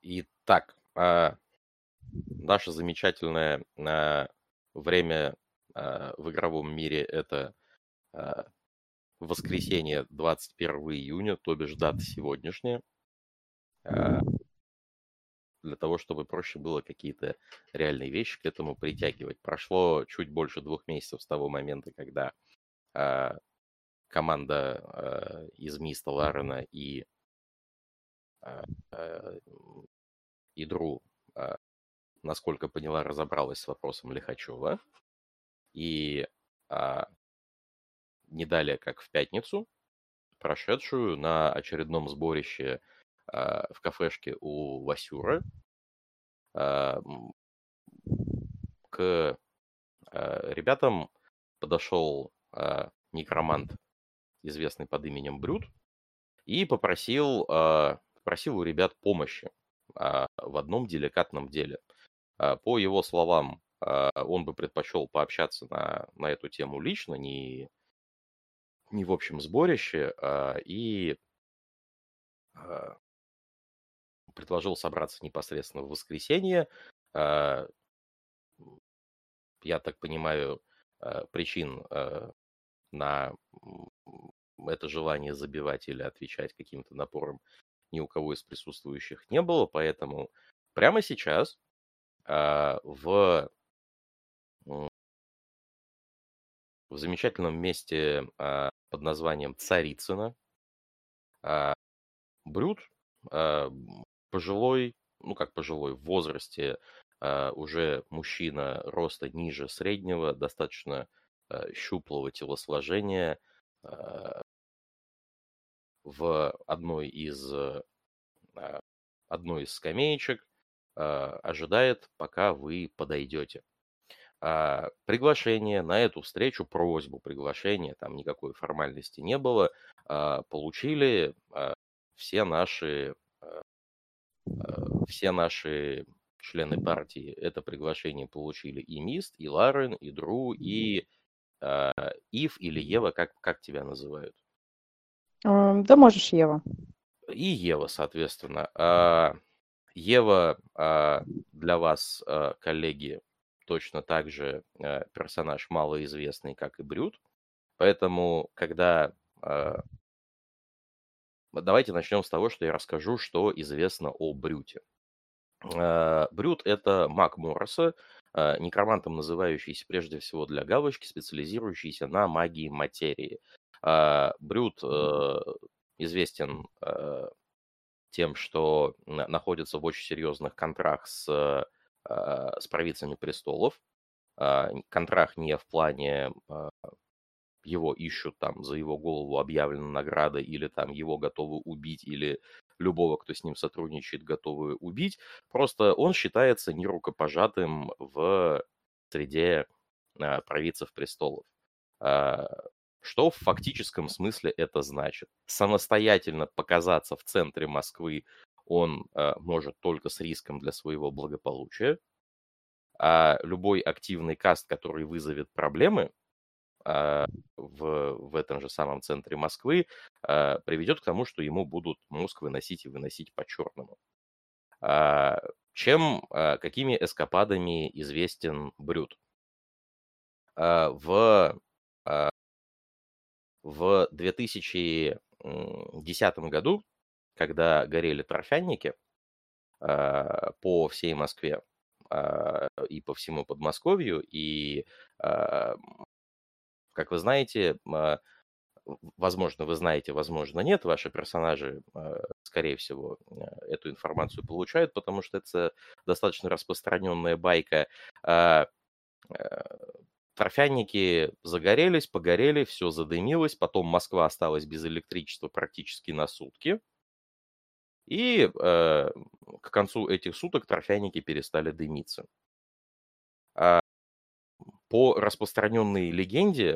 Итак, наше замечательное время в игровом мире — это а, воскресенье, 21 июня, то бишь дата сегодняшняя, а, для того, чтобы проще было какие-то реальные вещи к этому притягивать. Прошло чуть больше 2 месяцев с того момента, когда а, команда из Миста Ларена а, а, и Дру, а, насколько поняла, разобралась с вопросом Лихачева. И а, не далее, как в пятницу, прошедшую на очередном сборище в кафешке у Васюра, а, м, к ребятам подошел некромант, известный под именем Брюд, и попросил у ребят помощи в одном деликатном деле. По его словам, он бы предпочел пообщаться на эту тему лично, не в общем сборище, и а, предложил собраться непосредственно в воскресенье. А, Я так понимаю, причин на это желание забивать или отвечать каким-то напором ни у кого из присутствующих не было, поэтому прямо сейчас в в замечательном месте под названием Царицыно Брюд, пожилой, ну как пожилой, в возрасте, уже мужчина роста ниже среднего, достаточно щуплого телосложения, а, в а, одной из скамеечек ожидает, пока вы подойдете. Приглашение на эту встречу, просьбу приглашения, там никакой формальности не было, получили все наши все наши члены партии. Это приглашение получили и Мист, и Ларен, и Дру, и Ив или Ева, как тебя называют? Да можешь, Ева. И Ева, соответственно. Ева для вас, коллеги, точно так же персонаж малоизвестный, как и Брюд. Поэтому, давайте начнем с того, что я расскажу, что известно о Брюте. Брюд — это маг Мороса, некромантом, называющийся прежде всего для галочки, специализирующийся на магии материи. Брюд известен тем, что находится в очень серьезных контрах с провидцами престолов. Контрах не в плане его ищут, там за его голову объявлена награда, или там его готовы убить, или любого, кто с ним сотрудничает, готовы убить. Просто он считается нерукопожатым в среде провидцев престолов. А, Что в фактическом смысле это значит? Самостоятельно показаться в центре Москвы он может только с риском для своего благополучия, а любой активный каст, который вызовет проблемы, в этом же самом центре Москвы, приведет к тому, что ему будут мозг выносить и выносить по-черному. Какими эскападами известен Брюд? В, а, в 2010 году, когда горели торфяники по всей Москве и по всему Подмосковью, и, а, как вы знаете, возможно, вы знаете, возможно, нет. Ваши персонажи, скорее всего, эту информацию получают, потому что это достаточно распространенная байка. А, э, Торфяники загорелись, погорели, все задымилось. Потом Москва осталась без электричества практически на сутки. И к концу этих суток торфяники перестали дымиться. По распространенной легенде,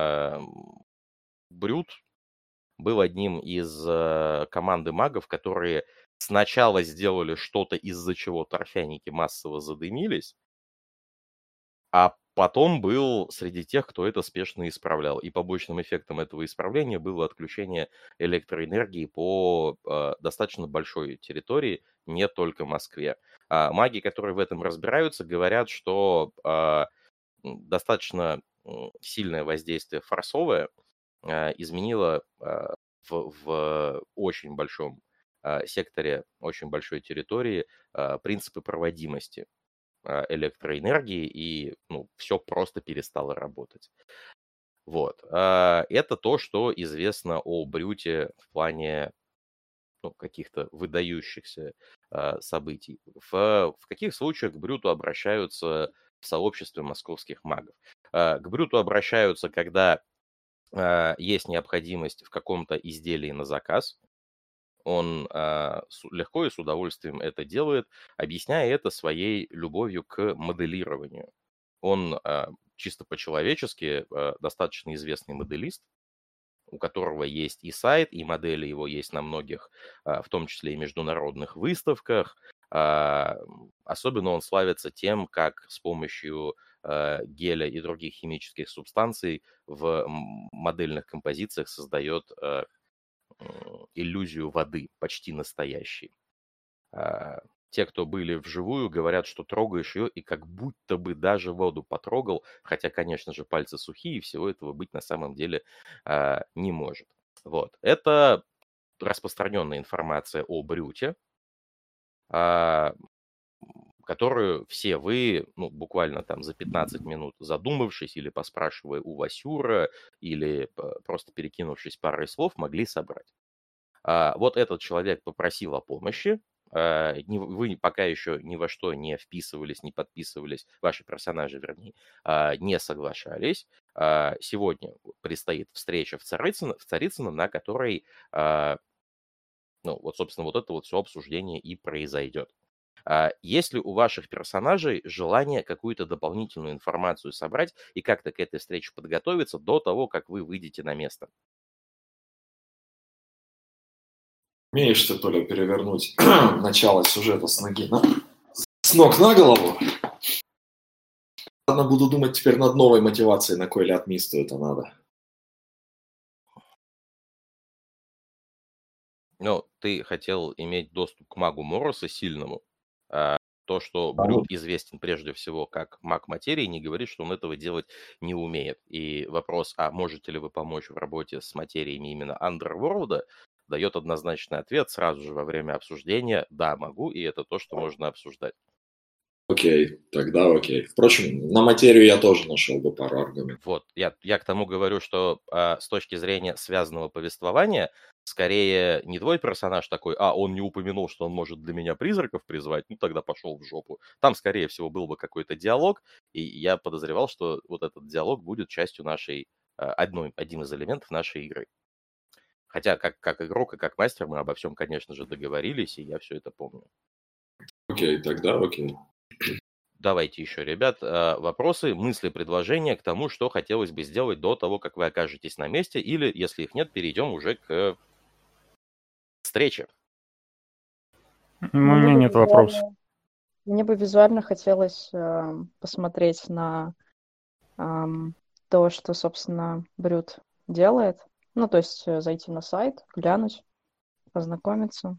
Брюд был одним из команды магов, которые сначала сделали что-то, из-за чего торфяники массово задымились, а потом был среди тех, кто это спешно исправлял. И побочным эффектом этого исправления было отключение электроэнергии по достаточно большой территории, не только Москве. Маги, которые в этом разбираются, говорят, что достаточно сильное воздействие форсовое изменило в очень большом секторе, очень большой территории принципы проводимости электроэнергии, и все просто перестало работать. Вот. Это то, что известно о Брюте в плане каких-то выдающихся событий. В каких случаях к Брюту обращаются в сообществе московских магов? К Брюту обращаются, когда есть необходимость в каком-то изделии на заказ. Он легко и с удовольствием это делает, объясняя это своей любовью к моделированию. Он чисто по-человечески достаточно известный моделист, у которого есть и сайт, и модели его есть на многих, в том числе и международных выставках. Особенно он славится тем, как с помощью геля и других химических субстанций в модельных композициях создает иллюзию воды, почти настоящей. Те, кто были вживую, говорят, что трогаешь ее и как будто бы даже воду потрогал, хотя, конечно же, пальцы сухие, и всего этого быть на самом деле не может. Вот. Это распространенная информация о Брюте, которую все вы, буквально там за 15 минут задумавшись или поспрашивая у Васюра, или просто перекинувшись парой слов, могли собрать. Вот этот человек попросил о помощи. Вы пока еще ни во что не вписывались, не подписывались, ваши персонажи, вернее, не соглашались. Сегодня предстоит встреча в Царицыно, на которой, собственно, вот это вот все обсуждение и произойдет. Есть ли у ваших персонажей желание какую-то дополнительную информацию собрать и как-то к этой встрече подготовиться до того, как вы выйдете на место? Умеешь ты, Толя, перевернуть начало сюжета с ног на голову? Ладно, буду думать теперь над новой мотивацией, на кой ляд мисту это надо. Ты хотел иметь доступ к магу Мороса сильному. То, что Брют известен прежде всего как маг материи, не говорит, что он этого делать не умеет. И вопрос, можете ли вы помочь в работе с материями именно Андерворлда, дает однозначный ответ сразу же во время обсуждения. Да, могу, и это то, что можно обсуждать. Окей, тогда окей. Впрочем, на материю я тоже нашел бы пару аргументов. Вот, я к тому говорю, что с точки зрения связанного повествования, скорее не твой персонаж такой, он не упомянул, что он может для меня призраков призвать, тогда пошел в жопу. Там, скорее всего, был бы какой-то диалог, и я подозревал, что вот этот диалог будет частью нашей, одним из элементов нашей игры. Хотя, как игрок и как мастер, мы обо всем, конечно же, договорились, и я все это помню. Окей, тогда окей. Давайте еще, ребят, вопросы, мысли, предложения к тому, что хотелось бы сделать до того, как вы окажетесь на месте, или, если их нет, перейдем уже к встрече. У меня нет вопросов. Мне бы визуально хотелось посмотреть на то, что, собственно, Брют делает. То есть зайти на сайт, глянуть, познакомиться.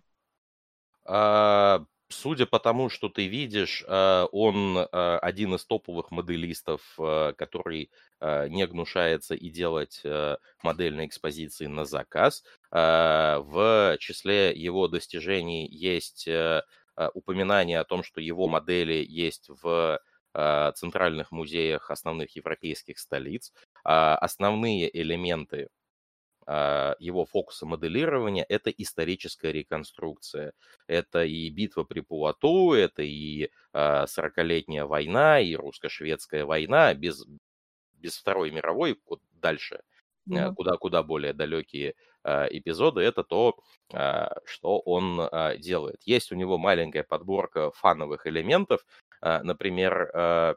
Судя по тому, что ты видишь, он один из топовых моделистов, который не гнушается и делать модельные экспозиции на заказ. В числе его достижений есть упоминание о том, что его модели есть в центральных музеях основных европейских столиц. Основные элементы его фокуса моделирования – это историческая реконструкция. Это и битва при Пуату, это и 40-летняя война, и русско-шведская война, без Второй мировой, вот дальше, куда более далекие эпизоды, это то, что он делает. Есть у него маленькая подборка фановых элементов, например,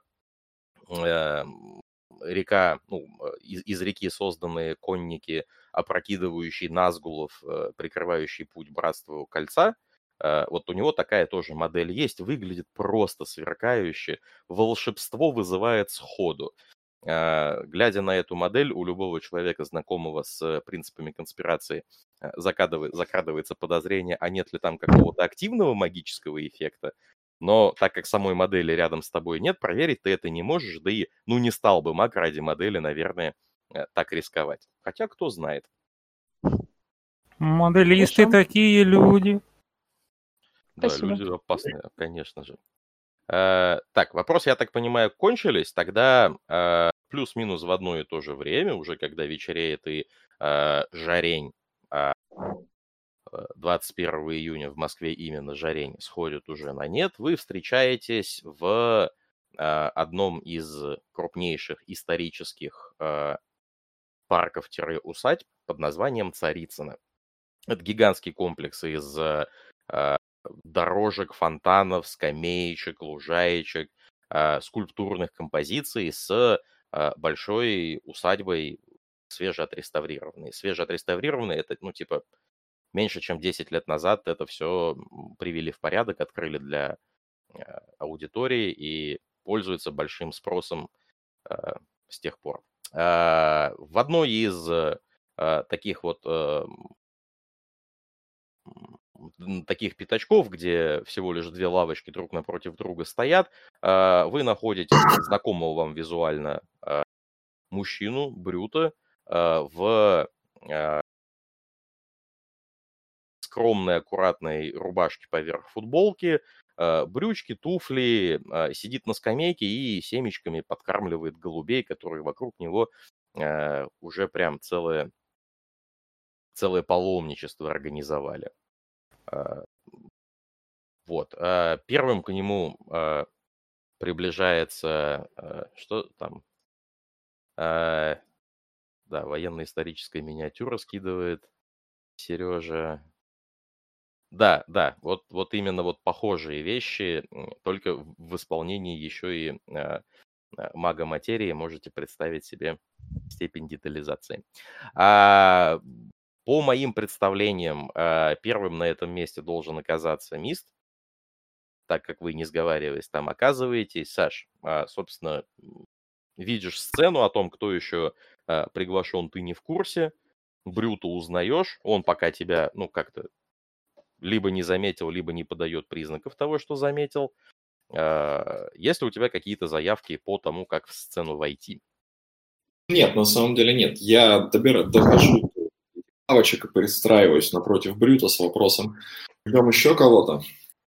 река, из реки созданные конники, опрокидывающие Назгулов, прикрывающий путь Братству Кольца. Вот у него такая тоже модель есть, выглядит просто сверкающе, волшебство вызывает сходу. Глядя на эту модель, у любого человека, знакомого с принципами конспирации, закрадывается подозрение, а нет ли там какого-то активного магического эффекта. Но так как самой модели рядом с тобой нет, проверить ты это не можешь, да и не стал бы маг ради модели, наверное, так рисковать. Хотя кто знает. Моделисты такие люди. Да, Спасибо. люди опасные, конечно же. Так, вопросы, я так понимаю, кончились. Тогда плюс-минус в одно и то же время, уже когда вечереет и жарень, 21 июня в Москве именно жарень сходит уже на нет, вы встречаетесь в одном из крупнейших исторических парков-усадьб под названием Царицыно. Это гигантский комплекс из дорожек, фонтанов, скамеечек, лужаечек, скульптурных композиций с большой усадьбой свежеотреставрированной. Свежеотреставрированной — это, меньше чем 10 лет назад это все привели в порядок, открыли для аудитории и пользуются большим спросом с тех пор. В одной из таких таких пятачков, где всего лишь две лавочки друг напротив друга стоят, вы находите знакомого вам визуально мужчину, Брюта, в скромной, аккуратной рубашке поверх футболки, брючки, туфли, сидит на скамейке и семечками подкармливает голубей, которые вокруг него уже прям целое паломничество организовали. Вот. Первым к нему приближается... Что там? Да, военно-историческая миниатюра скидывает Сережа. Да, вот именно похожие вещи, только в исполнении еще и мага материи. Можете представить себе степень детализации. По моим представлениям, первым на этом месте должен оказаться Мист, так как вы, не сговариваясь, там оказываетесь. Саш, собственно, видишь сцену о том, кто еще приглашен, ты не в курсе. Брюта узнаешь, он пока тебя, как-то либо не заметил, либо не подает признаков того, что заметил. Есть ли у тебя какие-то заявки по тому, как в сцену войти? Нет, на самом деле нет. Я дохожу до лавочек и перестраиваюсь напротив Брюта с вопросом: ждем еще кого-то?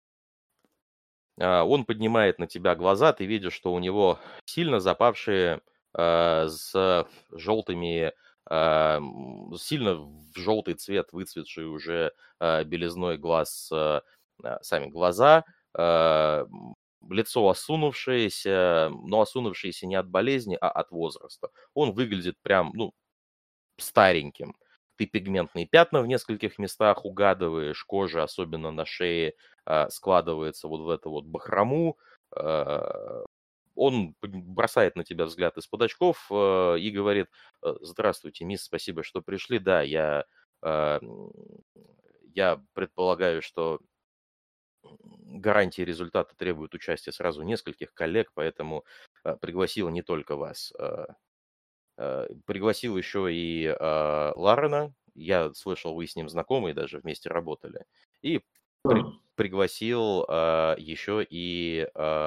Он поднимает на тебя глаза, ты видишь, что у него сильно запавшие с желтыми, сильно в желтый цвет выцветшие уже белизной глаз сами глаза, лицо осунувшееся, но осунувшееся не от болезни, а от возраста. Он выглядит прям, стареньким. Ты пигментные пятна в нескольких местах угадываешь, кожа, особенно на шее, складывается в эту бахрому. Он бросает на тебя взгляд из-под очков и говорит: здравствуйте, мисс, спасибо, что пришли. Да, я предполагаю, что гарантии результата требуют участия сразу нескольких коллег, поэтому пригласил не только вас. Пригласил еще и Ларена. Я слышал, вы с ним знакомы и даже вместе работали. И пригласил еще и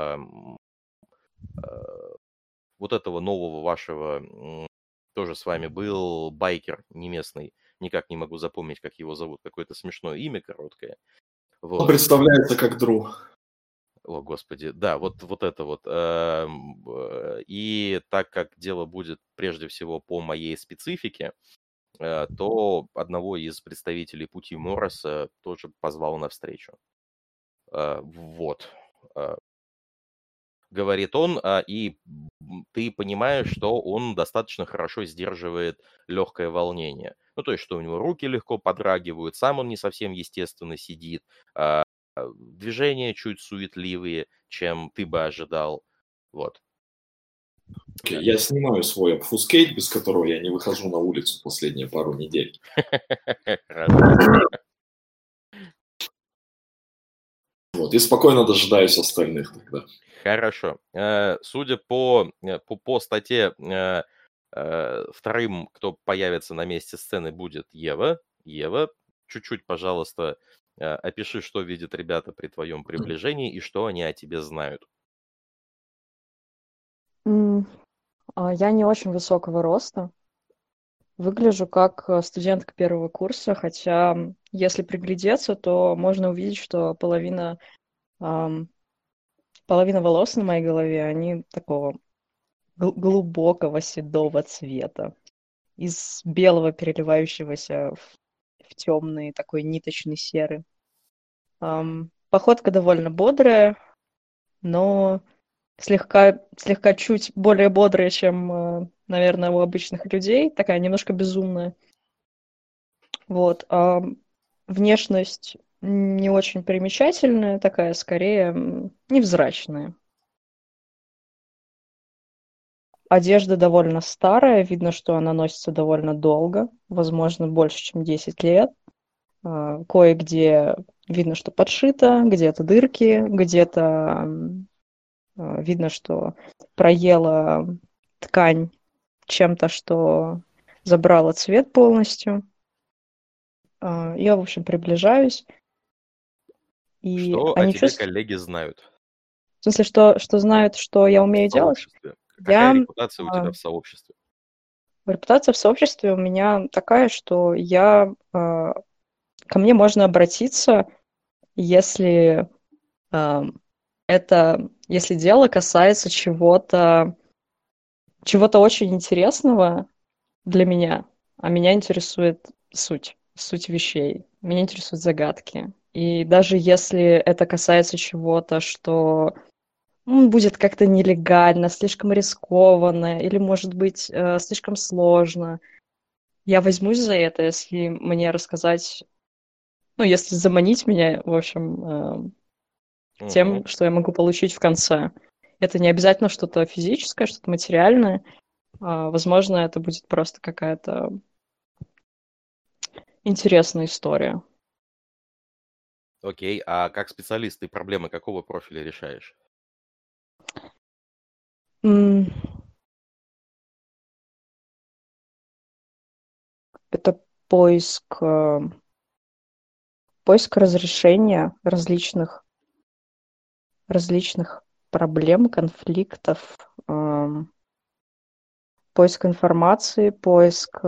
этого нового вашего, тоже с вами был байкер не местный. Никак не могу запомнить, как его зовут. Какое-то смешное имя короткое. Он представляется как Дру. О, Господи, да, вот это. И так как дело будет прежде всего по моей специфике, то одного из представителей пути Морроса тоже позвал на встречу. Говорит он, и ты понимаешь, что он достаточно хорошо сдерживает легкое волнение. То есть, что у него руки легко подрагивают, сам он не совсем естественно сидит, движения чуть суетливые, чем ты бы ожидал. Вот. Я снимаю свой обфускейт, без которого я не выхожу на улицу последние пару недель. Вот, и спокойно дожидаюсь остальных тогда. Хорошо. Судя по статье, вторым, кто появится на месте сцены, будет Ева. Ева, чуть-чуть, пожалуйста, опиши, что видят ребята при твоем приближении и что они о тебе знают. Я не очень высокого роста. Выгляжу как студентка первого курса, хотя, если приглядеться, то можно увидеть, что половина волос на моей голове, они такого глубокого седого цвета, из белого переливающегося в темный такой ниточный серый. Походка довольно бодрая, но слегка чуть более бодрая, чем, наверное, у обычных людей, такая немножко безумная. Вот. Внешность не очень примечательная, такая скорее невзрачная. Одежда довольно старая, видно, что она носится довольно долго, возможно, больше, чем 10 лет. Кое-где видно, что подшито, где-то дырки, где-то видно, что проела ткань чем-то, что забрала цвет полностью. Я, в общем, приближаюсь. И Что о они тебе чувствуют... коллеги знают В смысле, что знают, что я в умею делать? сообществе? Какая Я... репутация у тебя в сообществе? Репутация в сообществе у меня такая, что ко мне можно обратиться, если если дело касается чего-то очень интересного для меня, а меня интересует суть вещей, меня интересуют загадки. И даже если это касается чего-то, что будет как-то нелегально, слишком рискованно или, может быть, слишком сложно, я возьмусь за это, если мне рассказать, если заманить меня, в общем, тем, что я могу получить в конце. Это не обязательно что-то физическое, что-то материальное. Возможно, это будет просто какая-то интересная история. Окей, а как специалист ты проблемы какого профиля решаешь? Это поиск разрешения различных проблем, конфликтов, поиск информации, поиск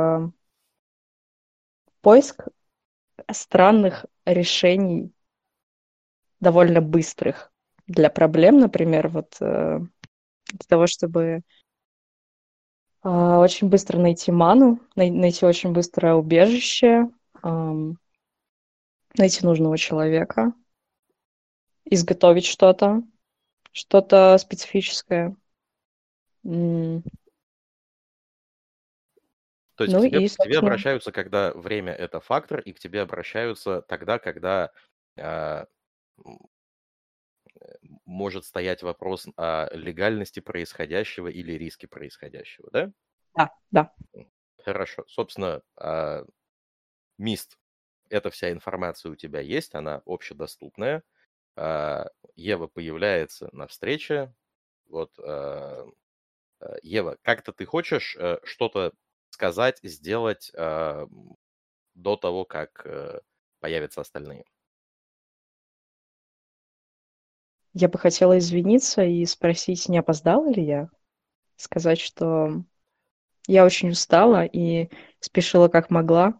странных решений, довольно быстрых для проблем, например, для того, чтобы очень быстро найти ману, найти очень быстрое убежище, найти нужного человека, изготовить что-то специфическое. То есть Ну к и, тебе собственно, обращаются, когда время это фактор, и к тебе обращаются тогда, когда может стоять вопрос о легальности происходящего или риске происходящего, да? да. Хорошо. Собственно, МИСТ, эта вся информация у тебя есть, она общедоступная. Ева появляется на встрече. Вот, Ева, как-то ты хочешь что-то сказать, сделать до того, как появятся остальные? Я бы хотела извиниться и спросить, не опоздала ли я? Сказать, что я очень устала и спешила как могла.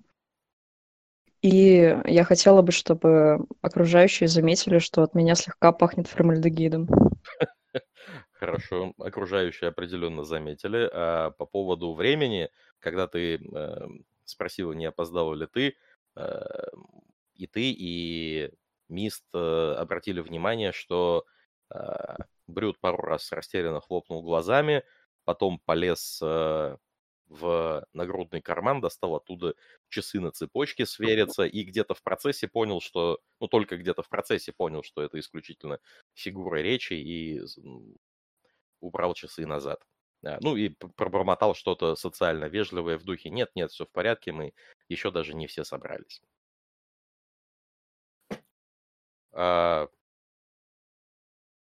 И я хотела бы, чтобы окружающие заметили, что от меня слегка пахнет формальдегидом. Хорошо, окружающие определенно заметили. А по поводу времени, когда ты спросила, не опоздала ли ты, и ты, и Мист обратили внимание, что Брюд пару раз растерянно хлопнул глазами, потом полез в нагрудный карман, достал оттуда часы на цепочке свериться, и где-то в процессе понял, что... Ну, только где-то в процессе понял, что это исключительно фигура речи, и убрал часы назад. Ну и пробормотал что-то социально вежливое в духе «нет, все в порядке, мы еще даже не все собрались».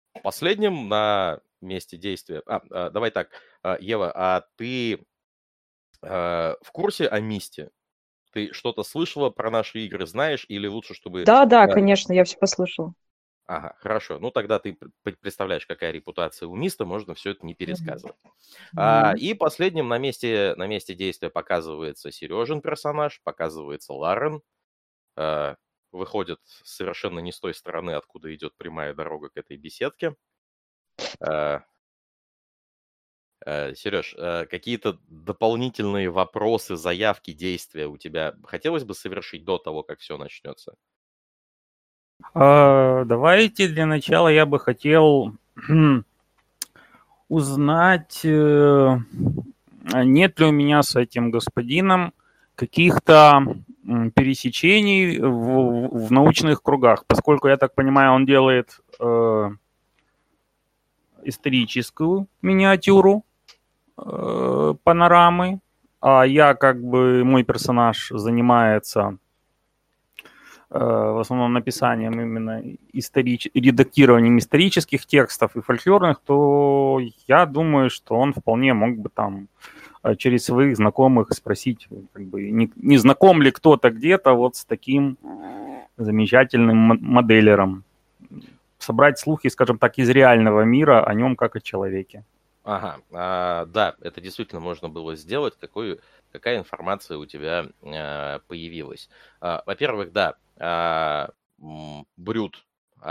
Последним на месте действия... давай так, Ева, а ты в курсе о Мисте? Ты что-то слышала про наши игры, знаешь? Или лучше, чтобы... Да, конечно, я все послушала. Ага, хорошо. Ну, тогда ты представляешь, какая репутация у Миста, можно все это не пересказывать. И последним на месте действия показывается Сережин персонаж, показывается Ларен. Выходит совершенно не с той стороны, откуда идет прямая дорога к этой беседке. Сереж, какие-то дополнительные вопросы, заявки, действия у тебя хотелось бы совершить до того, как все начнется? Давайте для начала я бы хотел узнать, нет ли у меня с этим господином каких-то пересечений в научных кругах, поскольку, я так понимаю, он делает историческую миниатюру панорамы, а я мой персонаж занимается в основном написанием именно редактированием исторических текстов и фольклорных, то я думаю, что он вполне мог бы там через своих знакомых спросить, не знаком ли кто-то где-то вот с таким замечательным моделером. Собрать слухи, скажем так, из реального мира о нем как о человеке. Ага, да, это действительно можно было сделать. Какая информация у тебя появилась? Во-первых, да, Брют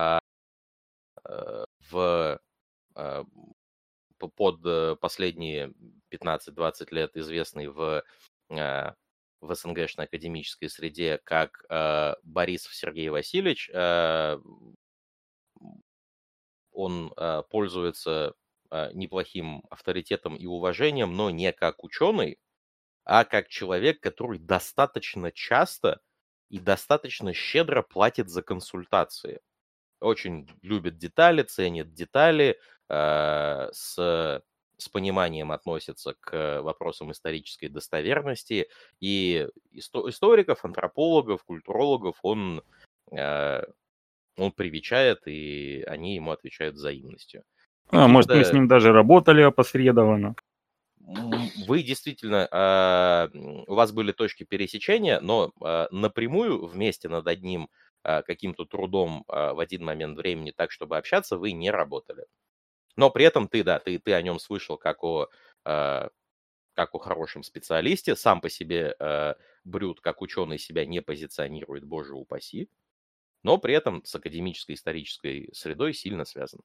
под последние 15-20 лет известный в СНГшной академической среде как Борисов Сергей Васильевич. Он пользуется неплохим авторитетом и уважением, но не как ученый, а как человек, который достаточно часто и достаточно щедро платит за консультации. Очень любит детали, ценит детали, с пониманием относится к вопросам исторической достоверности. И историков, антропологов, культурологов он привечает, и они ему отвечают взаимностью. Может, мы с ним даже работали опосредованно. Вы действительно, у вас были точки пересечения, но напрямую вместе над одним каким-то трудом в один момент времени так, чтобы общаться, вы не работали. Но при этом ты о нем слышал как о хорошем специалисте. Сам по себе Брют как ученый себя не позиционирует, боже упаси, но при этом с академической исторической средой сильно связан.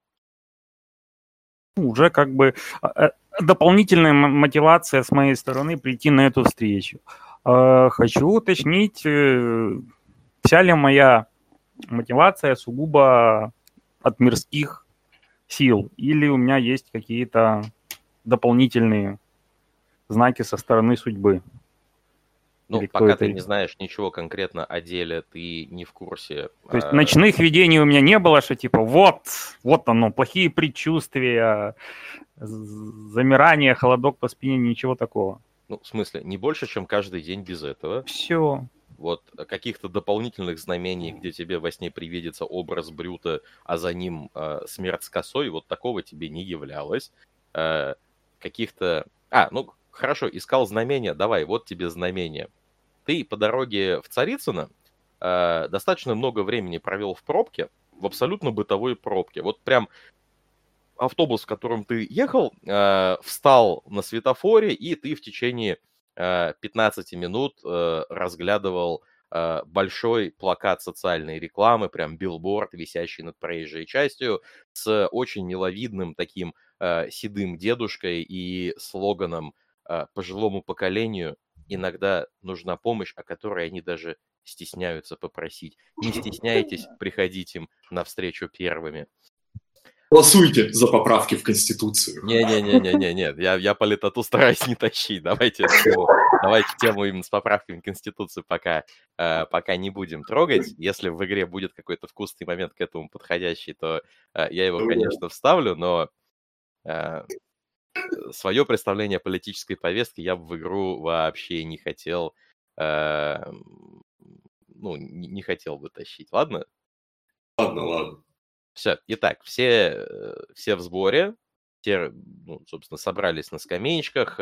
Уже дополнительная мотивация с моей стороны прийти на эту встречу. Хочу уточнить, вся ли моя мотивация сугубо от мирских сил, или у меня есть какие-то дополнительные знаки со стороны судьбы. Ну, пока ты не знаешь ничего конкретно о деле, ты не в курсе. То есть ночных видений у меня не было, что типа вот оно, плохие предчувствия, замирание, холодок по спине, ничего такого. Ну, в смысле, не больше, чем каждый день без этого. Все. Вот каких-то дополнительных знамений, где тебе во сне привидится образ Брюта, а за ним смерть с косой, вот такого тебе не являлось. Каких-то... ну, хорошо, искал знамения, давай, вот тебе знамения. Ты по дороге в Царицыно достаточно много времени провел в пробке, в абсолютно бытовой пробке. Вот прям автобус, в котором ты ехал, встал на светофоре, и ты в течение 15 минут разглядывал большой плакат социальной рекламы, прям билборд, висящий над проезжей частью, с очень миловидным таким седым дедушкой и слоганом пожилому поколению иногда нужна помощь, о которой они даже стесняются попросить. Не стесняйтесь приходить им навстречу первыми. Голосуйте за поправки в Конституцию. Не, я политоту стараюсь не тащить. Давайте тему именно с поправками в Конституцию пока не будем трогать. Если в игре будет какой-то вкусный момент к этому подходящий, то я его, конечно, вставлю, но свое представление о политической повестке я бы в игру вообще не хотел, не хотел бы тащить. Ладно? Ладно. Все. Итак, все в сборе, все, собственно, собрались на скамеечках.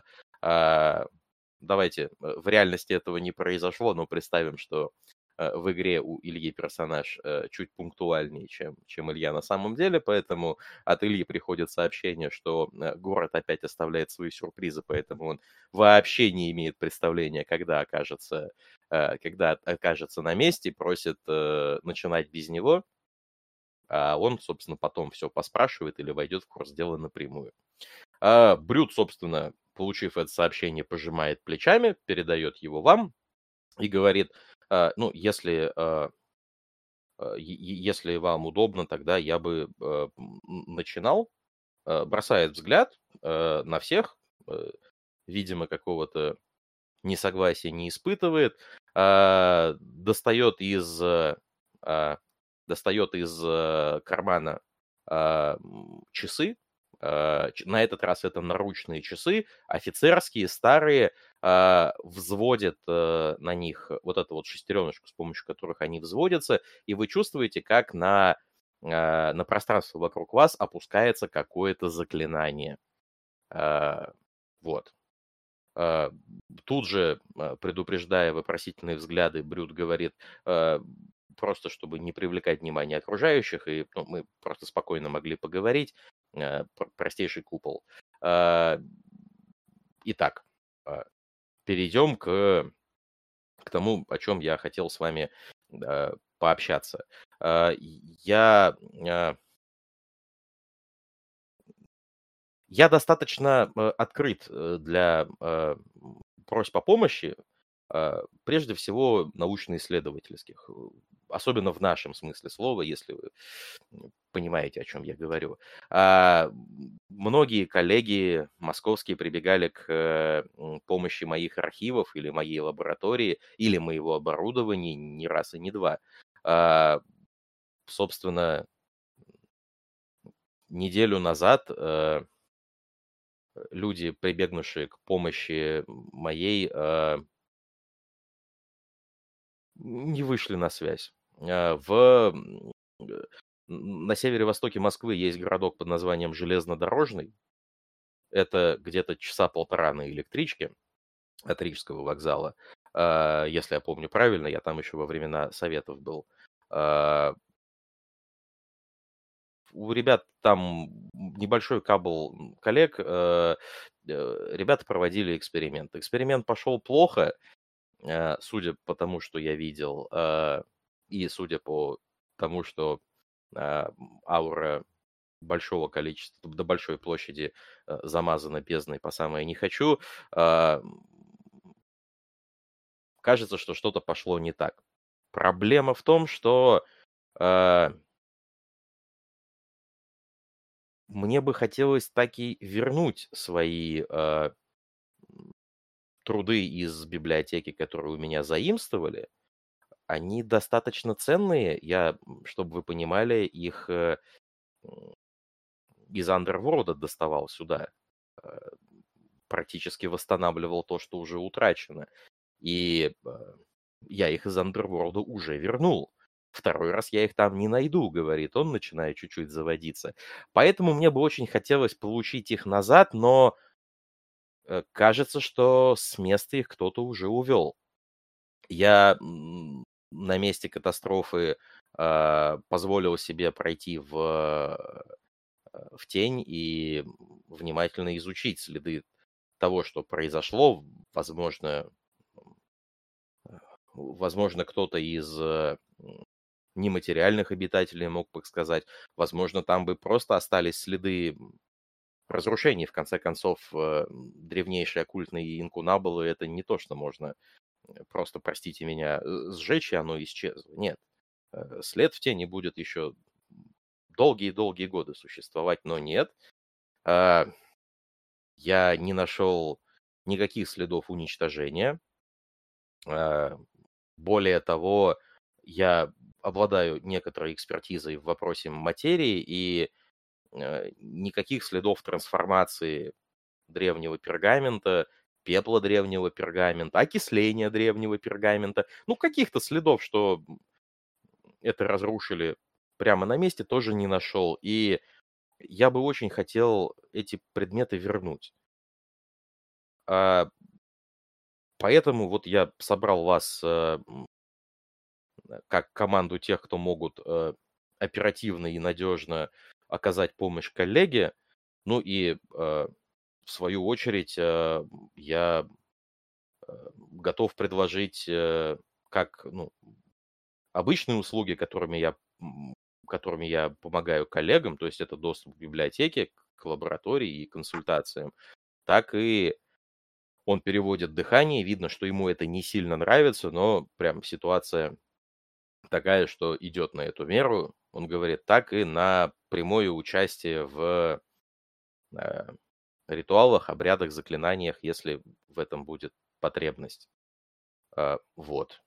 Давайте, в реальности этого не произошло, но представим, что в игре у Ильи персонаж чуть пунктуальнее, чем Илья на самом деле, поэтому от Ильи приходит сообщение, что город опять оставляет свои сюрпризы, поэтому он вообще не имеет представления, когда окажется на месте, просит начинать без него, а он, собственно, потом все поспрашивает или войдет в курс дела напрямую. Брют, собственно, получив это сообщение, пожимает плечами, передает его вам и говорит, если вам удобно, тогда я бы начинал. Бросает взгляд на всех, видимо, какого-то несогласия не испытывает, достает из кармана часы. На этот раз это наручные часы, офицерские, старые, взводит на них вот эту вот шестереночку, с помощью которых они взводятся, и вы чувствуете, как на пространство вокруг вас опускается какое-то заклинание. Вот. Тут же, предупреждая вопросительные взгляды, Брют говорит, просто чтобы не привлекать внимание окружающих, и мы просто спокойно могли поговорить. Простейший купол. Итак, перейдем к тому, о чем я хотел с вами пообщаться. Я достаточно открыт для просьб о помощи, прежде всего научно-исследовательских, особенно в нашем смысле слова, если вы понимаете, о чем я говорю. Многие коллеги московские прибегали к помощи моих архивов или моей лаборатории, или моего оборудования не раз и не два. Собственно, неделю назад люди, прибегнувшие к помощи моей, не вышли на связь. На северо-востоке Москвы есть городок под названием Железнодорожный. Это где-то часа полтора на электричке от Рижского вокзала. Если я помню правильно, я там еще во времена Советов был. У ребят там небольшой кабл коллег. Ребята проводили эксперимент. Эксперимент пошел плохо, судя по тому, что я видел, и судя по тому, что аура большого количества, до большой площади замазана бездной по самое не хочу. Кажется, что что-то пошло не так. Проблема в том, что мне бы хотелось таки вернуть свои труды из библиотеки, которые у меня заимствовали. Они достаточно ценные. Я, чтобы вы понимали, их из Underworld доставал сюда. Практически восстанавливал то, что уже утрачено. И я их из Underworld уже вернул. Второй раз я их там не найду, говорит он, начиная чуть-чуть заводиться. Поэтому мне бы очень хотелось получить их назад, но кажется, что с места их кто-то уже увел. Я на месте катастрофы позволил себе пройти в тень и внимательно изучить следы того, что произошло. Возможно, кто-то из нематериальных обитателей мог бы сказать. Возможно, там бы просто остались следы разрушений. В конце концов, древнейшие оккультные инкунабулы — это не то, что можно просто, простите меня, сжечь, и оно исчезло. Нет. След в тени будет еще долгие-долгие годы существовать, но нет. Я не нашел никаких следов уничтожения. Более того, я обладаю некоторой экспертизой в вопросе материи, и никаких следов трансформации древнего пергамента, пепла древнего пергамента, окисления древнего пергамента, каких-то следов, что это разрушили прямо на месте тоже не нашел. И я бы очень хотел эти предметы вернуть. Поэтому вот я собрал вас как команду тех, кто могут оперативно и надежно оказать помощь коллеге. Ну и в свою очередь я готов предложить как обычные услуги, которыми я помогаю коллегам, то есть это доступ к библиотеке, к лаборатории и консультациям, так и он переводит дыхание, видно, что ему это не сильно нравится, но прям ситуация такая, что идет на эту меру. Он говорит, так и на прямое участие в ритуалах, обрядах, заклинаниях, если в этом будет потребность. Вот.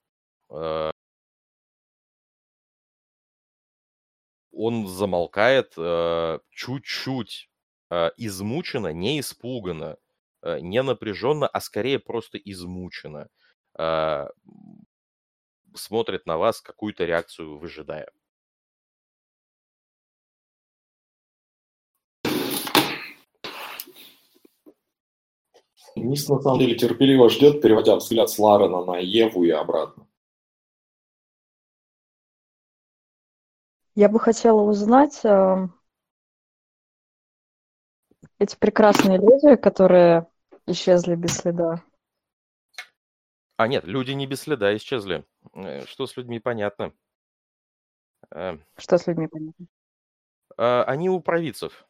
Он замолкает чуть-чуть измученно, не испуганно, не напряженно, а скорее просто измученно. Смотрит на вас, какую-то реакцию выжидая. Низ на самом деле терпеливо ждет, переводя взгляд с Ларена на Еву и обратно. Я бы хотела узнать эти прекрасные люди, которые исчезли без следа. Нет, люди не без следа исчезли. Что с людьми, понятно. Что с людьми понятно? Они у провидцев.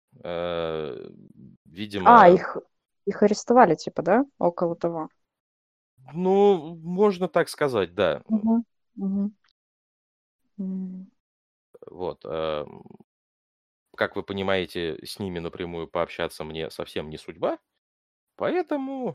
Видимо... Их арестовали, типа, да? Около того. Ну, можно так сказать, да. Вот. Как вы понимаете, с ними напрямую пообщаться мне совсем не судьба, поэтому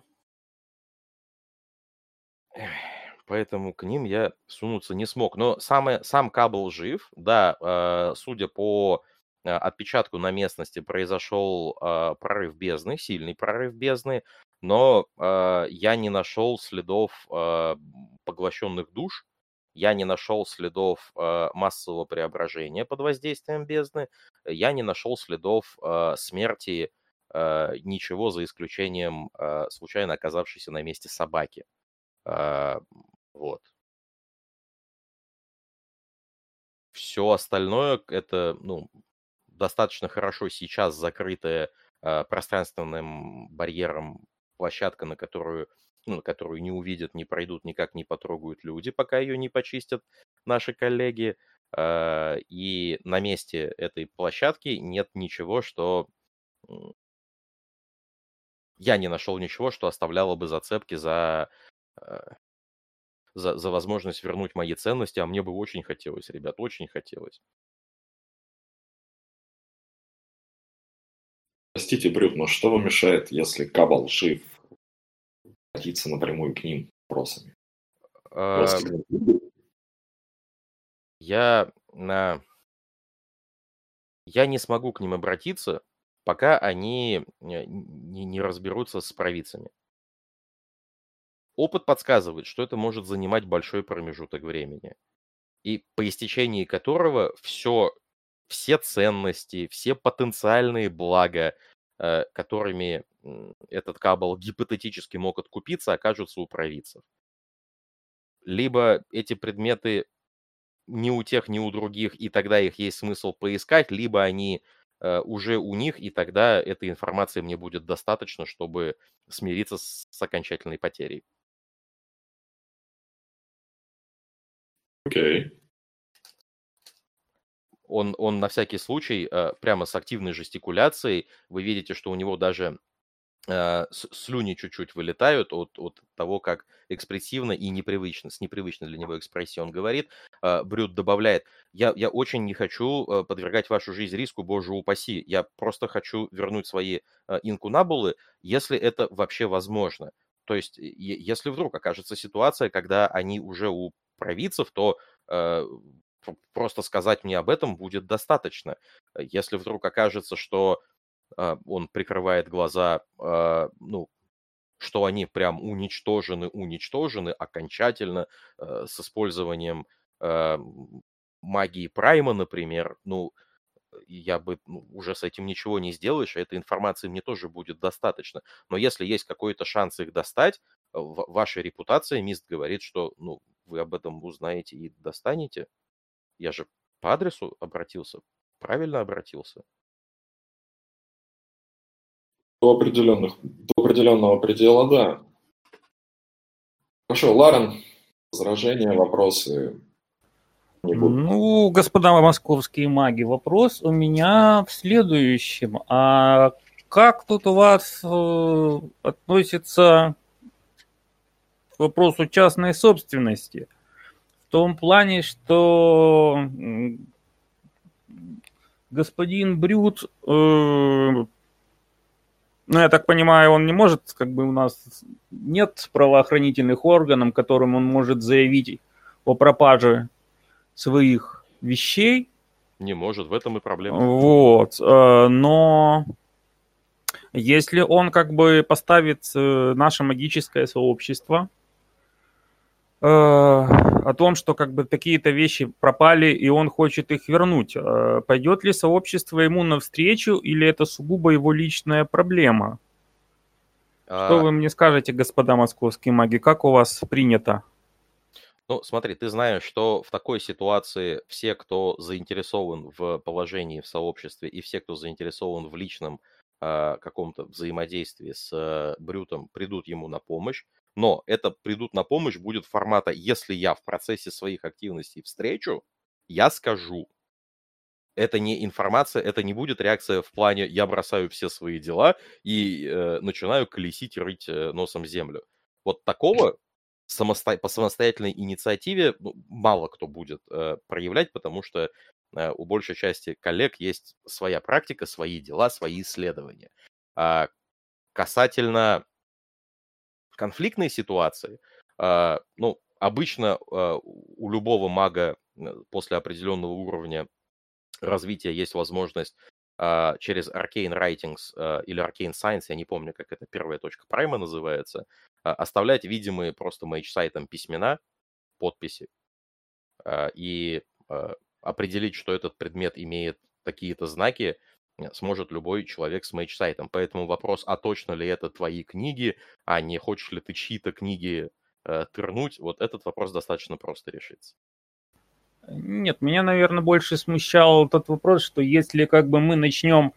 к ним я сунуться не смог. Но сам Кабл жив, да, судя по отпечатку на местности, произошел прорыв бездны, сильный прорыв бездны, но я не нашел следов поглощенных душ, я не нашел следов массового преображения под воздействием бездны, я не нашел следов смерти, ничего за исключением случайно оказавшейся на месте собаки. Вот. Все остальное это, достаточно хорошо сейчас закрытая пространственным барьером площадка, на которую не увидят, не пройдут, никак не потрогают люди, пока ее не почистят наши коллеги. И на месте этой площадки нет ничего, что... Я не нашел ничего, что оставляло бы зацепки за возможность вернуть мои ценности, а мне бы очень хотелось, ребят, очень хотелось. Простите, Брюд, но что вам мешает, если Кабал жив, обратиться напрямую к ним вопросами? Я не смогу к ним обратиться, пока они не разберутся с провидцами. Опыт подсказывает, что это может занимать большой промежуток времени, и по истечении которого все ценности, все потенциальные блага, которыми этот Кабал гипотетически мог откупиться, окажутся у провидцев. Либо эти предметы ни у тех, ни у других, и тогда их есть смысл поискать, либо они уже у них, и тогда этой информации мне будет достаточно, чтобы смириться с окончательной потерей. Окей. Он на всякий случай, прямо с активной жестикуляцией, вы видите, что у него даже слюни чуть-чуть вылетают от того, как экспрессивно и непривычно, с непривычной для него экспрессией он говорит. Брюд добавляет, я очень не хочу подвергать вашу жизнь риску, боже упаси, я просто хочу вернуть свои инкунабулы, если это вообще возможно. То есть, если вдруг окажется ситуация, когда они уже у провидцев, то просто сказать мне об этом будет достаточно. Если вдруг окажется, что он прикрывает глаза, что они прям уничтожены окончательно с использованием магии Прайма, например, ну, я бы уже с этим ничего не сделаешь, и этой информации мне тоже будет достаточно. Но если есть какой-то шанс их достать, ваша репутация, Мист говорит, что ну, вы об этом узнаете и достанете. Я же по адресу обратился, правильно обратился. До определенного предела, да. Хорошо, Ларен, возражения, вопросы? Ну, господа московские маги, вопрос у меня в следующем. А как тут у вас относится к вопросу частной собственности? В том плане, что господин Брют, ну, я так понимаю, он не может, как бы у нас нет правоохранительных органов, которым он может заявить о пропаже своих вещей. Не может, в этом и проблема. Вот, но если он как бы поставит наше магическое сообщество о том, что как бы такие-то вещи пропали, и он хочет их вернуть, пойдет ли сообщество ему навстречу, или это сугубо его личная проблема? Что вы мне скажете, господа московские маги, как у вас принято? Ну, смотри, ты знаешь, что в такой ситуации все, кто заинтересован в положении в сообществе, и все, кто заинтересован в личном каком-то взаимодействии с Брютом, придут ему на помощь. Но это придут на помощь будет формата, если я в процессе своих активностей встречу, я скажу. Это не информация, это не будет реакция в плане «я бросаю все свои дела и начинаю колесить, рыть носом землю». Вот такого по самостоятельной инициативе мало кто будет проявлять, потому что у большей части коллег есть своя практика, свои дела, свои исследования. Касательно конфликтной ситуации, ну, обычно у любого мага после определенного уровня развития есть возможность через Arcane Writings или Arcane Science, я не помню, как это первая точка прайма называется, оставлять видимые просто мейдж-сайтом письмена, подписи, и определить, что этот предмет имеет такие-то знаки, сможет любой человек с мейдж-сайтом. Поэтому вопрос, а точно ли это твои книги, а не хочешь ли ты чьи-то книги тырнуть, вот этот вопрос достаточно просто решится. Нет, меня, наверное, больше смущал тот вопрос, что если как бы мы начнем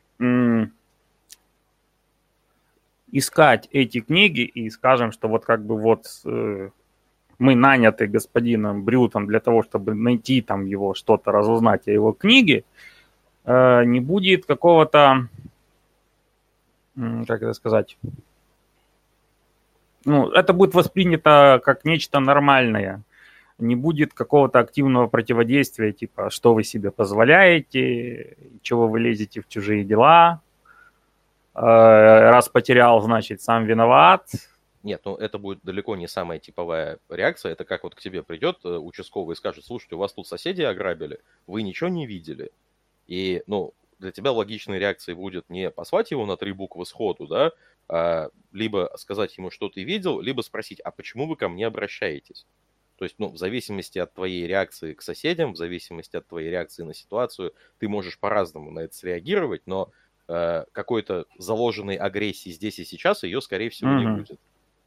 искать эти книги и скажем, что вот как бы вот мы наняты господином Брютом для того, чтобы найти там его что-то, разузнать о его книге, не будет какого-то, как это сказать, ну, это будет воспринято как нечто нормальное. Не будет какого-то активного противодействия, типа, что вы себе позволяете, чего вы лезете в чужие дела, раз потерял, значит, сам виноват. Нет, ну это будет далеко не самая типовая реакция, это как вот к тебе придет участковый и скажет, слушайте, у вас тут соседи ограбили, вы ничего не видели. И, ну, для тебя логичной реакцией будет не послать его на 3 буквы сходу, да, а либо сказать ему, что ты видел, либо спросить, а почему вы ко мне обращаетесь? То есть, ну, в зависимости от твоей реакции к соседям, в зависимости от твоей реакции на ситуацию, ты можешь по-разному на это среагировать, но какой-то заложенной агрессии здесь и сейчас ее, скорее всего, не будет.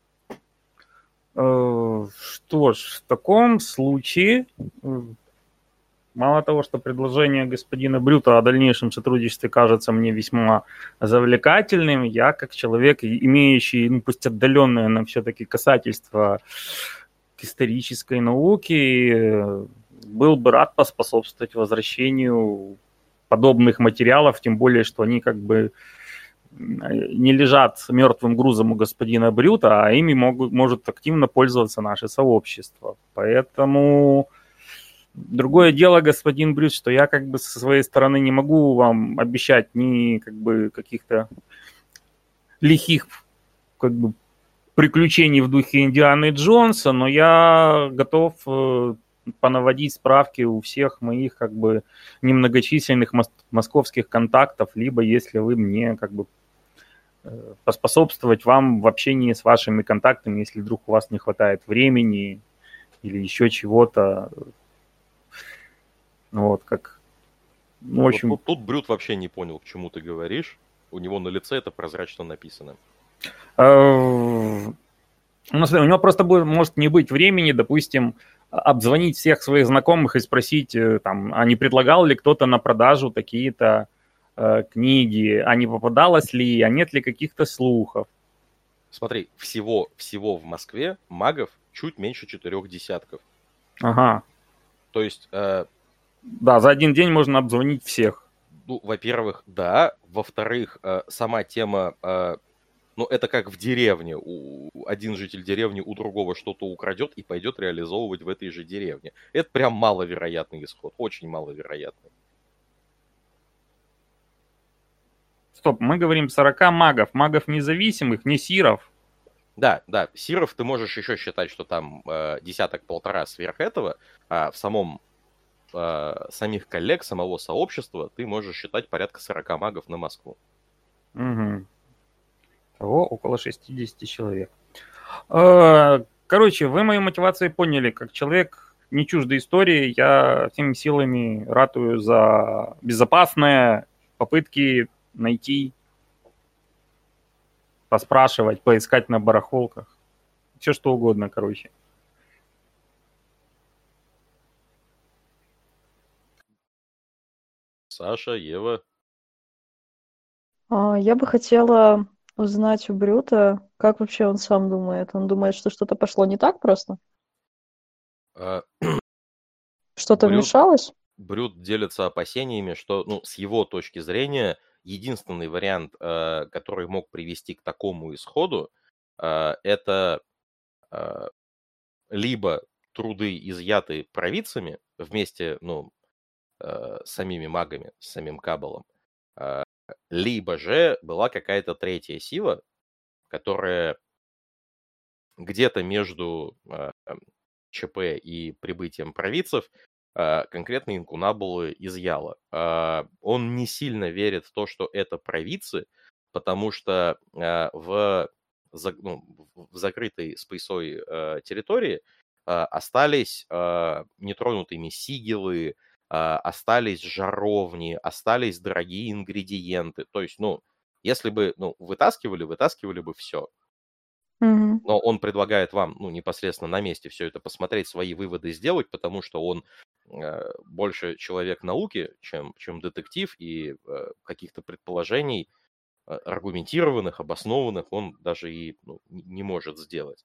Что ж, в таком случае, мало того, что предложение господина Брюта о дальнейшем сотрудничестве кажется мне весьма завлекательным, я как человек, имеющий, ну, пусть отдаленное, но все-таки касательство к исторической науке, был бы рад поспособствовать возвращению подобных материалов, тем более, что они как бы не лежат мертвым грузом у господина Брюта, а ими может активно пользоваться наше сообщество. Поэтому другое дело, господин Брют, что я как бы со своей стороны не могу вам обещать ни как бы каких-то лихих как бы приключений в духе Индианы Джонса, но я готов понаводить справки у всех моих как бы немногочисленных московских контактов, либо если вы мне как бы поспособствовать вам в общении с вашими контактами, если вдруг у вас не хватает времени или еще чего-то. Вот, как... Ну, в Вот общем, тут Брют вообще не понял, к чему ты говоришь. У него на лице это прозрачно написано. ну, смотри, у него просто может не быть времени, допустим, обзвонить всех своих знакомых и спросить, там, а не предлагал ли кто-то на продажу такие-то книги, а не попадалось ли, а нет ли каких-то слухов. Смотри, всего в Москве магов чуть меньше 4 десятков. Ага. То есть, да, за один день можно обзвонить всех. ну, во-первых, да. Во-вторых, сама тема, ну, это как в деревне. Один житель деревни у другого что-то украдет и пойдет реализовывать в этой же деревне. Это прям маловероятный исход, очень маловероятный. Стоп, мы говорим 40 магов, магов независимых, не сиров. Да, сиров ты можешь еще считать, что там десяток-полтора сверх этого, а в самих коллег, самого сообщества ты можешь считать порядка 40 магов на Москву. Угу. Того около 60 человек. Короче, вы мою мотивацию поняли. Как человек не чуждой истории, я всеми силами ратую за безопасные попытки найти, поспрашивать, поискать на барахолках. Все что угодно, короче. Саша, Ева. Я бы хотела узнать у Брюта, как вообще он сам думает. Он думает, что что-то пошло не так просто? э, Что-то Брют- вмешалось? Брют делится опасениями, что, ну, с его точки зрения, единственный вариант, который мог привести к такому исходу, это либо труды, изъяты провидцами вместе, ну, с самими магами, с самим Кабалом, либо же была какая-то третья сила, которая где-то между ЧП и прибытием провидцев конкретно инкунабулы изъяла. Он не сильно верит в то, что это провидцы, потому что в закрытой спейсой территории остались нетронутыми сигилы, остались жаровни, остались дорогие ингредиенты. То есть, ну, если бы вытаскивали бы все. Мгм. Но он предлагает вам, ну, непосредственно на месте все это посмотреть, свои выводы сделать, потому что он больше человек науки, чем детектив, и каких-то предположений аргументированных, обоснованных он даже и не может сделать.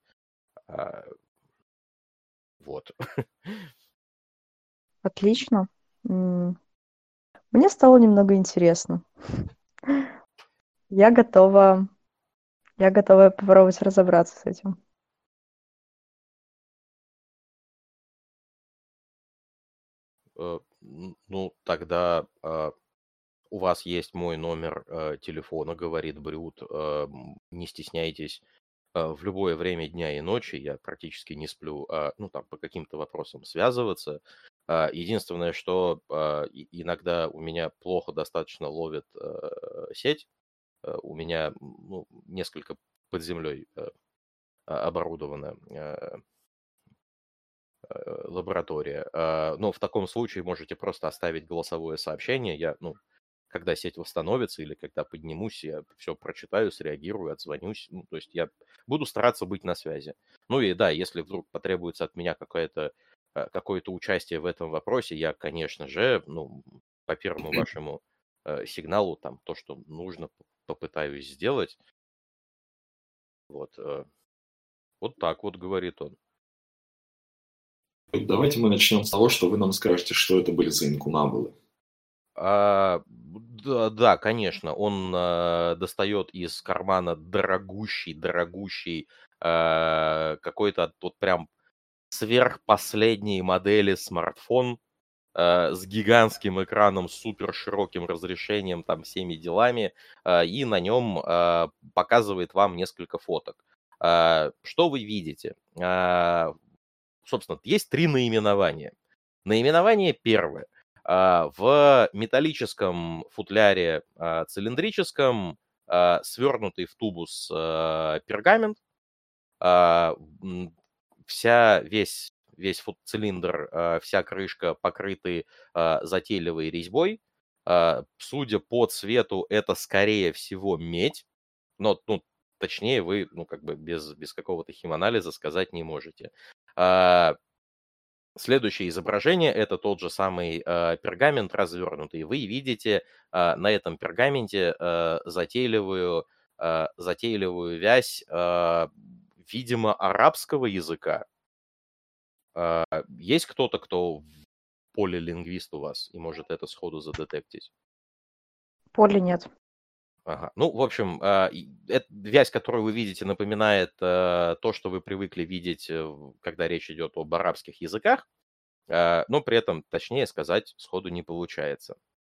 Вот. Отлично. Мне стало немного интересно. Я готова попробовать разобраться с этим. Ну, тогда у вас есть мой номер телефона, говорит Брют. Не стесняйтесь в любое время дня и ночи. Я практически не сплю, ну, там, по каким-то вопросам связываться. Единственное, что иногда у меня плохо достаточно ловит сеть. У меня несколько под землей оборудована лаборатория. Но в таком случае можете просто оставить голосовое сообщение. Я, когда сеть восстановится или когда поднимусь, я все прочитаю, среагирую, отзвонюсь. Ну, то есть я буду стараться быть на связи. Ну и да, если вдруг потребуется от меня какое-то участие в этом вопросе, я, конечно же, по первому вашему сигналу, там, то, что нужно, попытаюсь сделать. Вот. Вот так вот, говорит он. Давайте мы начнем с того, что вы нам скажете, что это были за инкунабулы. Да, конечно. Он достает из кармана дорогущий какой-то вот прям сверхпоследней модели смартфон с гигантским экраном, с супер широким разрешением, там, всеми делами, и на нем показывает вам несколько фоток. Что вы видите? Собственно, есть 3 наименования. Наименование первое. В металлическом футляре цилиндрическом, свернутый в тубус пергамент. Весь весь цилиндр, вся крышка покрыты затейливой резьбой. Судя по цвету, это, скорее всего, медь, но, точнее вы, как бы без какого-то химанализа сказать не можете. Следующее изображение — это тот же самый пергамент развернутый. Вы видите на этом пергаменте затейливую вязь, видимо, арабского языка. Есть кто-то, кто полилингвист у вас и может это сходу задетектить? Поля нет. Ага. Ну, в общем, вязь, которую вы видите, напоминает то, что вы привыкли видеть, когда речь идет об арабских языках, но при этом точнее сказать сходу не получается.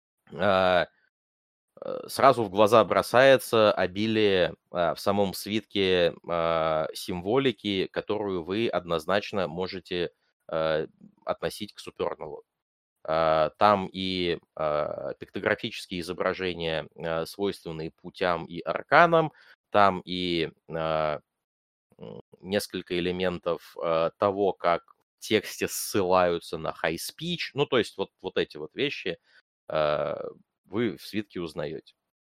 Сразу в глаза бросается обилие в самом свитке символики, которую вы однозначно можете относить к Supernal. Там и пиктографические изображения, свойственные путям и арканам, там и несколько элементов того, как в тексте ссылаются на high speech. Ну, то есть вот эти вот вещи вы в свитке узнаете.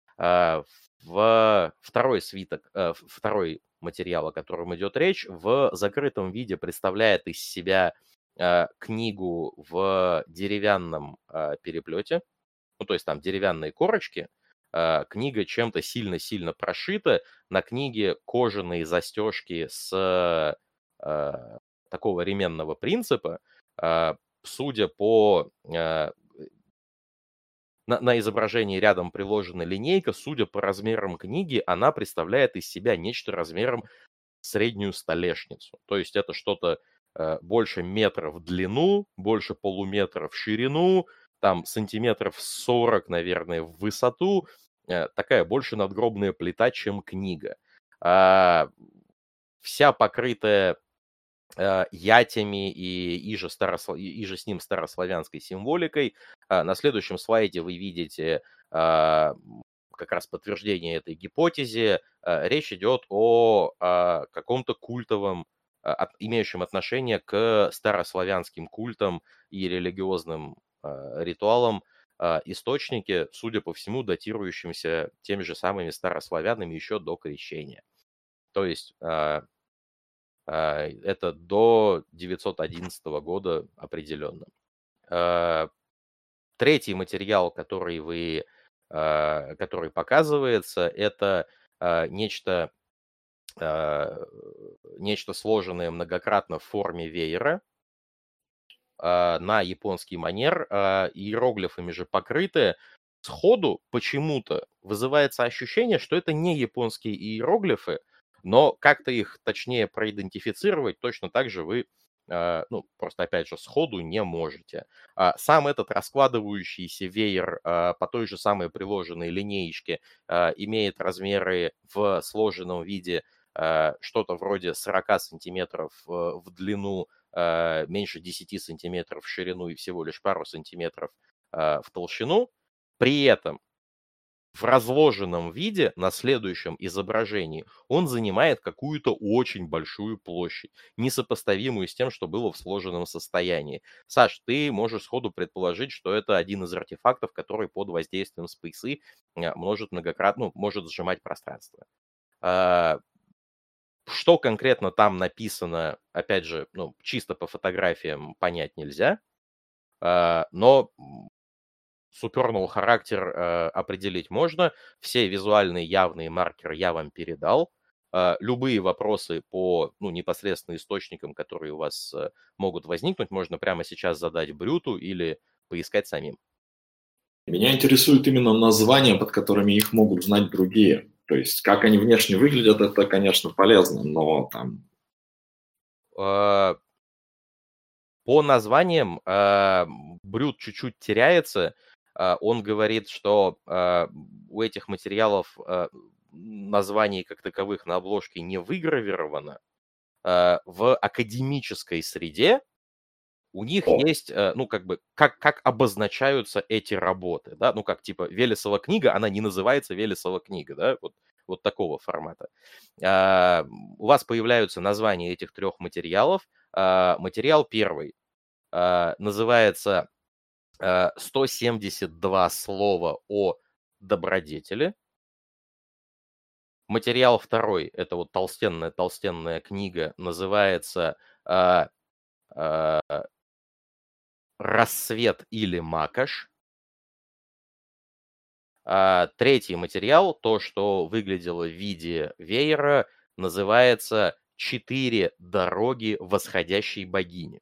Второй свиток, второй материал, о котором идет речь, в закрытом виде представляет из себя книгу в деревянном переплете, ну, то есть там деревянные корочки, книга чем-то сильно-сильно прошита, на книге кожаные застежки с такого ременного принципа, судя по... На изображении рядом приложена линейка, судя по размерам книги, она представляет из себя нечто размером среднюю столешницу. То есть это что-то больше метра в длину, больше полуметра в ширину, там сантиметров 40, наверное, в высоту. Такая больше надгробная плита, чем книга. Вся покрытая ятями и иже с ним старославянской символикой. На следующем слайде вы видите как раз подтверждение этой гипотезе. Речь идет о каком-то культовом, имеющем отношение к старославянским культам и религиозным ритуалам источнике, судя по всему, датирующимся теми же самыми старославянами еще до крещения. То есть это до 911 года определенно. Третий материал, который показывается, это нечто сложенное многократно в форме веера на японский манер, иероглифами же покрытое. Сходу почему-то вызывается ощущение, что это не японские иероглифы, но как-то их точнее проидентифицировать точно так же вы, просто опять же сходу не можете. Сам этот раскладывающийся веер по той же самой приложенной линеечке имеет размеры в сложенном виде что-то вроде 40 сантиметров в длину, меньше 10 сантиметров в ширину и всего лишь пару сантиметров в толщину. При этом в разложенном виде на следующем изображении он занимает какую-то очень большую площадь, несопоставимую с тем, что было в сложенном состоянии. Саш, ты можешь сходу предположить, что это один из артефактов, который под воздействием спейсы может может сжимать пространство. Что конкретно там написано, опять же, чисто по фотографиям понять нельзя, но Supernal характер определить можно. Все визуальные явные маркеры я вам передал. Любые вопросы по непосредственно источникам, которые у вас могут возникнуть, можно прямо сейчас задать Брюту или поискать самим. Меня интересует именно названия, под которыми их могут знать другие. То есть, как они внешне выглядят, это, конечно, полезно, но там... По названиям Брют чуть-чуть теряется. Он говорит, что у этих материалов названий как таковых на обложке не выгравировано. В академической среде у них есть, как обозначаются эти работы, да, типа Велесова книга, она не называется Велесова книга, да, вот такого формата. У вас появляются названия этих трех материалов, Материал первый называется 172 слова о добродетели. Материал второй, это вот толстенная книга, называется «Рассвет или Макаш». Третий материал, то, что выглядело в виде веера, называется «4 дороги восходящей богини».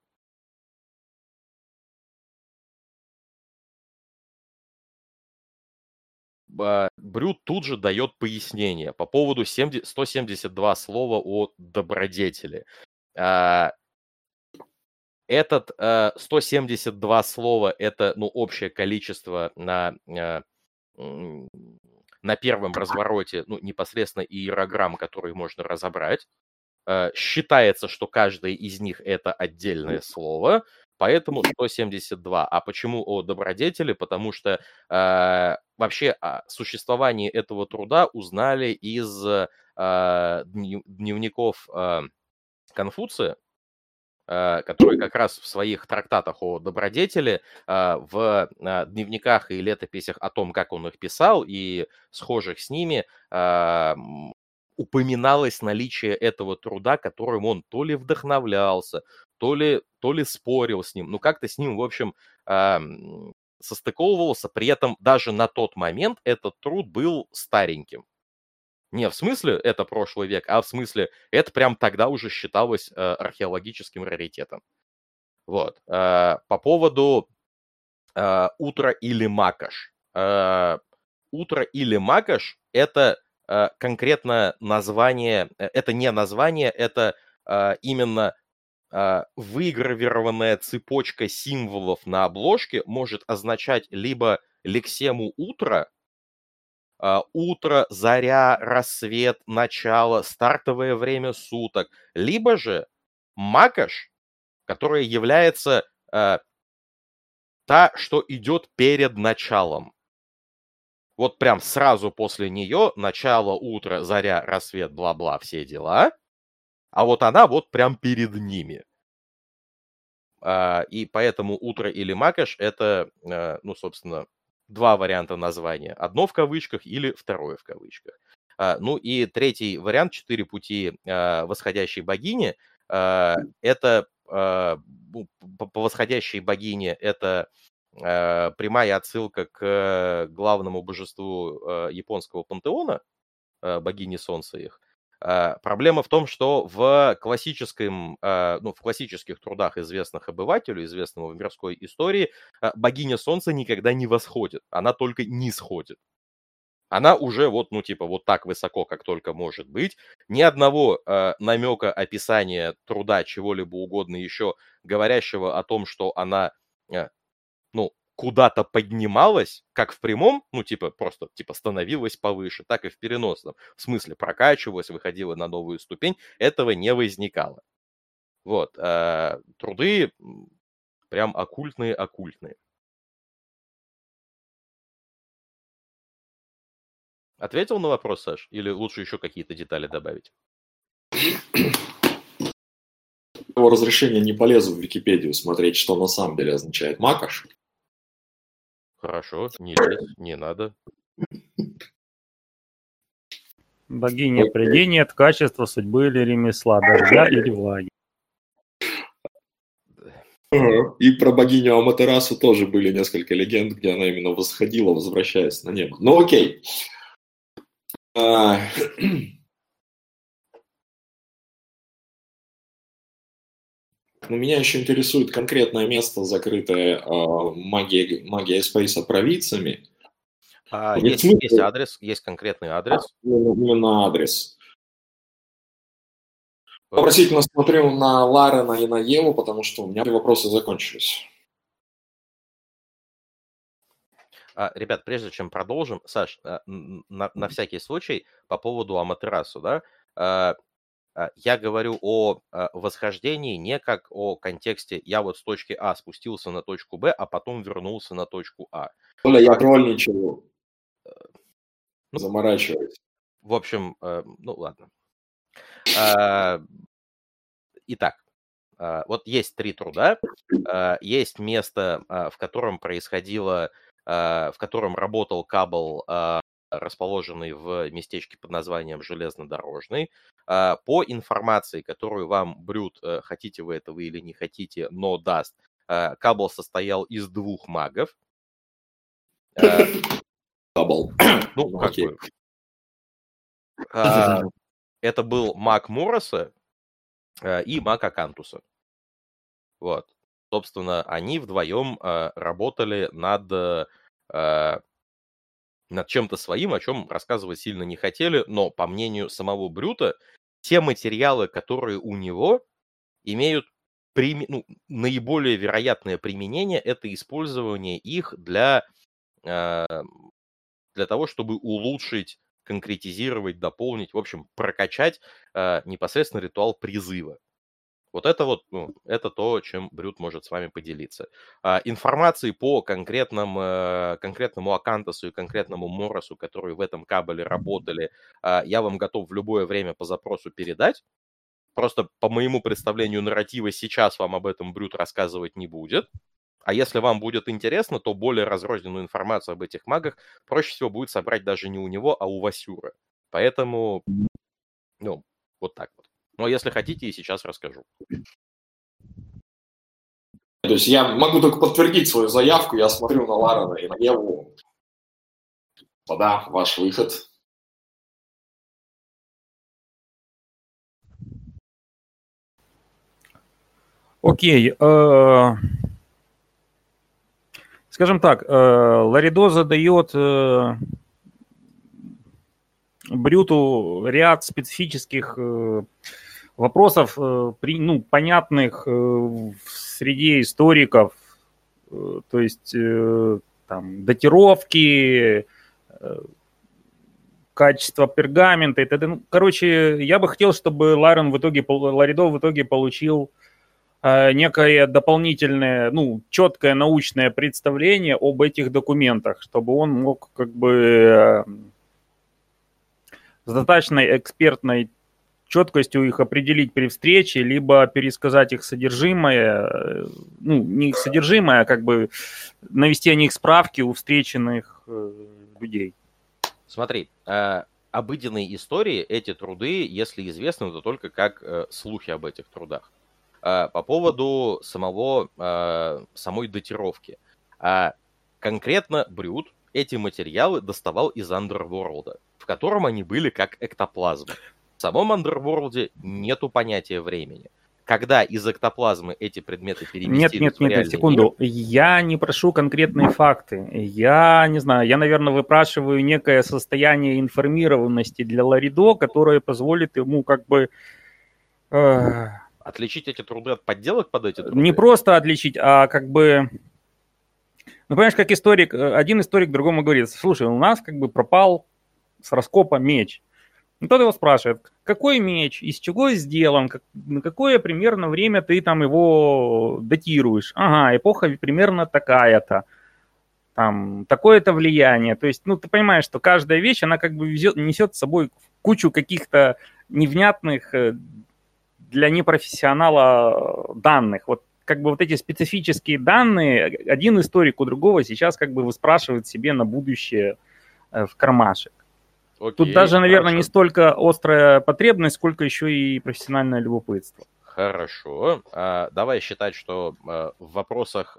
Брют тут же дает пояснение по поводу 172 слова о добродетели. Этот 172 слова – это общее количество на первом развороте, непосредственно иерограмм, которые можно разобрать. Считается, что каждое из них – это отдельное слово, поэтому 172. А почему о добродетели? Потому что вообще о существовании этого труда узнали из дневников Конфуция, который как раз в своих трактатах о добродетели, в дневниках и летописях о том, как он их писал, и схожих с ними, упоминалось наличие этого труда, которым он то ли вдохновлялся, то ли спорил с ним, как-то с ним, в общем, состыковывался. При этом даже на тот момент этот труд был стареньким. Не в смысле это прошлый век, а в смысле это прям тогда уже считалось археологическим раритетом. Вот. По поводу утро или макаш. Утро или макаш – это конкретно название, это не название, это именно выгравированная цепочка символов на обложке может означать либо лексему утро, утро, заря, рассвет, начало, стартовое время суток, либо же макаш, которая является та, что идет перед началом. Вот прям сразу после нее начало, утро, заря, рассвет, бла-бла, все дела. А вот она вот прям перед ними. И поэтому утро или макаш это, собственно, два варианта названия. Одно в кавычках или второе в кавычках. И третий вариант, 4 пути восходящей богини, это по восходящей богине это прямая отсылка к главному божеству японского пантеона, богини солнца их. Проблема в том, что в классических трудах известных обывателю, известного в мирской истории, богиня солнца никогда не восходит, она только нисходит. Она уже вот так высоко, как только может быть. Ни одного намека, описания труда, чего-либо угодно еще, говорящего о том, что она куда-то поднималась, как в прямом, просто становилась повыше, так и в переносном. В смысле, прокачивалась, выходила на новую ступень, этого не возникало. Вот. Труды прям оккультные. Ответил на вопрос, Саш? Или лучше еще какие-то детали добавить? По разрешения не полезу в Википедию смотреть, что на самом деле означает макаш. Хорошо, не лезь, не надо. Богиня придения, качества, судьбы или ремесла, дождя или влаги. И про богиню Аматерасу тоже были несколько легенд, где она именно восходила, возвращаясь на небо. Ну окей. Меня еще интересует конкретное место, закрытое магией Спейса провидцами. Есть адрес, есть конкретный адрес. Именно адрес. Вопросительно смотрю на Ларена и на Еву, потому что у меня вопросы закончились. Ребят, прежде чем продолжим, Саш, на всякий случай по поводу Аматерасу, да, я говорю о восхождении не как о контексте «я вот с точки А спустился на точку Б, а потом вернулся на точку А». Оля, я тролльничаю. Заморачиваюсь. В общем, ладно. Итак, Вот есть 3 труда. Есть место, в котором работал кабел, расположенный в местечке под названием Железнодорожный. По информации, которую вам Брют, хотите вы этого или не хотите, но даст, кабел состоял из 2 магов. Кабл. Ну, как Окей. бы. Это был маг Мороса и маг Акантуса. Вот. Собственно, они вдвоем работали над чем-то своим, о чем рассказывать сильно не хотели, но, по мнению самого Брюта, те материалы, которые у него, имеют наиболее вероятное применение, это использование их для того, чтобы улучшить, конкретизировать, дополнить, в общем, прокачать непосредственно ритуал призыва. Вот это это то, чем Брют может с вами поделиться. Информации по конкретному Акантусу и конкретному Моросу, которые в этом кабеле работали, я вам готов в любое время по запросу передать. Просто по моему представлению нарратива сейчас вам об этом Брют рассказывать не будет. А если вам будет интересно, то более разрозненную информацию об этих магах проще всего будет собрать даже не у него, а у Васюра. Поэтому, вот так вот. Но если хотите, и сейчас расскажу. То есть я могу только подтвердить свою заявку, я смотрю на Ларена и на Еву. Да, ваш выход. Окей. Скажем так, Ларидо задает Брюту ряд специфических вопросов, понятных в среде историков, то есть там датировки, качество пергамента и т.д. Короче, я бы хотел, чтобы Ларидо в итоге получил некое дополнительное, четкое научное представление об этих документах, чтобы он мог как бы с достаточной экспертной четкостью их определить при встрече, либо пересказать их содержимое, не их содержимое, а как бы навести о них справки у встреченных людей. Смотри, обыденные истории, эти труды, если известны, то только как слухи об этих трудах. По поводу самой датировки. Конкретно Брют эти материалы доставал из Андерворлда, в котором они были как эктоплазма. В самом Андерворлде нету понятия времени. Когда из эктоплазмы эти предметы переместились в реальный мир... секунду. Я не прошу конкретные факты. Я не знаю, я, наверное, выпрашиваю некое состояние информированности для Ларидо, которое позволит ему как бы... Отличить эти труды от подделок под эти труды? Не просто отличить, а как бы... понимаешь, как один историк другому говорит: слушай, у нас как бы пропал с раскопа меч. И тот его спрашивает: какой меч, из чего сделан, на какое примерно время ты там его датируешь? Ага, эпоха примерно такая-то, там, такое-то влияние. То есть, ты понимаешь, что каждая вещь, она как бы несет с собой кучу каких-то невнятных для непрофессионала данных. Вот как бы вот эти специфические данные один историк у другого сейчас как бы выспрашивает себе на будущее в кармашек. Окей, тут даже, наверное, хорошо. Не столько острая потребность, сколько еще и профессиональное любопытство. Хорошо. Давай считать, что в вопросах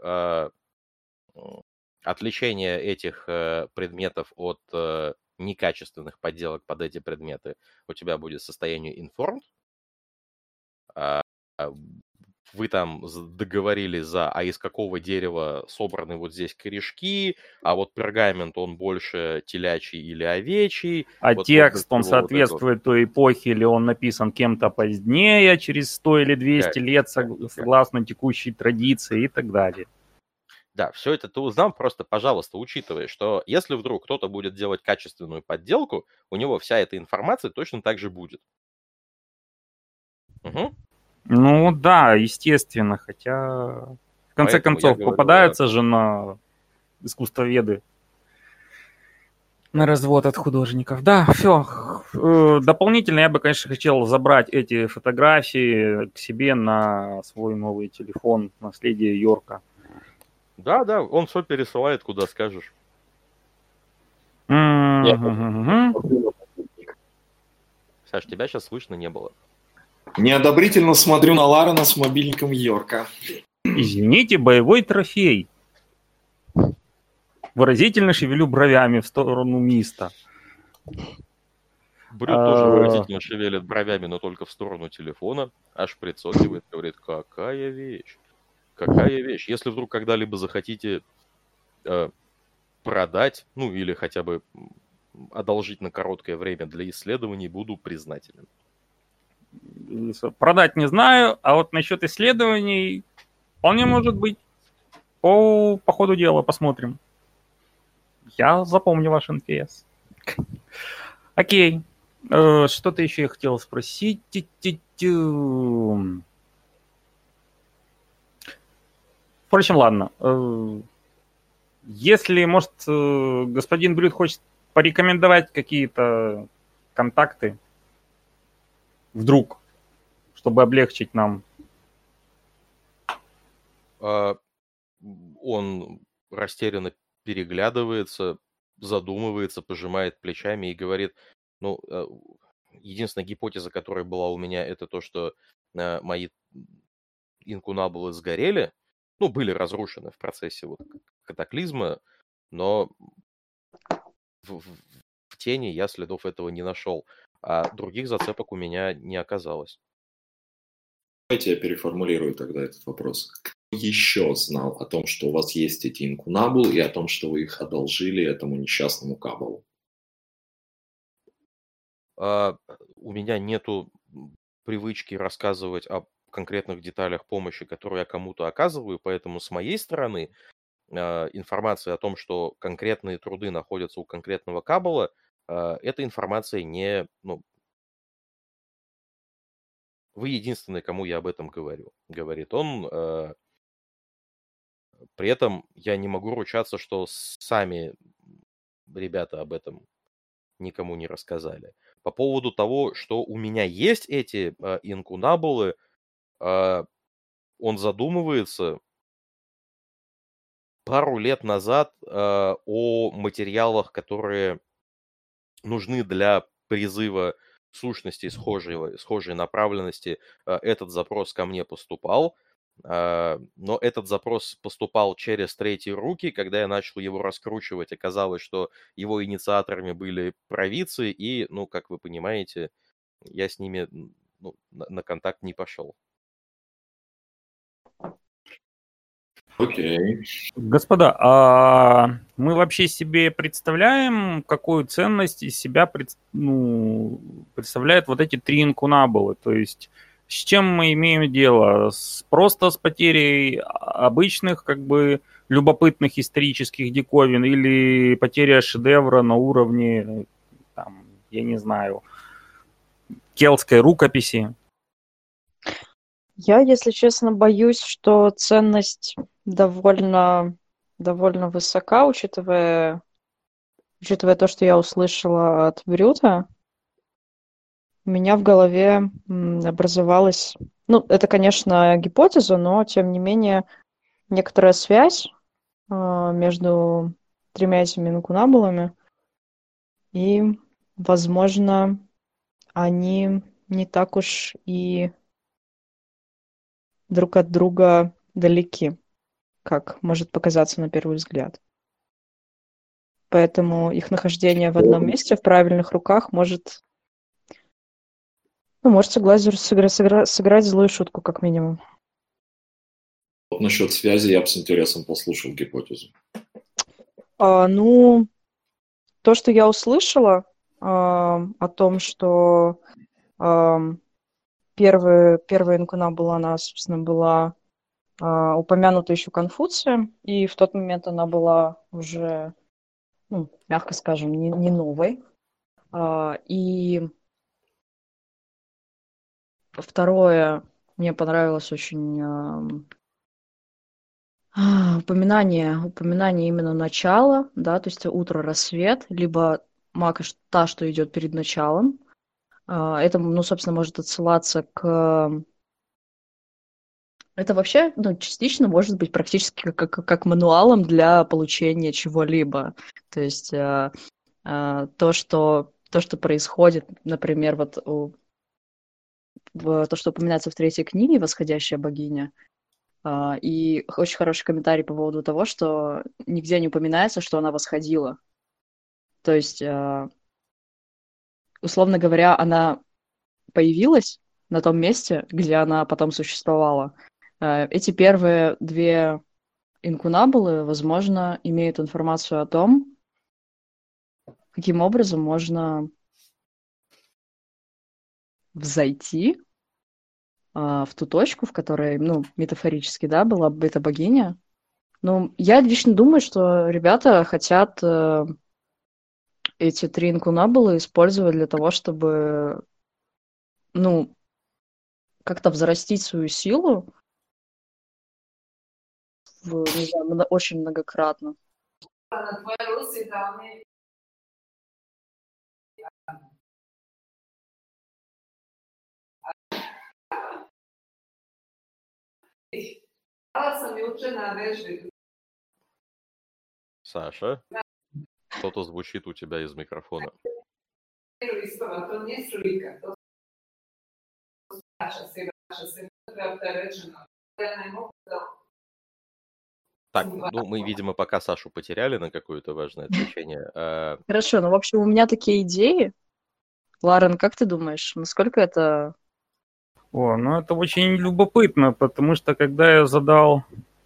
отличения этих предметов от некачественных подделок под эти предметы у тебя будет состояние informed. Вы там договорились а из какого дерева собраны вот здесь корешки, а вот пергамент, он больше телячий или овечий. А вот текст, он соответствует той эпохе, или он написан кем-то позднее, через 100 или 200 лет, согласно текущей традиции и так далее. Да, все это ты узнал, просто, пожалуйста, учитывай, что если вдруг кто-то будет делать качественную подделку, у него вся эта информация точно так же будет. Угу. Да, естественно, хотя в конце концов попадаются же на искусствоведы на развод от художников. Да, все, дополнительно я бы, конечно, хотел забрать эти фотографии к себе на свой новый телефон «Наследие Йорка». Да, он все пересылает, куда скажешь. Мгм. Саш, тебя сейчас слышно не было. Неодобрительно смотрю на Ларена с мобильником Йорка. Извините, боевой трофей. Выразительно шевелю бровями в сторону Миста. Брюд тоже выразительно шевелит бровями, но только в сторону телефона. Аж прицокивает, говорит, какая вещь. Какая вещь. Если вдруг когда-либо захотите продать, ну или хотя бы одолжить на короткое время для исследований, буду признателен. Продать не знаю, а вот насчет исследований вполне может быть. По ходу дела посмотрим. Я запомню ваш НПС. Окей. Что-то еще я хотел спросить. Впрочем, ладно. Если, может, господин Брюд хочет порекомендовать какие-то контакты, вдруг, чтобы облегчить нам. Он растерянно переглядывается, задумывается, пожимает плечами и говорит, ну, единственная гипотеза, которая была у меня, это то, что мои инкунабулы сгорели, ну, были разрушены в процессе вот катаклизма, но в тени я следов этого не нашел, а других зацепок у меня не оказалось. Давайте я переформулирую тогда этот вопрос. Кто еще знал о том, что у вас есть эти инкунабулы и о том, что вы их одолжили этому несчастному Кабалу? У меня нету привычки рассказывать о конкретных деталях помощи, которую я кому-то оказываю, поэтому с моей стороны информация о том, что конкретные труды находятся у конкретного Кабала, эта информация не... Ну, вы единственный, кому я об этом говорю, говорит он. При этом я не могу ручаться, что сами ребята об этом никому не рассказали. По поводу того, что у меня есть эти инкунабулы, он задумывается. Пару лет назад о материалах, которые нужны для призыва сущностей схожей направленности, этот запрос ко мне поступал. Но этот запрос поступал через третьи руки. Когда я начал его раскручивать, оказалось, что его инициаторами были провидцы, и, ну, как вы понимаете, я с ними на контакт не пошел. Окей. Господа, а мы вообще себе представляем, какую ценность из себя представляют вот эти 3 инкунабулы? То есть с чем мы имеем дело? Просто с потерей обычных, как бы, любопытных исторических диковин или потеря шедевра на уровне, там, я не знаю, келтской рукописи? Я, если честно, боюсь, что ценность довольно высока, учитывая то, что я услышала от Брюта. У меня в голове образовалась... Ну, это, конечно, гипотеза, но, тем не менее, некоторая связь между 3 этими инкунабулами. И, возможно, они не так уж и друг от друга далеки, как может показаться на первый взгляд. Поэтому их нахождение в одном месте, в правильных руках, может сыграть злую шутку, как минимум. Вот насчет связи я бы с интересом послушал гипотезу. Ну, то, что я услышала о том, что первая инкунабула, она, собственно, была упомянута еще Конфуцием, и в тот момент она была уже, ну, мягко скажем, не новой. И второе, мне понравилось очень упоминание именно начала, да, то есть утро, рассвет, либо мака та, что идет перед началом. Это, ну, собственно, может отсылаться к... Это вообще, ну, частично может быть практически как мануалом для получения чего-либо. То есть то, что происходит, например, вот то, что упоминается в 3 книге «Восходящая богиня», и очень хороший комментарий по поводу того, что нигде не упоминается, что она восходила. То есть, условно говоря, она появилась на том месте, где она потом существовала. Эти первые 2 инкунабулы, возможно, имеют информацию о том, каким образом можно взойти в ту точку, в которой, ну, метафорически, да, была бы эта богиня. Ну, я лично думаю, что ребята хотят эти 3 инкунабулы использовать для того, чтобы, ну, как-то взрастить свою силу не знаю, очень многократно. Саша, что-то звучит у тебя из микрофона. Так, ну мы, видимо, пока Сашу потеряли на какое-то важное отвлечение. Хорошо, ну, в общем, у меня такие идеи. Ларен, как ты думаешь, насколько это... Ну это очень любопытно, потому что когда я задал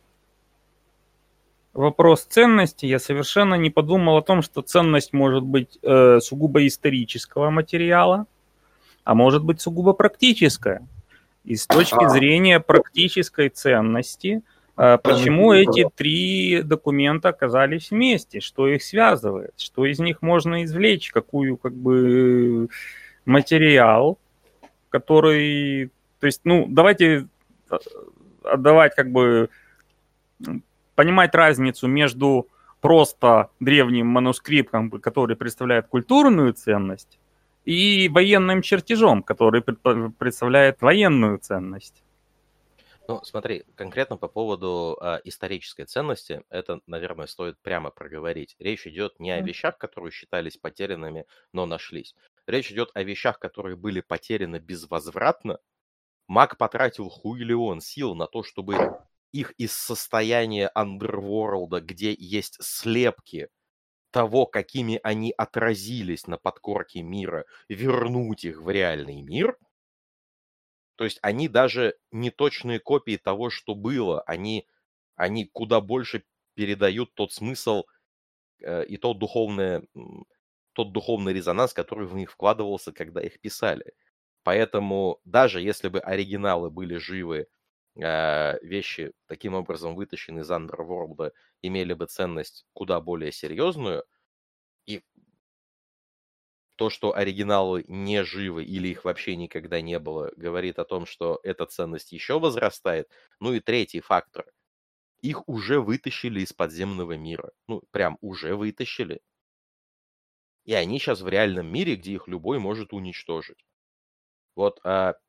вопрос ценности, я совершенно не подумал о том, что ценность может быть сугубо исторического материала, а может быть сугубо практическая. И с точки зрения практической ценности, почему эти 3 документа оказались вместе, что их связывает, что из них можно извлечь, какую как бы материал, который... То есть, ну, давайте отдавать как бы... Понимать разницу между просто древним манускриптом, который представляет культурную ценность, и военным чертежом, который представляет военную ценность. Ну, смотри, конкретно по поводу исторической ценности, это, наверное, стоит прямо проговорить. Речь идет не о вещах, которые считались потерянными, но нашлись. Речь идет о вещах, которые были потеряны безвозвратно. Маг потратил хуиллион сил на то, чтобы их из состояния андерворлда, где есть слепки того, какими они отразились на подкорке мира, вернуть их в реальный мир. То есть они даже не точные копии того, что было. Они куда больше передают тот смысл и тот духовный резонанс, который в них вкладывался, когда их писали. Поэтому даже если бы оригиналы были живы, вещи, таким образом вытащенные из Underworld, имели бы ценность куда более серьезную, и то, что оригиналы не живы или их вообще никогда не было, говорит о том, что эта ценность еще возрастает. Ну и 3 фактор. Их уже вытащили из подземного мира. Ну, прям уже вытащили. И они сейчас в реальном мире, где их любой может уничтожить. Вот,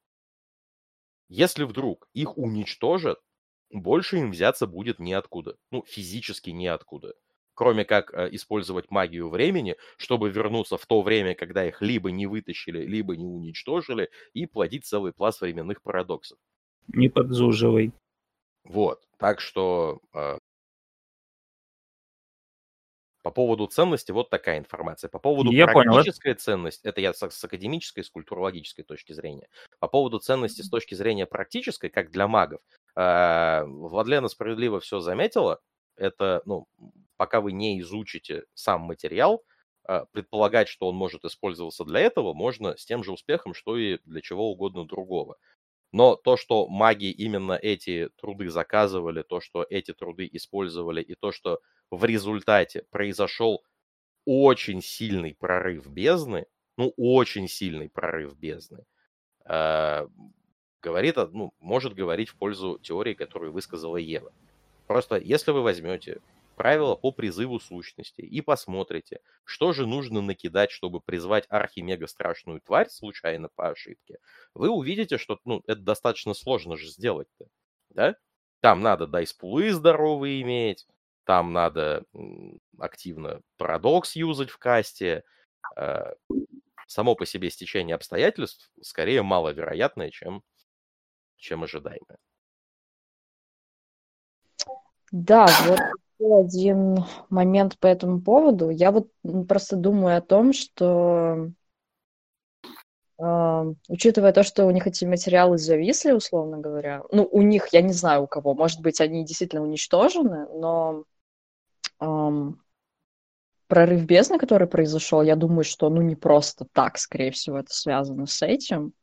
если вдруг их уничтожат, больше им взяться будет неоткуда. Ну, физически неоткуда. Кроме как использовать магию времени, чтобы вернуться в то время, когда их либо не вытащили, либо не уничтожили, и плодить целый пласт временных парадоксов. Не подзуживай. Вот. Так что по поводу ценности вот такая информация. По поводу практической ценности, это я с академической, с культурологической точки зрения. По поводу ценности с точки зрения практической, как для магов, Владлена справедливо все заметила. Это, ну, пока вы не изучите сам материал, предполагать, что он может использоваться для этого, можно с тем же успехом, что и для чего угодно другого. Но то, что маги именно эти труды заказывали, то, что эти труды использовали, и то, что в результате произошел очень сильный прорыв бездны, ну, очень сильный прорыв бездны, говорит, ну, может говорить в пользу теории, которую высказала Ева. Просто если вы возьмете, правила по призыву сущностей и посмотрите, что же нужно накидать, чтобы призвать архи-мега-страшную тварь случайно по ошибке, вы увидите, что это достаточно сложно же сделать-то, да? Там надо дайс-пулы здоровые иметь, там надо активно парадокс юзать в касте. Само по себе стечение обстоятельств скорее маловероятное, чем ожидаемое. Да, вот еще один момент по этому поводу. Я вот просто думаю о том, что, учитывая то, что у них эти материалы зависли, условно говоря, ну, у них, я не знаю у кого, может быть, они действительно уничтожены, но прорыв бездны, который произошел, я думаю, что, ну, не просто так, скорее всего, это связано с этим.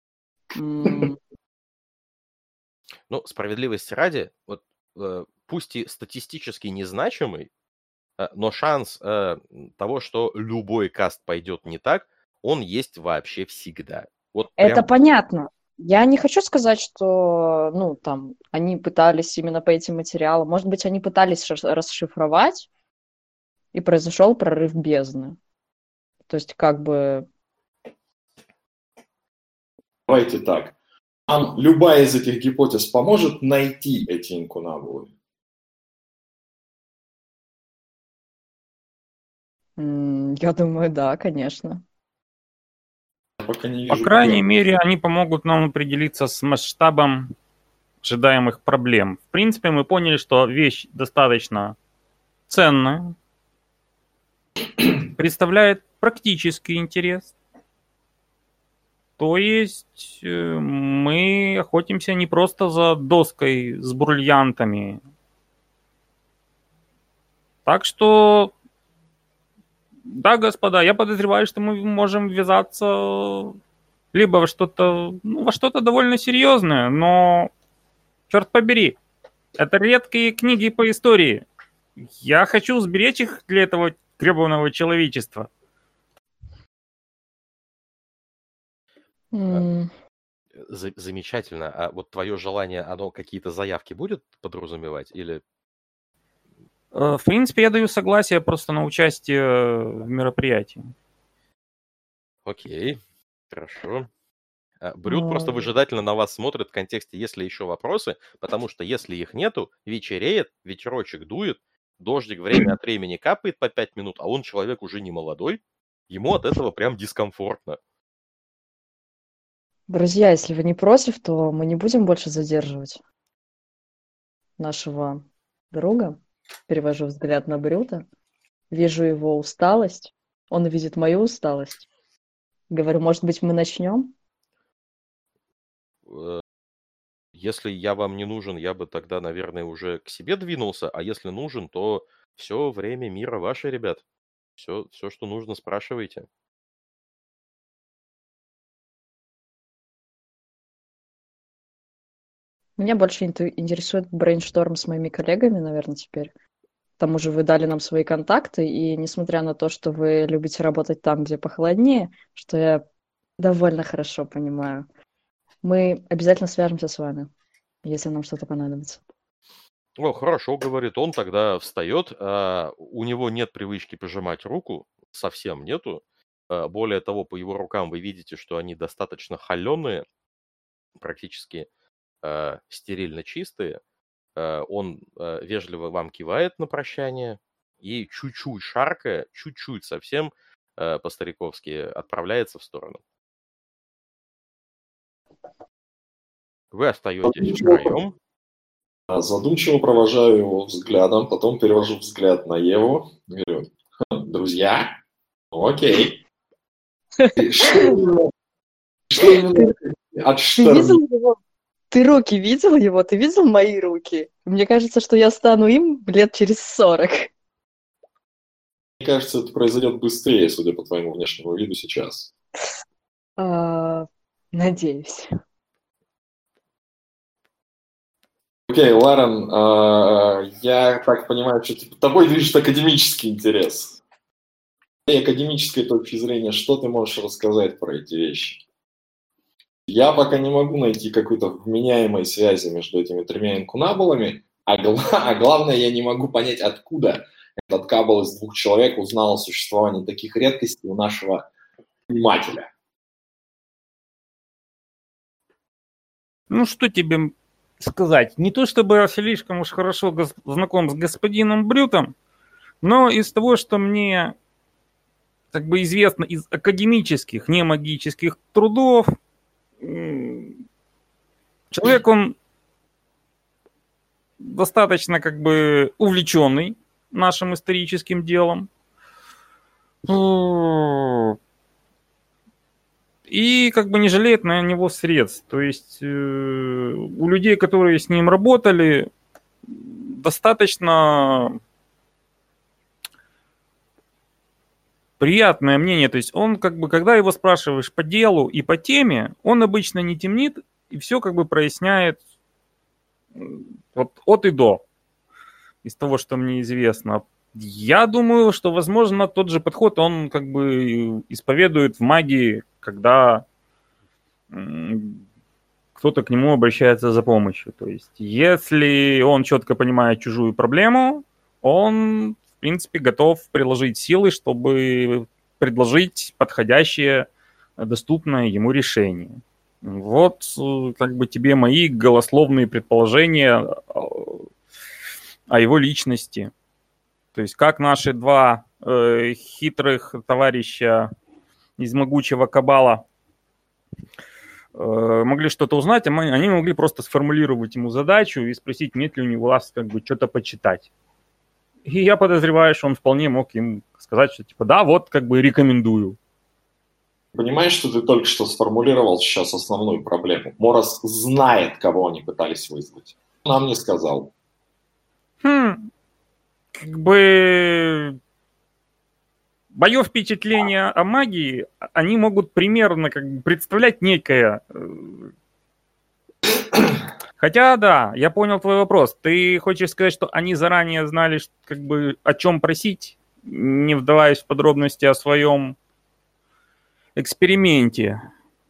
Ну, справедливости ради, вот пусть и статистически незначимый, но шанс того, что любой каст пойдет не так, он есть вообще всегда. Вот Это прям... понятно. Я не хочу сказать, что, ну, там, они пытались именно по этим материалам. Может быть, они пытались расшифровать, и произошел прорыв бездны. То есть, как бы... Давайте так. Нам любая из этих гипотез поможет найти эти инкунабулы? Я думаю, да, конечно. Я пока не По вижу крайней прям. мере, они помогут нам определиться с масштабом ожидаемых проблем. В принципе, мы поняли, что вещь достаточно ценная, представляет практический интерес. То есть мы охотимся не просто за доской с бриллиантами. Так что, да, господа, я подозреваю, что мы можем ввязаться либо во что-то довольно серьезное, но, черт побери, это редкие книги по истории. Я хочу сберечь их для этого гребаного человечества. Замечательно. А вот твое желание, оно какие-то заявки будет подразумевать? Или... В принципе, я даю согласие просто на участие в мероприятии. Окей, хорошо. Брюд просто выжидательно на вас смотрит в контексте, есть ли еще вопросы, потому что если их нету, вечереет, ветерочек дует, дождик время от времени капает по 5 минут, а он человек уже не молодой, ему от этого прям дискомфортно. Друзья, если вы не против, то мы не будем больше задерживать нашего друга. Перевожу взгляд на Брюда. Вижу его усталость. Он видит мою усталость. Говорю, может быть, мы начнем? Если я вам не нужен, я бы тогда, наверное, уже к себе двинулся, а если нужен, то все время мира ваше, ребят. Все, что нужно, спрашивайте. Меня больше интересует брейншторм с моими коллегами, наверное, теперь. К тому же вы дали нам свои контакты, и несмотря на то, что вы любите работать там, где похолоднее, что я довольно хорошо понимаю, мы обязательно свяжемся с вами, если нам что-то понадобится. О, хорошо, говорит он, тогда встает. У него нет привычки пожимать руку, совсем нету. Более того, по его рукам вы видите, что они достаточно холеные, практически стерильно чистые. Он вежливо вам кивает на прощание и чуть-чуть шаркая, чуть-чуть совсем по-стариковски отправляется в сторону. Вы остаетесь втроем. Задумчиво провожаю его взглядом, потом перевожу взгляд на Еву. Говорю, друзья, окей. Что именно от шторма? Ты руки видел его? Ты видел мои руки? Мне кажется, что я стану им лет через 40. Мне кажется, это произойдет быстрее, судя по твоему внешнему виду сейчас. Надеюсь. Окей, Ларен, я так понимаю, что тобой движет академический интерес. С академической точки зрения, что ты можешь рассказать про эти вещи? Я пока не могу найти какой-то вменяемой связи между этими тремя инкунабулами, А главное, я не могу понять, откуда этот кабл из 2 человек узнал о существовании таких редкостей у нашего нанимателя. Ну, что тебе сказать? Не то чтобы я слишком уж хорошо знаком с господином Брютом, но из того, что мне как бы известно из академических, не магических трудов, человек, он достаточно как бы увлеченный нашим историческим делом. И как бы не жалеет на него средств. То есть у людей, которые с ним работали, достаточно приятное мнение. То есть он как бы, когда его спрашиваешь по делу и по теме, он обычно не темнит и все как бы проясняет вот от и до из того, что мне известно. Я думаю, что, возможно, тот же подход он как бы исповедует в магии, когда кто-то к нему обращается за помощью. То есть, если он четко понимает чужую проблему, он, в принципе, готов приложить силы, чтобы предложить подходящее, доступное ему решение. Вот как бы тебе мои голословные предположения о его личности. То есть как наши два хитрых товарища из могучего кабала могли что-то узнать, они могли просто сформулировать ему задачу и спросить, нет ли у него вас как бы что-то почитать. И я подозреваю, что он вполне мог им сказать, что типа да, вот как бы рекомендую. Понимаешь, что ты только что сформулировал сейчас основную проблему? Морос знает, кого они пытались вызвать. Нам не сказал. Как бы мое впечатление о магии, они могут примерно как бы представлять некое. Хотя, да, я понял твой вопрос. Ты хочешь сказать, что они заранее знали, как бы, о чем просить, не вдаваясь в подробности о своем эксперименте?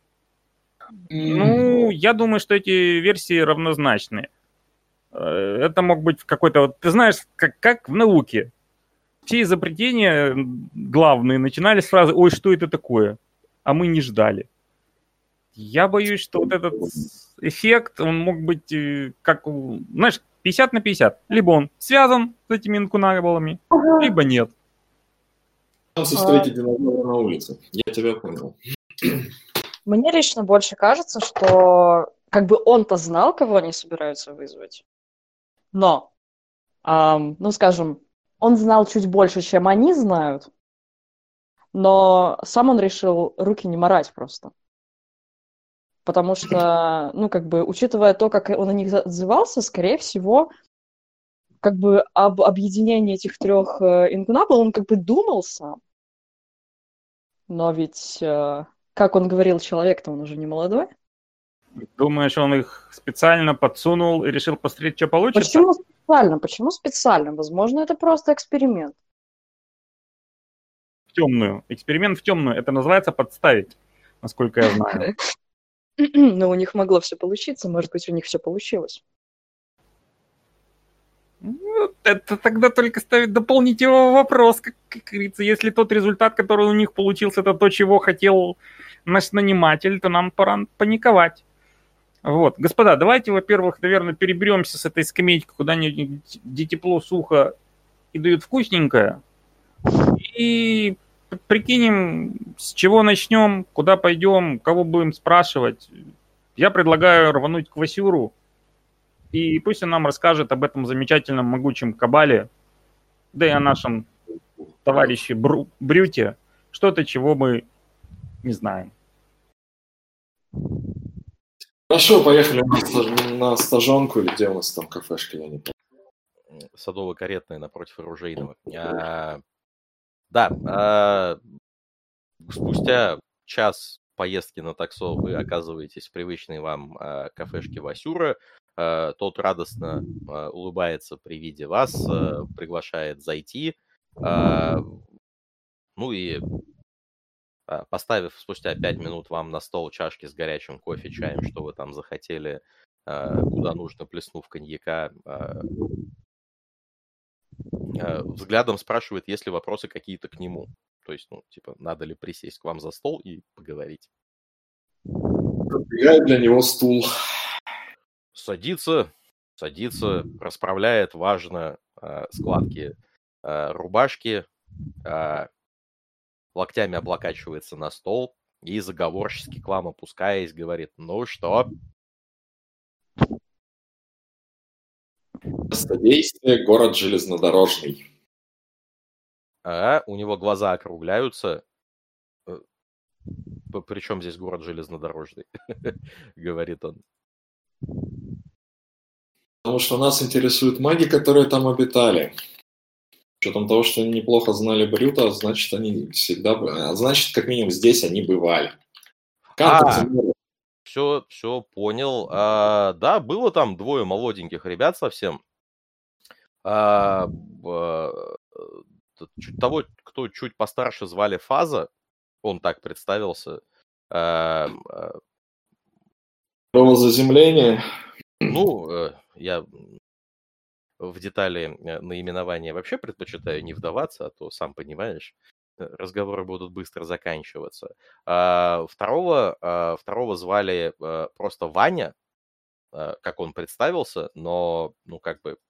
Ну, я думаю, что эти версии равнозначны. Это мог быть какой-то... Вот, ты знаешь, как в науке. Все изобретения главные начинались с фразы «Ой, что это такое?» А мы не ждали. Я боюсь, что вот этот эффект, он мог быть как, знаешь, 50 на 50. Либо он связан с этими инкунабулами, либо нет. Шансы встретить динозавра на улице. Я тебя понял. Мне лично больше кажется, что как бы он-то знал, кого они собираются вызвать. Но, ну, скажем, он знал чуть больше, чем они знают, но сам он решил руки не марать просто. Потому что, ну, как бы, учитывая то, как он о них отзывался, скорее всего, как бы об объединении этих 3 инкунабул он как бы думал сам. Но ведь, как он говорил, человек-то он уже не молодой. Думаешь, он их специально подсунул и решил посмотреть, что получится? Почему специально? Почему специально? Возможно, это просто эксперимент. В темную. Эксперимент в темную. Это называется подставить, насколько я знаю. Но у них могло все получиться. Может быть, у них все получилось. Ну, это тогда только ставит дополнительный вопрос, как говорится. Если тот результат, который у них получился, это то, чего хотел наш наниматель, то нам пора паниковать. Вот. Господа, давайте, во-первых, наверное, переберемся с этой скамейки куда-нибудь, где тепло, сухо и дают вкусненькое. И прикинем, с чего начнем, куда пойдем, кого будем спрашивать. Я предлагаю рвануть к Васюру. И пусть он нам расскажет об этом замечательном могучем кабале, да и о нашем товарище Брюте, что-то, чего мы не знаем. Хорошо, поехали на стаженку, или где у нас там кафешка, я не помню. Садово-каретная напротив оружейного. Да, спустя час поездки на таксо вы оказываетесь в привычной вам кафешке Васюра. Тот радостно улыбается при виде вас, приглашает зайти. Ну и поставив спустя 5 минут вам на стол чашки с горячим кофе, чаем, что вы там захотели, куда нужно, плеснув коньяка, взглядом спрашивает, есть ли вопросы какие-то к нему. То есть, ну, типа, надо ли присесть к вам за стол и поговорить. Подвигает для него стул. Садится, расправляет важно складки рубашки, локтями облокачивается на стол и заговорчески к вам опускаясь говорит: ну что? Место действия — город железнодорожный. У него глаза округляются. Причем здесь город железнодорожный? Говорит он. Потому что нас интересуют маги, которые там обитали. С учетом того, что они неплохо знали Брюта, значит, они всегда... Значит, как минимум, здесь они бывали. Все понял. Да, было там двое молоденьких ребят совсем. Того, кто чуть постарше, звали Фаза. Он так представился. Кровозаземление. Ну, я в детали наименования вообще предпочитаю не вдаваться, а то, сам понимаешь, разговоры будут быстро заканчиваться. Второго звали просто Ваня, как он представился, но, ну, как бы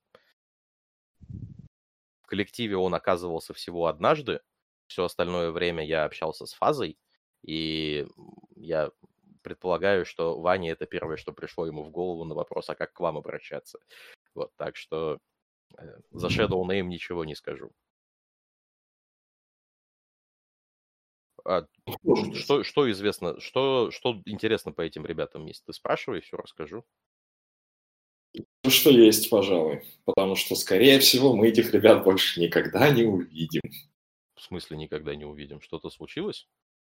в коллективе он оказывался всего однажды. Все остальное время я общался с Фазой, и я предполагаю, что Ване это первое, что пришло ему в голову на вопрос, а как к вам обращаться. Вот, так что за Shadow Name ничего не скажу. Что известно, что интересно по этим ребятам есть? Ты спрашивай, все расскажу. Ну, что есть, пожалуй. Потому что, скорее всего, мы этих ребят больше никогда не увидим. В смысле никогда не увидим? Что-то случилось?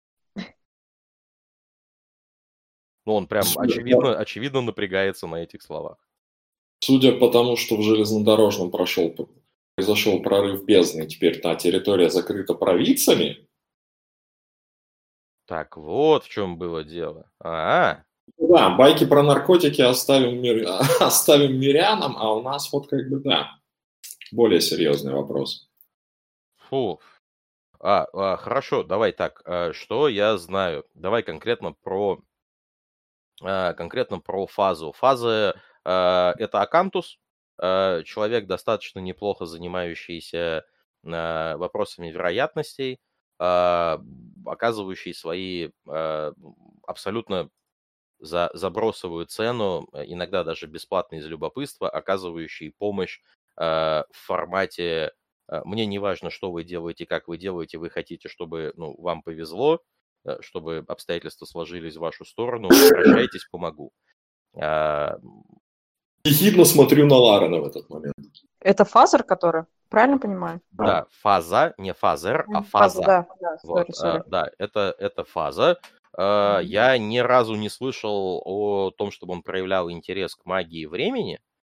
Ну, он прям очевидно напрягается на этих словах. Судя по тому, что в железнодорожном произошел прорыв бездны, теперь та территория закрыта провидцами. Так вот в чем было дело. Да, байки про наркотики оставим мирянам, а у нас вот как бы, да, более серьезный вопрос. Фу. Хорошо, давай так. Что я знаю? Давай конкретно про Фазу. Фаза это Акантус, человек, достаточно неплохо занимающийся вопросами вероятностей, оказывающий свои абсолютно за забросовую цену, иногда даже бесплатно из любопытства, оказывающий помощь в формате «мне не важно, что вы делаете, как вы делаете, вы хотите, чтобы вам повезло, чтобы обстоятельства сложились в вашу сторону, обращайтесь, помогу». Ехидно смотрю на Ларена в этот момент. Это Фазер, который? Правильно понимаю? Да, Фаза, не Фазер, а Фаза. Да, вот, sorry. Да, это Фаза. Я ни разу не слышал о том, чтобы он проявлял интерес к магии времени.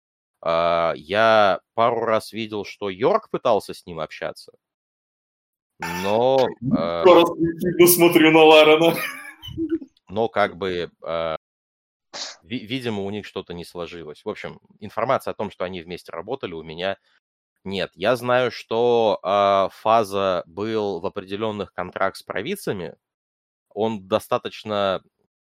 Я пару раз видел, что Йорк пытался с ним общаться. Но... смотрю на Ларена. Но как бы... Видимо, у них что-то не сложилось. В общем, информация о том, что они вместе работали, у меня нет. Я знаю, что Фаза был в определенных контрактах с провидцами. Он достаточно...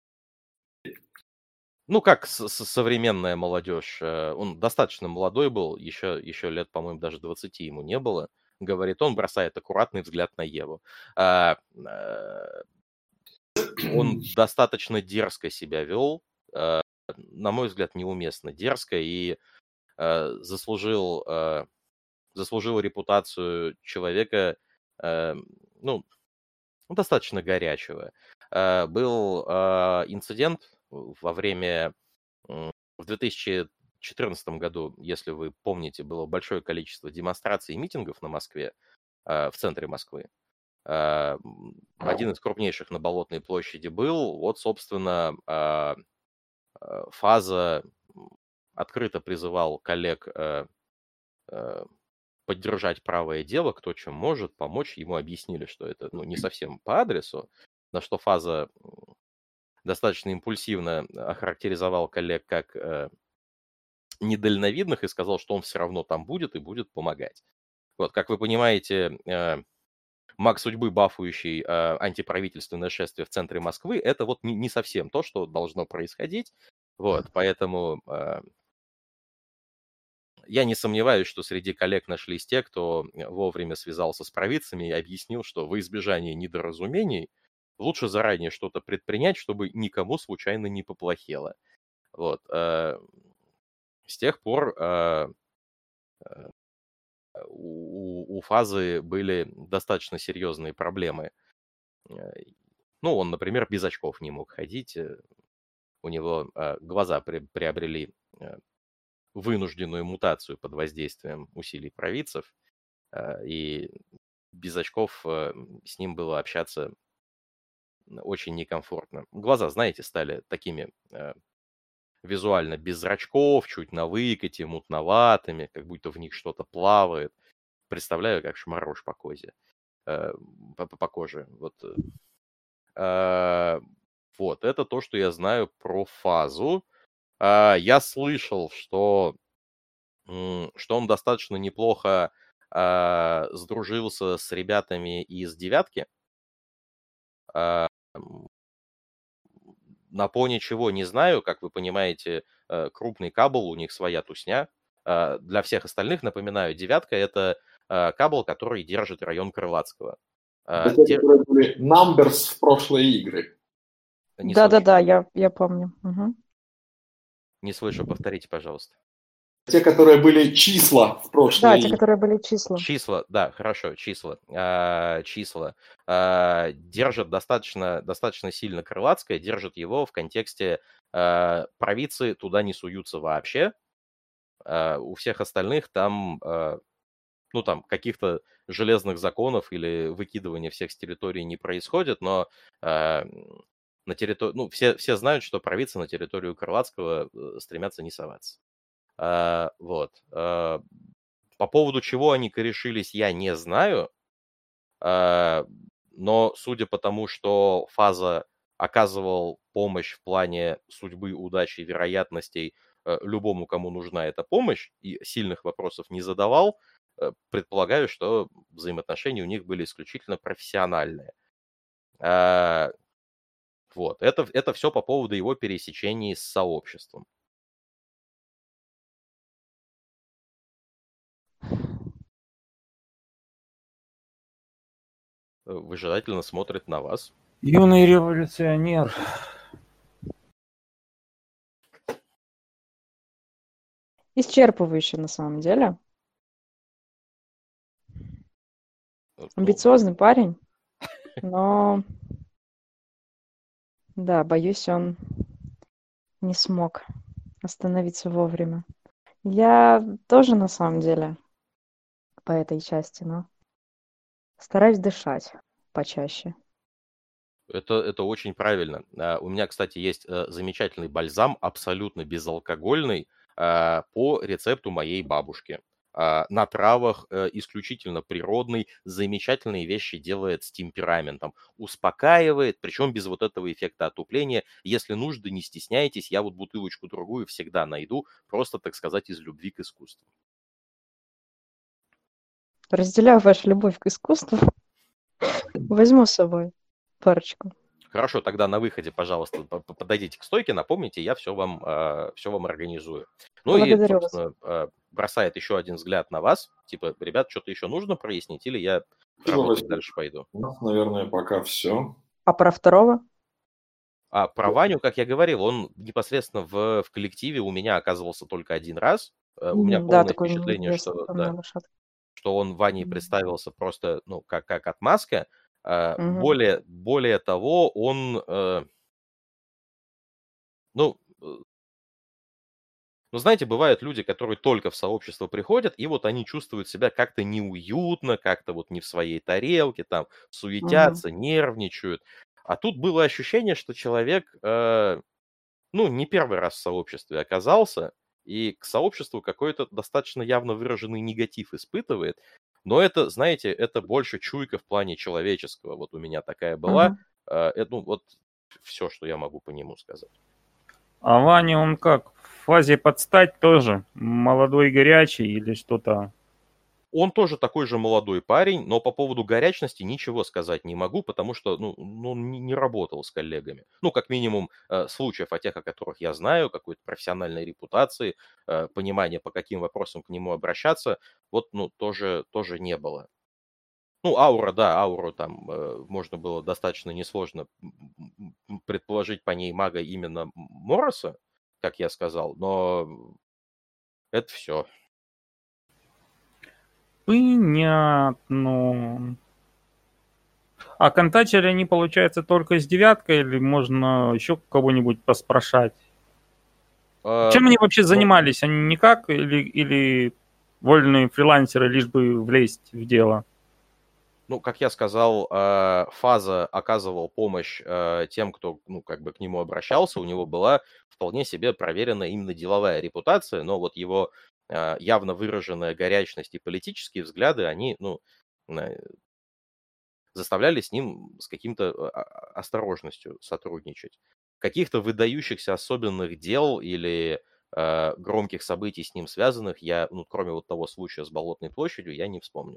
Ну, как современная молодежь. Он достаточно молодой был, еще лет, по-моему, даже 20 ему не было. Говорит, он бросает аккуратный взгляд на Еву. Он достаточно дерзко себя вел. На мой взгляд, неуместно дерзко и заслужил репутацию человека, достаточно горячего. Был инцидент во время... В 2014 году, если вы помните, было большое количество демонстраций и митингов на Москве, в центре Москвы. Один из крупнейших на Болотной площади был. Вот, собственно, Фаза открыто призывал коллег поддержать правое дело, кто чем может, помочь. Ему объяснили, что это не совсем по адресу, на что Фаза достаточно импульсивно охарактеризовал коллег как недальновидных и сказал, что он все равно там будет и будет помогать. Вот, как вы понимаете, маг судьбы, бафующий антиправительственное шествие в центре Москвы, это вот не совсем то, что должно происходить. Вот, поэтому я не сомневаюсь, что среди коллег нашлись те, кто вовремя связался с провидцами и объяснил, что во избежание недоразумений лучше заранее что-то предпринять, чтобы никому случайно не поплохело. Вот. С тех пор у Фазы были достаточно серьезные проблемы. Ну, он, например, без очков не мог ходить. У него глаза приобрели вынужденную мутацию под воздействием усилий провидцев. И без очков с ним было общаться очень некомфортно. Глаза, знаете, стали такими визуально без зрачков, чуть на выкате, мутноватыми, как будто в них что-то плавает. Представляю, как шмарож по козе. По коже. Вот. Вот, это то, что я знаю про Фазу. Я слышал, что он достаточно неплохо сдружился с ребятами из девятки. На пони чего не знаю, как вы понимаете, крупный кабл, у них своя тусня. Для всех остальных, напоминаю, девятка — это кабл, который держит район Крылатского. Это те, которые были numbers в прошлые игры. Да-да-да, я помню. Угу. Не слышу, повторите, пожалуйста. Те, которые были числа в прошлые игры. Да, те, которые были числа. Числа, да, хорошо, числа. Держат достаточно сильно Крылатское, держат его в контексте провидцы туда не суются вообще. У всех остальных там, ну, там, каких-то железных законов или выкидывания всех с территории не происходит, но на территории, ну, все знают, что провидцы на территорию Крылатского стремятся не соваться. Вот. По поводу чего они корешились, я не знаю, но судя по тому, что Фаза оказывал помощь в плане судьбы, удачи, вероятностей любому, кому нужна эта помощь, и сильных вопросов не задавал, предполагаю, что взаимоотношения у них были исключительно профессиональные. Вот. Это все по поводу его пересечений с сообществом. Выжидательно смотрит на вас. Юный революционер. Исчерпывающе, на самом деле. Амбициозный парень, но да, боюсь, он не смог остановиться вовремя. Я тоже, на самом деле, по этой части, но стараюсь дышать почаще. Это очень правильно. У меня, кстати, есть замечательный бальзам, абсолютно безалкогольный, по рецепту моей бабушки. На травах, исключительно природный, замечательные вещи делает с темпераментом. Успокаивает, причем без вот этого эффекта отупления. Если нужно, не стесняйтесь, я вот бутылочку другую всегда найду, просто, так сказать, из любви к искусству. Разделяю вашу любовь к искусству. Возьму с собой парочку. Хорошо, тогда на выходе, пожалуйста, подойдите к стойке, напомните, я все вам организую. Ну Благодарю и, собственно, бросает еще один взгляд на вас. Типа, ребят, что-то еще нужно прояснить, или я работать дальше пойду? У нас, наверное, пока все. А про второго? А про Ваню, как я говорил, он непосредственно в коллективе у меня оказывался только один раз. У меня полное впечатление, что он Ваней представился просто, ну, как отмазка. Более того, он, ну, знаете, бывают люди, которые только в сообщество приходят, и вот они чувствуют себя как-то неуютно, как-то вот не в своей тарелке, там, суетятся, нервничают. А тут было ощущение, что человек, ну, не первый раз в сообществе оказался, и к сообществу какой-то достаточно явно выраженный негатив испытывает. Но это, знаете, это больше чуйка в плане человеческого. Вот у меня такая была. Ну, вот все, что я могу по нему сказать. А Ваня, он как, в фазе подстать тоже? Молодой, горячий или что-то? Он тоже такой же молодой парень, но по поводу горячности ничего сказать не могу, потому что он не работал с коллегами. Ну, как минимум, случаев, о тех, о которых я знаю, какой-то профессиональной репутации, понимания, по каким вопросам к нему обращаться, вот, тоже не было. Ну, ауру там можно было достаточно несложно предположить по ней мага именно Морроса, как я сказал, но это все. Понятно. А контачили они, получается, только с девяткой или можно еще кого-нибудь поспрашать? Чем они вообще занимались? Они никак или вольные фрилансеры, лишь бы влезть в дело? Ну, как я сказал, Фаза оказывал помощь тем, кто, как бы к нему обращался. У него была вполне себе проверенная именно деловая репутация, но вот его явно выраженная горячность и политические взгляды, они, заставляли с ним с каким-то осторожностью сотрудничать. Каких-то выдающихся особенных дел или громких событий с ним связанных я, кроме вот того случая с Болотной площадью, я не вспомню.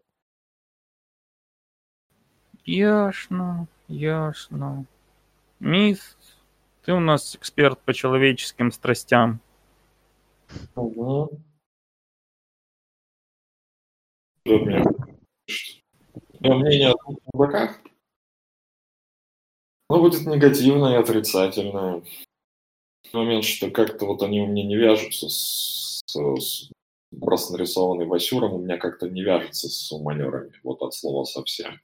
Ясно. Мисс, ты у нас эксперт по человеческим страстям. Угу. Мое мнение о двух мудаках, будет негативное и отрицательное. Момент, что как-то вот они у меня не вяжутся с образ, нарисованный Васюром, у меня как-то не вяжется с суммонерами, вот от слова совсем.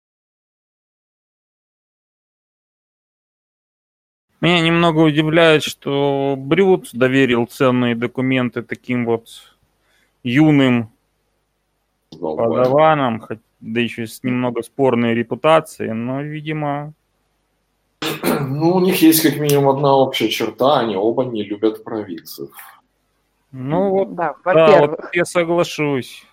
Меня немного удивляет, что Брют доверил ценные документы таким вот юным подаванам, да еще с немного спорной репутацией, но, видимо... У них есть как минимум одна общая черта, они оба не любят провидцев. Да, во-первых. Вот я соглашусь.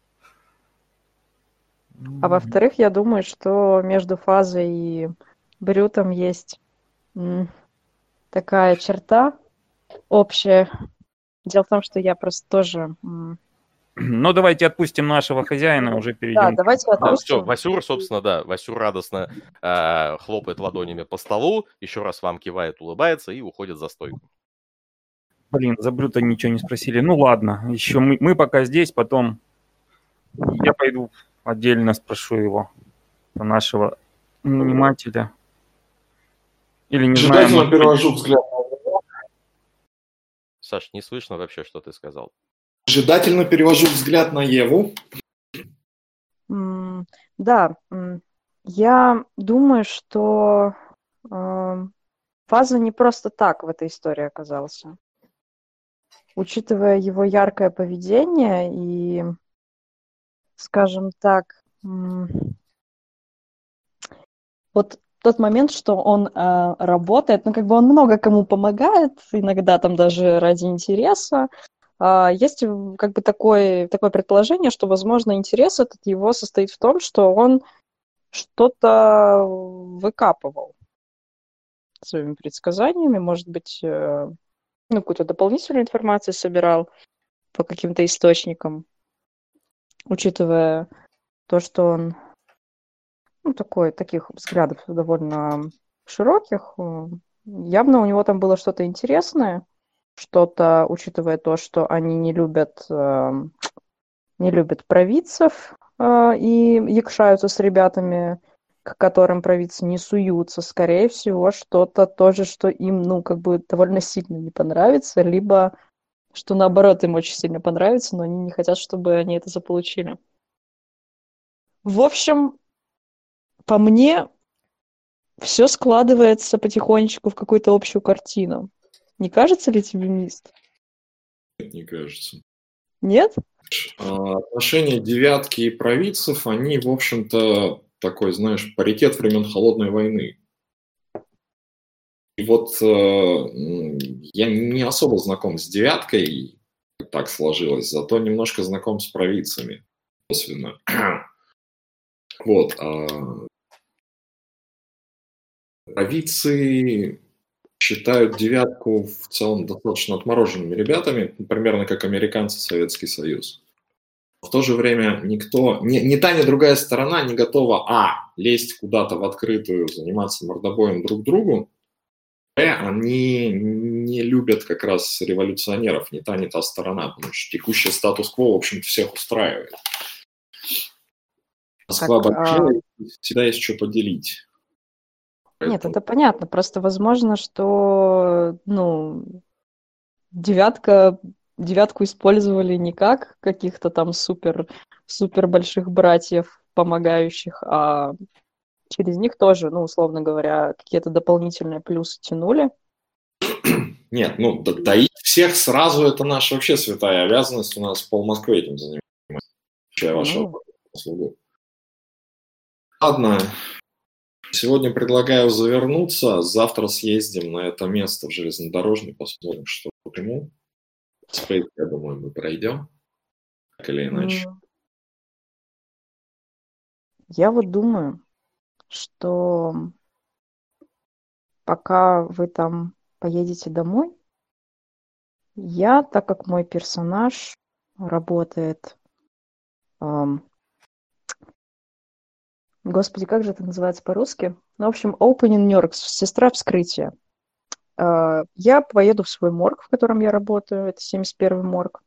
А во-вторых, я думаю, что между Фазой и Брютом есть такая черта общая. Дело в том, что я просто тоже... Ну, давайте отпустим нашего хозяина, уже перейдем. Да, давайте отпустим. Все, Васюр, собственно, да. Васюр радостно хлопает ладонями по столу, еще раз вам кивает, улыбается и уходит за стойку. Блин, за Брюта ничего не спросили. Ну ладно, еще мы пока здесь, потом я пойду отдельно спрошу его, нашего нанимателя. Или не знаю. Ожидательно перевожу взгляд на него. Саш, не слышно вообще, что ты сказал. Ожидательно перевожу взгляд на Еву. Да, я думаю, что Фаза не просто так в этой истории оказался. Учитывая его яркое поведение и, скажем так, вот тот момент, что он работает, он много кому помогает, иногда там даже ради интереса. Есть такое предположение, что, возможно, интерес этот его состоит в том, что он что-то выкапывал своими предсказаниями, может быть, какую-то дополнительную информацию собирал по каким-то источникам, учитывая то, что он таких взглядов довольно широких. Явно у него там было что-то интересное, что-то, учитывая то, что они не любят провидцев и якшаются с ребятами, к которым провидцы не суются. Скорее всего, что-то тоже, что им, довольно сильно не понравится, либо что, наоборот, им очень сильно понравится, но они не хотят, чтобы они это заполучили. В общем, по мне, все складывается потихонечку в какую-то общую картину. Не кажется ли тебе, Мист? Нет, не кажется. Нет? Отношения девятки и провидцев, они, в общем-то, такой, знаешь, паритет времен Холодной войны. И вот я не особо знаком с девяткой, так сложилось, зато немножко знаком с провидцами. Косвенно. Вот. Провидцы считают девятку в целом достаточно отмороженными ребятами, примерно как американцы Советский Союз. В то же время никто, ни та, ни другая сторона не готова, лезть куда-то в открытую, заниматься мордобоем друг другу, они не любят как раз революционеров, ни та сторона, потому что текущий статус-кво, в общем-то, всех устраивает. Москва большая, всегда есть что поделить. Нет, это понятно. Просто возможно, что, девятку использовали не как каких-то там супер больших братьев, помогающих, а через них тоже, условно говоря, какие-то дополнительные плюсы тянули. Нет, доить всех сразу — это наша вообще святая обязанность. У нас пол Москвы этим занимается. Вашего услугу. Ладно. Сегодня предлагаю завернуться. Завтра съездим на это место в железнодорожный, посмотрим, что к чему. Спейс, я думаю, мы пройдем. Так или иначе. Я вот думаю, что пока вы там поедете домой, я, так как мой персонаж работает... Господи, как же это называется по-русски? В общем, opening nerds, сестра вскрытия. Я поеду в свой морг, в котором я работаю. Это 71-й морг.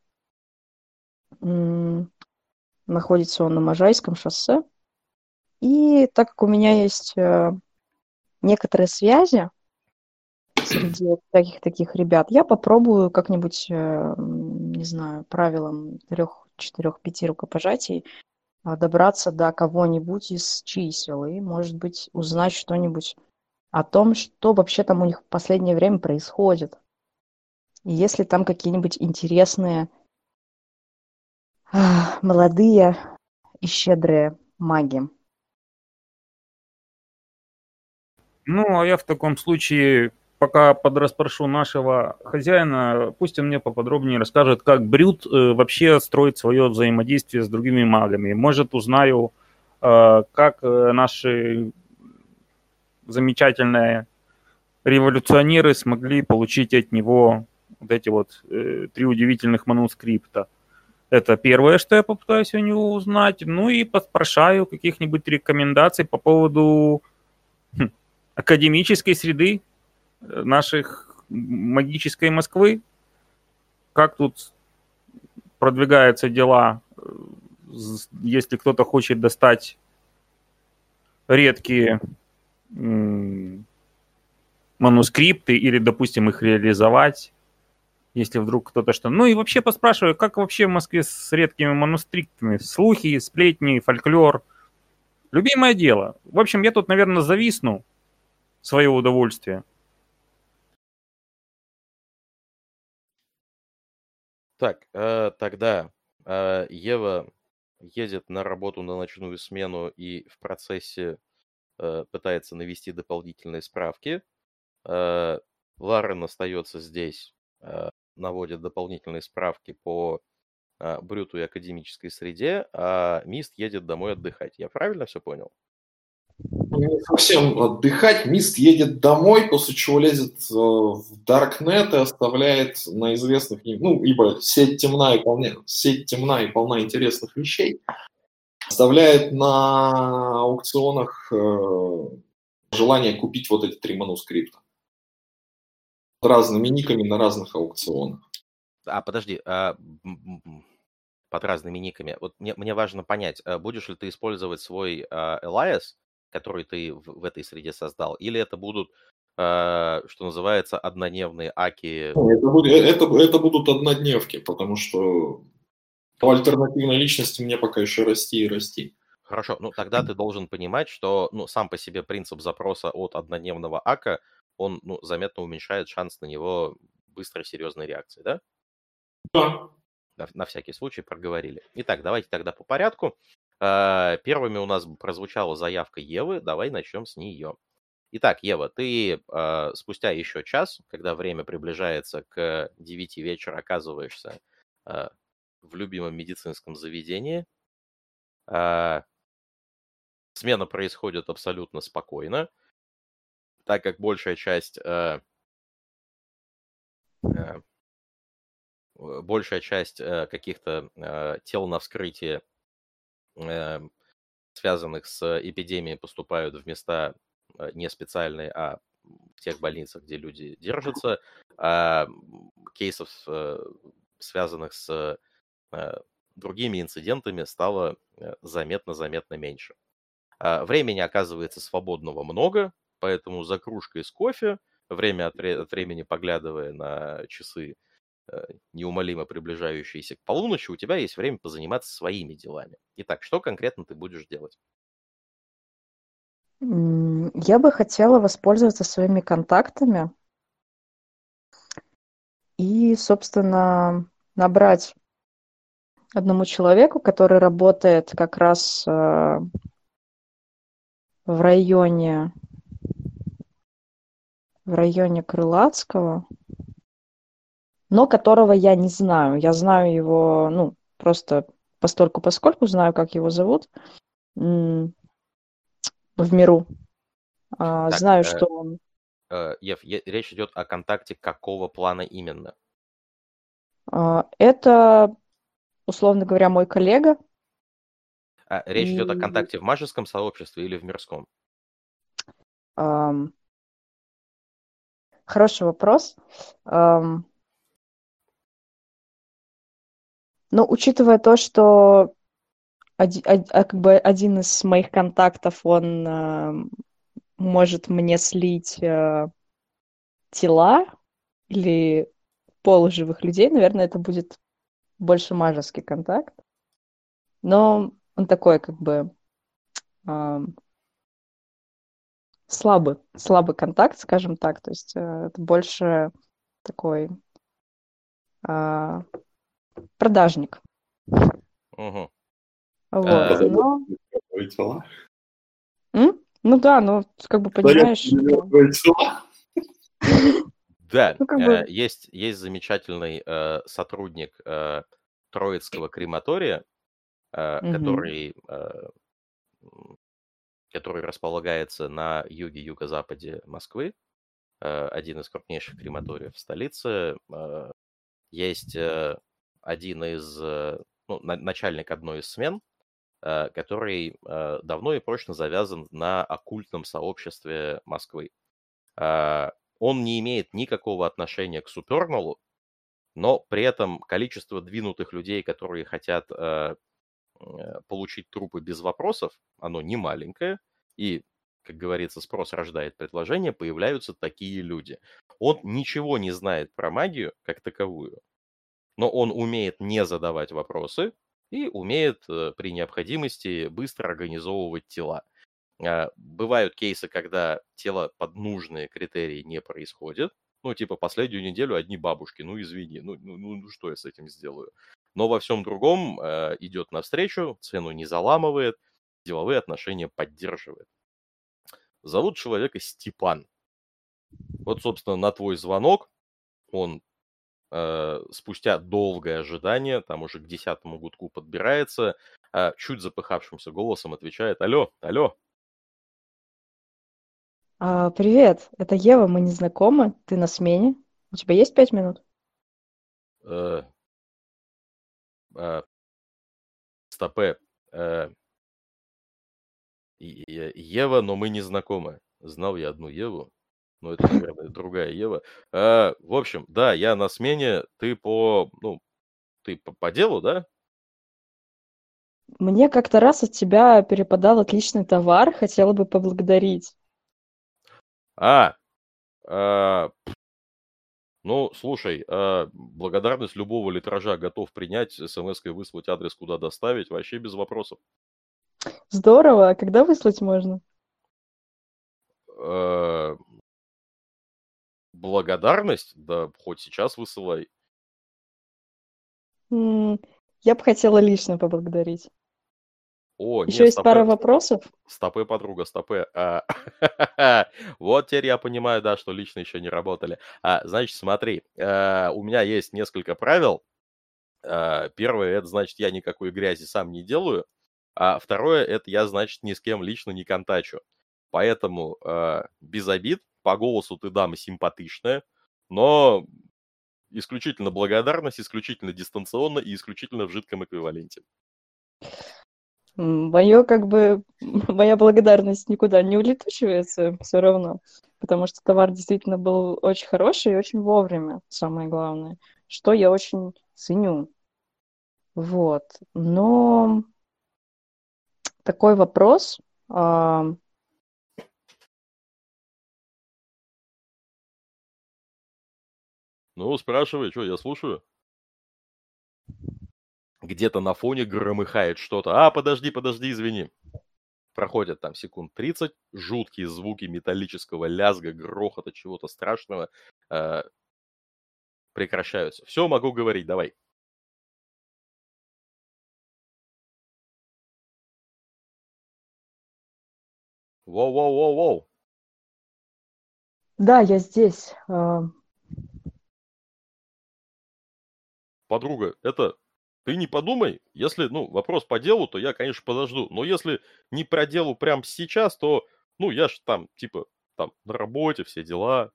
Находится он на Можайском шоссе. И так как у меня есть некоторые связи среди всяких таких ребят, я попробую как-нибудь, не знаю, правилам 3, 4, 5 рукопожатий добраться до кого-нибудь из чисел и, может быть, узнать что-нибудь о том, что вообще там у них в последнее время происходит. И если там какие-нибудь интересные, молодые и щедрые маги. А я в таком случае пока подраспрошу нашего хозяина, пусть он мне поподробнее расскажет, как Брют вообще строит свое взаимодействие с другими магами. Может, узнаю, как наши замечательные революционеры смогли получить от него вот эти 3 удивительных манускрипта. Это первое, что я попытаюсь у него узнать. И поспрашаю каких-нибудь рекомендаций по поводу академической среды наших магической Москвы. Как тут продвигаются дела, если кто-то хочет достать редкие манускрипты или, допустим, их реализовать, если вдруг кто-то что... и вообще поспрашиваю, как вообще в Москве с редкими манускриптами? Слухи, сплетни, фольклор. Любимое дело. В общем, я тут, наверное, зависну в свое удовольствие. Так, тогда Ева едет на работу на ночную смену и в процессе пытается навести дополнительные справки. Ларен остается здесь, наводит дополнительные справки по Брюту и академической среде, а Мист едет домой отдыхать. Я правильно все понял? Не совсем отдыхать. Мист едет домой, после чего лезет в Даркнет и оставляет на известных... ибо сеть темна и полна интересных вещей. Оставляет на аукционах желание купить вот эти 3 манускрипта. С разными никами на разных аукционах. Подожди, под разными никами. Вот мне важно понять, будешь ли ты использовать свой Элайас, который ты в этой среде создал, или это будут, что называется, однодневные аки? Это будут однодневки, потому что по альтернативной личности мне пока еще расти и расти. Хорошо, тогда ты должен понимать, что сам по себе принцип запроса от однодневного ака, он заметно уменьшает шанс на него быстрой серьезной реакции, да? Да. На всякий случай проговорили. Итак, давайте тогда по порядку. Первыми у нас прозвучала заявка Евы. Давай начнем с нее. Итак, Ева, ты спустя еще час, когда время приближается к 9 вечера, оказываешься в любимом медицинском заведении. Смена происходит абсолютно спокойно. так как большая часть каких-то тел на вскрытии, связанных с эпидемией, поступают в места не специальные, а в тех больницах, где люди держатся, кейсов, связанных с другими инцидентами, стало заметно меньше. Времени, оказывается, свободного много, поэтому за кружкой с кофе, время от времени поглядывая на часы, неумолимо приближающиеся к полуночи, у тебя есть время позаниматься своими делами. Итак, что конкретно ты будешь делать? Я бы хотела воспользоваться своими контактами и, собственно, набрать одному человеку, который работает как раз в районе Крылатского, но которого я не знаю. Я знаю его, просто постольку-поскольку знаю, как его зовут в миру. Так, Знаю, что он... Ев, речь идет о контакте какого плана именно? Это, условно говоря, мой коллега. Речь идет о контакте в мажеском сообществе или в мирском? Хороший вопрос. Но учитывая то, что один из моих контактов, он может мне слить тела или полуживых людей, наверное, это будет больше мажеский контакт. Но он такой, слабый контакт, скажем так. То есть это больше такой продажник. Угу. Вот. Тела? Ну да, понимаешь... Да, есть замечательный сотрудник Троицкого крематория, который располагается на юго-западе Москвы, один из крупнейших крематориев в столице. Есть начальник одной из смен, который давно и прочно завязан на оккультном сообществе Москвы. Он не имеет никакого отношения к Супернолу, но при этом количество двинутых людей, которые хотят получить трупы без вопросов, оно не маленькое, и, как говорится, спрос рождает предложение, появляются такие люди. Он ничего не знает про магию как таковую, но он умеет не задавать вопросы и умеет при необходимости быстро организовывать тела. Бывают кейсы, когда тело под нужные критерии не происходит. Последнюю неделю одни бабушки, извини, что я с этим сделаю? Но во всем другом идет навстречу, цену не заламывает, деловые отношения поддерживает. Зовут человека Степан. Вот, собственно, на твой звонок он спустя долгое ожидание, там уже к 10-му гудку подбирается, чуть запыхавшимся голосом отвечает: алло. Привет, это Ева, мы не знакомы, ты на смене. У тебя есть 5 минут? Стопе. Ева, но мы не знакомы. Знал я одну Еву, но это, наверное, другая Ева. В общем, да, я на смене. Ты по делу, да? Мне как-то раз от тебя перепадал отличный товар, хотела бы поблагодарить. Слушай, благодарность любого литража готов принять, смс-кой выслать адрес, куда доставить, вообще без вопросов. Здорово, а когда выслать можно? Благодарность? Да хоть сейчас высылай. Я бы хотела лично поблагодарить. О, Еще есть пара вопросов? Стопы, подруга, стопы. Вот теперь я понимаю, да, что лично еще не работали. Значит, смотри, у меня есть несколько правил. Первое, это значит, я никакой грязи сам не делаю. А второе, это я, значит, ни с кем лично не контачу. Поэтому без обид, по голосу ты дама симпатичная, но исключительно благодарность, исключительно дистанционно и исключительно в жидком эквиваленте. Моя благодарность никуда не улетучивается все равно, потому что товар действительно был очень хороший и очень вовремя, самое главное, что я очень ценю. Вот. Но такой вопрос. Ну, спрашивай, что, я слушаю. Где-то на фоне громыхает что-то. Подожди, извини. Проходят там секунд 30, жуткие звуки металлического лязга, грохота, чего-то страшного прекращаются. Все, могу говорить, давай. Воу. Да, я здесь. Подруга, это ты не подумай, если, вопрос по делу, то я, конечно, подожду. Но если не про делу прямо сейчас, то, я ж там, на работе, все дела.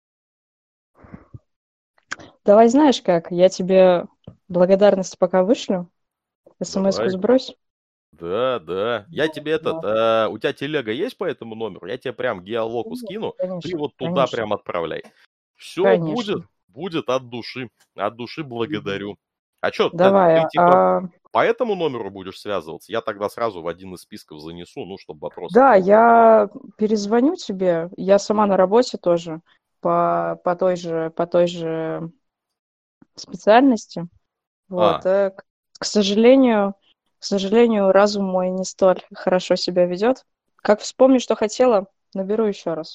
Давай знаешь как, я тебе благодарность пока вышлю, смс-ку Давай. сбрось. Да. Я тебе у тебя телега есть по этому номеру? Я тебе прям геолоку скину, Конечно, ты вот туда прям отправляй. Все Конечно. будет от души. От души благодарю. А что, Давай, ты по этому номеру будешь связываться? Я тогда сразу в один из списков занесу, чтобы вопрос. Да, я перезвоню тебе. Я сама на работе тоже по той же специальности. Вот. К сожалению, разум мой не столь хорошо себя ведет. Как вспомню, что хотела, наберу еще раз.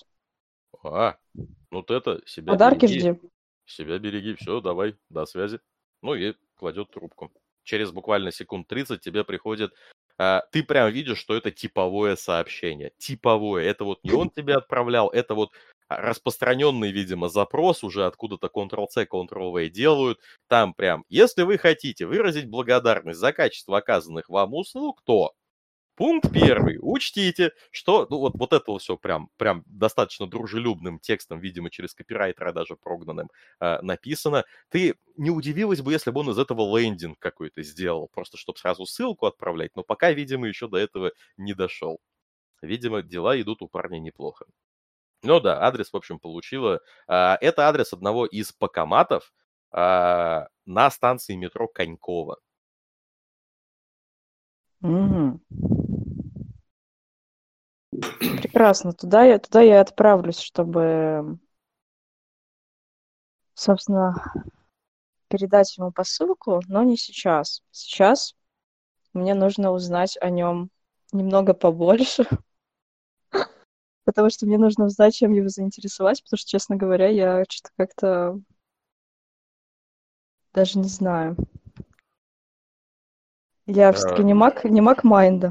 Ты себя Подарки береги. жди. Себя береги. Все, давай, до связи. И кладет трубку. Через буквально секунд 30 тебе приходит... ты прям видишь, что это типовое сообщение. Типовое. Это вот не он тебе отправлял, это вот распространенный, видимо, запрос уже откуда-то Ctrl-C, Ctrl-V делают. Там прям, если вы хотите выразить благодарность за качество оказанных вам услуг, то пункт 1. Учтите, что вот это все прям достаточно дружелюбным текстом, видимо, через копирайтера даже прогнанным написано. Ты не удивилась бы, если бы он из этого лендинг какой-то сделал, просто чтобы сразу ссылку отправлять, но пока, видимо, еще до этого не дошел. Видимо, дела идут у парня неплохо. Да, адрес, в общем, получила. Это адрес одного из покоматов на станции метро Конькова. Угу. Прекрасно. Туда я отправлюсь, чтобы, собственно, передать ему посылку, но не сейчас. Сейчас мне нужно узнать о нем немного побольше, потому что мне нужно узнать, чем его заинтересовать, потому что, честно говоря, я что-то как-то даже не знаю. Я все-таки не маг майнда.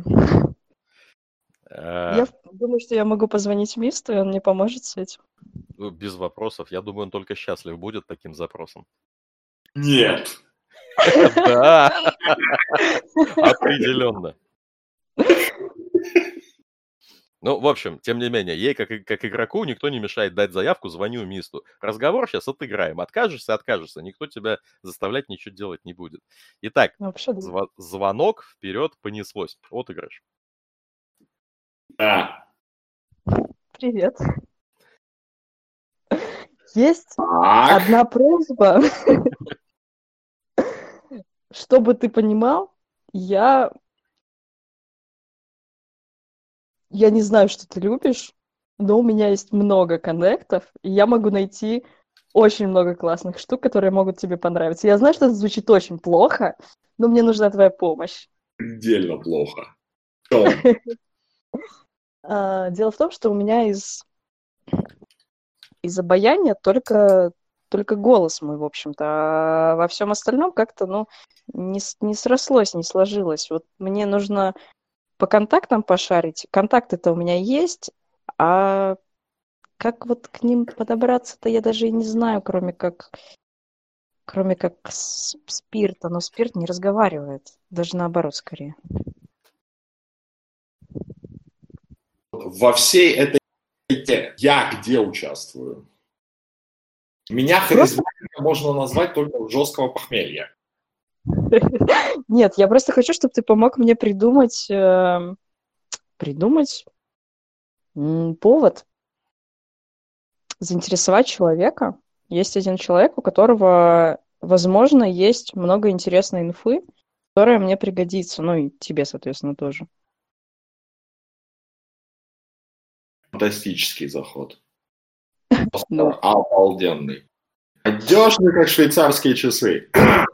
Я думаю, что я могу позвонить Мисту, и он мне поможет с этим. Без вопросов. Я думаю, он только счастлив будет таким запросом. Нет. Да, определенно. В общем, тем не менее, ей, как игроку, никто не мешает дать заявку, звоню Мисту. Разговор сейчас отыграем. Откажешься. Никто тебя заставлять ничего делать не будет. Итак, звонок, вперед, понеслось. Отыгрыш. Привет. Есть одна просьба. Чтобы ты понимал, я не знаю, что ты любишь, но у меня есть много коннектов, и я могу найти очень много классных штук, которые могут тебе понравиться. Я знаю, что это звучит очень плохо, но мне нужна твоя помощь. Предельно плохо. Дело в том, что у меня из обаяния только голос мой, в общем-то. А во всем остальном как-то, не срослось, не сложилось. Вот мне нужно по контактам пошарить. Контакты-то у меня есть, а как вот к ним подобраться-то я даже и не знаю, кроме как спирта. Но спирт не разговаривает. Даже наоборот, скорее. Во всей этой Я где участвую? Меня харизматиком можно назвать только жесткого похмелья. Нет, я просто хочу, чтобы ты помог мне придумать повод заинтересовать человека. Есть один человек, у которого, возможно, есть много интересной инфы, которая мне пригодится. Ну и тебе, соответственно, тоже. Фантастический заход. Ну. Обалденный. Одежный, как швейцарские часы.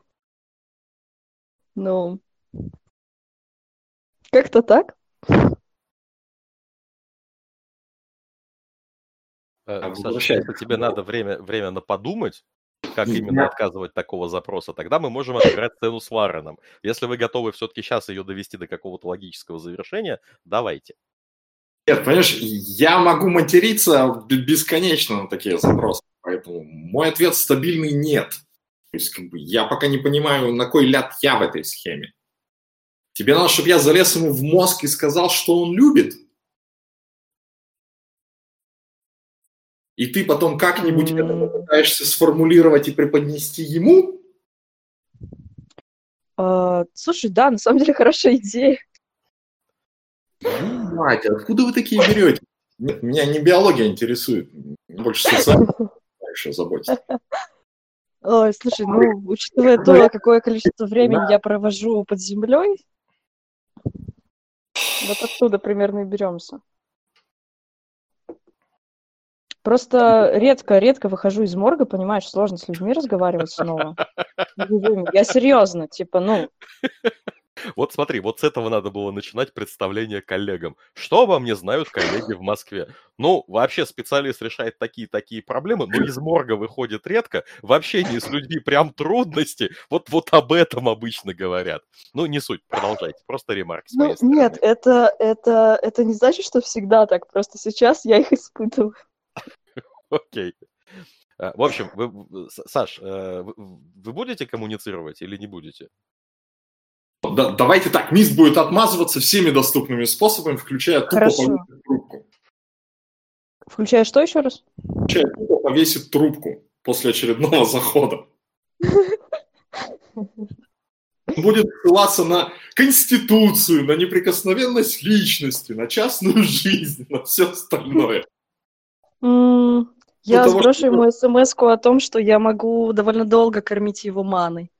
Ну, как-то так. Саша, если тебе надо время на подумать, как именно отказывать такого запроса, тогда мы можем отыграть сцену с Лареном. Если вы готовы все-таки сейчас ее довести до какого-то логического завершения, давайте. Нет, понимаешь, я могу материться бесконечно на такие запросы, поэтому мой ответ стабильный нет. То есть, я пока не понимаю, на кой ляд я в этой схеме. Тебе надо, чтобы я залез ему в мозг и сказал, что он любит? И ты потом как-нибудь это попытаешься сформулировать и преподнести ему? Слушай, да, на самом деле хорошая идея. Мать, откуда вы такие берете? Нет, меня не биология интересует, меня больше социально заботит. Ой, слушай, ну, учитывая то, какое количество времени я провожу под землей, вот оттуда примерно и беремся. Просто редко выхожу из морга, понимаешь, сложно с людьми разговаривать снова. Я серьезно, типа, ну... Вот смотри, вот с этого надо было начинать представление коллегам. Что обо мне знают коллеги в Москве? Ну, вообще специалист решает такие проблемы, но из морга выходит редко. В общении с людьми прям трудности. Вот об этом обычно говорят. Ну, не суть, продолжайте. Просто ремарк с моей стороны. Нет, это не значит, что всегда так. Просто сейчас я их испытываю. Окей. В общем, Саш, вы будете коммуницировать или не будете? Давайте так, Мисс будет отмазываться всеми доступными способами, включая тупо повесить трубку. Включая что еще раз? Включая тупо повесить трубку после очередного захода. Будет ссылаться на Конституцию, на неприкосновенность личности, на частную жизнь, на все остальное. Я сброшу ему смс-ку о том, что я могу довольно долго кормить его маной.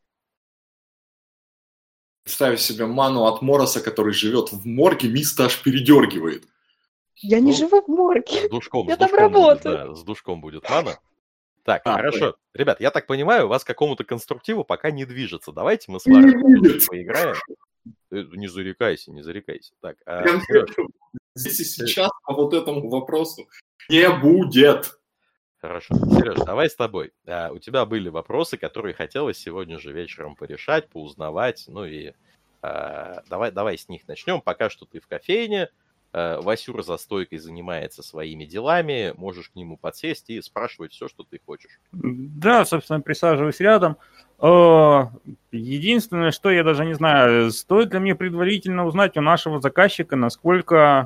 Представь себе ману от Мороса, который живет в морге, Миста аж передергивает. Я не живу в морге. Я там работаю. С душком будет мана. Так, хорошо. Ребят, я так понимаю, у вас к какому-то конструктиву пока не движется. Давайте мы с вами поиграем. Не зарекайся. Так, здесь и сейчас по вот этому вопросу не будет. Хорошо. Сереж, давай с тобой. У тебя были вопросы, которые хотелось сегодня же вечером порешать, поузнавать. Ну и давай с них начнем. Пока что ты в кофейне. Васюра за стойкой занимается своими делами. Можешь к нему подсесть и спрашивать все, что ты хочешь. Да, собственно, присаживаюсь рядом. Единственное, что я даже не знаю, стоит ли мне предварительно узнать у нашего заказчика, насколько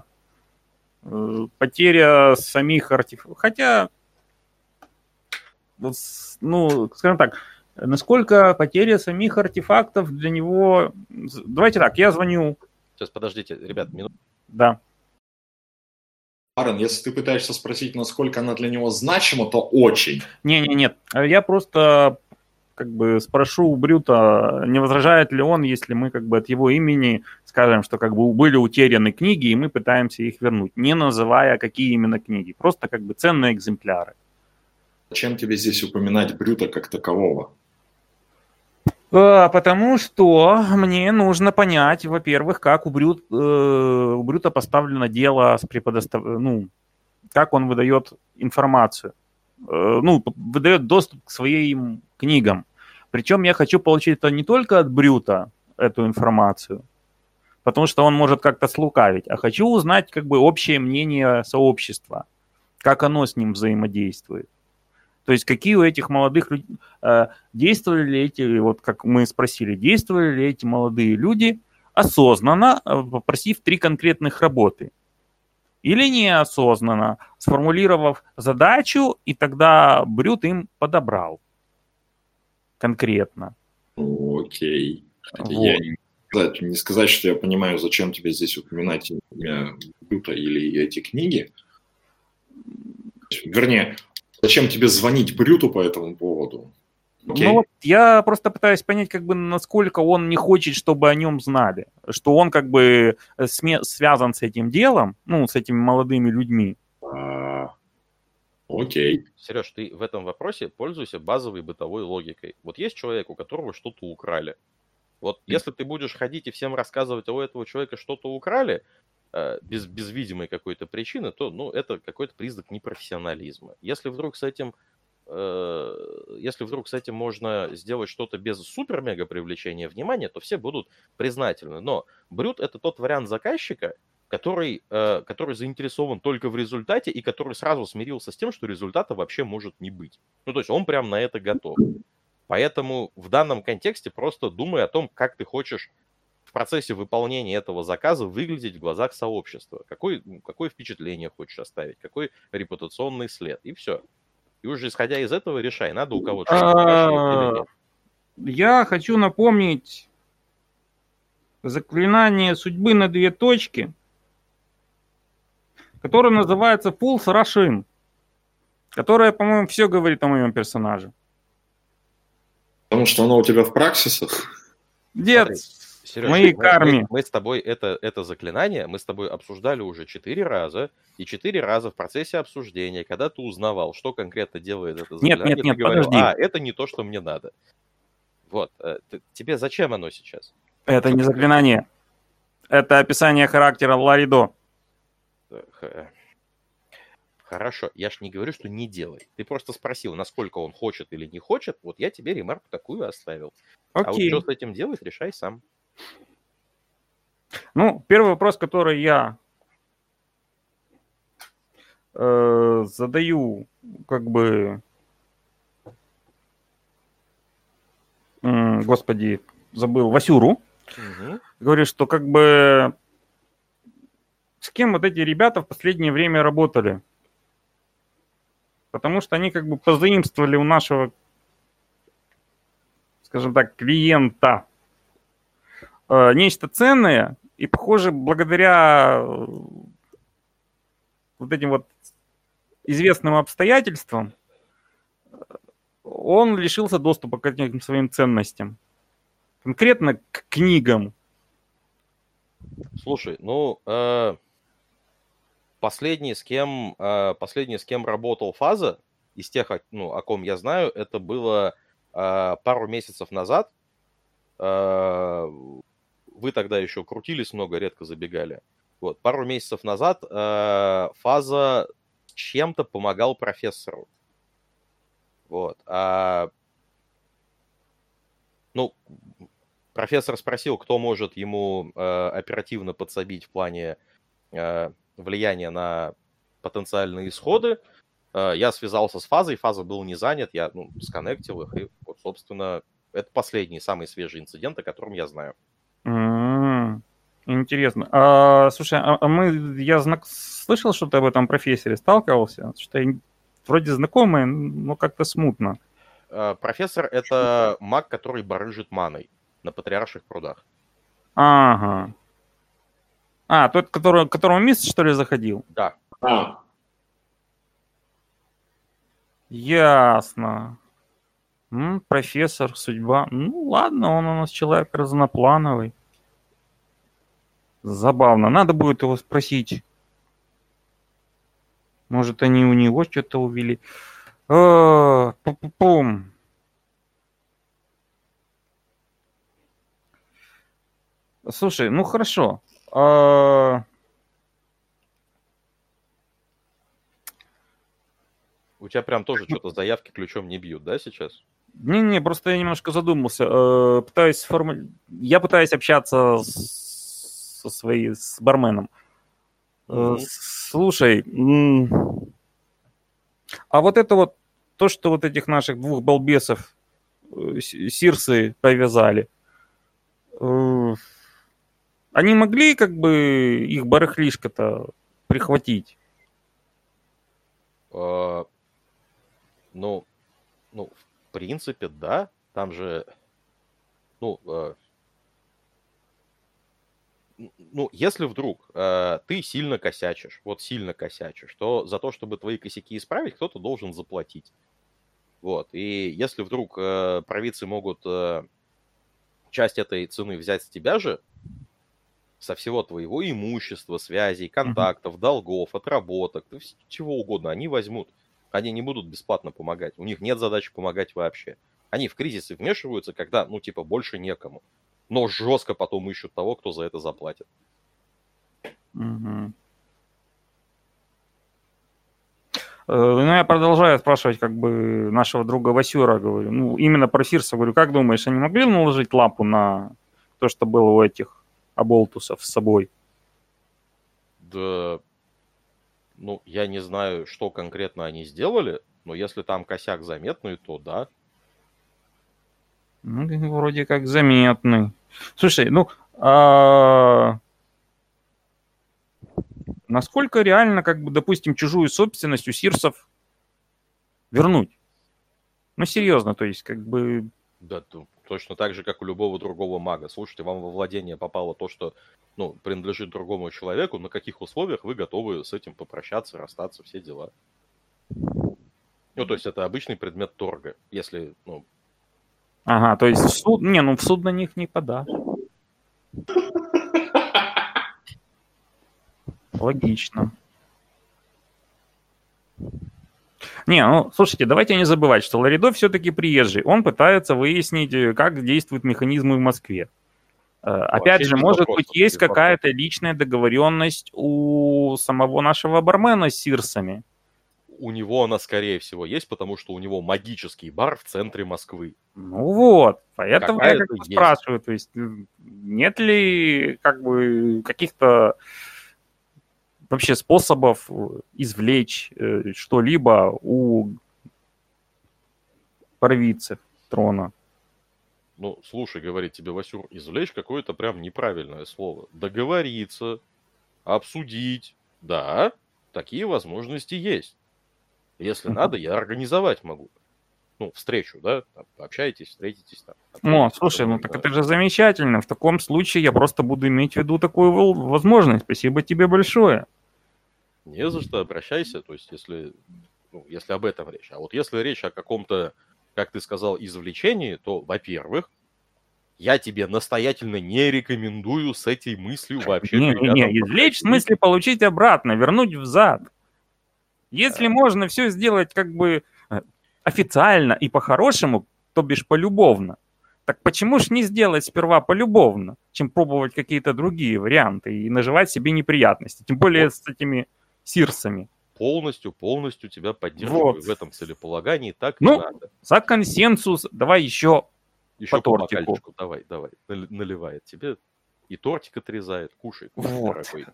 потеря самих артефактов... Хотя... Ну, скажем так, насколько потеря самих артефактов для него... Давайте так, я звоню... Сейчас, подождите, ребят, минуту. Да. Аарон, если ты пытаешься спросить, насколько она для него значима, то очень. Нет. Я просто как бы спрошу у Брюта, не возражает ли он, если мы как бы от его имени скажем, что как бы были утеряны книги, и мы пытаемся их вернуть, не называя, какие именно книги. Просто как бы ценные экземпляры. Зачем тебе здесь упоминать Брюта как такового? Потому что мне нужно понять, во-первых, как у Брюта поставлено дело с как он выдает информацию, выдает доступ к своим книгам. Причем я хочу получить это не только от Брюта, эту информацию, потому что он может как-то слукавить, а хочу узнать как бы общее мнение сообщества, как оно с ним взаимодействует. То есть какие у этих молодых людей, действовали ли эти, вот как мы спросили, действовали ли эти молодые люди осознанно, попросив 3 конкретных работы. или неосознанно, сформулировав задачу, и тогда Брют им подобрал конкретно. Окей. Вот. Я не сказать, что я понимаю, зачем тебе здесь упоминать имя Брюта или эти книги. Вернее, зачем тебе звонить Брюту по этому поводу? Ну вот я просто пытаюсь понять, как бы, насколько он не хочет, чтобы о нем знали, что он как бы связан с этим делом, ну, с этими молодыми людьми. Окей. Сереж, ты в этом вопросе пользуйся базовой бытовой логикой. Вот есть человек, у которого что-то украли. Вот если ты будешь ходить и всем рассказывать, у этого человека что-то украли, без видимой какой-то причины, то, ну, это какой-то признак непрофессионализма. Если вдруг с этим можно сделать что-то без супер-мега привлечения внимания, то все будут признательны. Но Брют — это тот вариант заказчика, который заинтересован только в результате и который сразу смирился с тем, что результата вообще может не быть. Ну, то есть он прям на это готов. Поэтому в данном контексте просто думай о том, как ты хочешь в процессе выполнения этого заказа выглядеть в глазах сообщества. Какое впечатление хочешь оставить, какой репутационный след. И все. И уже исходя из этого решай, надо у кого-то что-то спрашивать или нет. Я хочу напомнить заклинание судьбы на 2 точки, которое называется Fools Rush In, которое, по-моему, все говорит о моем персонаже. Потому что оно у тебя в праксисах? Дед, Сереж, моей карме. Мы с тобой это заклинание, мы с тобой обсуждали уже 4 раза, и 4 раза в процессе обсуждения, когда ты узнавал, что конкретно делает это заклинание, ты говорил, подожди. Это не то, что мне надо. Вот. Тебе зачем оно сейчас? Это не заклинание. Это описание характера Ларидо. Хорошо, я ж не говорю, что не делай. Ты просто спросил, насколько он хочет или не хочет. Вот я тебе ремарку такую оставил. Окей. А вот что с этим делать, решай сам. Ну, первый вопрос, который я задаю, как бы, господи, забыл, Васюру. Угу. Говорю, что как бы с кем вот эти ребята в последнее время работали. Потому что они как бы позаимствовали у нашего, скажем так, клиента нечто ценное. И, похоже, благодаря вот этим вот известным обстоятельствам он лишился доступа к этим своим ценностям. Конкретно к книгам. Слушай, ну, последний, с кем работал Фаза, из тех, о ком я знаю, это было пару месяцев назад. Вы тогда еще крутились много, редко забегали. Вот, пару месяцев назад Фаза чем-то помогал профессору. Вот. Профессор спросил, кто может ему оперативно подсобить в плане влияния на потенциальные исходы. Я связался с Фазой, Фаза был не занят, я сконнектил их, и вот, собственно, это последний, самый свежий инцидент, о котором я знаю. Интересно. Слушай, я слышал, что ты об этом профессоре сталкивался? Что вроде знакомый, но как-то смутно. Профессор — это маг, который барыжит маной на Патриарших прудах. Ага. Тот, к которому Мист, что ли, заходил? Да. Ясно. Профессор, судьба. Ну, ладно, он у нас человек разноплановый. Забавно. Надо будет его спросить. Может, они у него что-то увели. Пум-пум. Слушай, ну хорошо. У тебя прям тоже что-то заявки ключом не бьют, да, сейчас? Не, просто я немножко задумался. Я пытаюсь общаться с барменом. Слушай, а вот это вот то, что вот этих наших 2 балбесов Сирсы повязали, они могли как бы их барахлишко-то прихватить? Ну, в принципе, да. Там же, если вдруг ты сильно косячишь, то за то, чтобы твои косяки исправить, кто-то должен заплатить. Вот. И если вдруг провидцы могут часть этой цены взять с тебя же, со всего твоего имущества, связей, контактов, долгов, отработок, чего угодно, они возьмут. Они не будут бесплатно помогать. У них нет задачи помогать вообще. Они в кризисы вмешиваются, когда, больше некому. Но жестко потом ищут того, кто за это заплатит. Угу. Я продолжаю спрашивать нашего друга Васюра, говорю, именно про Сирса, говорю, как думаешь, они могли наложить лапу на то, что было у этих оболтусов с собой? Да, я не знаю, что конкретно они сделали, но если там косяк заметный, то да. Вроде как заметный. Слушай, насколько реально, допустим, чужую собственность у сирсов вернуть? Серьезно, то есть, Да, точно так же, как у любого другого мага. Слушайте, вам во владение попало то, что, принадлежит другому человеку, на каких условиях вы готовы с этим попрощаться, расстаться, все дела. То есть это обычный предмет торга, если, Ага, то есть в суд... в суд на них не подашь. Логично. Слушайте, давайте не забывать, что Ларидо все-таки приезжий. Он пытается выяснить, как действуют механизмы в Москве. Опять же, может быть, есть какая-то личная договоренность у самого нашего бармена с сирсами. У него она, скорее всего, есть, потому что у него магический бар в центре Москвы. Поэтому я спрашиваю, то есть нет ли каких-то вообще способов извлечь что-либо у провидцев трона? Слушай, говорит тебе Васюр, извлечь какое-то прям неправильное слово. Договориться, обсудить. Да, такие возможности есть. Если надо, я организовать могу. Встречу, да? Общайтесь, встретитесь там. Слушай, так это же замечательно. В таком случае я просто буду иметь в виду такую возможность. Спасибо тебе большое. Не за что, обращайся. То есть, если об этом речь. А вот если речь о каком-то, как ты сказал, извлечении, то, во-первых, я тебе настоятельно не рекомендую с этой мыслью вообще. Не, извлечь в смысле получить обратно, вернуть взад. Если можно все сделать официально и по-хорошему, то бишь полюбовно, так почему ж не сделать сперва полюбовно, чем пробовать какие-то другие варианты и наживать себе неприятности, тем более с этими сирсами. Полностью тебя поддерживаю в этом целеполагании, так и надо. За консенсус, давай еще по тортику. Давай, наливает тебе и тортик отрезает, кушай, дорогой.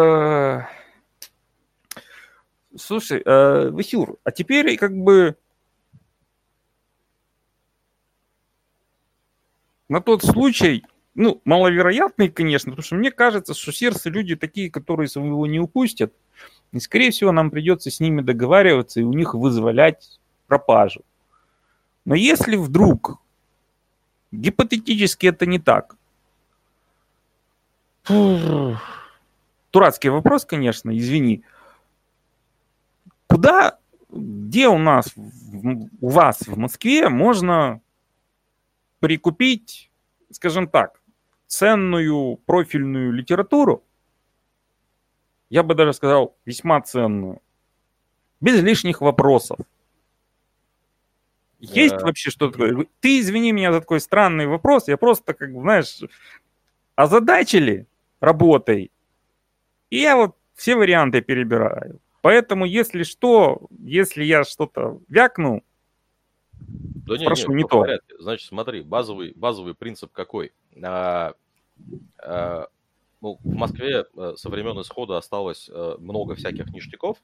Слушай, Васюр, а теперь на тот случай, маловероятный, конечно, потому что мне кажется, что сирсы люди такие, которые своего не упустят, и, скорее всего, нам придется с ними договариваться и у них вызволять пропажу. Но если вдруг, гипотетически это не так, дурацкий вопрос, конечно, извини, где у вас в Москве можно прикупить, скажем так, ценную профильную литературу, я бы даже сказал, весьма ценную, без лишних вопросов? Есть вообще что-то такое? Ты извини меня за такой странный вопрос, я просто, озадачили работой, и я все варианты перебираю. Поэтому, если я что-то вякну, прошу, не то. Значит, смотри, базовый принцип какой? В Москве со времен исхода осталось много всяких ништяков.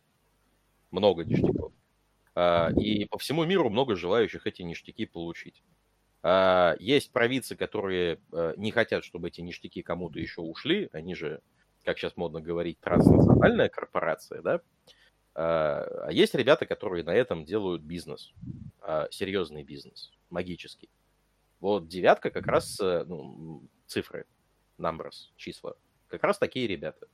И по всему миру много желающих эти ништяки получить. Есть провидцы, которые не хотят, чтобы эти ништяки кому-то еще ушли. Они же как сейчас модно говорить, транснациональная корпорация, да, а есть ребята, которые на этом делают бизнес, серьезный бизнес, магический. Вот девятка как раз, цифры, numbers, числа, как раз такие ребята.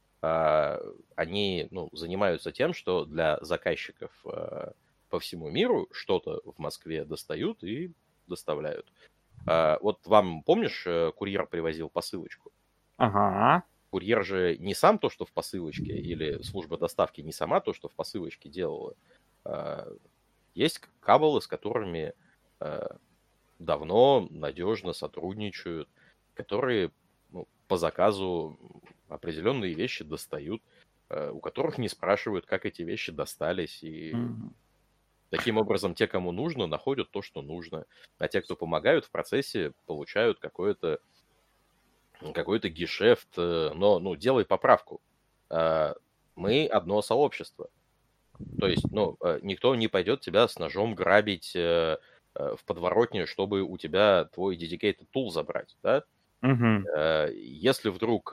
Они занимаются тем, что для заказчиков по всему миру что-то в Москве достают и доставляют. Вот вам, помнишь, курьер привозил посылочку? Ага. Курьер же не сам то, что в посылочке, или служба доставки не сама то, что в посылочке делала. Есть кабелы, с которыми давно, надежно сотрудничают, которые по заказу определенные вещи достают, у которых не спрашивают, как эти вещи достались. И таким образом те, кому нужно, находят то, что нужно. А те, кто помогают в процессе, получают какой-то гешефт. Но делай поправку. Мы одно сообщество. То есть, никто не пойдет тебя с ножом грабить в подворотне, чтобы у тебя твой dedicated tool забрать, да? Если вдруг...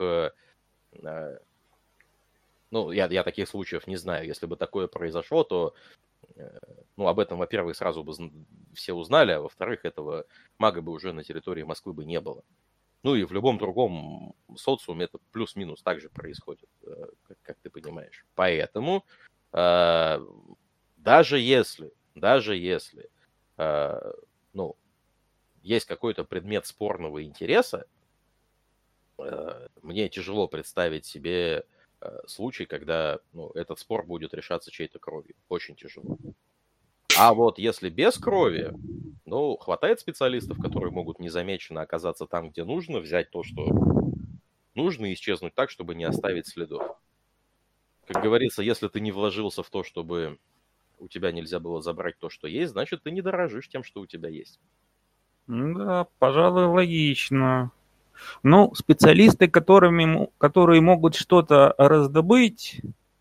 я таких случаев не знаю. Если бы такое произошло, то об этом, во-первых, сразу бы все узнали, а во-вторых, этого мага бы уже на территории Москвы бы не было. Ну и в любом другом социуме это плюс-минус так же происходит, как ты понимаешь. Поэтому даже если есть какой-то предмет спорного интереса, мне тяжело представить себе случай, когда этот спор будет решаться чьей-то кровью. Очень тяжело. А вот если без крови, хватает специалистов, которые могут незамеченно оказаться там, где нужно, взять то, что нужно, и исчезнуть так, чтобы не оставить следов. Как говорится, если ты не вложился в то, чтобы у тебя нельзя было забрать то, что есть, значит, ты не дорожишь тем, что у тебя есть. Да, пожалуй, логично. Специалисты, которые могут что-то раздобыть,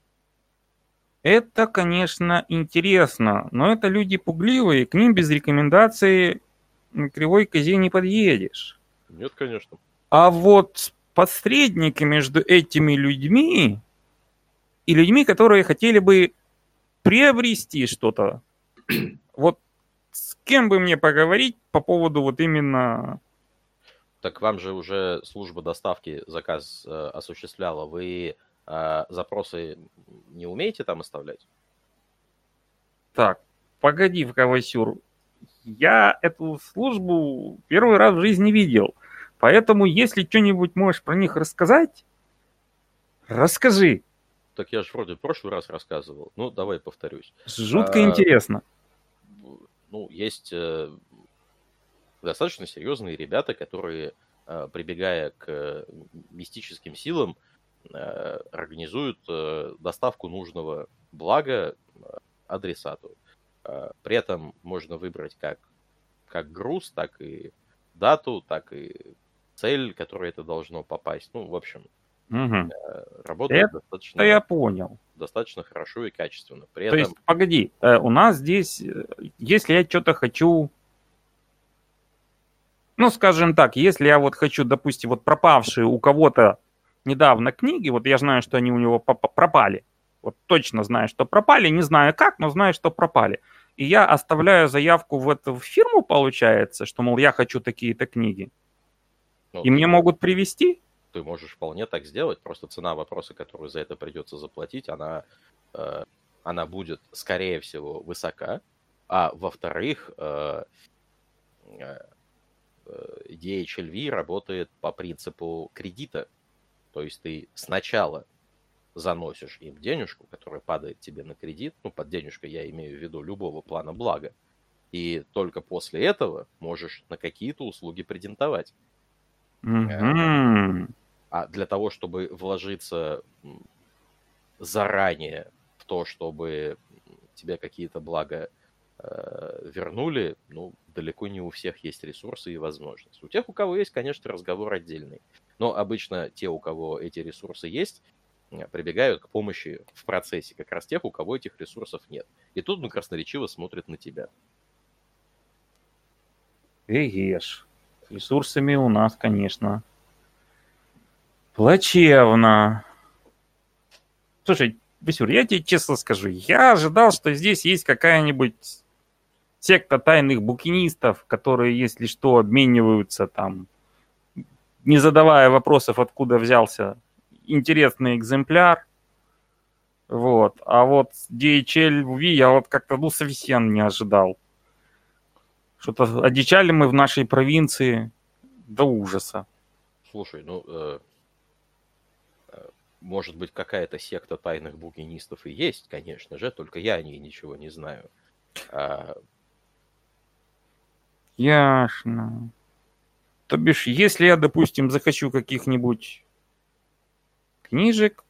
это, конечно, интересно, но это люди пугливые, к ним без рекомендации на кривой козе не подъедешь. Нет, конечно. А вот посредники между этими людьми и людьми, которые хотели бы приобрести что-то, вот с кем бы мне поговорить по поводу вот именно... Так вам же уже служба доставки заказ осуществляла. Вы запросы не умеете там оставлять? Так, погоди-ка, Васюр. Я эту службу первый раз в жизни видел. Поэтому, если что-нибудь можешь про них рассказать, расскажи. Так я же вроде в прошлый раз рассказывал. Давай повторюсь. Жутко интересно. Есть достаточно серьезные ребята, которые, прибегая к мистическим силам, организуют доставку нужного блага адресату. При этом можно выбрать как груз, так и дату, так и цель, которой это должно попасть. В общем, работает достаточно... я понял. Достаточно хорошо и качественно. При То этом... есть, погоди, у нас здесь, если я что-то хочу... скажем так, если я вот хочу, допустим, вот пропавшие у кого-то недавно книги, вот я знаю, что они у него пропали. Вот точно знаю, что пропали, не знаю как, но знаю, что пропали. И я оставляю заявку в эту фирму, получается, что, мол, я хочу такие-то книги. И мне могут привезти? Ты можешь вполне так сделать, просто цена вопроса, которую за это придется заплатить, она будет, скорее всего, высока. А во-вторых, DHLV работает по принципу кредита. То есть ты сначала заносишь им денежку, которая падает тебе на кредит, под денежкой я имею в виду любого плана блага, и только после этого можешь на какие-то услуги претендовать. А для того, чтобы вложиться заранее в то, чтобы тебе какие-то блага вернули, далеко не у всех есть ресурсы и возможности. У тех, у кого есть, конечно, разговор отдельный. Но обычно те, у кого эти ресурсы есть, прибегают к помощи в процессе как раз тех, у кого этих ресурсов нет. И тут он красноречиво смотрит на тебя. Эгеш. С ресурсами у нас, конечно, Плачевно. Слушай, Васюр, я тебе честно скажу, я ожидал, что здесь есть какая-нибудь секта тайных букинистов, которые, если что, обмениваются там, не задавая вопросов, откуда взялся интересный экземпляр. Вот. А вот DHL V я вот как-то совсем не ожидал. Что-то одичали мы в нашей провинции до ужаса. Слушай, может быть, какая-то секта тайных букинистов и есть, конечно же, только я о ней ничего не знаю. Ясно. То бишь, если я, допустим, захочу каких-нибудь книжек,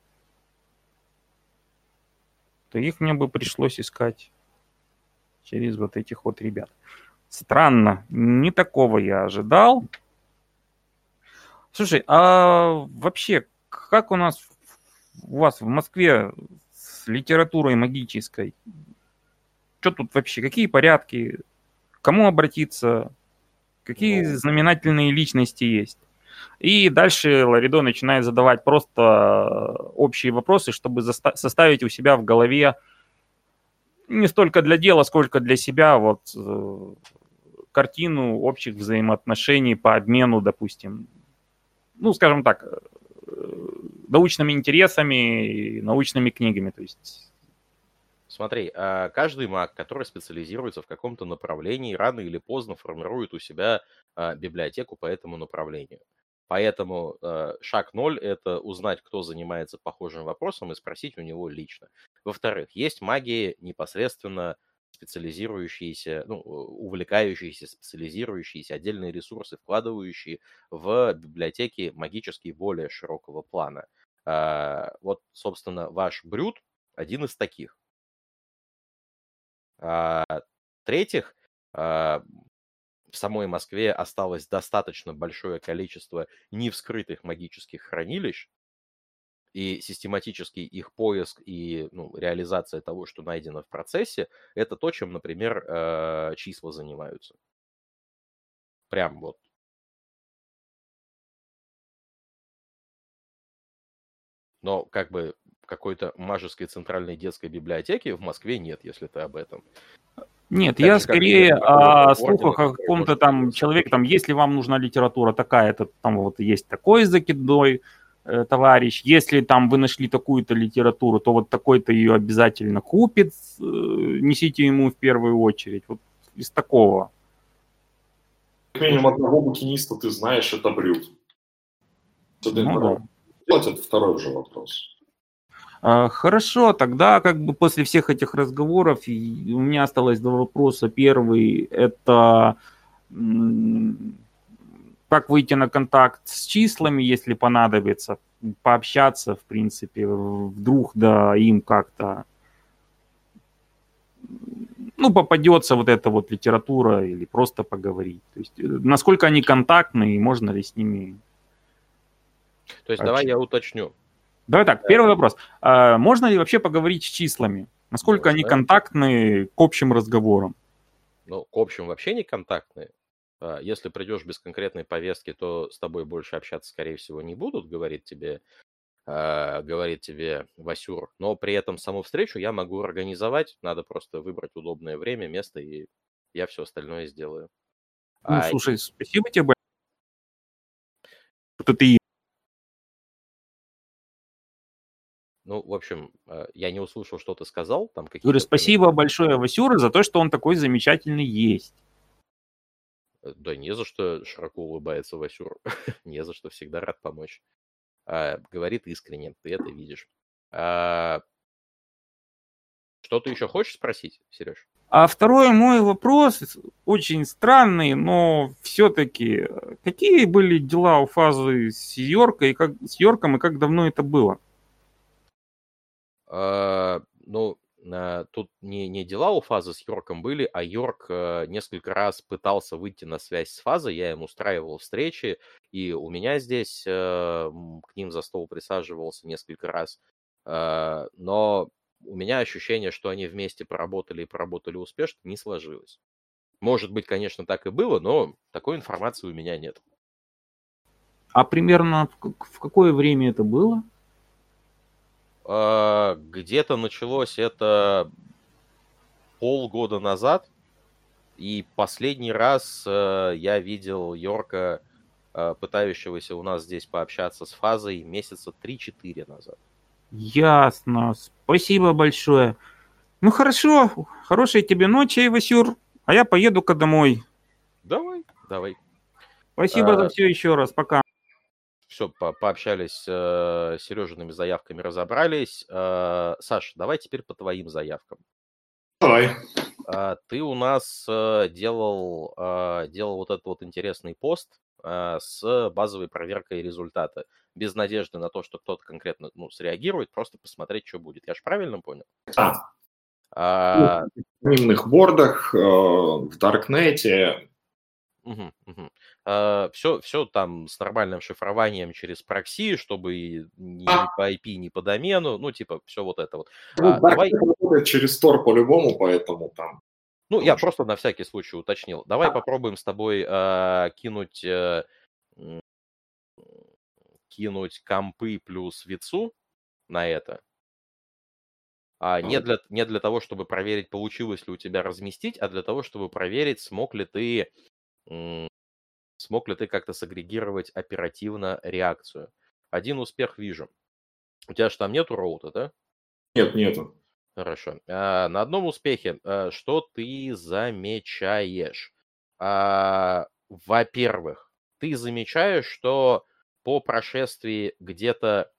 то их мне бы пришлось искать через вот этих вот ребят. Странно, не такого я ожидал. Слушай, а вообще, как у вас в Москве с литературой магической? Что тут вообще? Какие порядки? К кому обратиться? Какие знаменательные личности есть? И дальше Ларидо начинает задавать просто общие вопросы, чтобы составить у себя в голове не столько для дела, сколько для себя вот картину общих взаимоотношений по обмену, допустим, ну, скажем так, научными интересами и научными книгами. То есть... Смотри, каждый маг, который специализируется в каком-то направлении, рано или поздно формирует у себя библиотеку по этому направлению. Поэтому шаг 0 – это узнать, кто занимается похожим вопросом, и спросить у него лично. Во-вторых, есть маги непосредственно специализирующиеся, увлекающиеся, специализирующиеся, отдельные ресурсы, вкладывающие в библиотеки магические более широкого плана. Вот, собственно, ваш Брют один из таких. В-третьих, в самой Москве осталось достаточно большое количество невскрытых магических хранилищ, и систематический их поиск и реализация того, что найдено в процессе, это то, чем, например, числа занимаются. Прям вот. Но как бы какой-то мажеской центральной детской библиотеки в Москве нет, если ты об этом. Нет, Так я же, как скорее нет никакого о ордена, слухах о который каком-то может там появиться. человеке, там, если вам нужна литература такая-то, там вот есть такой закидной товарищ, если там вы нашли такую-то литературу, то вот такой-то ее обязательно купит, несите ему в первую очередь. Вот из такого. Как минимум одного букиниста ты знаешь, это Брют. Ну, да. Это второй уже вопрос. Хорошо, тогда как бы после всех этих разговоров у меня осталось два вопроса. Первый – это как выйти на контакт с числами, если понадобится, пообщаться, в принципе, вдруг да им как-то попадется вот эта вот литература или просто поговорить. То есть насколько они контактны и можно ли с ними... То есть давай я уточню. Давай так, первый вопрос. Можно ли вообще поговорить с числами? Насколько они контактны к общим разговорам? К общим вообще не контактны. Если придешь без конкретной повестки, то с тобой больше общаться, скорее всего, не будут, говорит тебе Васюр. Но при этом саму встречу я могу организовать. Надо просто выбрать удобное время, место, и я все остальное сделаю. Слушай, спасибо тебе большое. Что ты... в общем, я не услышал, что ты сказал. Там говорю, спасибо большое Васюру за то, что он такой замечательный есть. Да не за что, широко улыбается Васюр. Не за что, всегда рад помочь. Говорит искренне, ты это видишь. Что ты еще хочешь спросить, Сереж? А второй мой вопрос очень странный, но все-таки какие были дела у Фазы с Йорком и как давно это было? Тут не дела у Фазы с Йорком были, а Йорк несколько раз пытался выйти на связь с Фазой, я им устраивал встречи, и у меня здесь к ним за стол присаживался несколько раз, но у меня ощущение, что они вместе поработали успешно, не сложилось. Может быть, конечно, так и было, но такой информации у меня нет. А примерно в какое время это было? Где-то началось это полгода назад, и последний раз я видел Йорка, пытающегося у нас здесь пообщаться с Фазой, месяца 3-4 назад. Ясно. Спасибо большое. Ну хорошо, хорошей тебе ночи, Васюр, а я поеду-ка домой. Давай. Спасибо за все еще раз, пока. Все, пообщались с Сережиными заявками, разобрались. Саш, давай теперь по твоим заявкам. Давай. Ты у нас делал вот этот вот интересный пост с базовой проверкой результата, без надежды на то, что кто-то конкретно среагирует, просто посмотреть, что будет. Я же правильно понял? В анонимных бордах, в Даркнете. Все там с нормальным шифрованием через прокси, чтобы ни по IP, ни по домену, все вот это вот. Давай работает через Tor по-любому, поэтому там. Я просто на всякий случай уточнил. Давай попробуем с тобой кинуть компы плюс вицу на это. Не для того, чтобы проверить, получилось ли у тебя разместить, а для того, чтобы проверить, смог ли ты как-то сагрегировать оперативно реакцию. Один успех вижу. У тебя же там нету роута, да? Нет, нету. Хорошо. На одном успехе что ты замечаешь? Во-первых, ты замечаешь, что по прошествии где-то,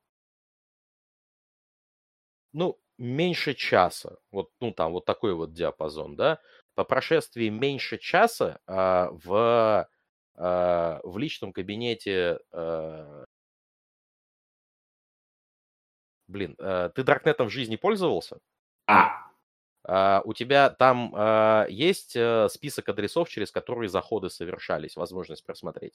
меньше часа, вот такой вот диапазон, да, по прошествии меньше часа в личном кабинете, ты Даркнетом в жизни пользовался? У тебя там есть список адресов, через которые заходы совершались, возможность просмотреть?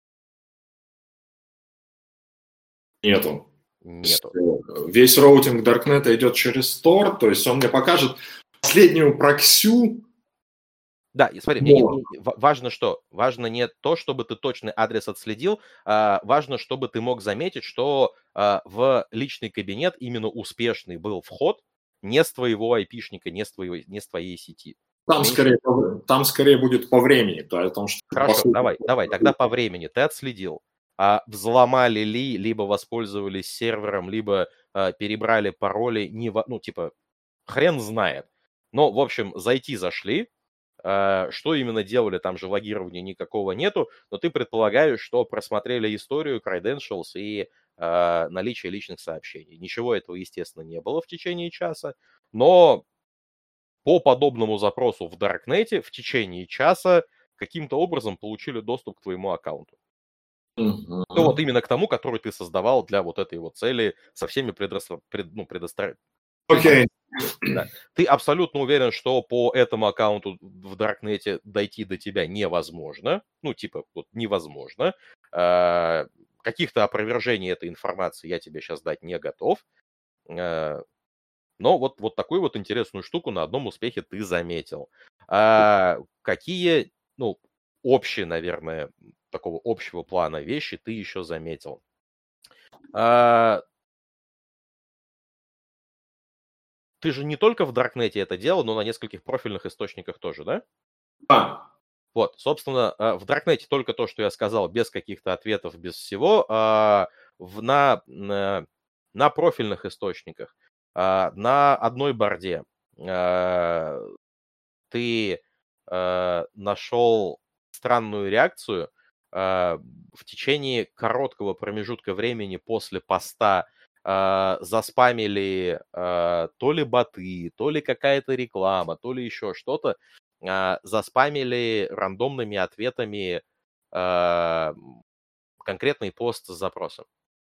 Нету. Весь роутинг Даркнета идет через Tor, то есть он мне покажет последнюю проксю. Да, и смотри, важно что? Важно не то, чтобы ты точный адрес отследил, важно, чтобы ты мог заметить, что в личный кабинет именно успешный был вход не с твоего айпишника, не с твоей сети. Там скорее будет по времени. Потому что Хорошо, давай, тогда по времени. Ты отследил. Взломали ли, либо воспользовались сервером, либо перебрали пароли, хрен знает. Но, в общем, зашли. Что именно делали, там же логирования никакого нету, но ты предполагаешь, что просмотрели историю, credentials и наличие личных сообщений. Ничего этого, естественно, не было в течение часа, но по подобному запросу в Даркнете в течение часа каким-то образом получили доступ к твоему аккаунту. Вот именно к тому, который ты создавал для вот этой вот цели со всеми Окей. Да. Ты абсолютно уверен, что по этому аккаунту в Даркнете дойти до тебя невозможно. Невозможно. Каких-то опровержений этой информации я тебе сейчас дать не готов. Но вот такую вот интересную штуку на одном успехе ты заметил. Какие, общие, наверное, такого общего плана вещи ты еще заметил? Ты же не только в Даркнете это делал, но на нескольких профильных источниках тоже, да? Вот, собственно, в Даркнете только то, что я сказал, без каких-то ответов, без всего. На профильных источниках, на одной борде ты нашел странную реакцию в течение короткого промежутка времени после поста. Заспамили то ли боты, то ли какая-то реклама, то ли еще что-то, заспамили рандомными ответами конкретный пост с запросом.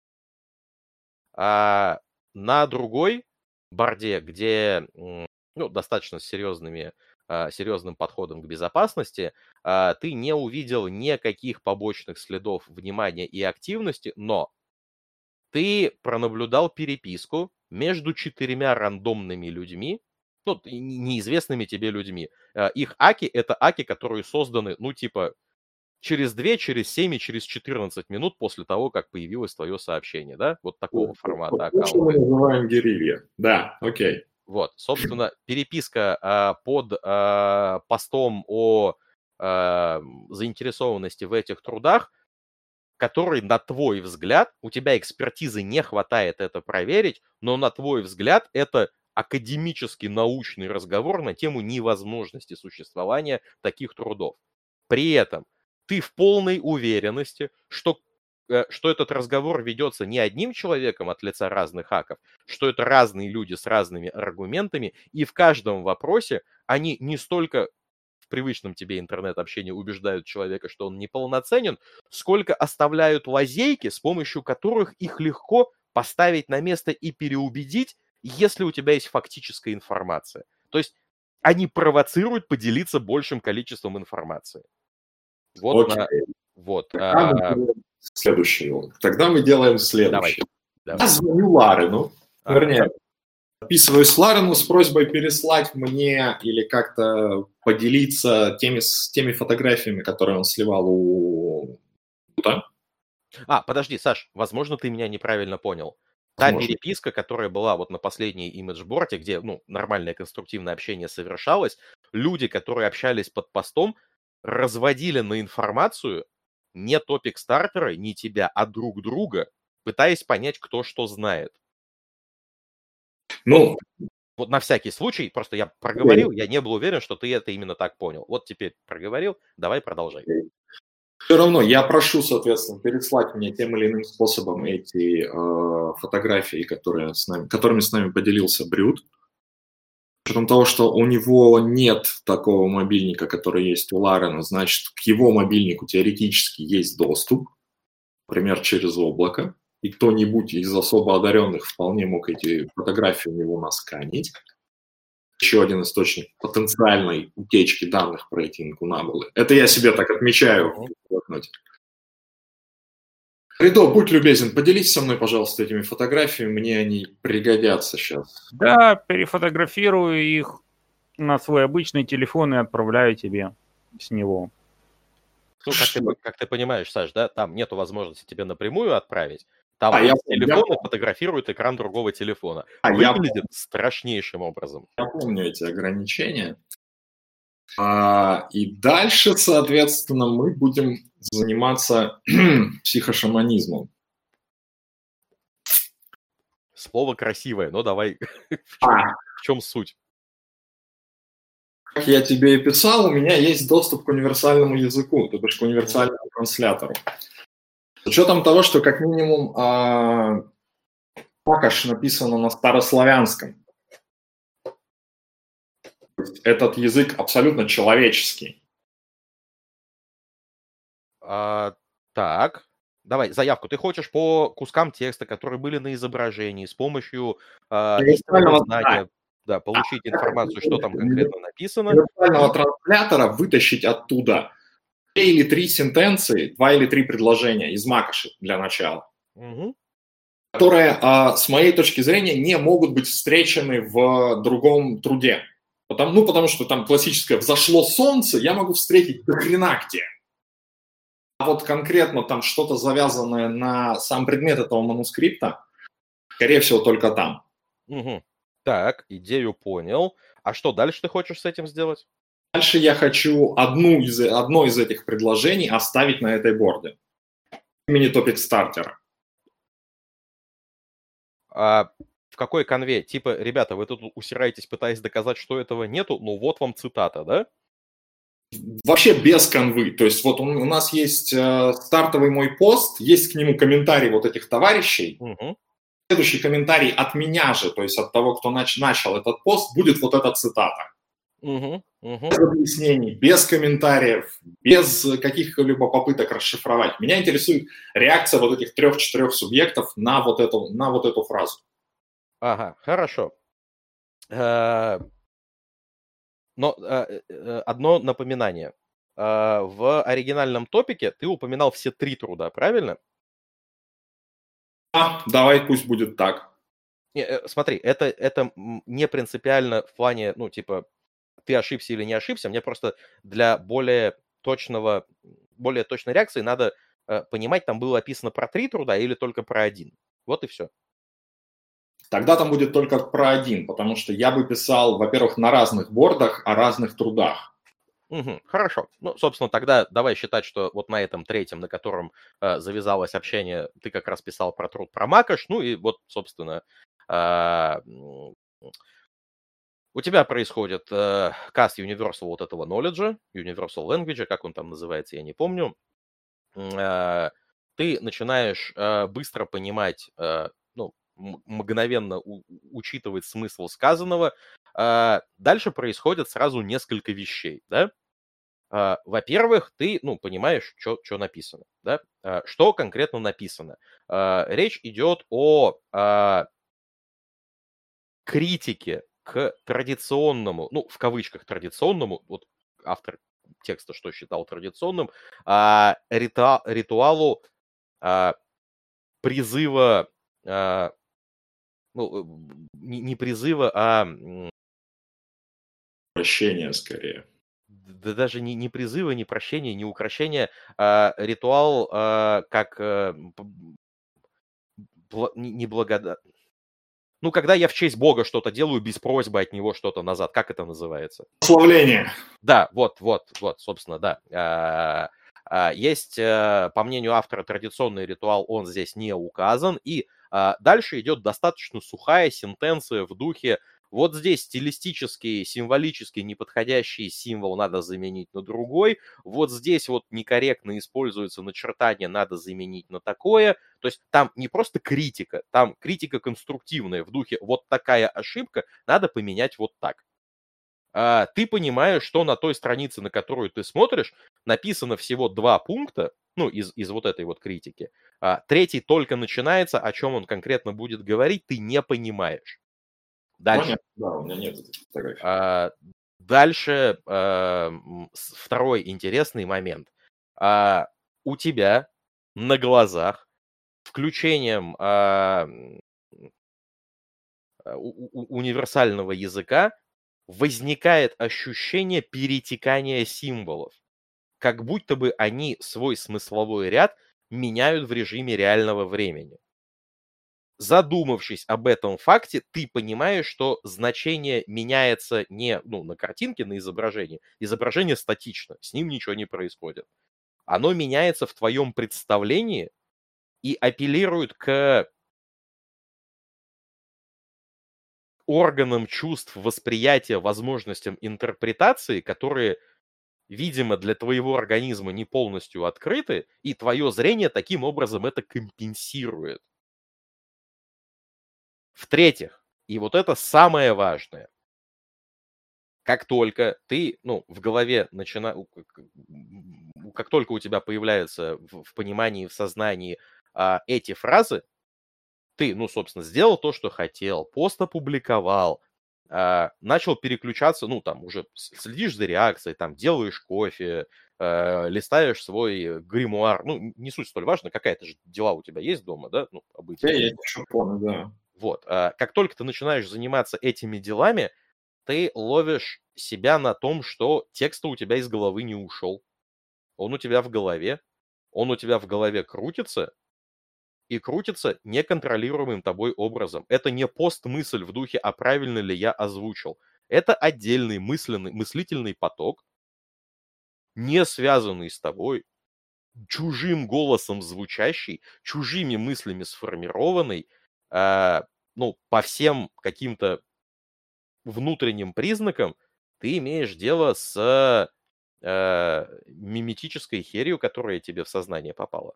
На другой борде, где достаточно серьезным подходом к безопасности, ты не увидел никаких побочных следов внимания и активности, но ты пронаблюдал переписку между 4 рандомными людьми, неизвестными тебе людьми. Их аки — это аки, которые созданы, через 2, через 7 и через 14 минут после того, как появилось твое сообщение, да? Вот такого формата То, что мы аккаунта. называем герилья. Да, окей. Вот, собственно, переписка под постом о заинтересованности в этих трудах, который, на твой взгляд, у тебя экспертизы не хватает это проверить, но на твой взгляд это академический научный разговор на тему невозможности существования таких трудов. При этом ты в полной уверенности, что этот разговор ведется не одним человеком от лица разных хаков, что это разные люди с разными аргументами, и в каждом вопросе они не столько в привычном тебе интернет-общении убеждают человека, что он неполноценен, сколько оставляют лазейки, с помощью которых их легко поставить на место и переубедить, если у тебя есть фактическая информация. То есть они провоцируют поделиться большим количеством информации. Вот. Окей. Вот. Тогда мы делаем следующее. Давай. Я звоню Ларену, вернее, записываюсь Ларену с просьбой переслать мне или как-то поделиться теми фотографиями, которые он сливал у... Подожди, Саш, возможно, ты меня неправильно понял. Та переписка, которая была вот на последней имиджборде, где нормальное конструктивное общение совершалось, люди, которые общались под постом, разводили на информацию не топик-стартера, не тебя, а друг друга, пытаясь понять, кто что знает. Вот на всякий случай, просто я проговорил, я не был уверен, что ты это именно так понял. Вот теперь проговорил, давай продолжай. Все равно я прошу, соответственно, переслать мне тем или иным способом эти фотографии, которыми с нами поделился Брют. С учетом того, что у него нет такого мобильника, который есть у Ларена, значит, к его мобильнику теоретически есть доступ, например, через облако, и кто-нибудь из особо одаренных вполне мог эти фотографии у него насканить. Еще один источник потенциальной утечки данных про эти инкунабулы. Это я себе так отмечаю в блокноте. Ридо, будь любезен, поделись со мной, пожалуйста, этими фотографиями, мне они пригодятся сейчас. Да, перефотографирую их на свой обычный телефон и отправляю тебе с него. Как ты понимаешь, Саш, да, там нету возможности тебе напрямую отправить. Там телефон фотографирует экран другого телефона. Выглядит страшнейшим образом. Я помню эти ограничения. И дальше, соответственно, мы будем заниматься психошаманизмом. Слово красивое, но давай. В чем суть? Как я тебе и писал, у меня есть доступ к универсальному языку, то есть к универсальному транслятору. С учетом того, что как минимум Макаш написано на старославянском. Этот язык абсолютно человеческий. Так, давай, заявку. Ты хочешь по кускам текста, которые были на изображении, с помощью истинного знания, получить информацию, что там конкретно написано. Виртуального транслятора вытащить оттуда 2 или 3 сентенции, 2 или 3 предложения из Макаши для начала, которые, с моей точки зрения, не могут быть встречены в другом труде. Потому что там классическое «взошло солнце» я могу встретить до хрена где. А вот конкретно там что-то завязанное на сам предмет этого манускрипта, скорее всего, только там. Так, идею понял. А что дальше ты хочешь с этим сделать? Дальше я хочу одно из этих предложений оставить на этой борде. Имени топик-стартера. В какой конве? Типа, ребята, вы тут усираетесь, пытаясь доказать, что этого нету, ну вот вам цитата, да? Вообще без конвы. То есть вот у нас есть стартовый мой пост, есть к нему комментарий вот этих товарищей. Следующий комментарий от меня же, то есть от того, кто начал этот пост, будет вот эта цитата. Без объяснений, без комментариев, без каких-либо попыток расшифровать. Меня интересует реакция вот этих 3-4 субъектов на вот эту фразу. Ага, хорошо. Но одно напоминание. В оригинальном топике ты упоминал все 3 труда, правильно? Давай, пусть будет так. Смотри, это не принципиально в плане, ты ошибся или не ошибся. Мне просто для более точного более точной реакцией надо понимать, там было описано про 3 труда или только про 1. Вот и все. Тогда там будет только про 1, потому что я бы писал, во-первых, на разных бордах о разных трудах. Угу, хорошо. Ну, собственно, тогда давай считать, что вот на этом 3-м, на котором завязалось общение, ты как раз писал про труд про Макаш, ну и вот, собственно, у тебя происходит каст Universal вот этого knowledge, Universal Language, как он там называется, я не помню. Ты начинаешь быстро понимать, ну, мгновенно учитывать смысл сказанного. Дальше происходит сразу несколько вещей, да? Во-первых, ты, ну, понимаешь, что написано, да? Что конкретно написано? Речь идет о критике к традиционному, ну, в кавычках традиционному, вот автор текста что считал традиционным, ритуалу призыва, ну, не призыва, а... Прощение, скорее. Да даже не призыва, не прощения, не укрощения, ритуал как неблагодарность. Ну, когда я в честь Бога что-то делаю, без просьбы от него что-то назад. Как это называется? Славление. Да, вот, собственно, да. Есть, по мнению автора, традиционный ритуал, он здесь не указан. И дальше идет достаточно сухая сентенция в духе: вот здесь стилистический, символически неподходящий символ надо заменить на другой. Вот здесь вот некорректно используется начертание, надо заменить на такое. То есть там не просто критика, там критика конструктивная в духе: вот такая ошибка, надо поменять вот так. Ты понимаешь, что на той странице, на которую ты смотришь, написано всего 2 пункта, ну, из вот этой вот критики. 3-й только начинается, о чем он конкретно будет говорить, ты не понимаешь. Дальше. Да, у меня нет этой фотографии. Дальше второй интересный момент. У тебя на глазах включением универсального языка возникает ощущение перетекания символов, как будто бы они свой смысловой ряд меняют в режиме реального времени. Задумавшись об этом факте, ты понимаешь, что значение меняется не, ну, на картинке, на изображении. Изображение статично, с ним ничего не происходит. Оно меняется в твоем представлении и апеллирует к органам чувств, восприятия, возможностям интерпретации, которые, видимо, для твоего организма не полностью открыты, и твое зрение таким образом это компенсирует. В-третьих, и вот это самое важное, как только ты, ну, в голове как только у тебя появляются в понимании, в сознании эти фразы, ты, ну, собственно, сделал то, что хотел, пост опубликовал, начал переключаться, ну, там, уже следишь за реакцией, там, делаешь кофе, листаешь свой гримуар, ну, не суть столь важно, какая-то же дела у тебя есть дома, да, ну, обычно. Я еще помню, да. Вот, как только ты начинаешь заниматься этими делами, ты ловишь себя на том, что текст у тебя из головы не ушел. Он у тебя в голове, крутится, и крутится неконтролируемым тобой образом. Это не постмысль в духе: а правильно ли я озвучил. Это отдельный мыслительный поток, не связанный с тобой, чужим голосом звучащий, чужими мыслями сформированный, ну, по всем каким-то внутренним признакам ты имеешь дело с миметической херью, которая тебе в сознание попала.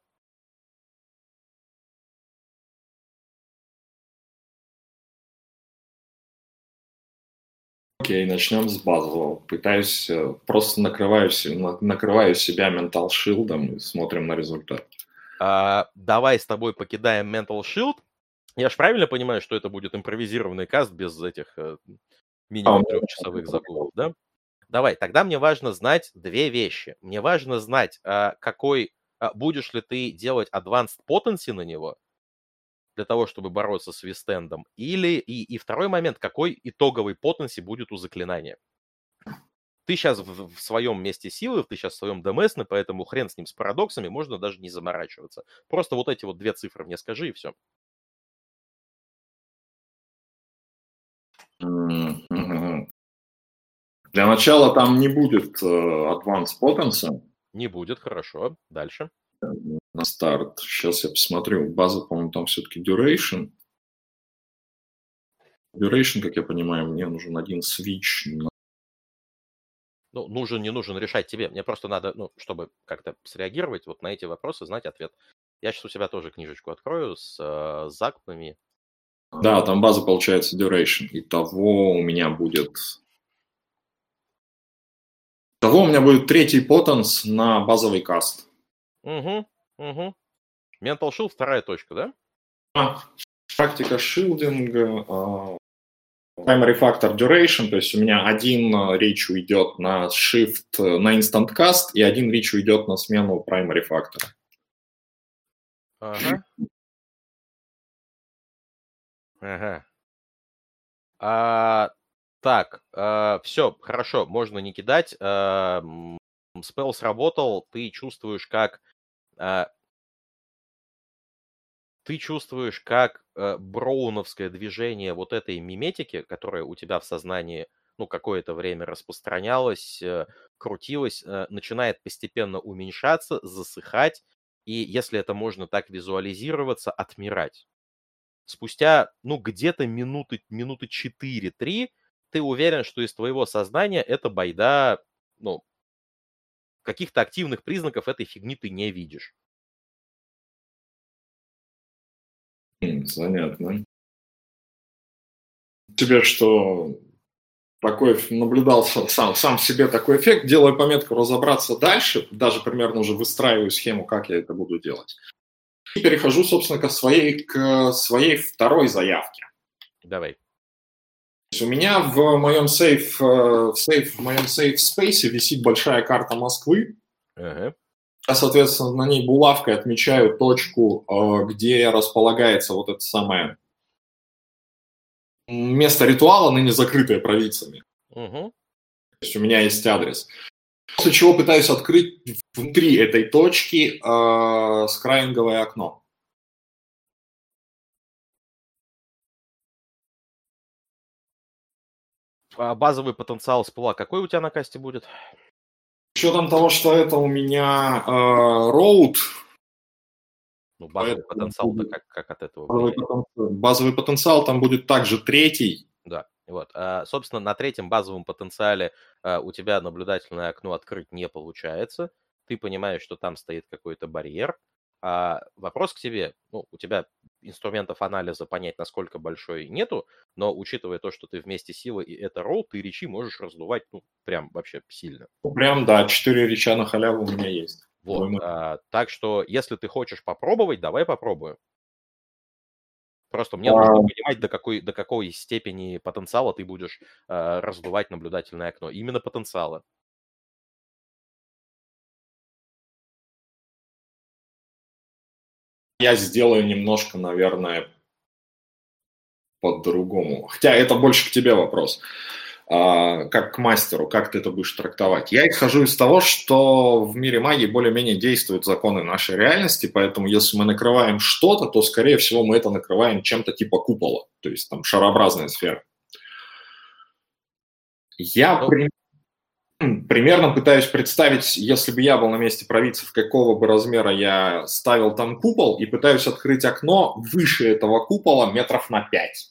Окей, начнем с базового. Пытаюсь, просто накрываю себя ментал-шилдом и смотрим на результат. Давай с тобой покидаем Mental Shield. Я же правильно понимаю, что это будет импровизированный каст без этих минимум 3-часовых загулов, да? Давай, тогда мне важно знать 2 вещи. Мне важно знать, будешь ли ты делать Advanced Potency на него, для того, чтобы бороться с вистендом, и второй момент, какой итоговый potency будет у заклинания. Ты сейчас в своем месте силы, ты сейчас в своем ДМС, поэтому хрен с ним, с парадоксами, можно даже не заморачиваться. Просто вот эти вот 2 цифры мне скажи, и все. Для начала там не будет Advanced Potency. Не будет, хорошо. Дальше. На старт. Сейчас я посмотрю. База, по-моему, там все-таки Duration. Duration, как я понимаю, мне нужен один свич. Ну, нужен, не нужен, решать тебе. Мне просто надо, чтобы как-то среагировать вот на эти вопросы, знать ответ. Я сейчас у себя тоже книжечку открою с закупами. Да, там база получается Duration. Итого у меня будет 3-й потенс на базовый каст. Угу. Mental Shield, 2-я точка, да? Практика шилдинга, primary factor duration, то есть у меня один речь уйдет на shift, на instant cast, и один речь уйдет на смену primary factor. Ага. Так, все, хорошо, можно не кидать. Спелл сработал, ты чувствуешь, как броуновское движение вот этой миметики, которая у тебя в сознании, какое-то время распространялось, крутилось, начинает постепенно уменьшаться, засыхать, и, если это можно так визуализироваться, отмирать. Спустя, где-то минуты 4-3 ты уверен, что из твоего сознания эта байда, каких-то активных признаков этой фигни ты не видишь. Занятно. Тебе что, такой наблюдал сам в себе такой эффект, делаю пометку разобраться дальше, даже примерно уже выстраиваю схему, как я это буду делать. И перехожу, собственно, к своей второй заявке. Давай. То есть у меня в моем сейф-спейсе висит большая карта Москвы. Ага. Я, соответственно, на ней булавкой отмечаю точку, где располагается вот это самое место ритуала, ныне закрытое провидцами. Угу. То есть у меня есть адрес. После чего пытаюсь открыть внутри этой точки скрайинговое окно. А базовый потенциал спыла какой у тебя на касте будет? С учетом того, что это у меня роуд. Базовый потенциал-то как от этого? Базовый потенциал там будет также 3-й. Да, вот. Собственно, на 3-м базовом потенциале у тебя наблюдательное окно открыть не получается. Ты понимаешь, что там стоит какой-то барьер. Вопрос к тебе. У тебя инструментов анализа понять, насколько большой, нету, но учитывая то, что ты вместе силы и это ролл, ты речи можешь раздувать, прям вообще сильно. Прям, да, 4 реча на халяву у меня есть. Вот, так что, если ты хочешь попробовать, давай попробуем. Просто мне нужно понимать, до какой степени потенциала ты будешь раздувать наблюдательное окно. Именно потенциала. Я сделаю немножко, наверное, по-другому. Хотя это больше к тебе вопрос. Как к мастеру, как ты это будешь трактовать. Я исхожу из того, что в мире магии более-менее действуют законы нашей реальности, поэтому если мы накрываем что-то, то, скорее всего, мы это накрываем чем-то типа купола, то есть там шарообразная сфера. Я примерно пытаюсь представить, если бы я был на месте провидцев, какого бы размера я ставил там купол, и пытаюсь открыть окно выше этого купола метров на 5.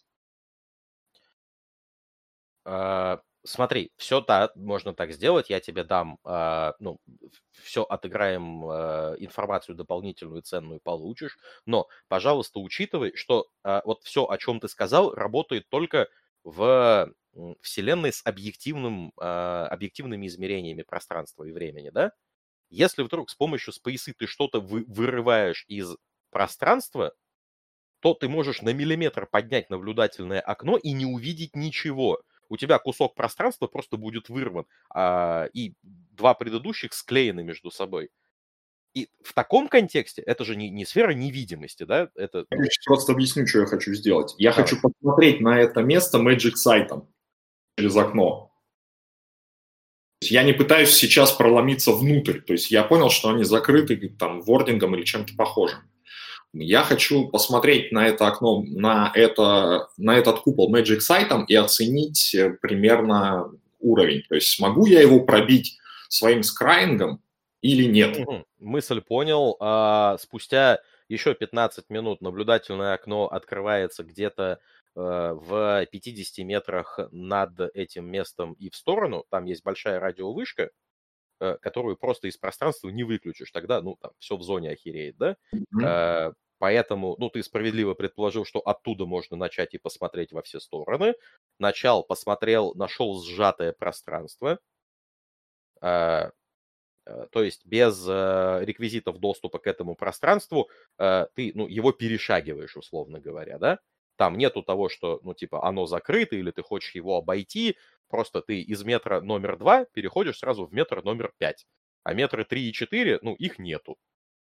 Смотри, все можно так сделать, я тебе дам, все отыграем, информацию дополнительную, ценную получишь, но, пожалуйста, учитывай, что вот все, о чем ты сказал, работает только в вселенной с объективными измерениями пространства и времени, да? Если вдруг с помощью спейсы ты что-то вырываешь из пространства, то ты можешь на миллиметр поднять наблюдательное окно и не увидеть ничего. У тебя кусок пространства просто будет вырван, и 2 предыдущих склеены между собой. И в таком контексте это же не сфера невидимости, да? Это... Я просто объясню, что я хочу сделать. Я хочу посмотреть на это место Magic Sight через окно. есть я не пытаюсь сейчас проломиться внутрь. То есть я понял, что они закрыты там вордингом или чем-то похожим. Я хочу посмотреть на это окно, на этот купол Magic Site и оценить примерно уровень. То есть смогу я его пробить своим скрайингом или нет. Мысль понял. Спустя еще 15 минут наблюдательное окно открывается где-то в 50 метрах над этим местом и в сторону. Там есть большая радиовышка, которую просто из пространства не выключишь. Тогда, ну, там все в зоне охереет, да? Поэтому, ну, ты справедливо предположил, что оттуда можно начать и посмотреть во все стороны. Начал, посмотрел, нашел сжатое пространство. То есть без реквизитов доступа к этому пространству ты, ну, его перешагиваешь, условно говоря, да? Там нету того, что, ну, типа, оно закрыто, или ты хочешь его обойти. Просто ты из метра номер 2 переходишь сразу в метр номер 5. А метры 3 и 4, ну, их нету.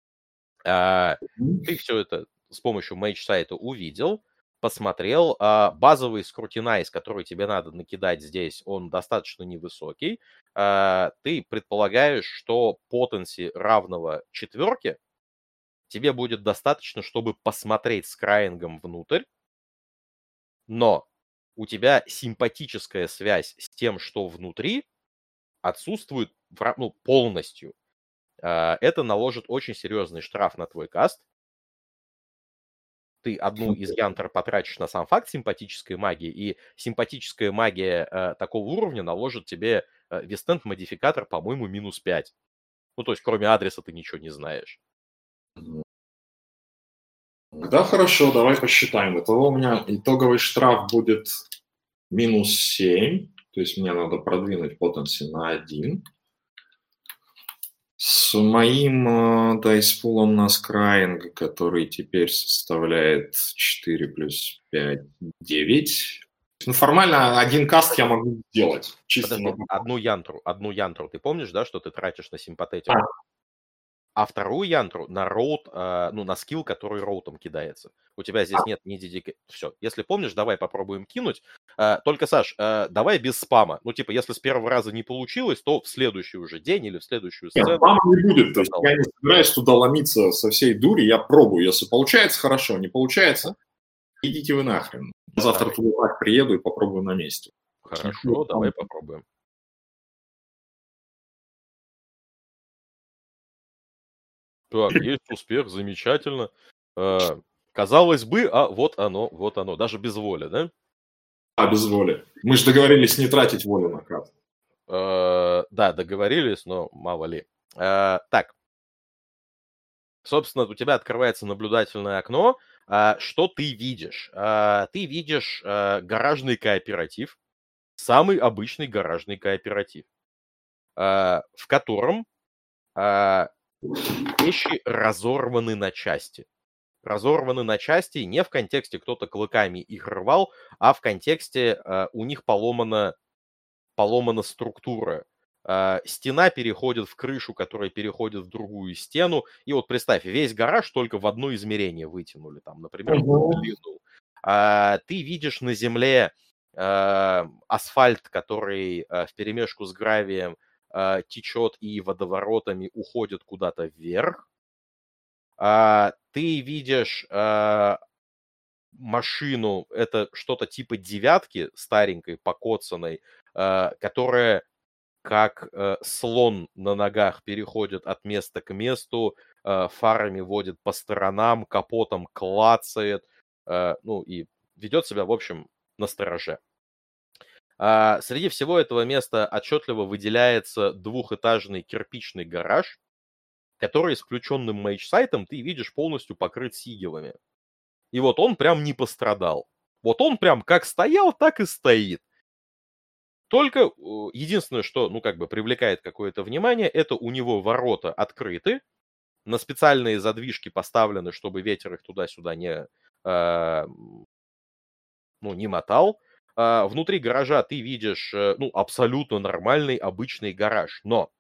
Ты все это с помощью мейдж-сайта увидел, посмотрел. Базовый скрутинайз, который тебе надо накидать здесь, он достаточно невысокий. Ты предполагаешь, что потенси равного 4 тебе будет достаточно, чтобы посмотреть скрайингом внутрь, но у тебя симпатическая связь с тем, что внутри, отсутствует, ну, полностью. Это наложит очень серьезный штраф на твой каст. Ты одну из янтр потратишь на сам факт симпатической магии, и симпатическая магия такого уровня наложит тебе вестенд-модификатор, по-моему, -5. Ну, то есть, кроме адреса ты ничего не знаешь. Да, хорошо, давай посчитаем. Итого у меня итоговый штраф будет -7, то есть мне надо продвинуть потенси на 1. С моим дайспулом на скрайинг, который теперь составляет 4 плюс 5, 9. Ну, формально один каст я могу сделать. Чисто Подожди, одну янтру. Ты помнишь, да, что ты тратишь на симпатетику? А вторую янтру на роут, ну, на скилл, который роутом кидается. У тебя здесь нет ни дедика... Все. Если помнишь, давай попробуем кинуть. Только, Саш, давай без спама. Ну, типа, если с первого раза не получилось, то в следующий уже день или в следующую сцену... Нет, спама не будет. То есть я не собираюсь туда ломиться со всей дури. Я пробую. Если получается, хорошо. Не получается, идите вы нахрен. Завтра туда так приеду и попробую на месте. Хорошо, давай попробуем. Так, есть успех, замечательно. Казалось бы, вот оно, даже без воли, да? Без воли. Мы же договорились не тратить волю на каст. Да, договорились, но мало ли. Так, собственно, у тебя открывается наблюдательное окно. Что ты видишь? Ты видишь гаражный кооператив, самый обычный гаражный кооператив, в котором вещи разорваны на части. Разорваны на части не в контексте кто-то клыками их рвал, а в контексте у них поломана структура. Стена переходит в крышу, которая переходит в другую стену. И вот представь, весь гараж только в одно измерение вытянули. Там, например, длину. Ты видишь на земле асфальт, который вперемешку с гравием течет и водоворотами уходит куда-то вверх. Ты видишь машину, это что-то типа 9, старенькой, покоцанной, которая как слон на ногах переходит от места к месту, фарами водит по сторонам, капотом клацает, ну и ведет себя, в общем, настороже. Среди всего этого места отчетливо выделяется двухэтажный кирпичный гараж, который с включенным мейдж-сайтом ты видишь полностью покрыт сигилами. И вот он прям не пострадал. Вот он прям как стоял, так и стоит. Только единственное, что, ну, как бы привлекает какое-то внимание, это у него ворота открыты, на специальные задвижки поставлены, чтобы ветер их туда-сюда не мотал. Внутри гаража ты видишь, ну, абсолютно нормальный, обычный гараж. Но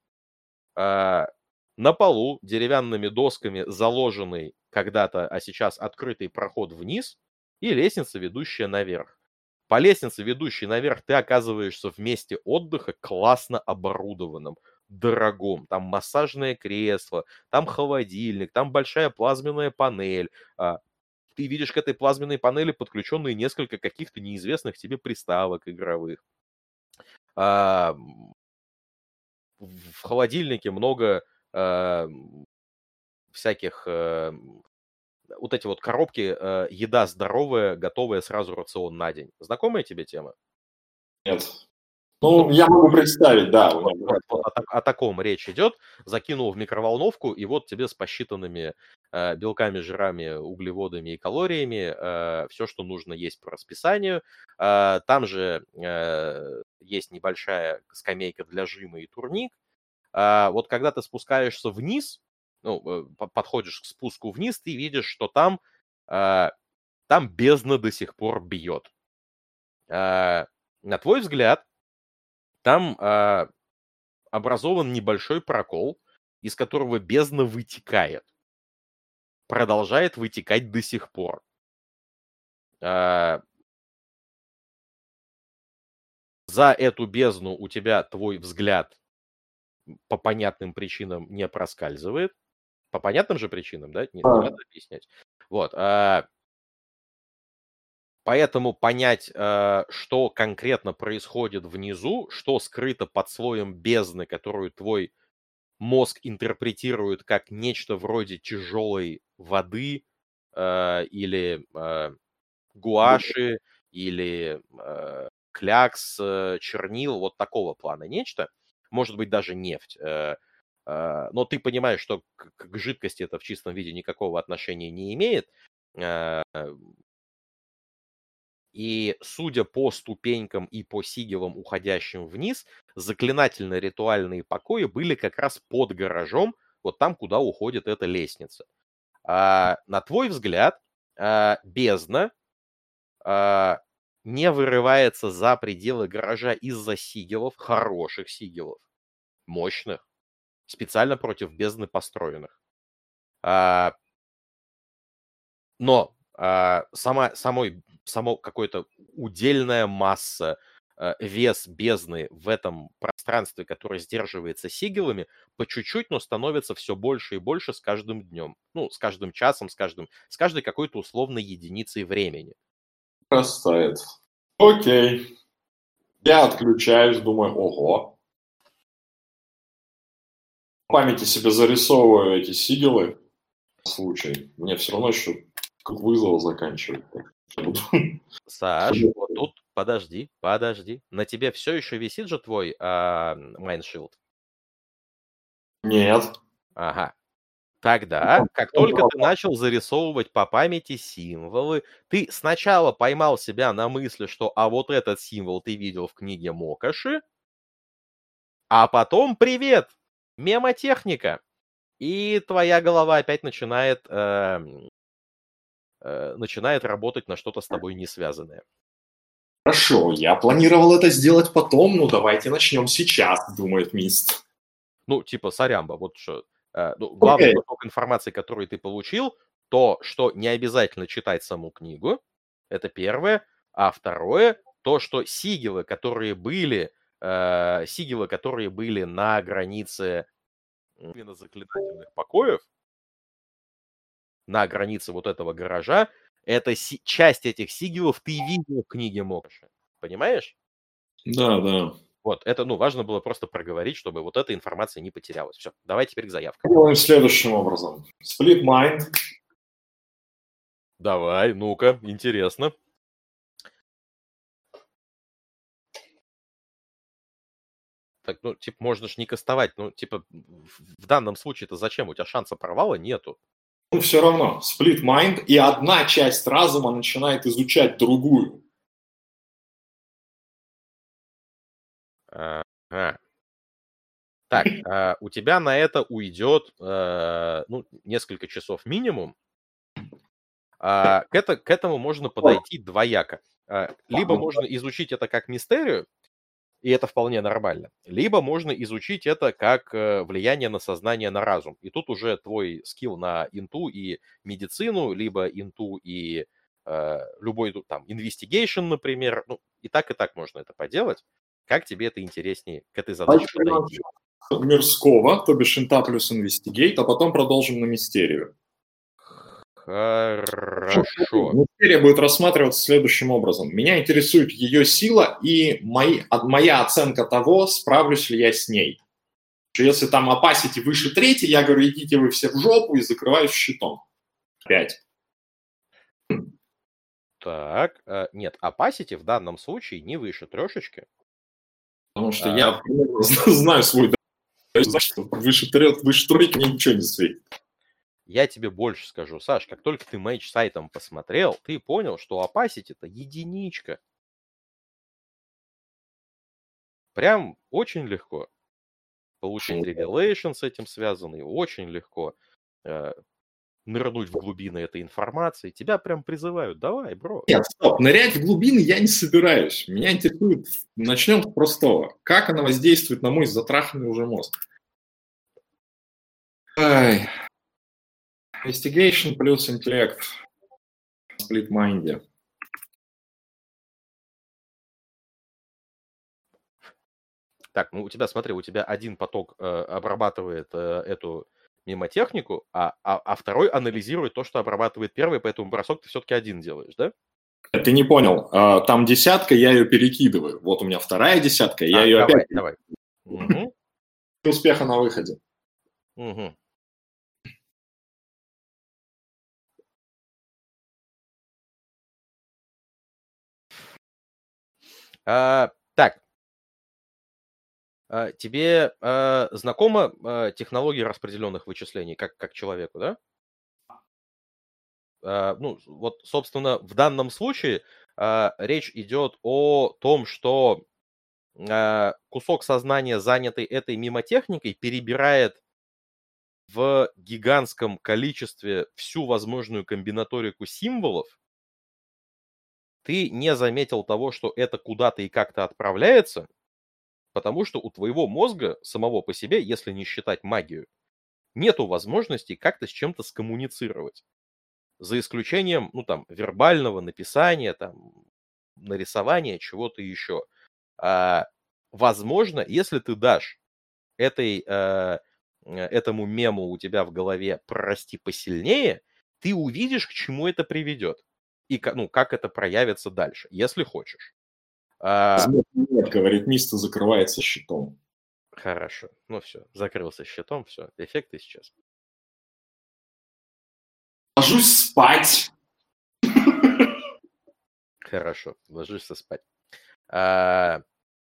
на полу деревянными досками заложенный когда-то, а сейчас открытый проход вниз и лестница, ведущая наверх. По лестнице, ведущей наверх, ты оказываешься в месте отдыха классно оборудованном, дорогом. Там массажное кресло, там холодильник, там большая плазменная панель. Ты видишь к этой плазменной панели подключенные несколько каких-то неизвестных тебе приставок игровых. В холодильнике много всяких... Вот эти вот коробки, еда здоровая, готовая сразу рацион на день. Знакомая тебе тема? Нет. Ну, я могу представить, да. Вот о таком речь идет. Закинул в микроволновку, и вот тебе с посчитанными белками, жирами, углеводами и калориями все, что нужно есть по расписанию. Там же есть небольшая скамейка для жима и турник. Вот когда ты спускаешься вниз, ну, подходишь к спуску вниз, ты видишь, что там бездна до сих пор бьет. На твой взгляд, там образован небольшой прокол, из которого бездна вытекает. Продолжает вытекать до сих пор. За эту бездну у тебя твой взгляд по понятным причинам не проскальзывает. По понятным же причинам, да? Не надо объяснять. Вот. Поэтому понять, что конкретно происходит внизу, что скрыто под слоем бездны, которую твой мозг интерпретирует как нечто вроде тяжелой воды или гуаши, или клякс, чернил, вот такого плана нечто. Может быть, даже нефть. Но ты понимаешь, что к жидкости это в чистом виде никакого отношения не имеет. И, судя по ступенькам и по сигилам, уходящим вниз, заклинательно-ритуальные покои были как раз под гаражом, вот там, куда уходит эта лестница. На твой взгляд, бездна не вырывается за пределы гаража из-за сигилов, хороших сигилов, мощных, специально против бездны построенных. Но сама какая-то удельная масса, вес бездны в этом пространстве, которое сдерживается сигилами, по чуть-чуть, но становится все больше и больше с каждым днем. Ну, с каждым часом, с каждой какой-то условной единицей времени. Растает. Окей. Я отключаюсь, думаю, ого. В памяти себе зарисовываю эти сигилы. Случай. Мне все равно еще как вызов заканчивать. Саш, вот тут подожди. На тебе все еще висит же твой Mind Shield? Нет. Ага. Тогда, как только ты начал зарисовывать по памяти символы, ты сначала поймал себя на мысли, что вот этот символ ты видел в книге Мокоши, а потом привет, мемотехника. И твоя голова опять начинает работать на что-то с тобой не связанное. Хорошо, я планировал это сделать потом, ну давайте начнем сейчас, думает Мист. Ну, типа, сорямба, вот что. Главный поток информации, который ты получил, то, что не обязательно читать саму книгу, это первое. А второе, то, что сигилы, которые были на границе именно заклинательных покоев, на границе вот этого гаража, это часть этих сигилов ты видел в книге Мокоши. Понимаешь? Да. Вот, это, важно было просто проговорить, чтобы вот эта информация не потерялась. Все, давай теперь к заявкам. Делаем следующим образом. Split Mind. Давай, ну-ка, интересно. Так, можно ж не кастовать. В данном случае-то зачем? У тебя шанса провала нету. Ну, все равно. Split Mind, и одна часть разума начинает изучать другую. Так, у тебя на это уйдет несколько часов минимум. К этому можно подойти двояко. Либо можно изучить это как мистерию, и это вполне нормально. Либо можно изучить это как влияние на сознание, на разум. И тут уже твой скилл на инту и медицину, либо инту и любой там investigation, например, ну, и так можно это поделать. Как тебе это интереснее к этой задаче подойти? Мирского, то бишь инта плюс investigate, а потом продолжим на мистерию. Хорошо. Мистерия будет рассматриваться следующим образом. Меня интересует ее сила и моя оценка того, справлюсь ли я с ней. Если там opacity выше 3, я говорю, идите вы все в жопу и закрываюсь щитом. 5. Так, нет, opacity в данном случае не выше 3. Потому что я знаю свой что выше 3 мне ничего не светит. Я тебе больше скажу, Саш, как только ты мейдж сайтом посмотрел, ты понял, что opacity это единичка. Прям очень легко получить revelation с этим связанный, очень легко нырнуть в глубины этой информации. Тебя прям призывают, давай, бро. Нет, стоп, нырять в глубины я не собираюсь. Меня интересует, начнем с простого. Как она воздействует на мой затраханный уже мозг? Investigation плюс интеллект. Split mind. Так, ну у тебя, смотри, у тебя один поток обрабатывает эту мемотехнику, а второй анализирует то, что обрабатывает первый, поэтому бросок ты все-таки один делаешь, да? Ты не понял. Там 10, я ее перекидываю. Вот у меня 2 10, я ее давай, опять... Давай. Угу. Успеха на выходе. Угу. Так. Тебе знакома технология распределенных вычислений как человеку, да? Ну, вот, собственно, в данном случае речь идет о том, что кусок сознания, занятый этой мемотехникой, перебирает в гигантском количестве всю возможную комбинаторику символов. Ты не заметил того, что это куда-то и как-то отправляется, потому что у твоего мозга самого по себе, если не считать магию, нету возможности как-то с чем-то скоммуницировать. За исключением, ну, там, вербального написания, там, нарисования, чего-то еще. Возможно, если ты дашь этому мему у тебя в голове прорасти посильнее, ты увидишь, к чему это приведет. И ну, как это проявится дальше, если хочешь. Нет, говорит, Миста закрывается щитом. Хорошо. Ну все, закрылся щитом, все, эффект исчез. Ложусь спать. Хорошо, ложишься спать. Так,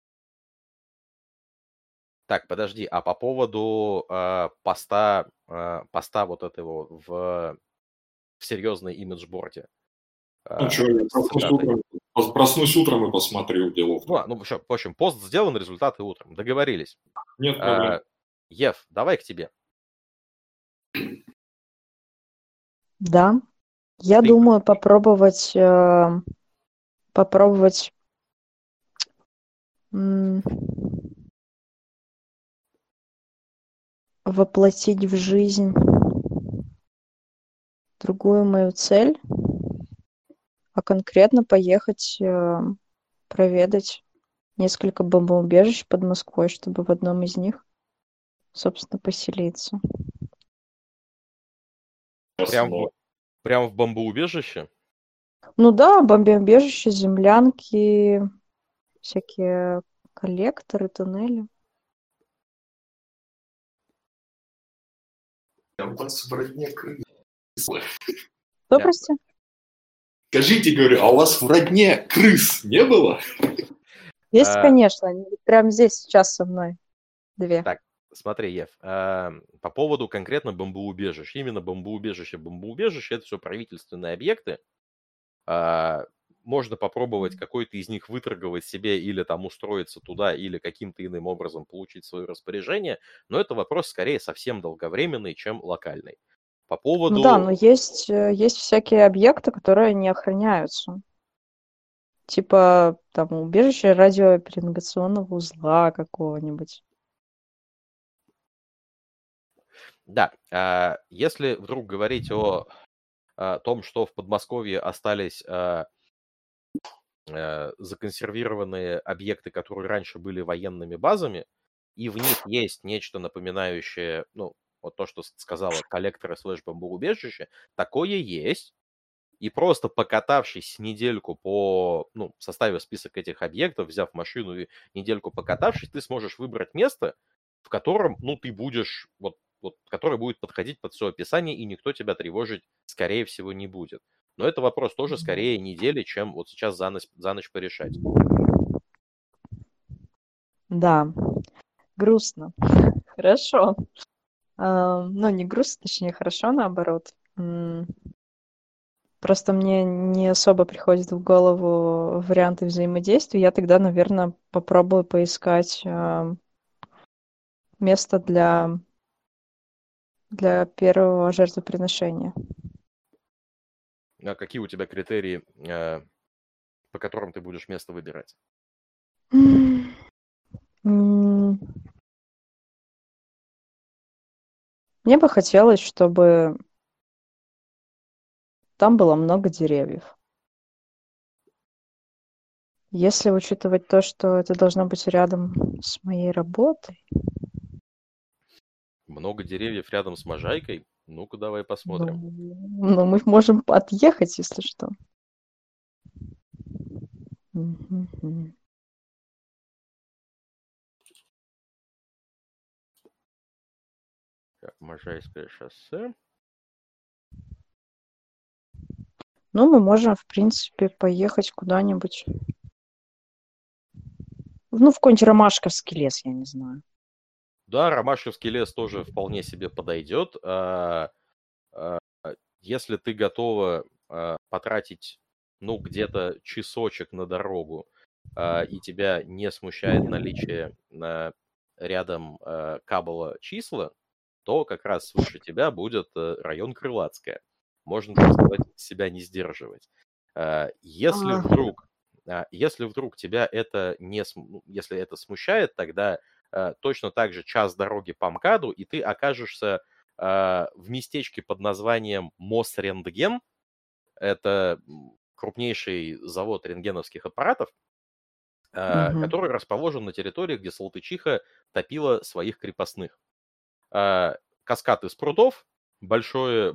подожди, а по поводу поста вот этого в серьезной имиджборде? Ну что, я проснусь утром и посмотрю делов. Ну, в общем, пост сделан, результаты утром. Договорились. Нет проблем. Ев, давай к тебе. Да. Я думаю попробовать воплотить в жизнь другую мою цель, а конкретно поехать проведать несколько бомбоубежищ под Москвой, чтобы в одном из них, собственно, поселиться. Прям в бомбоубежище? Ну да, бомбоубежище, землянки, всякие коллекторы, туннели. У вас в родне крыс. Что, прости? Скажите, говорю, а у вас в родне крыс не было? Есть, конечно, они прямо здесь сейчас со мной. 2. Так, смотри, Ев, по поводу конкретно бомбоубежищ. Именно бомбоубежище, это все правительственные объекты. Можно попробовать какой-то из них выторговать себе или там устроиться туда, или каким-то иным образом получить свое распоряжение, но это вопрос скорее совсем долговременный, чем локальный. По поводу... Ну да, но есть всякие объекты, которые не охраняются. Типа там убежище радиоперингационного узла какого-нибудь. Да, если вдруг говорить о о том, что в Подмосковье остались законсервированные объекты, которые раньше были военными базами, и в них есть нечто напоминающее, ну, вот то, что сказала коллекторы /бомбоубежище, такое есть. И просто покатавшись недельку по, ну, составив список этих объектов, взяв машину и недельку покатавшись, ты сможешь выбрать место, в котором, ну, ты будешь, вот, которое будет подходить под все описание, и никто тебя тревожить, скорее всего, не будет. Но это вопрос тоже скорее недели, чем вот сейчас за ночь порешать. Да, грустно. Хорошо. Ну, не грустно, точнее, хорошо, наоборот. Просто мне не особо приходят в голову варианты взаимодействия. Я тогда, наверное, попробую поискать место для первого жертвоприношения. А какие у тебя критерии, по которым ты будешь место выбирать? Мне бы хотелось, чтобы там было много деревьев. Если учитывать то, что это должно быть рядом с моей работой, Много деревьев рядом с Можайкой? Ну-ка, давай посмотрим. ну, мы можем отъехать, если что. Мгм. Так, Можайское шоссе. Ну, мы можем, в принципе, поехать куда-нибудь. Ну, в какой-нибудь Ромашковский лес, я не знаю. Да, Ромашковский лес тоже вполне себе подойдет. Если ты готова потратить, ну, где-то часочек на дорогу, и тебя не смущает наличие рядом Кабола числа, то как раз выше тебя будет район Крылатская. Можно, так сказать, себя не сдерживать. Если вдруг тебя это если это смущает, тогда точно так же час дороги по МКАДу, и ты окажешься в местечке под названием Мосрентген. Это крупнейший завод рентгеновских аппаратов, который расположен на территории, где Салтычиха топила своих крепостных. Каскад из прудов, большой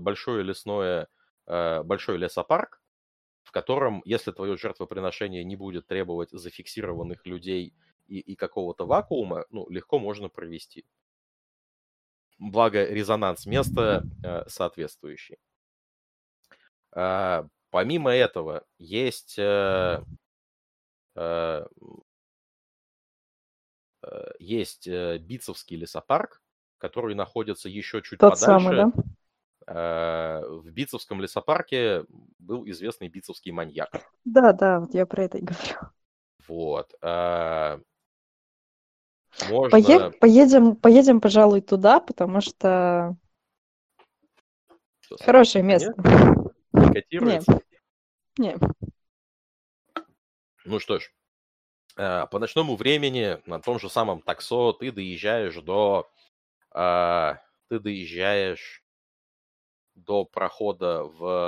лесопарк, в котором, если твое жертвоприношение не будет требовать зафиксированных людей и какого-то вакуума, ну, легко можно провести. Благо, резонанс места соответствующий. Помимо этого, есть Битцевский лесопарк, который находится еще чуть Тот подальше. самый, да? В Битцевском лесопарке был известный битцевский маньяк. Да, вот я про это и говорю. Вот. Можно... Поедем, пожалуй, туда, потому что Что, хорошее место. не котируется? Не. Ну что ж, по ночному времени на том же самом таксо ты доезжаешь до прохода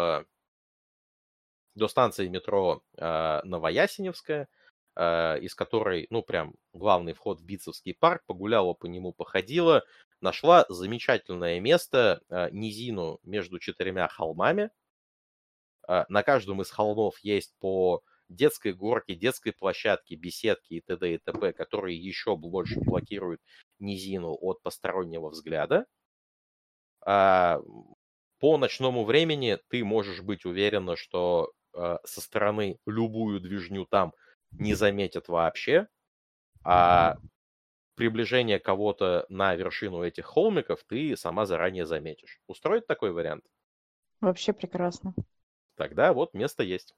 до станции метро Новоясеневская, из которой, ну, прям главный вход в Битцевский парк, погуляла по нему, походила, нашла замечательное место, низину между 4 холмами. На каждом из холмов есть по детской горке, детской площадке, беседке и т.д. и т.п., которые еще больше блокируют низину от постороннего взгляда. По ночному времени ты можешь быть уверена, что со стороны любую движню там не заметят вообще, а приближение кого-то на вершину этих холмиков ты сама заранее заметишь. Устроит такой вариант? Вообще прекрасно. Тогда вот место есть.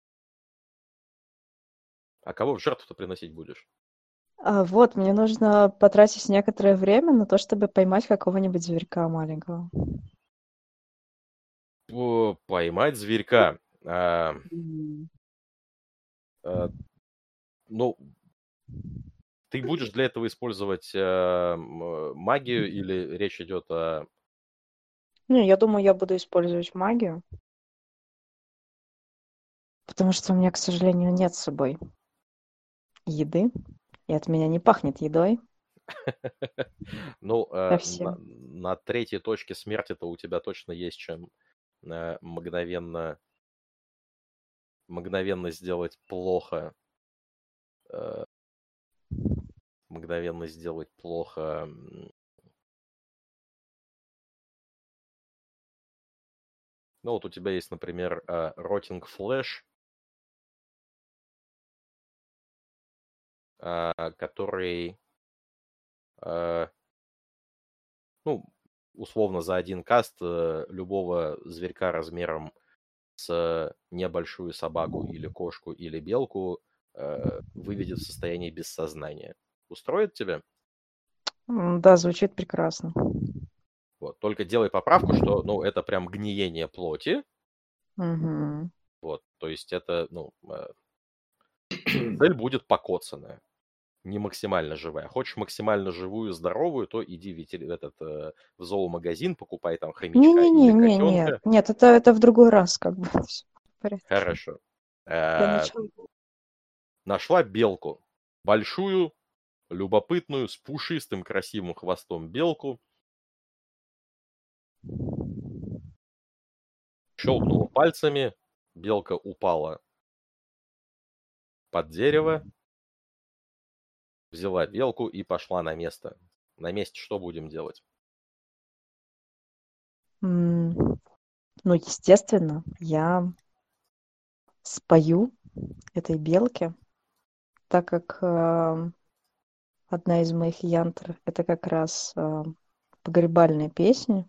А кого в жертву-то приносить будешь? Вот, мне нужно потратить некоторое время на то, чтобы поймать какого-нибудь зверька маленького. Поймать зверька. Ну, ты будешь для этого использовать магию или речь идет о... Не, я думаю, я буду использовать магию. Потому что у меня, к сожалению, нет с собой еды, и от меня не пахнет едой Ну, совсем. на третьей точке смерти-то у тебя точно есть чем мгновенно сделать плохо. Мгновенно сделать плохо. Ну, вот у тебя есть, например, Rotting Flesh, который, ну, условно, за один каст любого зверька размером с небольшую собаку или кошку или белку выведет в состояние без сознания. Устроит тебя? Да, звучит прекрасно. Вот. Только делай поправку, что, ну, это прям гниение плоти. Мгм. Вот. То есть это, ну, цель будет покоцанная, не максимально живая. Хочешь максимально живую, здоровую, то иди в зоомагазин, покупай там хомячка или котенка. Нет, это в другой раз как бы. Всё в порядке. Хорошо. Для Э, начала. Нашла белку. Большую, любопытную, с пушистым красивым хвостом белку. Щелкнула пальцами, белка упала под дерево, взяла белку и пошла на место. На месте что будем делать? Ну, естественно, я спою этой белке, так как одна из моих янтр — это как раз погребальные песни.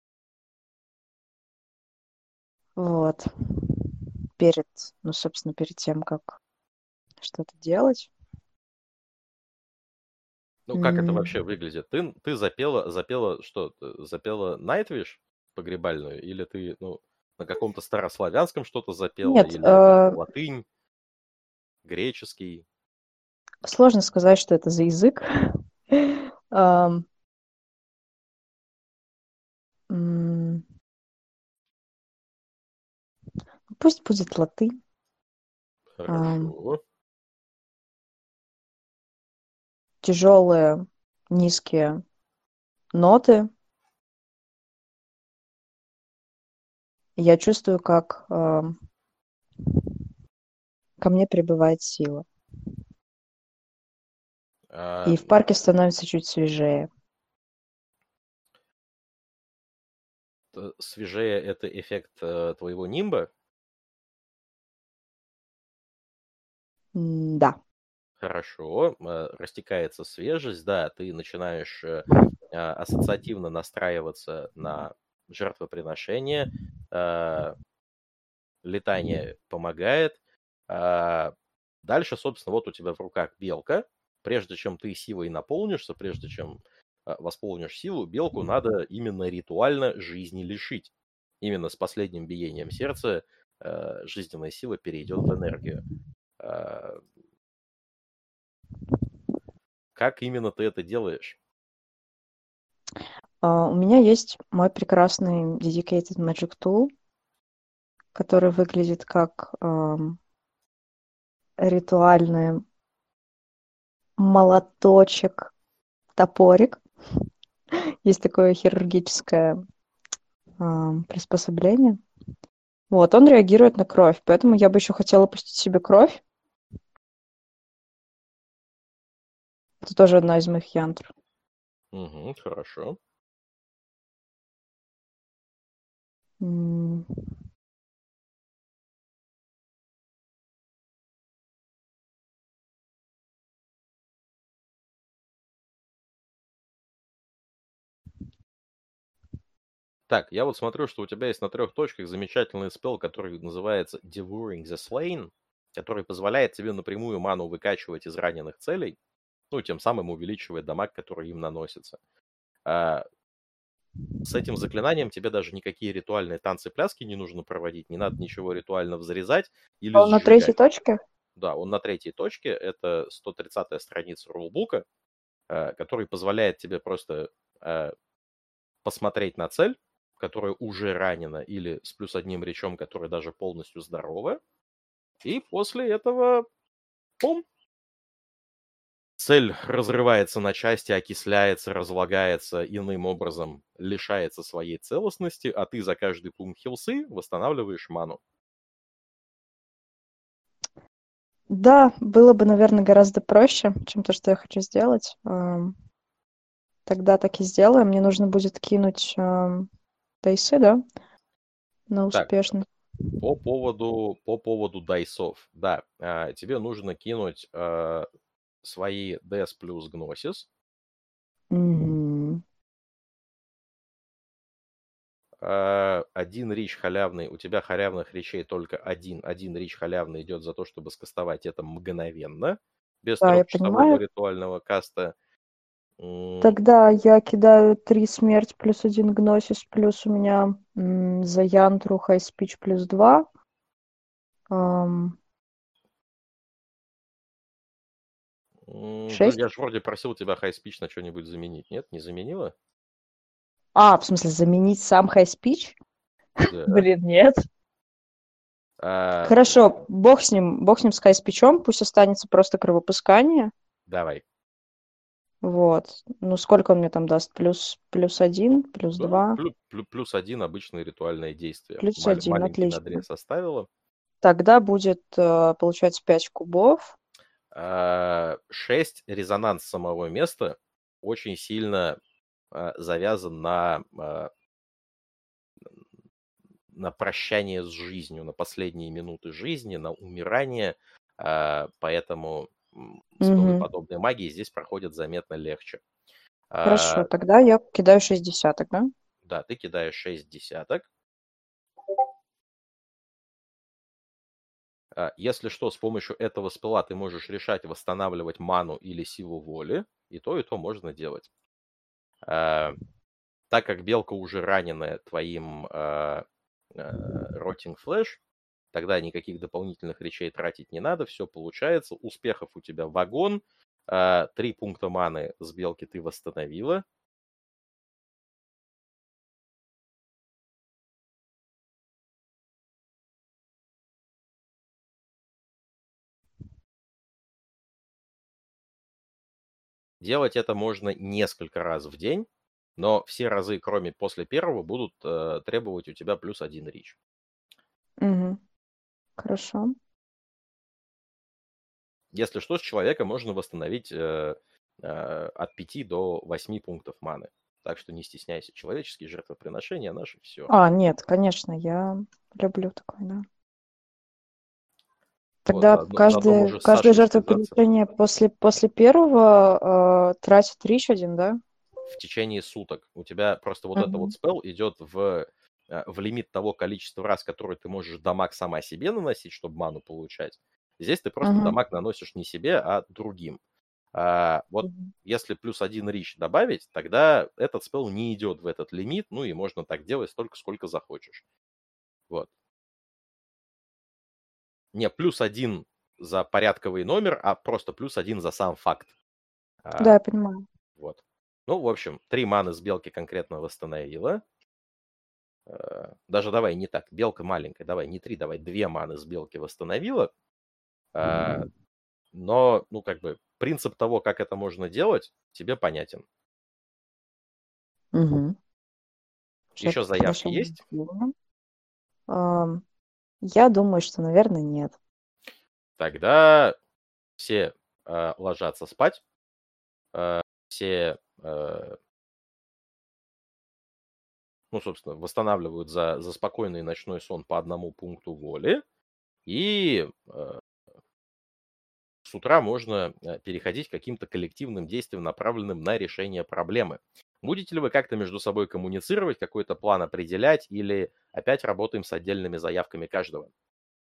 Вот. Собственно, перед тем, как что-то делать. Ну, как это М, вообще выглядит? Ты запела что? Запела Nightwish погребальную? Или ты, ну, на каком-то старославянском что-то запела? Нет, Или это латынь, греческий? сложно сказать, что это за язык. Ам, м, Пусть будет латынь. Хорошо. Тяжелые, низкие ноты. Я чувствую, как ко мне прибывает сила. А, И в парке становится чуть свежее. Свежее это эффект твоего нимба? Да. Хорошо. Растекается свежесть, да, ты начинаешь ассоциативно настраиваться на жертвоприношение. Летание помогает. Дальше, собственно, вот у тебя в руках белка. Прежде чем ты силой наполнишься, прежде чем восполнишь силу, белку надо именно ритуально жизни лишить. Именно с последним биением сердца жизненная сила перейдет в энергию. А, Как именно ты это делаешь? У меня есть мой прекрасный Dedicated Magic Tool, который выглядит как ритуальный молоточек, топорик. Есть такое хирургическое приспособление. Вот, он реагирует на кровь, поэтому я бы еще хотела пустить себе кровь. Это тоже одна из моих янтр. Угу, хорошо. М, Так, я вот смотрю, что у тебя есть на 3 точках замечательный спелл, который называется Devouring the Slain, который позволяет тебе напрямую ману выкачивать из раненых целей, ну, тем самым увеличивая дамаг, который им наносится. С этим заклинанием тебе даже никакие ритуальные танцы-пляски не нужно проводить, не надо ничего ритуально взрезать или Он на третьей сжигать. точке? Да, он на 3 точке, это 130-я страница рулбука, который позволяет тебе просто посмотреть на цель, которая уже ранена, или с +1 речом, которая даже полностью здорова, И после этого, пум, цель разрывается на части, окисляется, разлагается, иным образом лишается своей целостности, а ты за каждый пункт хилсы восстанавливаешь ману. Да, было бы, наверное, гораздо проще, чем то, что я хочу сделать. Тогда так и сделаем. Мне нужно будет кинуть дайсы, да, на Так, успешность. по поводу дайсов. Да, тебе нужно кинуть свои DS плюс Гносис. Мгм. Один рич халявный, у тебя халявных речей только один. Один рич халявный идет за то, чтобы скастовать это мгновенно, без Да, я трехчасового понимаю. ритуального каста. Тогда я кидаю 3 смерть плюс 1 гносис, плюс у меня за янтру хай спич плюс 2. Ну, 6. я же вроде просил тебя хай-спич на что-нибудь заменить. Нет, не заменила? В смысле, заменить сам хай спич? Да. Блин, нет. Хорошо, бог с ним с хай спичом, пусть останется просто кровопускание. Давай. Вот. Ну, сколько он мне там даст? Плюс 1, плюс Да, 2. плюс 1 обычное ритуальное действие. Плюс 1, Маленький отлично. надрез оставила. Тогда будет, получается, 5 кубов. 6 резонанс самого места очень сильно завязан на прощание с жизнью, на последние минуты жизни, на умирание. Поэтому спеллы подобной магии здесь проходят заметно легче. Хорошо, тогда я кидаю 6 десяток, да? Да, ты кидаешь 6 десяток. Если что, с помощью этого спелла ты можешь решать, восстанавливать ману или силу воли. И то можно делать. Так как белка уже раненая твоим Rotting Flash, тогда никаких дополнительных речей тратить не надо. Все получается. Успехов у тебя вагон. 3 пункта маны с белки ты восстановила. Делать это можно несколько раз в день, но все разы, кроме после первого, будут требовать у тебя плюс 1 рич. Хорошо. Если что, с человека можно восстановить от 5 до 8 пунктов маны. Так что не стесняйся. Человеческие жертвоприношения наши все. Нет, конечно, я люблю такое, да. Тогда Вот, каждое жертвоприношение после первого тратит рич 1, да? В течение суток. У тебя просто вот это вот спелл идет в лимит того количества раз, которые ты можешь дамаг сама себе наносить, чтобы ману получать. Здесь ты просто дамаг наносишь не себе, а другим. Вот если плюс 1 рич добавить, тогда этот спелл не идет в этот лимит, ну и можно так делать столько, сколько захочешь. Вот. Не плюс 1 за порядковый номер, а просто плюс 1 за сам факт. Да, я понимаю. Вот. Ну, в общем, 3 маны с белки конкретно восстановила. Даже давай не так, белка маленькая, давай не 3, давай 2 маны с белки восстановила. Но, ну, как бы, принцип того, как это можно делать, тебе понятен. Еще заявки есть? Я думаю, что, наверное, нет. Тогда все ложатся спать. Все, ну, собственно, восстанавливают за спокойный ночной сон по 1 пункту воли. И с утра можно переходить к каким-то коллективным действиям, направленным на решение проблемы. Будете ли вы как-то между собой коммуницировать, какой-то план определять, или опять работаем с отдельными заявками каждого?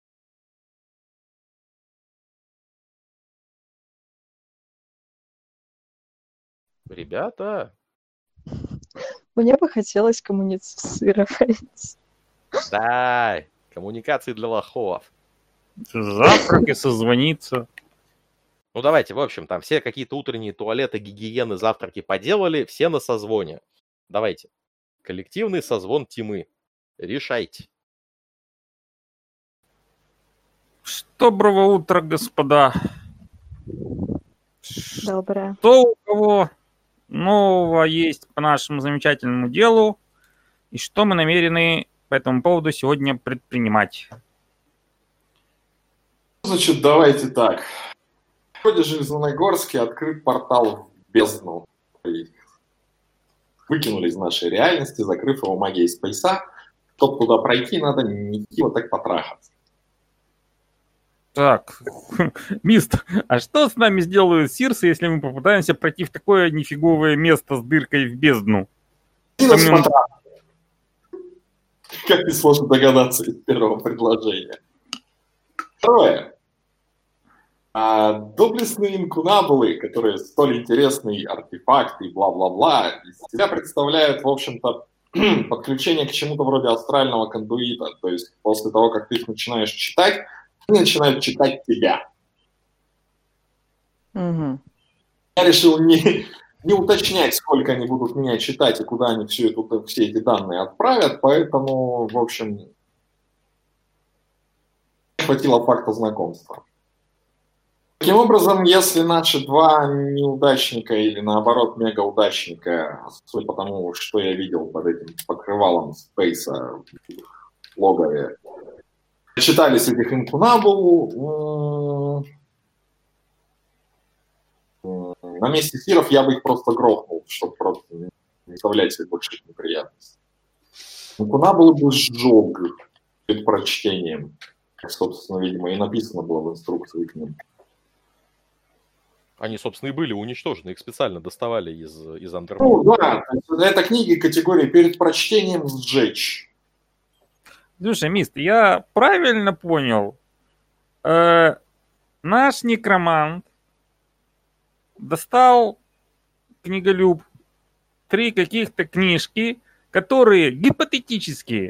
Ребята, Мне бы хотелось коммуницировать. да, коммуникации для лохов. Завтраки, созвониться. Ну, давайте, в общем, там все какие-то утренние туалеты, гигиены, завтраки поделали, все на созвоне. Давайте. Коллективный созвон Тимы. Решайте. Доброго утра, господа. Доброе. Что у кого нового есть по нашему замечательному делу и что мы намерены по этому поводу сегодня предпринимать? Значит, давайте так. В городе Железногорске открыт портал в бездну. Выкинули из нашей реальности, закрыв его магией спейса. Чтобы туда пройти, надо не вот так потрахаться. Так, мист, а что с нами сделают сирсы, если мы попытаемся пройти в такое нифиговое место с дыркой в бездну? Помимо... Как несложно догадаться из первого предложения. Второе. Доблестные инкунабулы, которые столь интересный артефакт и бла-бла-бла, из себя представляют, в общем-то, подключение к чему-то вроде астрального кондуита. То есть после того, как ты их начинаешь читать, они начинают читать тебя. Угу. Я решил не уточнять, сколько они будут меня читать и куда они все эти данные отправят, поэтому, в общем, хватило факта знакомства. Таким образом, если наши два неудачника или, наоборот, мегаудачника, судя по тому, что я видел под этим покрывалом спейса в логове, читались этих инкунабул, на месте сиров я бы их просто грохнул, чтобы просто не оставлять себе больших неприятностей. Инкунабулы бы сжег перед прочтением, как, собственно, видимо, и написано было в инструкции к ним. Они, собственно, и были уничтожены, их специально доставали из Андермона. Ну да, это книги категории перед прочтением сжечь. Слушай, мист, я правильно понял? Наш некромант достал, книголюб, 3 каких-то книжки, которые гипотетически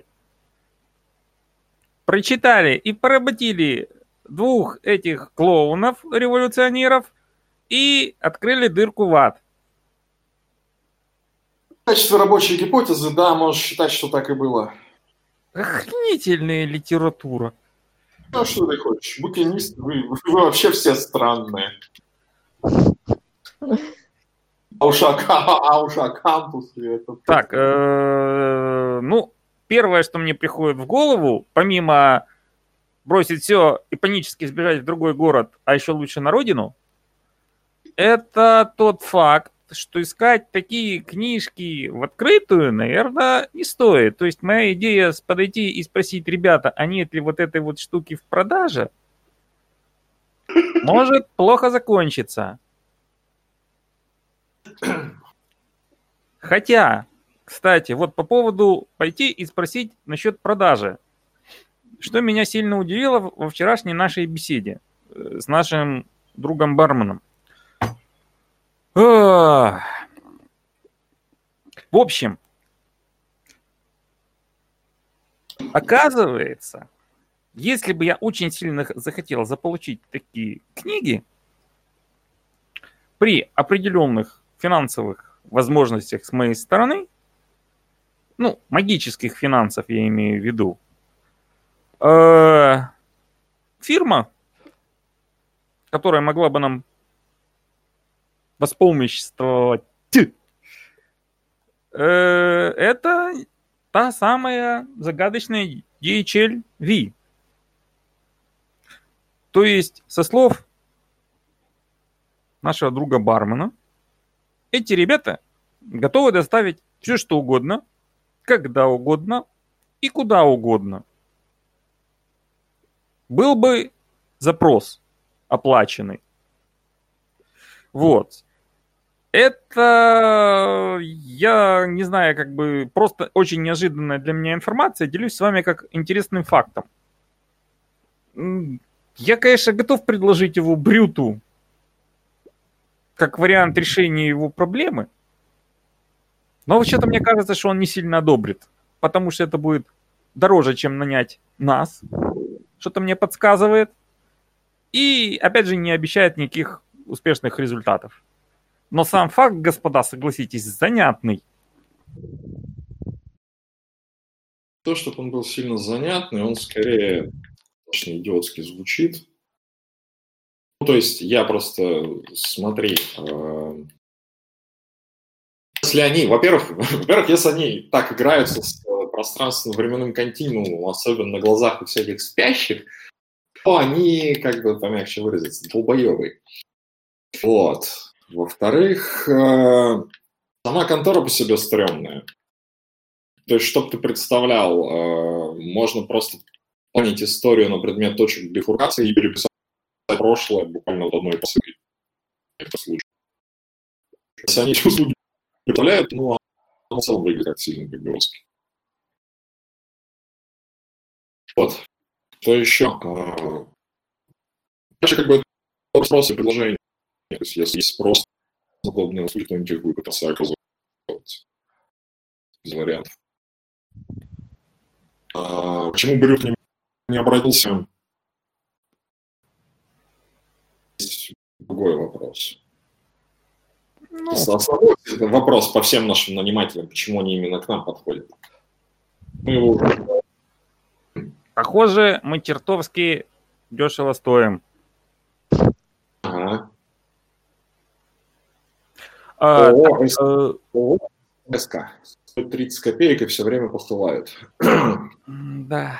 прочитали и поработили 2 этих клоунов-революционеров и открыли дырку в ад. В качестве рабочей гипотезы, да, можешь считать, что так и было. Охренительная литература. Ну, что ты хочешь? Букинист, вы вообще все странные. А уж кампусы это... Так, ну, первое, что мне приходит в голову, помимо бросить все и панически сбежать в другой город, а еще лучше на родину, это тот факт, что искать такие книжки в открытую, наверное, не стоит. То есть моя идея подойти и спросить, ребята, а нет ли вот этой вот штуки в продаже, может плохо закончиться. Хотя, кстати, вот по поводу пойти и спросить насчет продажи. Что меня сильно удивило во вчерашней нашей беседе с нашим другом-барменом. В общем, оказывается, если бы я очень сильно захотел заполучить такие книги, при определенных финансовых возможностях с моей стороны, ну, магических финансов я имею в виду, фирма, которая могла бы нам воспомоществовать, это та самая загадочная DHL V. То есть, со слов нашего друга-бармена, эти ребята готовы доставить все, что угодно, когда угодно и куда угодно. Был бы запрос оплаченный. Вот. Это, я не знаю, как бы просто очень неожиданная для меня информация. Делюсь с вами как интересным фактом. Я, конечно, готов предложить его Брюту как вариант решения его проблемы. Но вообще-то мне кажется, что он не сильно одобрит. Потому что это будет дороже, чем нанять нас. Что-то мне подсказывает. И, опять же, не обещает никаких успешных результатов. Но сам факт, господа, согласитесь, занятный. То, чтобы он был сильно занятный, он скорее достаточно идиотски звучит. Ну, то есть я просто, смотри, если они, во-первых, если они так играются с пространственно-временным континуумом, особенно на глазах у всяких спящих, то они, как бы помягче выразиться, долбоебы. Вот. Во-вторых, сама контора по себе стрёмная. То есть, чтобы ты представлял, можно просто понять историю на предмет точек бифуркации и переписать прошлое буквально в одной посылке. Если они эти услуги представляют, ну, оно в целом выглядит как сильно по-геройски. Вот. Что еще? Дальше как бы спрос и предложение. То есть, если есть спрос на подобные услуги, то никаких будет пытаться оказывать. Без вариантов. Почему Брюк не обратился? Есть другой вопрос. Ну, Основной вопрос по всем нашим нанимателям, почему они именно к нам подходят. Мы его уже... похоже, мы чертовски дешево стоим. Ага. СК. 130 копеек и все время посылают. Да.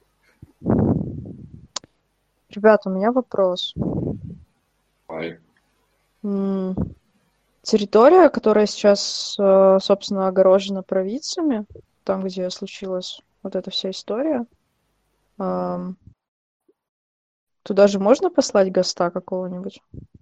Ребята, у меня вопрос. Ай. Территория, которая сейчас, собственно, огорожена провинциями, там, где случилась вот эта вся история, туда же можно послать госта какого-нибудь?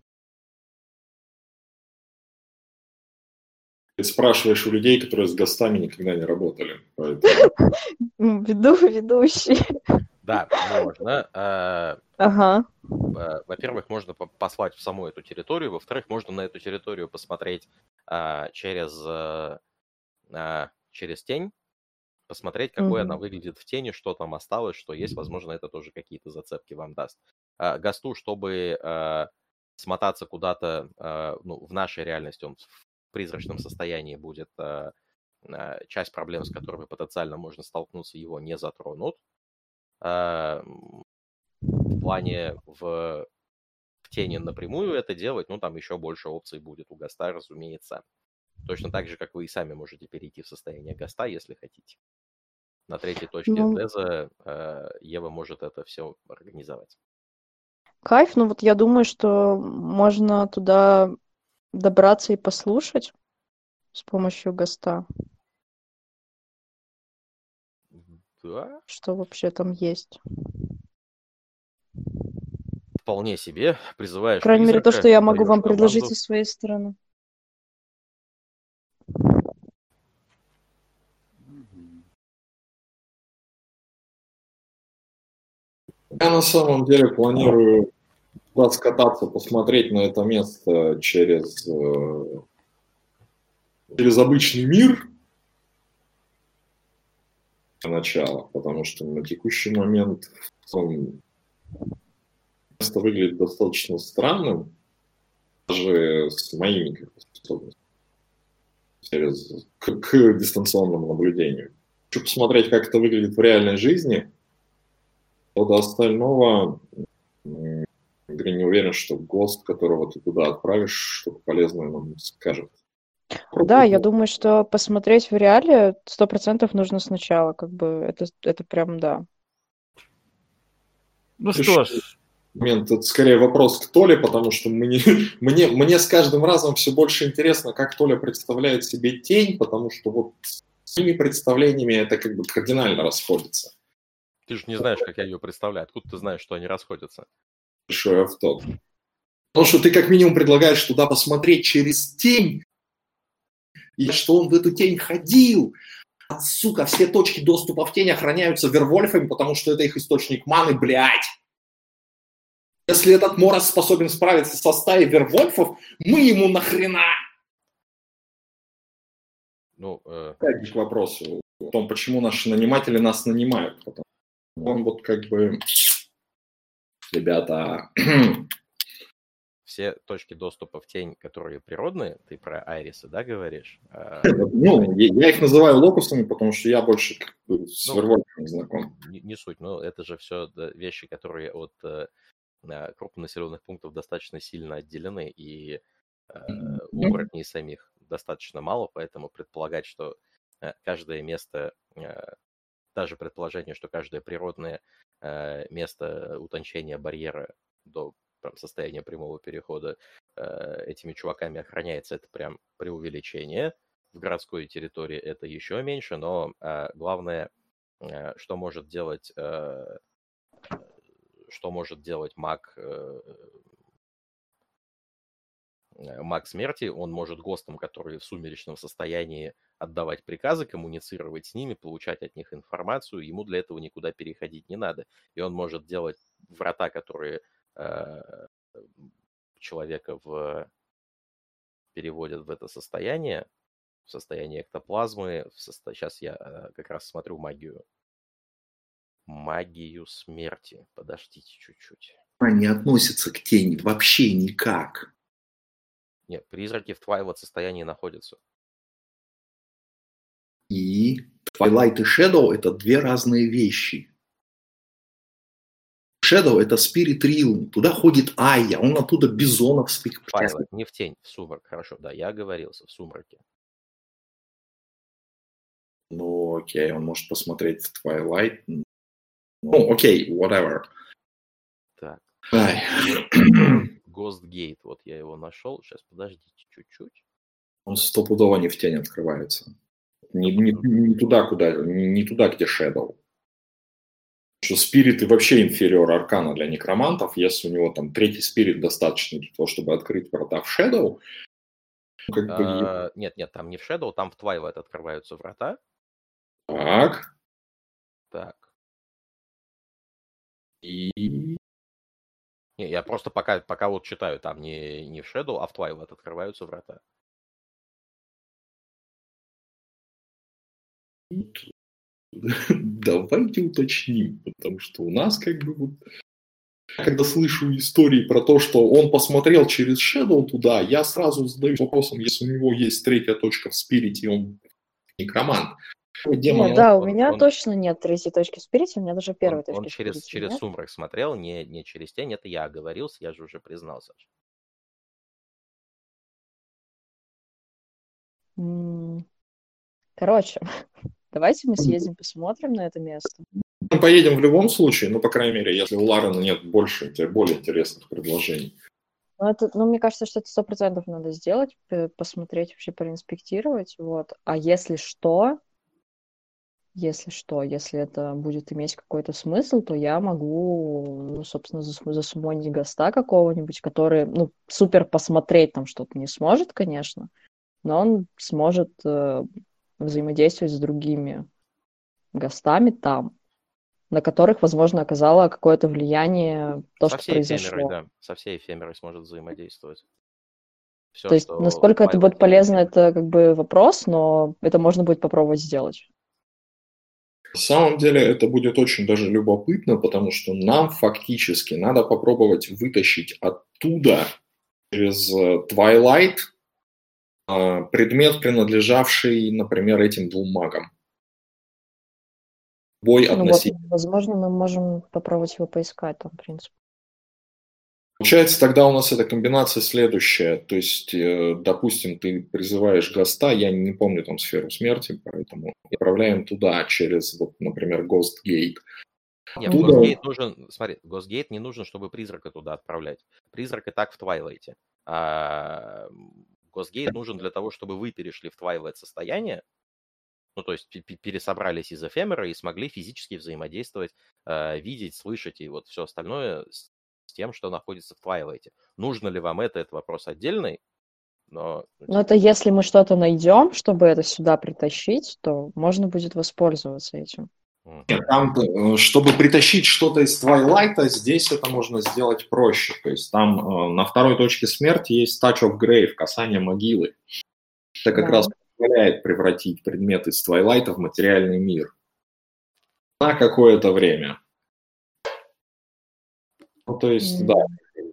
Ты спрашиваешь у людей, которые с гостами никогда не работали. Поэтому... Ведущий. Да, можно. Ага. Во-первых, можно послать в саму эту территорию. Во-вторых, можно на эту территорию посмотреть через тень, посмотреть, какой она выглядит в тени, что там осталось, что есть. Возможно, это тоже какие-то зацепки вам даст. Госту, чтобы смотаться куда-то, в нашей реальности, он в призрачном состоянии будет, часть проблем, с которыми потенциально можно столкнуться, его не затронут. В плане в тени напрямую это делать, там еще больше опций будет у госта, разумеется. Точно так же, как вы и сами можете перейти в состояние госта, если хотите. На третьей точке Деза Ева может это все организовать. Кайф, я думаю, что можно туда добраться и послушать с помощью госта. Да. Что вообще там есть. Вполне себе. Призываешь По крайней мере, то, призрака, что я могу даешь вам предложить команду. со своей стороны. Я на самом деле планирую туда скататься, посмотреть на это место через обычный мир для начала, потому что на текущий момент место выглядит достаточно странным, даже с моими способностями к дистанционному наблюдению. Хочу посмотреть, как это выглядит в реальной жизни. До остального не уверен, что гост, которого ты туда отправишь, что-то полезное нам скажет. Да, я думаю, что посмотреть в реале 100% нужно сначала, это прям да. Ну что ж. Момент, это скорее вопрос к Толе, потому что мне с каждым разом все больше интересно, как Толя представляет себе тень, потому что вот с моими представлениями это как бы кардинально расходится. Ты же не знаешь, как я ее представляю. Откуда ты знаешь, что они расходятся? Большой автоп. Потому что ты как минимум предлагаешь туда посмотреть через тень, и что он в эту тень ходил. Сука, все точки доступа в тень охраняются вервольфами, потому что это их источник маны, блядь. Если этот Морос способен справиться со стаей вервольфов, мы ему нахрена? Опять к вопросу о том, почему наши наниматели нас нанимают. Он вот как бы... Ребята, все точки доступа в тень, которые природные, ты про айрисы, да, говоришь? Ну, я их называю локусами, потому что я больше с вервольфами знаком. Не суть, но это же все вещи, которые от крупнонаселенных пунктов достаточно сильно отделены, и оборотней самих достаточно мало, поэтому предполагать, что каждое место, даже предположение, что каждое природное место утончения барьера до состояния прямого перехода этими чуваками охраняется, это прям преувеличение. В городской территории это еще меньше, но главное, что может делать маг смерти, он может ГОСТам, которые в сумеречном состоянии, отдавать приказы, коммуницировать с ними, получать от них информацию, ему для этого никуда переходить не надо. И он может делать врата, которые человека переводят в это состояние, в состояние эктоплазмы. Сейчас я как раз смотрю магию смерти. Подождите чуть-чуть. Она не относится к тени вообще никак. Нет, призраки в Twilight состоянии находятся. И Twilight и Shadow — это две разные вещи. Shadow — это Spirit Realm. Туда ходит Айя, он оттуда бизонов своих... Twilight, не в тень, в сумрак. Хорошо, да, я оговорился, в сумраке. Ну, окей, он может посмотреть в Twilight. Ну, окей, whatever. Так. Ай. Ghost Gate, вот я его нашел. Сейчас, подождите чуть-чуть. Он стопудово не в тень открывается. Не туда, где Shadow. Что спириты вообще инфериор аркана для некромантов. Если у него там третий спирит достаточно для того, чтобы открыть врата в Shadow. Нет, там не в Shadow, там в Twilight открываются врата. Так. И... Не, я просто пока вот читаю, там не в Shadow, а в Twilight открываются врата. Давайте уточним, потому что у нас когда слышу истории про то, что он посмотрел через Shadow туда, я сразу задаюсь вопросом, если у него есть третья точка в спирите, он некромант. Нет, да, у меня точно нет третьей точки в спирите, у меня даже первой точки в спирите. Он через сумрак смотрел, не через тень, это я оговорился, я же уже признался. Короче, давайте мы съездим, посмотрим на это место. Мы поедем в любом случае, по крайней мере, если у Ларена нет более интересных предложений. Мне кажется, что это 100% надо сделать, посмотреть, вообще проинспектировать, вот. А если это будет иметь какой-то смысл, то я могу, собственно, засумонить госта какого-нибудь, который, супер посмотреть там что-то не сможет, конечно, но он сможет взаимодействовать с другими гостами там, на которых, возможно, оказало какое-то влияние то, что произошло. Да, со всей эфемерой сможет взаимодействовать. Все, то есть, насколько это будет полезно, это вопрос, но это можно будет попробовать сделать. На самом деле это будет очень даже любопытно, потому что нам фактически надо попробовать вытащить оттуда через Twilight предмет, принадлежавший, например, этим двум магам. Бой относительно. Возможно, мы можем попробовать его поискать там, в принципе. Получается, тогда у нас эта комбинация следующая. То есть, допустим, ты призываешь госта, я не помню там сферу смерти, поэтому отправляем туда через, например, Ghost Gate. Нет, Ghost Gate нужен, смотри, Ghost Gate не нужен, чтобы призрака туда отправлять. Призрак и так в Твайлайте. А Ghost Gate нужен для того, чтобы вы перешли в Twilight состояние, то есть пересобрались из эфемера и смогли физически взаимодействовать, видеть, слышать и вот все остальное с тем, что находится в Twilight. Нужно ли вам это вопрос отдельный. Но это если мы что-то найдем, чтобы это сюда притащить, то можно будет воспользоваться этим. Нет, там, чтобы притащить что-то из Твайлайта, здесь это можно сделать проще. То есть там на второй точке смерти есть Touch of Grave, касание могилы. Это как раз позволяет превратить предмет из Твайлайта в материальный мир на какое-то время. То есть, да,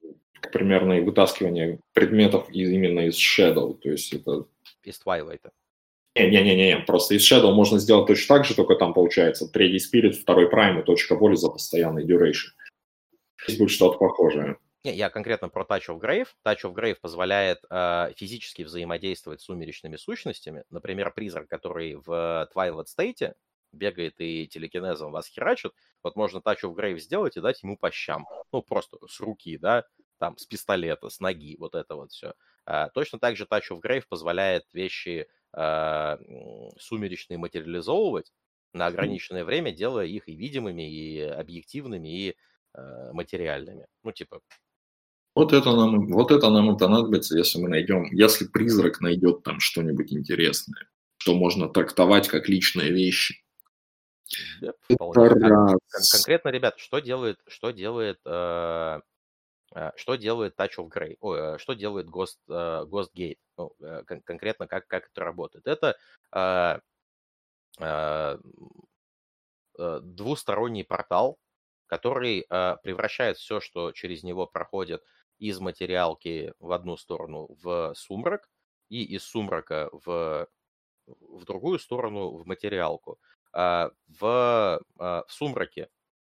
как примерно и вытаскивание предметов именно из Shadow. То есть это... Из Twilight. Не, просто из Shadow можно сделать точно так же, только там получается 3D Spirit, 2 Prime и точка боли за постоянный duration. Здесь будет что-то похожее. Не, я конкретно про Touch of Grave. Touch of Grave позволяет физически взаимодействовать с сумеречными сущностями. Например, призрак, который в Twilight State бегает и телекинезом вас херачит, вот можно Touch of Grave сделать и дать ему по щам. Ну, просто с руки, да, там, с пистолета, с ноги, вот это вот все. Точно так же Touch of Grave позволяет вещи сумеречные материализовывать на ограниченное время, делая их и видимыми, и объективными, и материальными. Ну, типа... Вот это нам и понадобится, если призрак найдет там что-нибудь интересное, что можно трактовать как личные вещи. Да, конкретно, ребят, что делает Touch of Grave? Что делает Ghost Gate? Ну, конкретно как это работает? Это двусторонний портал, который превращает все, что через него проходит, из материалки в одну сторону в сумрак, и из сумрака в другую сторону в материалку. В сумраке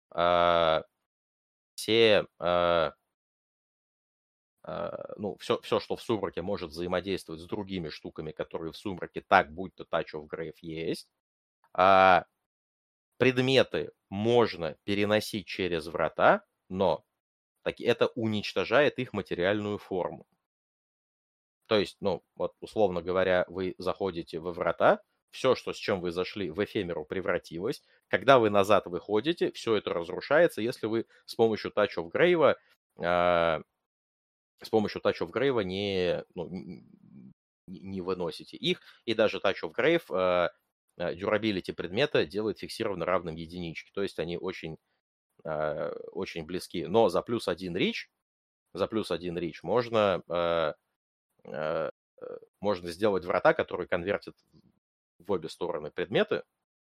все что в сумраке может взаимодействовать с другими штуками, которые в сумраке, так будь то Touch of Grave есть. Предметы можно переносить через врата, но это уничтожает их материальную форму. То есть, вот условно говоря, вы заходите во врата, все, с чем вы зашли, в эфемеру превратилось. Когда вы назад выходите, все это разрушается, если вы с помощью Touch of Grave не выносите их. И даже Touch of Grave durability предмета делает фиксированно равным единичке. То есть они очень, очень близки. Но за +1 reach можно сделать врата, которые конвертят в обе стороны предметы.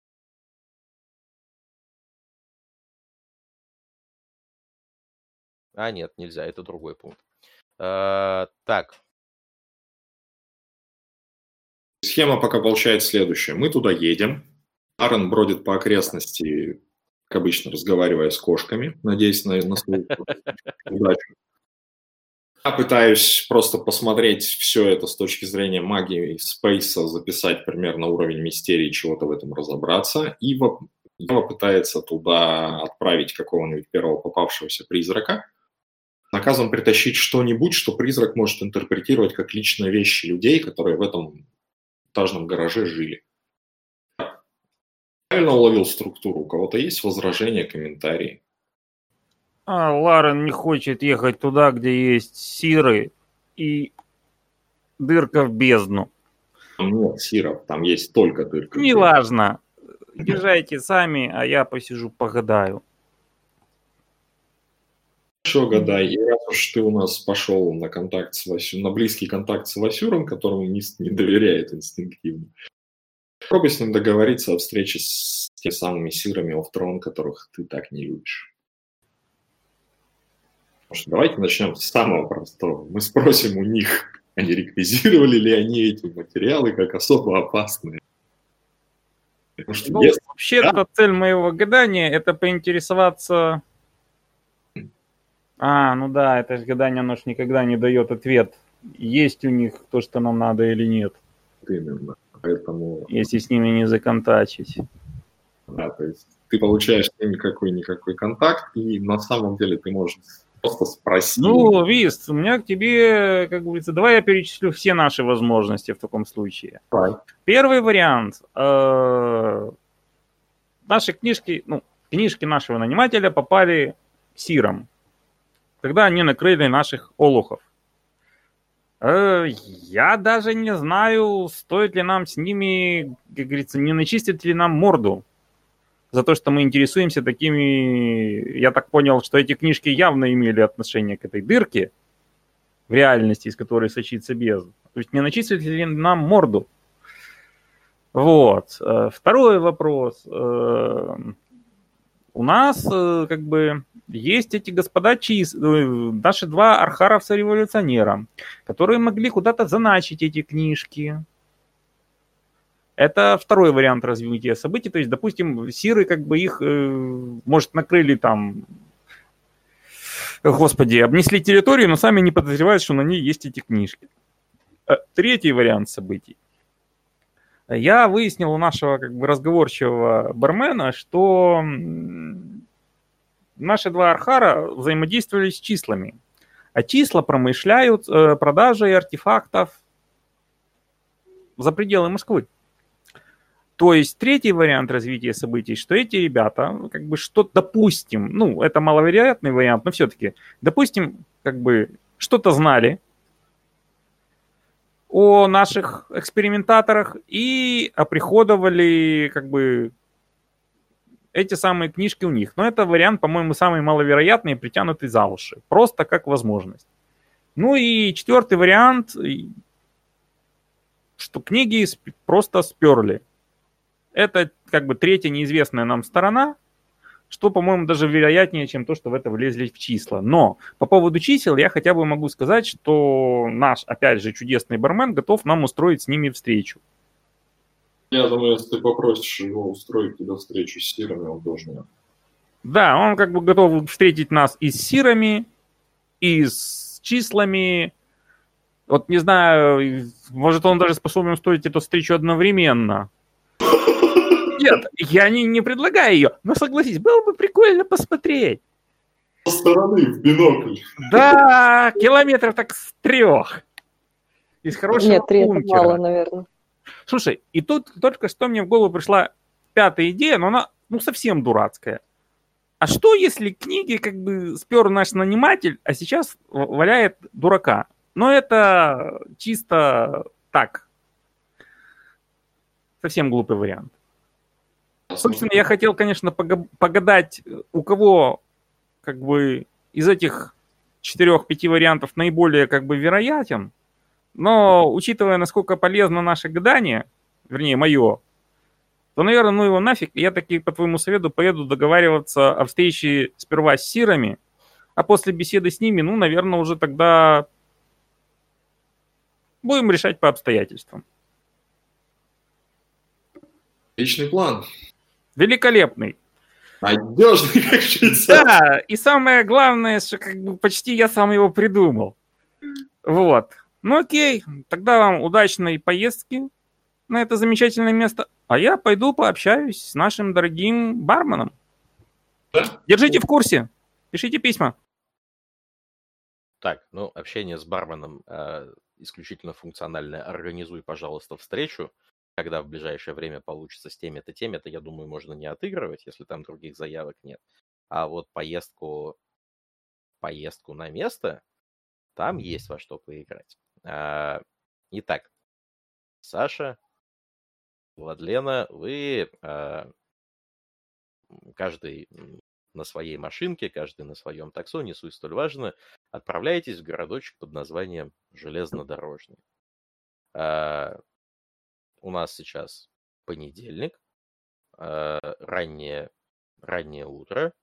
Нет, нельзя, это другой пункт. Так. Схема пока получается следующая. Мы туда едем. Аарон бродит по окрестности, как обычно, разговаривая с кошками, надеясь на свою удачу. Я пытаюсь просто посмотреть все это с точки зрения магии спейса, записать примерно уровень мистерии, чего-то в этом разобраться. И Ева пытается туда отправить какого-нибудь первого попавшегося призрака, наказом притащить что-нибудь, что призрак может интерпретировать как личные вещи людей, которые в этом этажном гараже жили. Правильно уловил структуру? У кого-то есть возражения, комментарии? Ларен не хочет ехать туда, где есть сиры и дырка в бездну. Там нет сиров, там есть только дырка. Неважно. Езжайте сами, а я посижу, погадаю. Хорошо, гадай. И раз уж ты у нас пошел на контакт на близкий контакт с Васюром, которому Мист не доверяет инстинктивно, попробуй с ним договориться о встрече с теми самыми сирами офф-трон, которых ты так не любишь. Давайте начнем с самого простого. Мы спросим у них, они реквизировали ли они эти материалы как особо опасные. Вообще-то цель моего гадания – это поинтересоваться... это же гадание, оно ж никогда не дает ответ, есть у них то, что нам надо или нет. Именно. Поэтому... Если с ними не законтачить. Да, то есть ты получаешь с ними никакой контакт, и на самом деле ты можешь просто спросить. Вист, у меня к тебе, как говорится, давай я перечислю все наши возможности в таком случае. Давай. Первый вариант. Наши книжки нашего нанимателя попали к сирам. Тогда они накрыли наших олухов. Я даже не знаю, стоит ли нам с ними, как говорится, не начистит ли нам морду за то, что мы интересуемся такими... Я так понял, что эти книжки явно имели отношение к этой дырке в реальности, из которой сочится бездна. То есть не начистит ли нам морду? Вот. Второй вопрос. У нас есть эти господа наши два архаровца-революционера, которые могли куда-то заначить эти книжки. Это второй вариант развития событий. То есть, допустим, сиры как бы их, может, накрыли там, господи, обнесли территорию, но сами не подозревают, что на ней есть эти книжки. Третий вариант событий. Я выяснил у нашего как бы разговорчивого бармена, что наши два архара взаимодействовали с числами. А числа промышляют продажей артефактов за пределы Москвы. То есть третий вариант развития событий, что эти ребята, как бы что, допустим, ну, это маловероятный вариант, но все-таки, допустим, как бы что-то знали о наших экспериментаторах и оприходовали как бы эти самые книжки у них. Но это вариант, по-моему, самый маловероятный и притянутый за уши. Просто как возможность. Ну и четвертый вариант, что книги просто сперли. Это как бы третья неизвестная нам сторона, что, по-моему, даже вероятнее, чем то, что в это влезли в числа. Но по поводу чисел я хотя бы могу сказать, что наш, опять же, чудесный бармен готов нам устроить с ними встречу. Я думаю, если ты попросишь его устроить тебе встречу с сирами, он должен. Да, он как бы готов встретить нас и с сирами, и с числами. Вот не знаю, может, он даже способен устроить эту встречу одновременно. Нет, я не предлагаю ее, но согласись, было бы прикольно посмотреть. Со стороны, в бинокль. Да, километров так с 3. Из хорошего Нет, 3 это бункера. мало, наверное. Слушай, и тут только что мне в голову пришла пятая идея, но она совсем дурацкая. А что, если книги как бы спер наш наниматель, а сейчас валяет дурака? Но это чисто так. Совсем глупый вариант. Собственно, я хотел, конечно, погадать, у кого как бы из этих 4-5 вариантов наиболее как бы вероятен. Но, учитывая, насколько полезно наше гадание, вернее, мое, то, наверное, ну его нафиг. Я таки, по твоему совету, поеду договариваться о встрече сперва с сирами, а после беседы с ними, ну, наверное, уже тогда будем решать по обстоятельствам. Отличный план. Великолепный. Надежный, как швейцар. Да, и самое главное, что как бы почти я сам его придумал. Вот. Ну окей, тогда вам удачной поездки на это замечательное место. А я пойду пообщаюсь с нашим дорогим барменом. Да? Держите в курсе. Пишите письма. Так, ну, общение с барменом исключительно функциональное. Организуй, пожалуйста, встречу, когда в ближайшее время получится с теми-то, я думаю, можно не отыгрывать, если там других заявок нет. А вот поездку на место, там есть во что поиграть. Итак, Саша, Владлена, вы каждый на своей машинке, каждый на своем таксо, не суть столь важно, отправляетесь в городочек под названием Железнодорожный. У нас сейчас понедельник, раннее утро,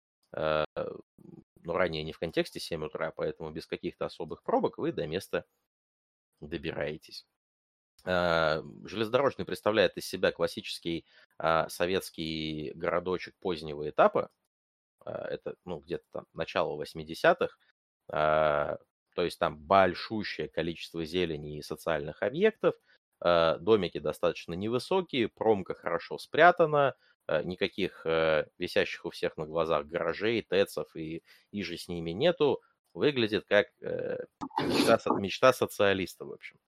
но ранее не в контексте 7 утра, поэтому без каких-то особых пробок вы до места добираетесь. Железнодорожный представляет из себя классический советский городочек позднего этапа. Это где-то там начало 80-х. То есть там большущее количество зелени и социальных объектов. Домики достаточно невысокие, промка хорошо спрятана. Никаких висящих у всех на глазах гаражей, ТЭЦов и же с ними нету. Выглядит как мечта социалиста, в общем.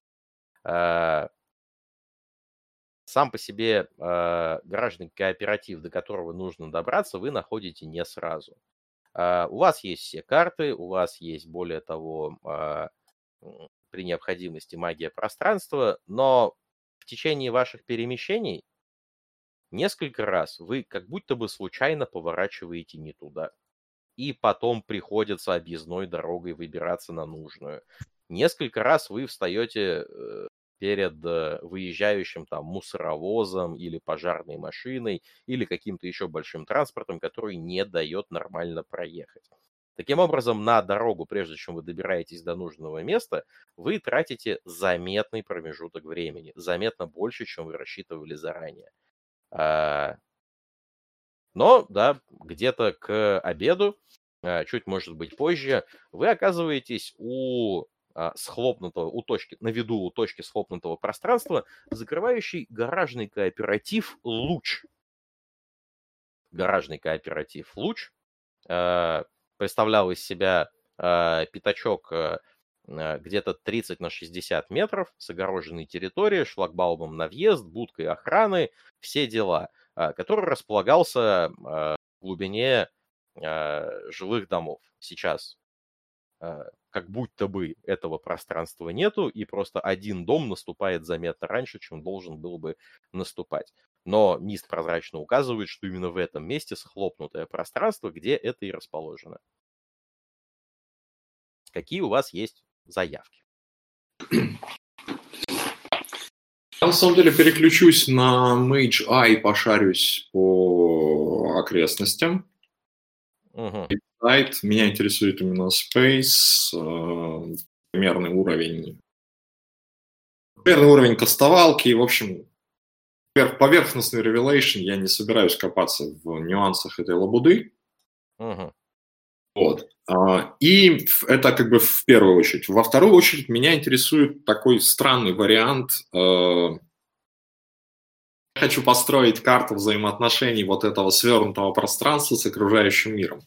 Сам по себе гаражный кооператив, до которого нужно добраться, вы находите не сразу. У вас есть все карты, у вас есть, более того, при необходимости магия пространства, но в течение ваших перемещений несколько раз вы как будто бы случайно поворачиваете не туда. И потом приходится объездной дорогой выбираться на нужную. Несколько раз вы встаете перед выезжающим там мусоровозом или пожарной машиной или каким-то еще большим транспортом, который не дает нормально проехать. Таким образом, на дорогу, прежде чем вы добираетесь до нужного места, вы тратите заметный промежуток времени, заметно больше, чем вы рассчитывали заранее. Но, да, где-то к обеду, чуть, может быть, позже, вы оказываетесь у точки, на виду у точки схлопнутого пространства, закрывающий гаражный кооператив «Луч». Гаражный кооператив «Луч» представлял из себя пятачок где-то 30 на 60 метров с огороженной территорией, шлагбаумом на въезд, будкой охраны, все дела, который располагался в глубине жилых домов. Сейчас как будто бы этого пространства нету, и просто один дом наступает заметно раньше, чем должен был бы наступать. Но НИСТ прозрачно указывает, что именно в этом месте схлопнутое пространство, где это и расположено. Какие у вас есть заявки? Я на самом деле переключусь на Mage Eye, пошарюсь по окрестностям. Сайт. Меня интересует именно Space, примерный уровень кастовалки. В общем, поверхностный Revelation, я не собираюсь копаться в нюансах этой лабуды. Вот. И это как бы в первую очередь. Во вторую очередь меня интересует такой странный вариант. Я хочу построить карту взаимоотношений вот этого свернутого пространства с окружающим миром.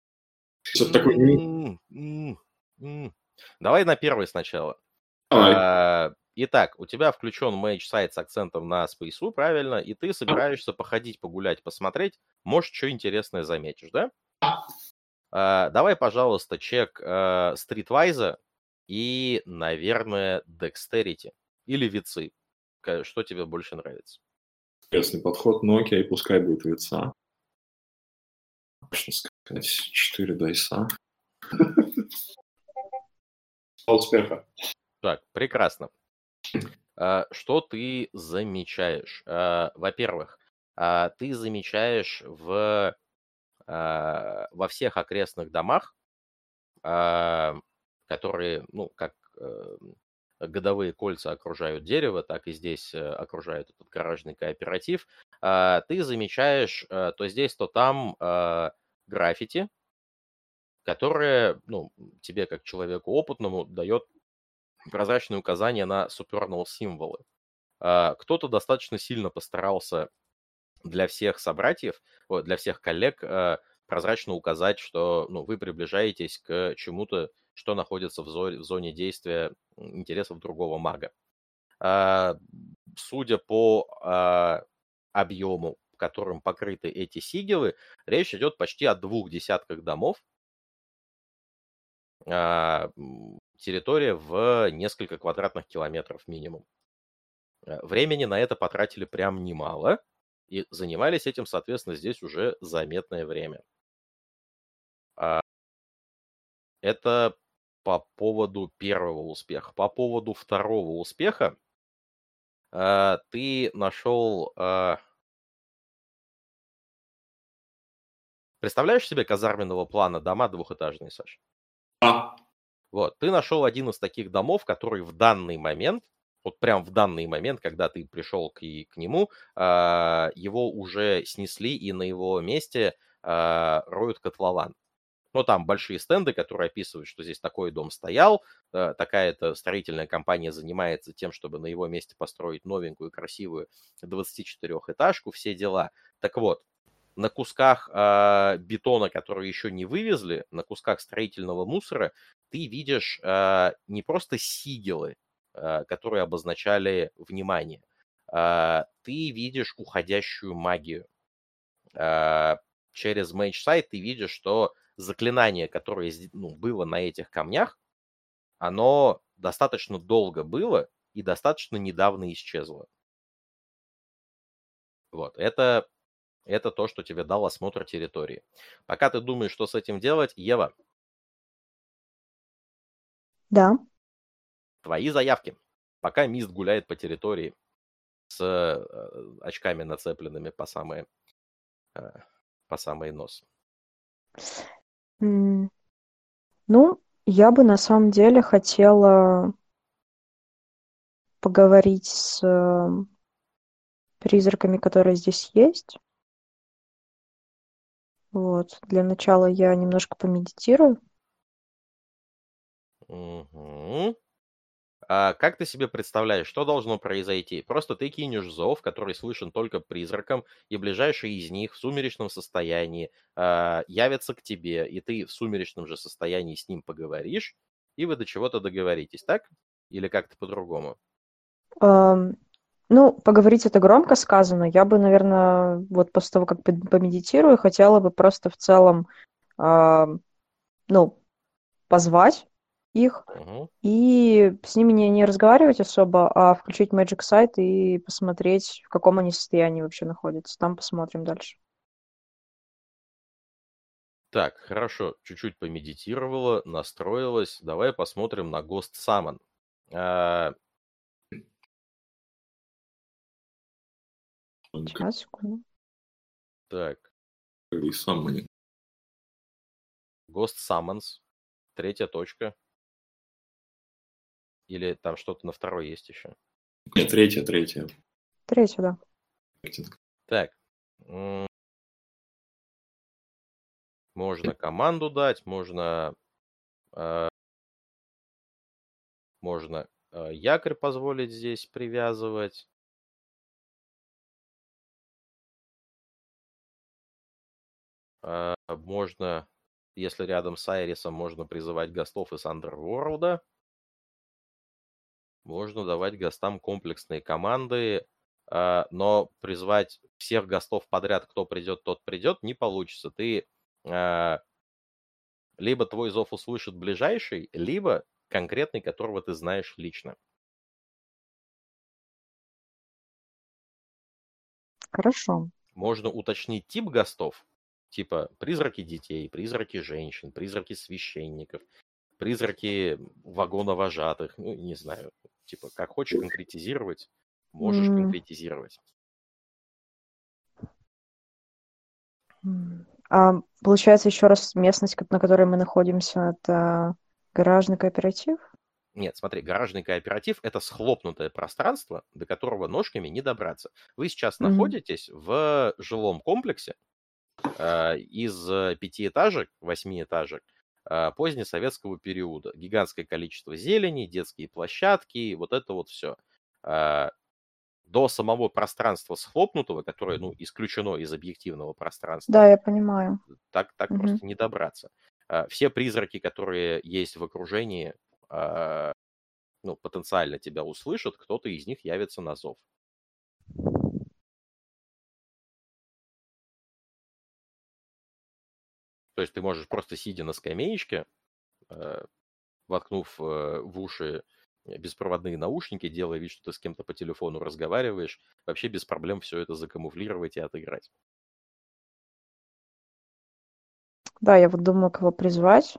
Давай на первый сначала. Давай. Итак, у тебя включен Mage сайт с акцентом на спейсу, правильно? И ты собираешься походить, погулять, посмотреть. Может, что интересное заметишь, да? Давай, пожалуйста, чек Streetwise и, наверное, Dexterity. Или вицы. Что тебе больше нравится? Интересный подход, но окей, пускай будет вица. Можно сказать, 4 дайса. Успеха. Так, прекрасно. Что ты замечаешь? Во-первых, ты замечаешь во всех окрестных домах, которые, ну, как годовые кольца окружают дерево, так и здесь окружают этот гаражный кооператив, ты замечаешь то здесь, то там граффити, которое, ну, тебе, как человеку опытному, дает прозрачные указания на supernal символы. Кто-то достаточно сильно постарался для всех собратьев, для всех коллег прозрачно указать, что, ну, вы приближаетесь к чему-то, что находится в зоне действия интересов другого мага. Судя по объему, которым покрыты эти сигилы, речь идет почти о 2 десятках домов. Территория в несколько квадратных километров минимум. Времени на это потратили прям немало. И занимались этим, соответственно, здесь уже заметное время. Это по поводу первого успеха. По поводу второго успеха ты нашел... Представляешь себе казарменного плана дома двухэтажные, Саш? Вот, ты нашел один из таких домов, который в данный момент, вот прям в данный момент, когда ты пришел к нему, его уже снесли, и на его месте роют котлован. Ну, там большие стенды, которые описывают, что здесь такой дом стоял, такая-то строительная компания занимается тем, чтобы на его месте построить новенькую, красивую 24-этажку, все дела. Так вот, на кусках бетона, которые еще не вывезли, на кусках строительного мусора, ты видишь не просто сигилы, которые обозначали внимание. Ты видишь уходящую магию. Через Mage Sight ты видишь, что заклинание, которое было на этих камнях, оно достаточно долго было и достаточно недавно исчезло. Вот, это то, что тебе дал осмотр территории. Пока ты думаешь, что с этим делать, Ева. Да. Твои заявки. пока Мист гуляет по территории с очками нацепленными по самый нос. Ну, я бы на самом деле хотела поговорить с призраками, которые здесь есть. Вот. Для начала я немножко помедитирую. Угу. А как ты себе представляешь, что должно произойти? Просто ты кинешь зов, который слышен только призракам, и ближайший из них в сумеречном состоянии явится к тебе, и ты в сумеречном же состоянии с ним поговоришь, и вы до чего-то договоритесь, так? Или как-то по-другому? Ну, поговорить это громко сказано. Я бы, наверное, вот после того, как помедитирую, хотела бы просто в целом, позвать их Угу. и с ними не разговаривать особо, а включить Magic Sight и посмотреть, в каком они состоянии вообще находятся. Там посмотрим дальше. Так, хорошо, чуть-чуть помедитировала, настроилась. Давай посмотрим на Ghost Summon. Сейчас, секунду. Так, И сам они. Ghost Summons, 3 точка. Или там что-то на второй есть еще? Нет, третья. Третью, да. Так. Можно команду дать, можно якорь позволить здесь привязывать. Можно, если рядом с Айрисом, можно призывать гостов из Underworld. Можно давать гостам комплексные команды, но призвать всех гостов подряд, кто придет, тот придет, не получится. Ты либо твой зов услышит ближайший, либо конкретный, которого ты знаешь лично. Хорошо. Можно уточнить тип гостов, типа призраки детей, призраки женщин, призраки священников, призраки вагоновожатых, ну, не знаю, типа, как хочешь конкретизировать, можешь конкретизировать. Получается, еще раз, местность, на которой мы находимся, это гаражный кооператив? Нет, смотри, гаражный кооператив – это схлопнутое пространство, до которого ножками не добраться. Вы сейчас находитесь в жилом комплексе из 5-этажек, 8-этажек позднесоветского периода. Гигантское количество зелени, детские площадки, вот это вот все. До самого пространства схлопнутого, которое, исключено из объективного пространства. Да, я понимаю. Так просто не добраться. Все призраки, которые есть в окружении, потенциально тебя услышат, кто-то из них явится на зов. То есть ты можешь просто, сидя на скамеечке, воткнув в уши беспроводные наушники, делая вид, что ты с кем-то по телефону разговариваешь, вообще без проблем все это закамуфлировать и отыграть. Да, я вот думаю, кого призвать.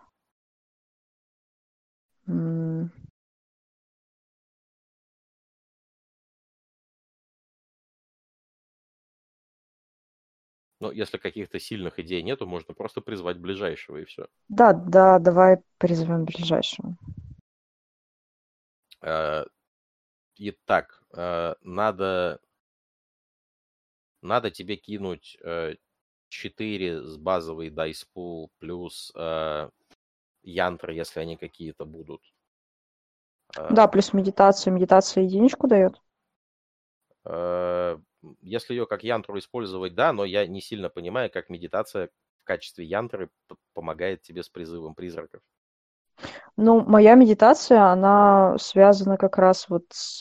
Но если каких-то сильных идей нету, можно просто призвать ближайшего, и все. Да, давай призовем ближайшего. Итак, надо тебе кинуть 4 с базовой Dice Pool плюс янтры, если они какие-то будут. Да, плюс медитация. Медитация единичку дает? Если ее как янтру использовать, да, но я не сильно понимаю, как медитация в качестве янтры помогает тебе с призывом призраков. Ну, моя медитация, она связана как раз вот с...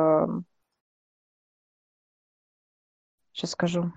Сейчас скажу.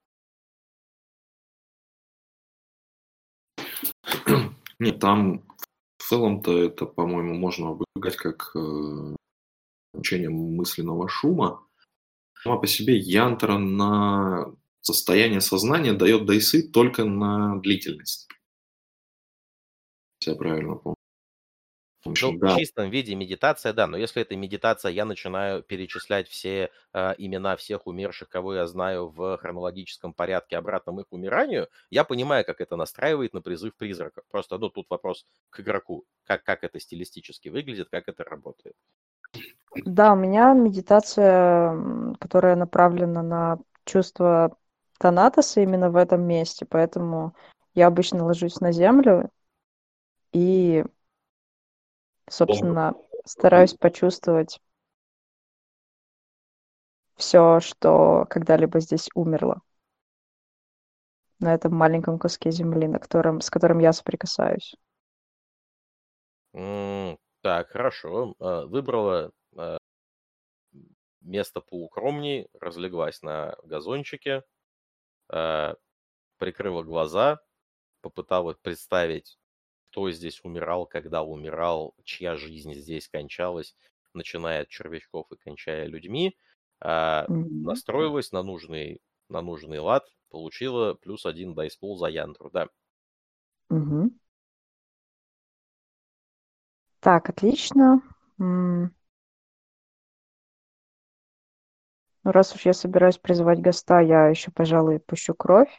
Нет, там в целом-то это, по-моему, можно обыграть как учение мысленного шума. Сама по себе янтра на состояние сознания дает дайсы только на длительность. Если я правильно помню. Слушай, Ну, в да. чистом виде медитация, да, но если это медитация, я начинаю перечислять все имена всех умерших, кого я знаю в хронологическом порядке обратно их умиранию, я понимаю, как это настраивает на призыв призраков. Просто, ну, тут вопрос к игроку, как это стилистически выглядит, как это работает. Да, у меня медитация, которая направлена на чувство Танатоса именно в этом месте, поэтому я обычно ложусь на землю и, собственно, стараюсь почувствовать все, что когда-либо здесь умерло на этом маленьком куске земли, с которым я соприкасаюсь. Так, хорошо. Выбрала место поукромней, разлеглась на газончике, прикрыла глаза, попыталась представить, кто здесь умирал, когда умирал, чья жизнь здесь кончалась, начиная от червячков и кончая людьми. Настроилась на нужный лад, получила +1 дайспул за Янтру, да. Мгм. Так, отлично. Ну, раз уж я собираюсь призывать Госта, я еще, пожалуй, пущу кровь.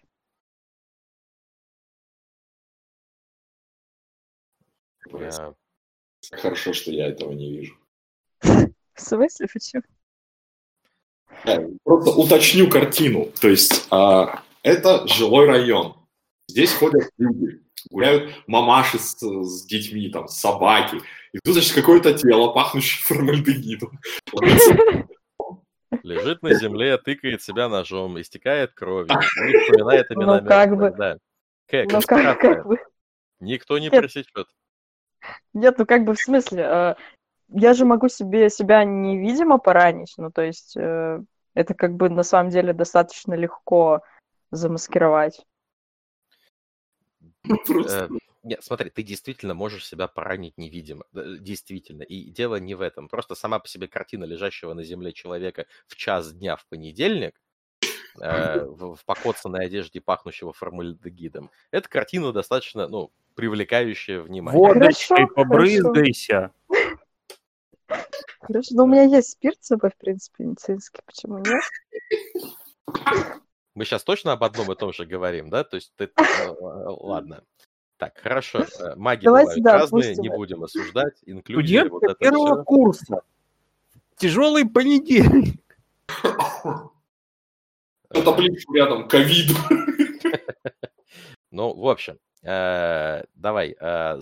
Я- Хорошо, что я этого не вижу. В смысле, почему? Просто уточню картину. То есть это жилой район. Здесь ходят люди, гуляют мамаши с детьми, там, собаки. И тут, значит, какое-то тело, пахнущее формальдегидом. Лежит на земле, тыкает себя ножом, истекает кровью, и вспоминает имена Ну, как мертвых, бы. да. Ну, Конспирация. как бы. Никто не Нет. пресечет. Нет, ну как бы в смысле, я же могу себя невидимо поранить, ну то есть это как бы на самом деле достаточно легко замаскировать. Нет, смотри, ты действительно можешь себя поранить невидимо. Действительно. И дело не в этом. Просто сама по себе картина лежащего на земле человека в час дня в понедельник, в покоцанной одежде, пахнущего формальдегидом, эта картина достаточно, ну, привлекающая внимание. Водочкой Хорошо, побрызгайся. Хорошо, но у меня есть спирт с собой, в принципе, медицинский, почему нет? Мы сейчас точно об одном и том же говорим, да? То есть ты... Ладно. Так, хорошо. Маги Давайте, бывают да, разные, пусть не это. будем осуждать. Инклюзия, вот Студентка это первого все. курса. Тяжелый понедельник. Табличку рядом, ковид. Ну, в общем, давай,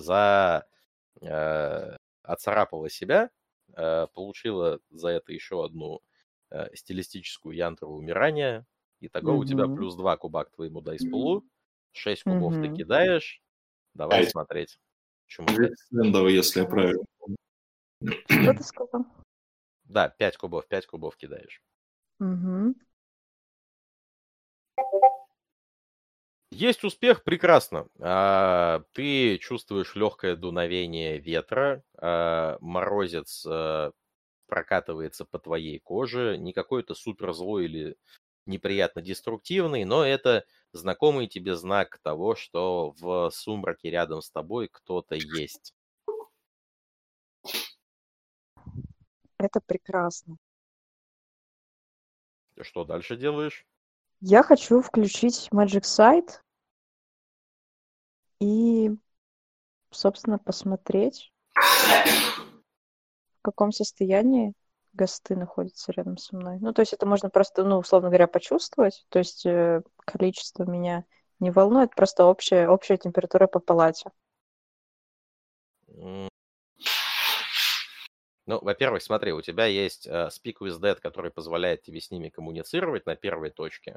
отцарапала себя, получила за это еще одну стилистическую янтру умирания. Итого у тебя Мгм. +2 куба к твоему дайспулу, 6 кубов ты Мгм. кидаешь. Давай 5. смотреть. Чему ты? Стендовый, если я правильно помню. Что ты сказал? Да, 5 кубов кидаешь. Мгм. Есть успех, прекрасно. Ты чувствуешь легкое дуновение ветра, морозец прокатывается по твоей коже, не какой-то супер злой или неприятно деструктивный, но это знакомый тебе знак того, что в сумраке рядом с тобой кто-то есть. Это прекрасно. Что дальше делаешь? Я хочу включить Magic Sight и, собственно, посмотреть, в каком состоянии Госты находятся рядом со мной. Ну, то есть это можно просто, ну, условно говоря, почувствовать. То есть количество меня не волнует, просто общая температура по палате. Ну, во-первых, смотри, у тебя есть Speak with Dead, который позволяет тебе с ними коммуницировать на первой точке.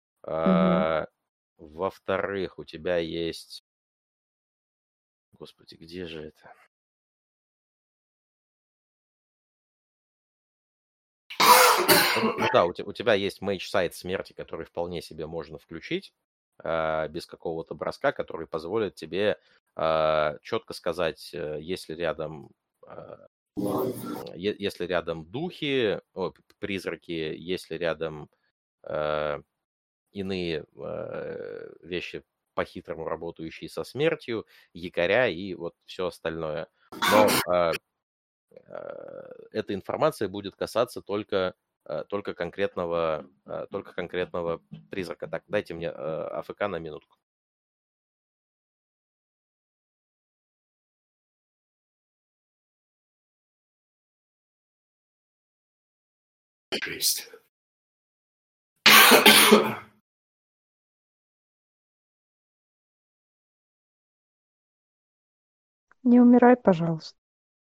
Во-вторых, у тебя есть... Господи, где же это? Ну да, у тебя есть Mage Sight смерти, который вполне себе можно включить без какого-то броска, который позволит тебе четко сказать, если рядом духи, призраки, если рядом иные вещи, по-хитрому работающий со смертью, якоря и вот все остальное. Но эта информация будет касаться только конкретного призрака. Так, дайте мне АФК на минутку. Жесть. Не умирай, пожалуйста.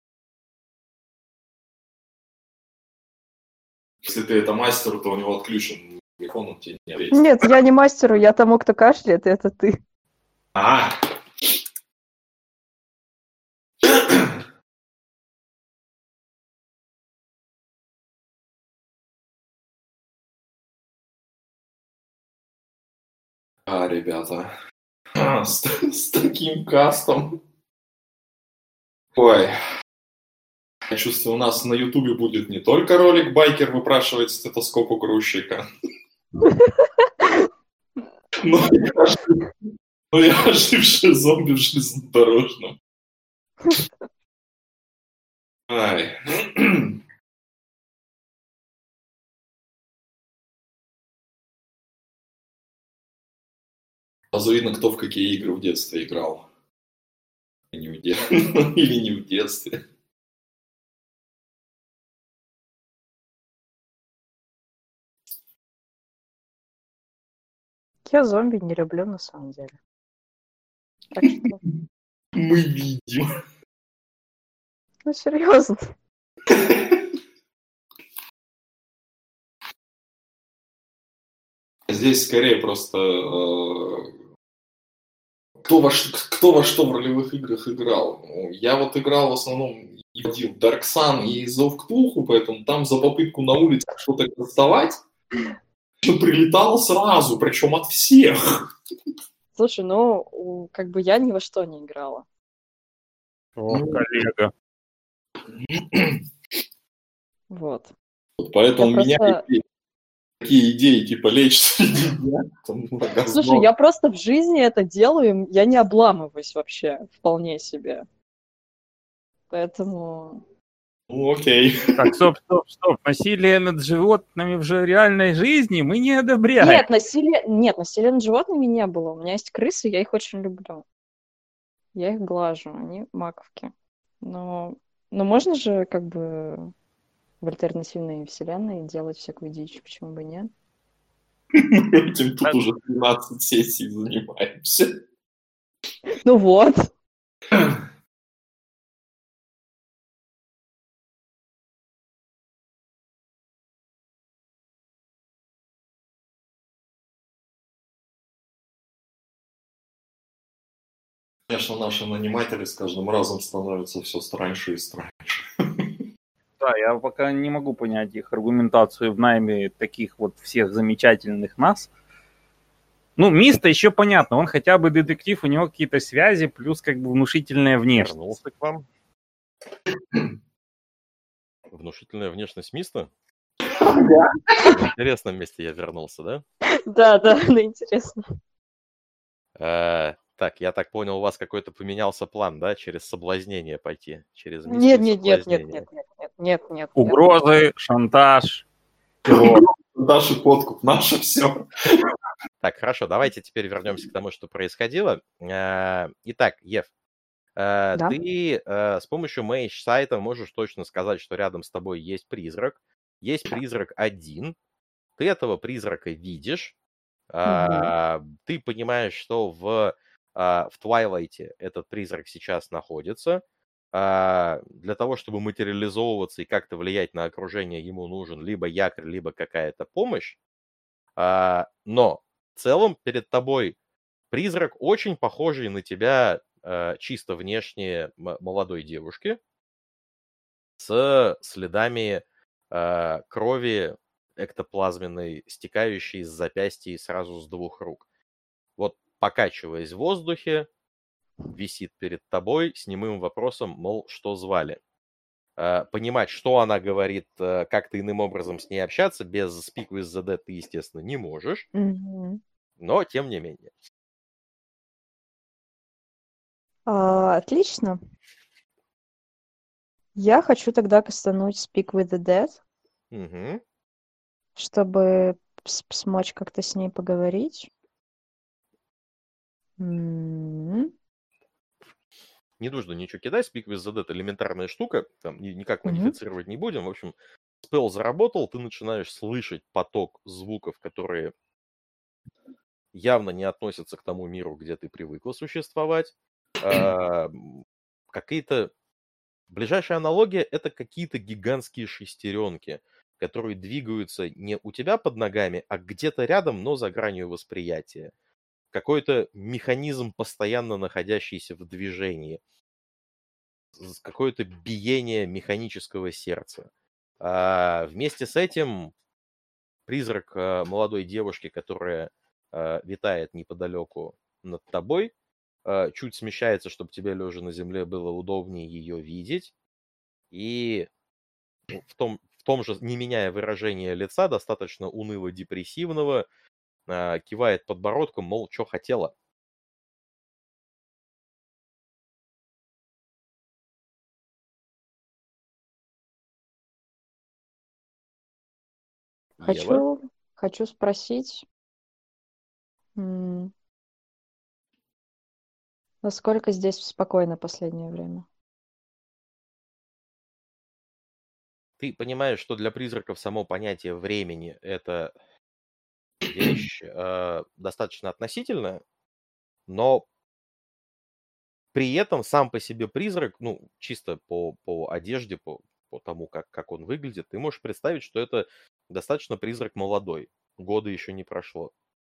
Если ты это мастеру, то у него отключен микрофон, он тебе не ответит. Нет, я не мастеру, я тому, кто кашляет, и это ты. А! Ребята, с таким кастом. Ой, я чувствую, у нас на Ютубе будет не только ролик «Байкер выпрашивает стетоскоп у грузчика». Но и ожившие зомби в железнодорожном. Ай. Сразу видно, кто в какие игры в детстве играл. Или не в детстве. Я зомби не люблю на самом деле. Так что, Мы видим. ну серьезно. Здесь скорее просто кто во что в ролевых играх играл. Я вот играл в основном и в Dark Sun и Зов Ктулху, поэтому там за попытку на улице что-то доставать прилетало сразу, причем от всех. Слушай, ну, как бы я ни во что не играла. О, коллега. Вот. Вот поэтому Я у меня просто- есть такие идеи, типа лечь среди дня, там, Слушай, я просто в жизни это делаю, я не обламываюсь вообще, вполне себе. Поэтому... Ну, окей. Так, стоп. Насилие над животными в реальной жизни мы не одобряем. Нет, насилия над животными не было. У меня есть крысы, я их очень люблю. Я их глажу, они маковки. Но можно же как бы в альтернативной вселенной делать всякую дичь, почему бы нет? Этим тут уже 13 сессий занимаемся. Ну вот. Конечно, наши наниматели с каждым разом становятся все страньше и страньше. Да, я пока не могу понять их аргументацию в найме таких вот всех замечательных нас. Ну, Миста еще понятно, он хотя бы детектив, у него какие-то связи, плюс как бы внушительная внешность. Вернулся к вам. Внушительная внешность Миста? В интересном месте я вернулся, да? Да, интересно. Так, я так понял, у вас какой-то поменялся план, да? Через соблазнение пойти? Через Мисту Нет. соблазнение. Угрозы, шантаж, террор. Наша подкуп, наше все. Так, хорошо, давайте теперь вернемся к тому, что происходило. Итак, Ев, ты с помощью мейдж-сайта можешь точно сказать, что рядом с тобой есть призрак. Есть призрак один. Ты этого призрака видишь. Ты понимаешь, что в Твайлайте этот призрак сейчас находится. Для того, чтобы материализовываться и как-то влиять на окружение, ему нужен либо якорь, либо какая-то помощь. Но в целом перед тобой призрак, очень похожий на тебя чисто внешне молодой девушки с следами крови эктоплазменной, стекающей с запястья и сразу с двух рук. Вот, покачиваясь в воздухе, висит перед тобой с немым вопросом, мол, что звали. Понимать, что она говорит, как-то иным образом с ней общаться, без Speak with the Dead ты, естественно, не можешь, но тем не менее. Отлично. Я хочу тогда кастануть Speak with the Dead, Мгм. чтобы смочь как-то с ней поговорить. М. Не нужно ничего кидать, Speak with the Dead элементарная штука, там никак Мгм. модифицировать не будем. В общем, спелл заработал, ты начинаешь слышать поток звуков, которые явно не относятся к тому миру, где ты привыкла существовать. Какие-то... Ближайшая аналогия — это какие-то гигантские шестеренки, которые двигаются не у тебя под ногами, а где-то рядом, но за гранью восприятия. Какой-то механизм, постоянно находящийся в движении. Какое-то биение механического сердца. Вместе с этим призрак молодой девушки, которая витает неподалеку над тобой, чуть смещается, чтобы тебе, лежа на земле, было удобнее ее видеть. И в том же, не меняя выражения лица, достаточно уныло-депрессивного, кивает подбородком, мол, что хотела. Ева? Хочу спросить, насколько здесь спокойно последнее время? Ты понимаешь, что для призраков само понятие времени — это вещь достаточно относительная, но при этом сам по себе призрак, ну, чисто по одежде, по тому, как он выглядит, ты можешь представить, что это достаточно призрак молодой. Года еще не прошло.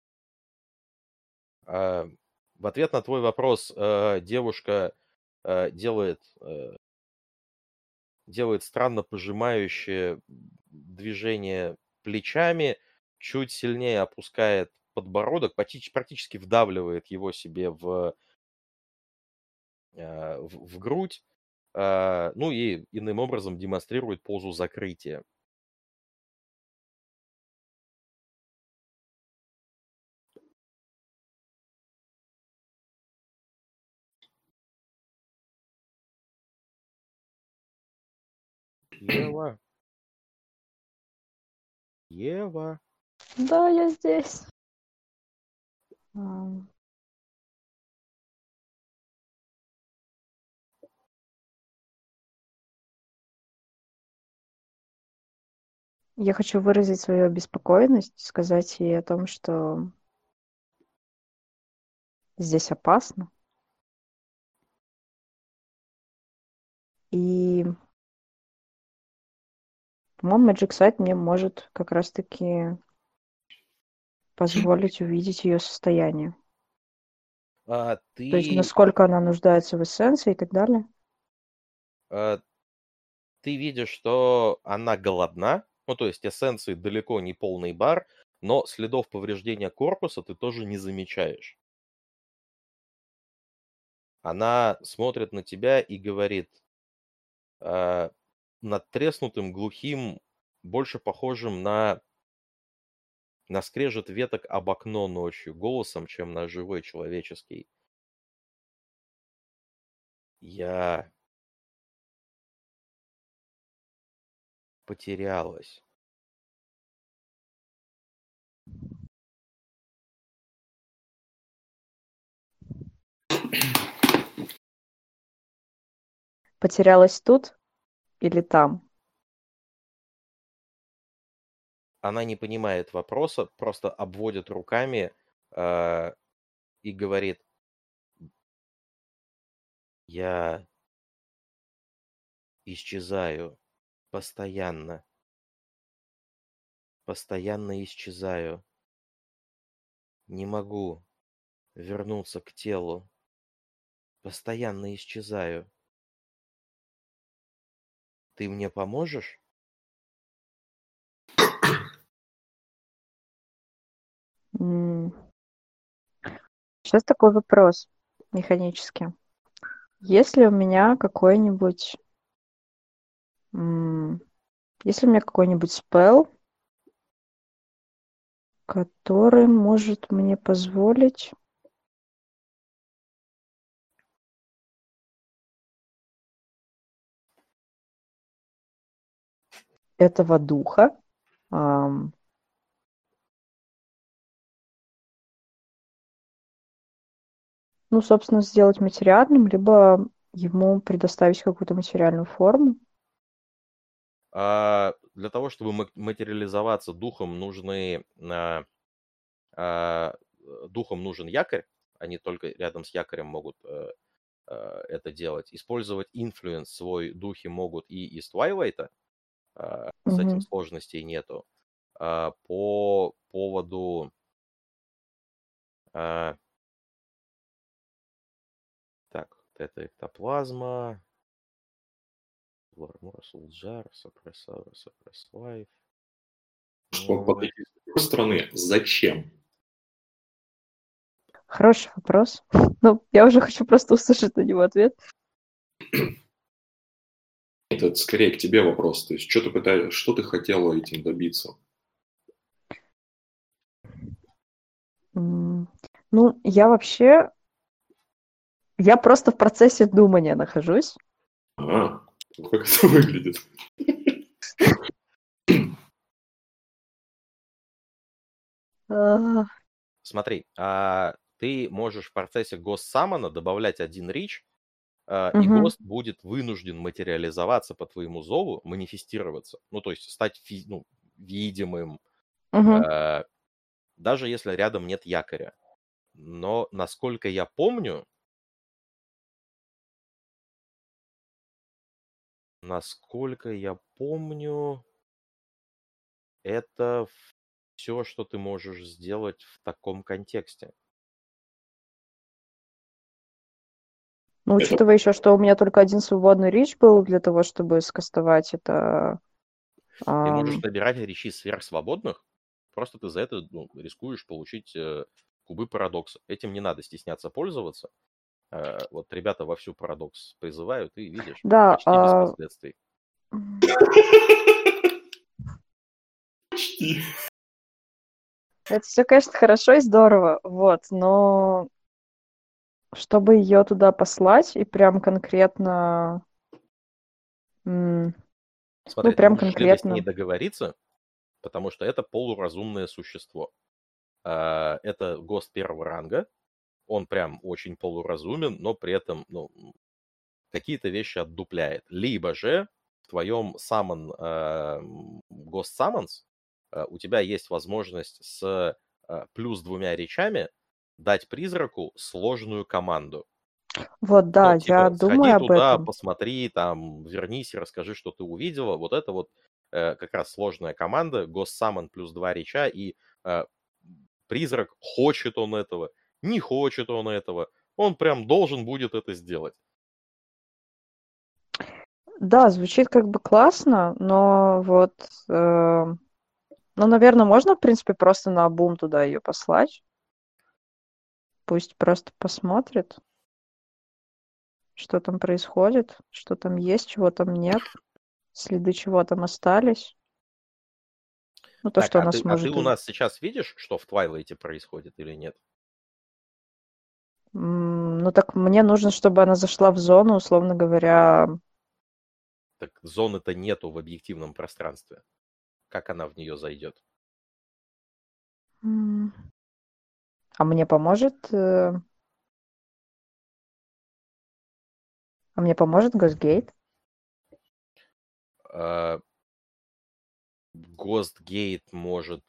В ответ на твой вопрос девушка делает странно пожимающее движение плечами, чуть сильнее опускает подбородок, практически вдавливает его себе в грудь, ну и иным образом демонстрирует позу закрытия. Ева. Ева. Да, я здесь. Ам. Я хочу выразить свою обеспокоенность, сказать ей о том, что здесь опасно. И, по-моему, Magic Sight мне может как раз-таки позволить увидеть ее состояние. То есть Ты насколько она нуждается в эссенции и так далее. ты видишь, что она голодна, ну, то есть эссенции далеко не полный бар, но следов повреждения корпуса ты тоже не замечаешь. Она смотрит на тебя и говорит надтреснутым, глухим, больше похожим на скрежет веток об окно ночью, голосом, чем на живой человеческий. Я потерялась. Потерялась тут или там? Она не понимает вопроса, просто обводит руками и говорит: я исчезаю постоянно. Постоянно исчезаю. Не могу вернуться к телу. Постоянно исчезаю. Ты мне поможешь? Сейчас такой вопрос механический. Есть ли у меня какой-нибудь спелл, который может мне позволить этого духа. ам, Ну, собственно, сделать материальным, либо ему предоставить какую-то материальную форму. Для того, чтобы материализоваться духом, духом нужен якорь. Они только рядом с якорем могут это делать. Использовать инфлюенс свой духи могут и из Твайлайта. С этим Мгм. сложностей нету. По поводу... Так, вот это эктоплазма. Лармора, Сулджар, Сопресс Лайф. Чтобы подойти с другой стороны, зачем? Хороший вопрос. Ну, я уже хочу просто услышать на него ответ. Это скорее к тебе вопрос. То есть, что ты хотела этим добиться? Ну, я просто в процессе думания нахожусь. Ага, как это выглядит? А, Смотри, ты можешь в процессе гост-саммона добавлять один рич, и Мгм. гост будет вынужден материализоваться по твоему зову, манифестироваться. Ну, то есть стать видимым, Мгм. даже если рядом нет якоря. Но, насколько я помню, это все, что ты можешь сделать в таком контексте. Ну, учитывая еще, что у меня только один свободный рич был для того, чтобы скастовать это. Ты можешь ам, набирать речи сверхсвободных, просто ты за это рискуешь получить кубы парадокса. Этим не надо стесняться пользоваться. Вот ребята вовсю парадокс призывают, и видишь, Да, почти без последствий. Почти. это все, конечно, хорошо и здорово, вот, но чтобы ее туда послать и прям конкретно, ну, Смотри, ты прям можешь либо с ней конкретно. договориться, потому что это полуразумное существо. Это ГОСТ первого ранга, он прям очень полуразумен, но при этом какие-то вещи отдупляет. Либо же в твоем ГОСТ Summons у тебя есть возможность с плюс 2 речами дать призраку сложную команду. Вот, да, Ну, я типа, сходи думаю об туда, этом. посмотри, там, вернись и расскажи, что ты увидела. Вот это вот как раз сложная команда. Ghost Summon плюс 2 реча, и призрак, хочет он этого, не хочет он этого. Он прям должен будет это сделать. Да, звучит как бы классно, но вот, ну, наверное, можно, в принципе, просто наобум туда ее послать. Пусть просто посмотрит, что там происходит, что там есть, чего там нет, следы чего там остались. Ну, то, Так, что а она ты сможет. у нас сейчас видишь, что в Твайлайте происходит или нет? Ну, так мне нужно, чтобы она зашла в зону, условно говоря. Так зоны-то нету в объективном пространстве. Как она в нее зайдет? А мне поможет... А мне поможет Госгейт? Ghostgate может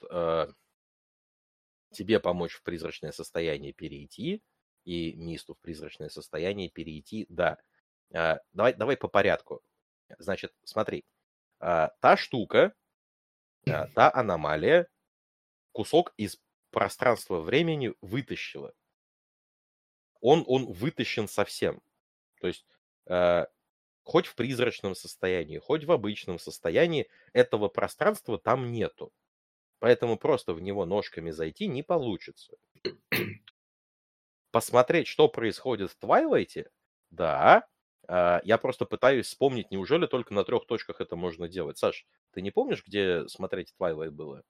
тебе помочь в призрачное состояние перейти, и Мисту в призрачное состояние перейти, да. Давай по порядку. Значит, смотри. Та штука, та аномалия, кусок из пространства-времени вытащила. Он вытащен совсем. То есть хоть в призрачном состоянии, хоть в обычном состоянии, этого пространства там нету. Поэтому просто в него ножками зайти не получится. Посмотреть, что происходит в Твайлайте, да. Я просто пытаюсь вспомнить, неужели только на 3 точках это можно делать. Саш, ты не помнишь, где смотреть Твайлайт было?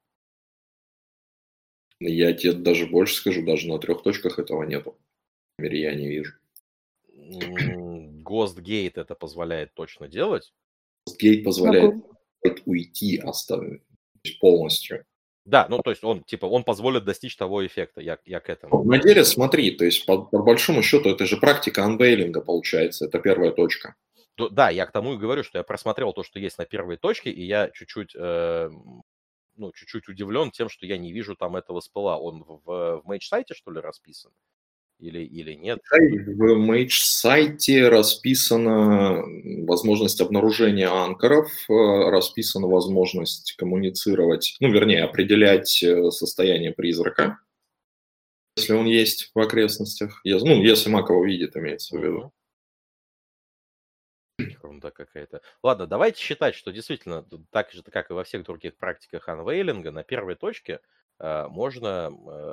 Я тебе даже больше скажу, даже на 3 точках этого нету. В мире я не вижу. Ghostgate это позволяет точно делать. Гейт позволяет уйти полностью. Да, ну то есть он позволит достичь того эффекта, я к этому. На деле смотри, то есть по большому счету это же практика анвейлинга получается, это первая точка. Да, я к тому и говорю, что я просмотрел то, что есть на первой точке, и я чуть-чуть удивлен тем, что я не вижу там этого спыла. Он в мейдж-сайте, что ли, расписан? Или нет? В мейдж-сайте расписана возможность обнаружения анкоров, расписана возможность коммуницировать, определять состояние призрака, если он есть в окрестностях. Если Мак его видит, имеется в виду. Ерунда какая-то. Ладно, давайте считать, что действительно, так же, как и во всех других практиках анвейлинга, на первой точке можно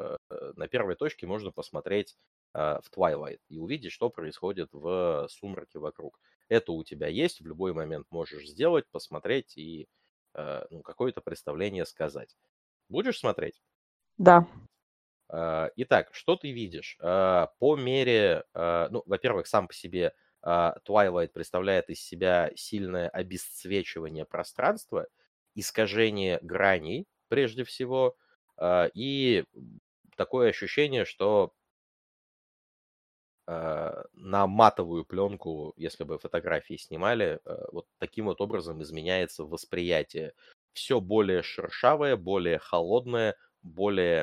посмотреть в Twilight и увидеть, что происходит в сумраке вокруг. Это у тебя есть, в любой момент можешь сделать, посмотреть и какое-то представление сказать. Будешь смотреть? Да. Итак, что ты видишь? По мере, во-первых, сам по себе Twilight представляет из себя сильное обесцвечивание пространства, искажение граней, прежде всего, и такое ощущение, что на матовую пленку, если бы фотографии снимали, вот таким вот образом изменяется восприятие. Все более шершавое, более холодное, более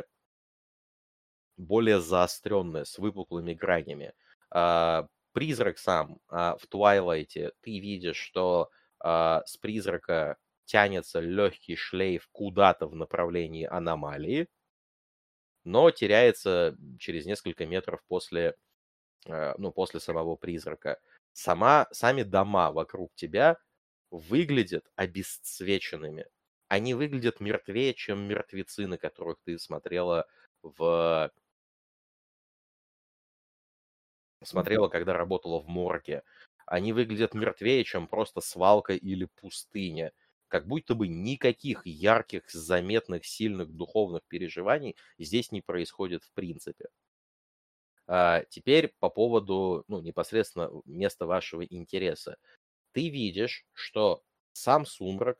заостренное, с выпуклыми гранями. Призрак сам в Твайлайте, ты видишь, что с призрака тянется легкий шлейф куда-то в направлении аномалии, но теряется через несколько метров после самого призрака. Сами дома вокруг тебя выглядят обесцвеченными. Они выглядят мертвее, чем мертвецы, на которых ты смотрела, когда работала в морге. Они выглядят мертвее, чем просто свалка или пустыня. Как будто бы никаких ярких, заметных, сильных духовных переживаний здесь не происходит в принципе. Теперь по поводу непосредственно места вашего интереса. Ты видишь, что сам сумрак,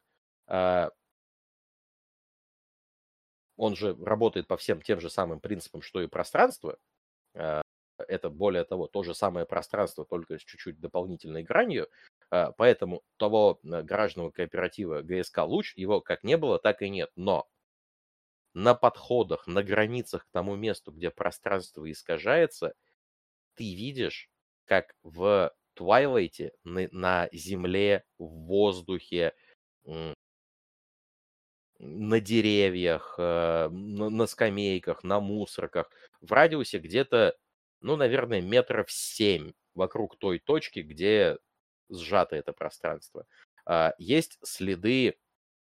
он же работает по всем тем же самым принципам, что и пространство. Это, более того, то же самое пространство, только с чуть-чуть дополнительной гранью. Поэтому того гаражного кооператива ГСК «Луч», его как не было, так и нет. Но на подходах, на границах к тому месту, где пространство искажается, ты видишь, как в Твайлайте на земле, в воздухе, на деревьях, на скамейках, на мусорках, в радиусе где-то, наверное, 7 метров вокруг той точки, где сжато это пространство. Есть следы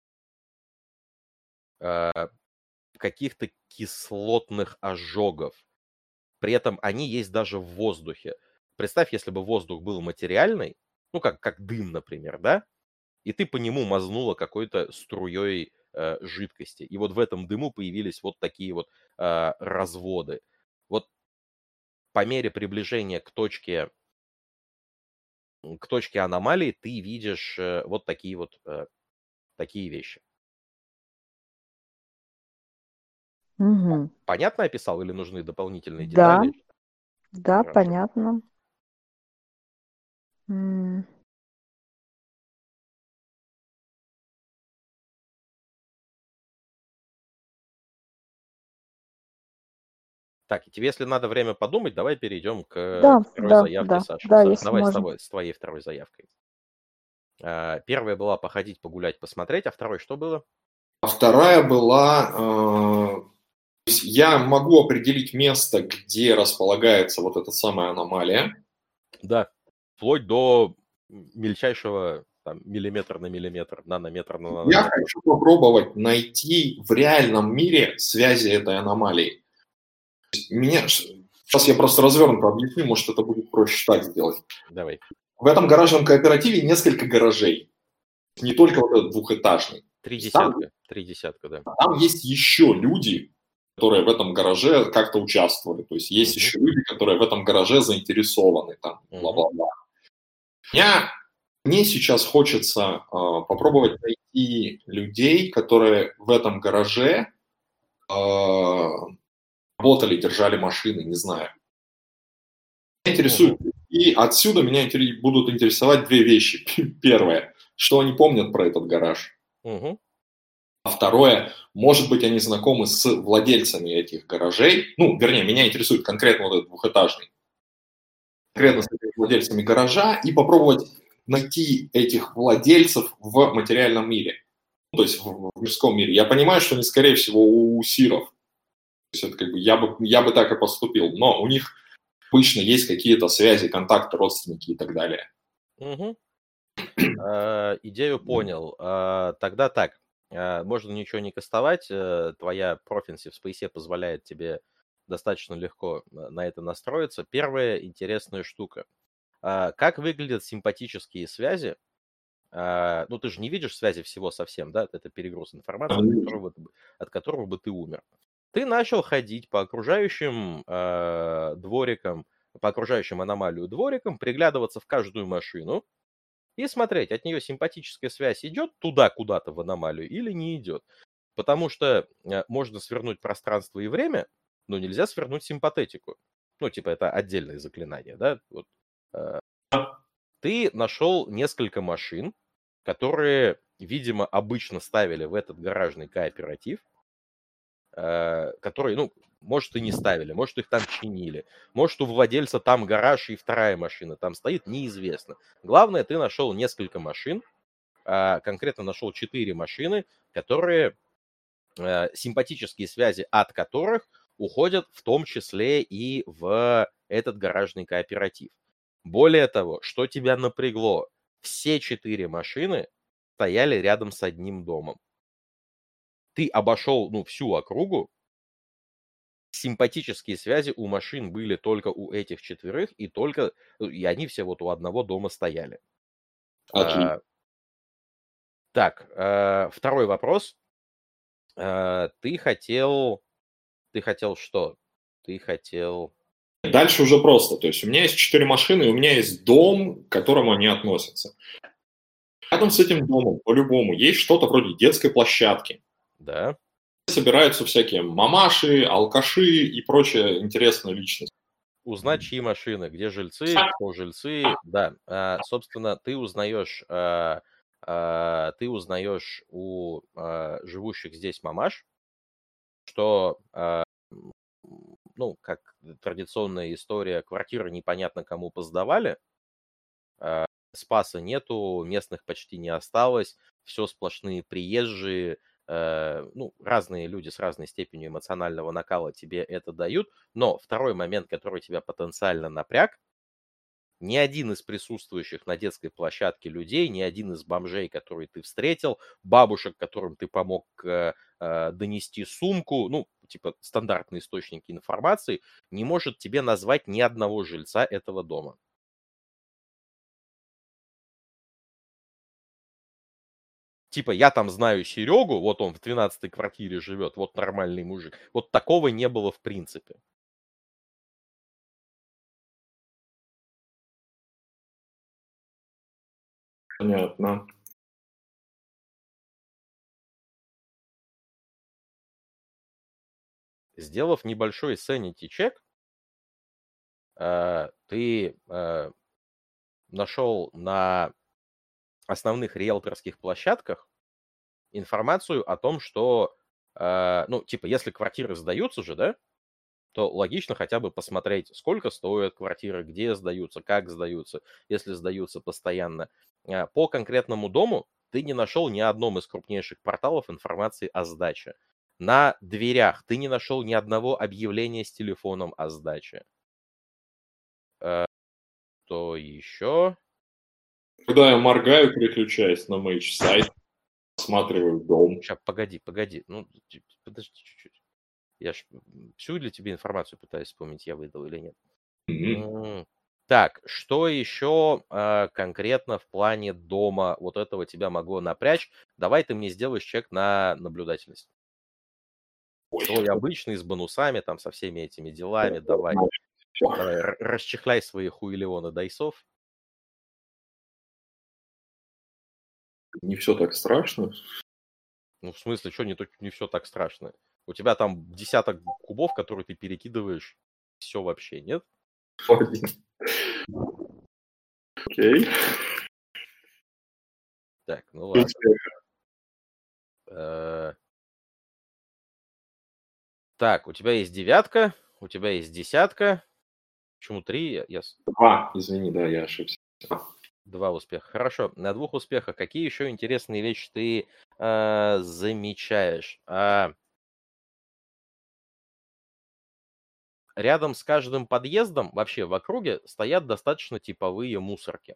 каких-то кислотных ожогов. При этом они есть даже в воздухе. Представь, если бы воздух был материальный, как дым, например, да? И ты по нему мазнула какой-то струей жидкости. И вот в этом дыму появились вот такие вот разводы. Вот по мере приближения к точке аномалии ты видишь вот такие вещи. Угу. Понятно описал или нужны дополнительные Да. детали? Да, Хорошо. понятно. Так, и тебе, если надо время подумать, давай перейдем к Да, второй заявке Саши. да, если Давай можно. с твоей второй заявкой. Первая была походить, погулять, посмотреть, а второй что было? А вторая была... я могу определить место, где располагается вот эта самая аномалия. Да, вплоть до мельчайшего миллиметр на миллиметр, нанометр на нанометр. Я хочу попробовать найти в реальном мире связи этой аномалии. Сейчас я просто развернуто объясню, может, это будет проще так сделать. Давай. В этом гаражном кооперативе несколько гаражей. Не только вот этот двухэтажный. Три десятка, да. Там есть еще люди, которые в этом гараже как-то участвовали. То есть есть еще люди, которые в этом гараже заинтересованы. Там, бла-бла-бла. Меня Мне сейчас хочется попробовать найти людей, которые в этом гараже работали, держали машины, не знаю. Меня интересует, и отсюда меня будут интересовать две вещи. Первое, что они помнят про этот гараж. Мгм. А второе, может быть, они знакомы с владельцами этих гаражей. Ну, вернее, меня интересует конкретно вот этот двухэтажный. Конкретно с этими владельцами гаража и попробовать найти этих владельцев в материальном мире. Ну, то есть в мирском мире. Я понимаю, что они, скорее всего, у сиров. То есть это как бы я бы так и поступил. Но у них обычно есть какие-то связи, контакты, родственники и так далее. Мгм. Идею понял. Тогда так. Можно ничего не кастовать. Твоя профинси в спейсе позволяет тебе достаточно легко на это настроиться. Первая интересная штука. Как выглядят симпатические связи? Ну, ты же не видишь связи всего совсем, да? Это перегруз информации, от которого бы ты умер. Ты начал ходить по окружающим дворикам, по окружающим аномалию дворикам, приглядываться в каждую машину и смотреть, от нее симпатическая связь идет туда куда-то в аномалию или не идет. Потому что можно свернуть пространство и время, но нельзя свернуть симпатетику. Ну, типа, это отдельное заклинание, да? Вот. Ты нашел несколько машин, которые, видимо, обычно ставили в этот гаражный кооператив, которые, ну, может, и не ставили, может, их там чинили, может, у владельца там гараж и вторая машина там стоит, неизвестно. Главное, ты нашел несколько машин, конкретно нашел 4 машины, которые, симпатические связи от которых уходят в том числе и в этот гаражный кооператив. Более того, что тебя напрягло, все 4 машины стояли рядом с одним домом. Ты обошел, ну, всю округу, симпатические связи у машин были только у этих 4, и они все вот у одного дома стояли. Отлично. Так, второй вопрос. Ты хотел что? Ты хотел... Дальше уже просто. То есть у меня есть 4 машины, и у меня есть дом, к которому они относятся. Рядом с этим домом, по-любому, есть что-то вроде детской площадки. Да. Собираются всякие мамаши, алкаши и прочая интересная личность. Узнать, чьи машины, где жильцы, кто жильцы. Да, собственно, ты узнаешь у живущих здесь мамаш, что, ну, как традиционная история, квартиры непонятно кому поздавали, спаса нету, местных почти не осталось, все сплошные приезжие, ну, разные люди с разной степенью эмоционального накала тебе это дают. Но второй момент, который тебя потенциально напряг, ни один из присутствующих на детской площадке людей, ни один из бомжей, которые ты встретил, бабушек, которым ты помог донести сумку, ну, типа стандартные источники информации, не может тебе назвать ни одного жильца этого дома. Типа, я там знаю Серегу, вот он в 12-й квартире живет, вот нормальный мужик. Вот такого не было в принципе. Понятно. Сделав небольшой sanity чек, ты нашел на основных риэлторских площадках информацию о том, что, ну, типа, если квартиры сдаются же, да, то логично хотя бы посмотреть, сколько стоят квартиры, где сдаются, как сдаются, если сдаются постоянно. По конкретному дому ты не нашел ни одном из крупнейших порталов информации о сдаче. На дверях ты не нашел ни одного объявления с телефоном о сдаче. Что еще? Когда я моргаю, переключаюсь на матч-сайт, осматриваю дом. Сейчас, погоди. Ну, подожди чуть-чуть. Я ж всю для тебя информацию пытаюсь вспомнить, я выдал или нет. Мгм. Так, что еще конкретно в плане дома вот этого тебя могло напрячь? Давай ты мне сделаешь чек на наблюдательность. Ой, Твой обычный, с бонусами, там, со всеми этими делами. Давай, всё. расчехляй свои хуелеоны дайсов. Не все так страшно. Ну, в смысле, что не все так страшно? У тебя там десяток кубов, которые ты перекидываешь. Все вообще, нет? Один. Окей. Так, ну ладно. Так, у тебя есть девятка, у тебя есть десятка. Почему 3? Два, извини, да, я ошибся. 2 успеха. Хорошо. На 2 успехах какие еще интересные вещи ты замечаешь? Рядом с каждым подъездом, вообще в округе, стоят достаточно типовые мусорки.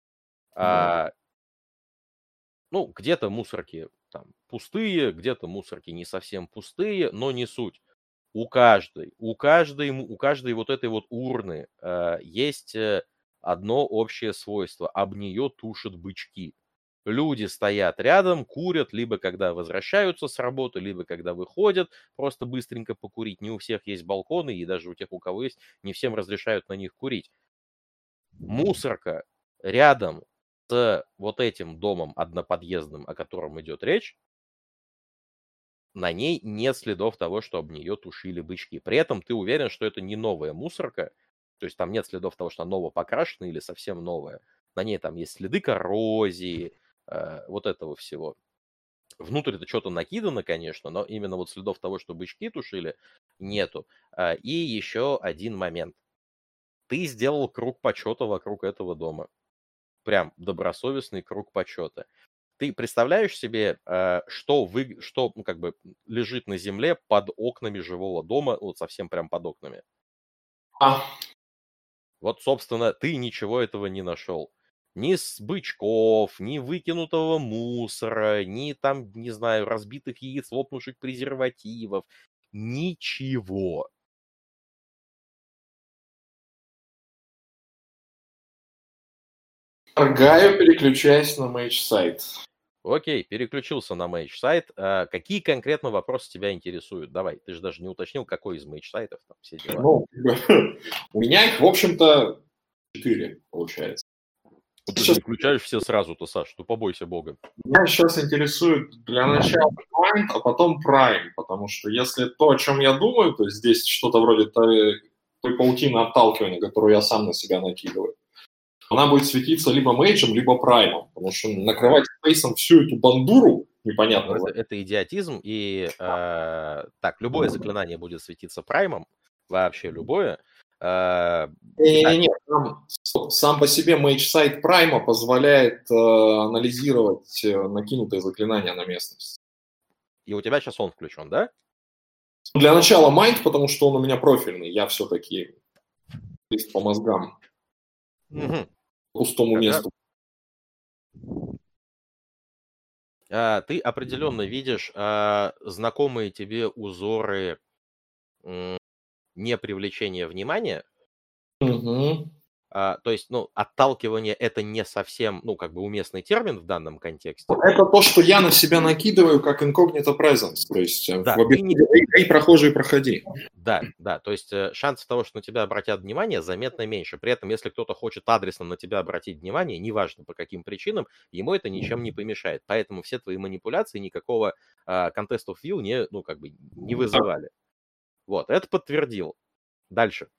Ну, где-то мусорки там пустые, где-то мусорки не совсем пустые, но не суть. У каждой вот этой вот урны есть одно общее свойство. Об нее тушат бычки. Люди стоят рядом, курят, либо когда возвращаются с работы, либо когда выходят, просто быстренько покурить. Не у всех есть балконы, и даже у тех, у кого есть, не всем разрешают на них курить. Мусорка рядом с вот этим домом одноподъездным, о котором идет речь, на ней нет следов того, что об нее тушили бычки. При этом ты уверен, что это не новая мусорка, то есть там нет следов того, что она ново покрашена или совсем новая. На ней там есть следы коррозии, вот этого всего. Внутрь это что-то накидано, конечно, но именно вот следов того, что бычки тушили, нету. И еще один момент. Ты сделал круг почета вокруг этого дома. Прям добросовестный круг почета. Ты представляешь себе, что ну, как бы лежит на земле под окнами живого дома, вот совсем прям под окнами? Вот, собственно, ты ничего этого не нашел. Ни с бычков, ни выкинутого мусора, ни там, не знаю, разбитых яиц, лопнувших презервативов. Ничего. Моргаю, переключаясь на Mage-сайт. Окей, переключился на Mage-сайт. Какие конкретно вопросы тебя интересуют? Давай, ты же даже не уточнил, какой из Mage-сайтов там все дела. Ну, у меня их, в общем-то, 4, получается. Вот ты же не включаешь все сразу-то, Саш, ну побойся бога. Меня сейчас интересует для начала Mind, а потом Prime, потому что если то, о чем я думаю, то есть здесь что-то вроде той паутины отталкивания, которую я сам на себя накидываю, она будет светиться либо мейджем, либо праймом, потому что накрывать спейсом всю эту бандуру непонятно. Это идиотизм, и так, любое заклинание будет светиться праймом, вообще любое. Нет, сам по себе мейдж-сайт прайма позволяет анализировать накинутые заклинания на местность. И у тебя сейчас он включен, да? Для начала майнд, потому что он у меня профильный, я все-таки по мозгам. Пустому месту. Ты определенно видишь знакомые тебе узоры не привлечения внимания. То есть, ну, отталкивание это не совсем, ну, как бы уместный термин в данном контексте. Это то, что я на себя накидываю как incognito presence, то есть да, в объекте прохожий проходи. Да, то есть шансов того, что на тебя обратят внимание, заметно меньше. При этом, если кто-то хочет адресно на тебя обратить внимание, неважно по каким причинам, ему это ничем не помешает. Поэтому все твои манипуляции никакого contest of view не вызывали. Вот, это подтвердил. Дальше.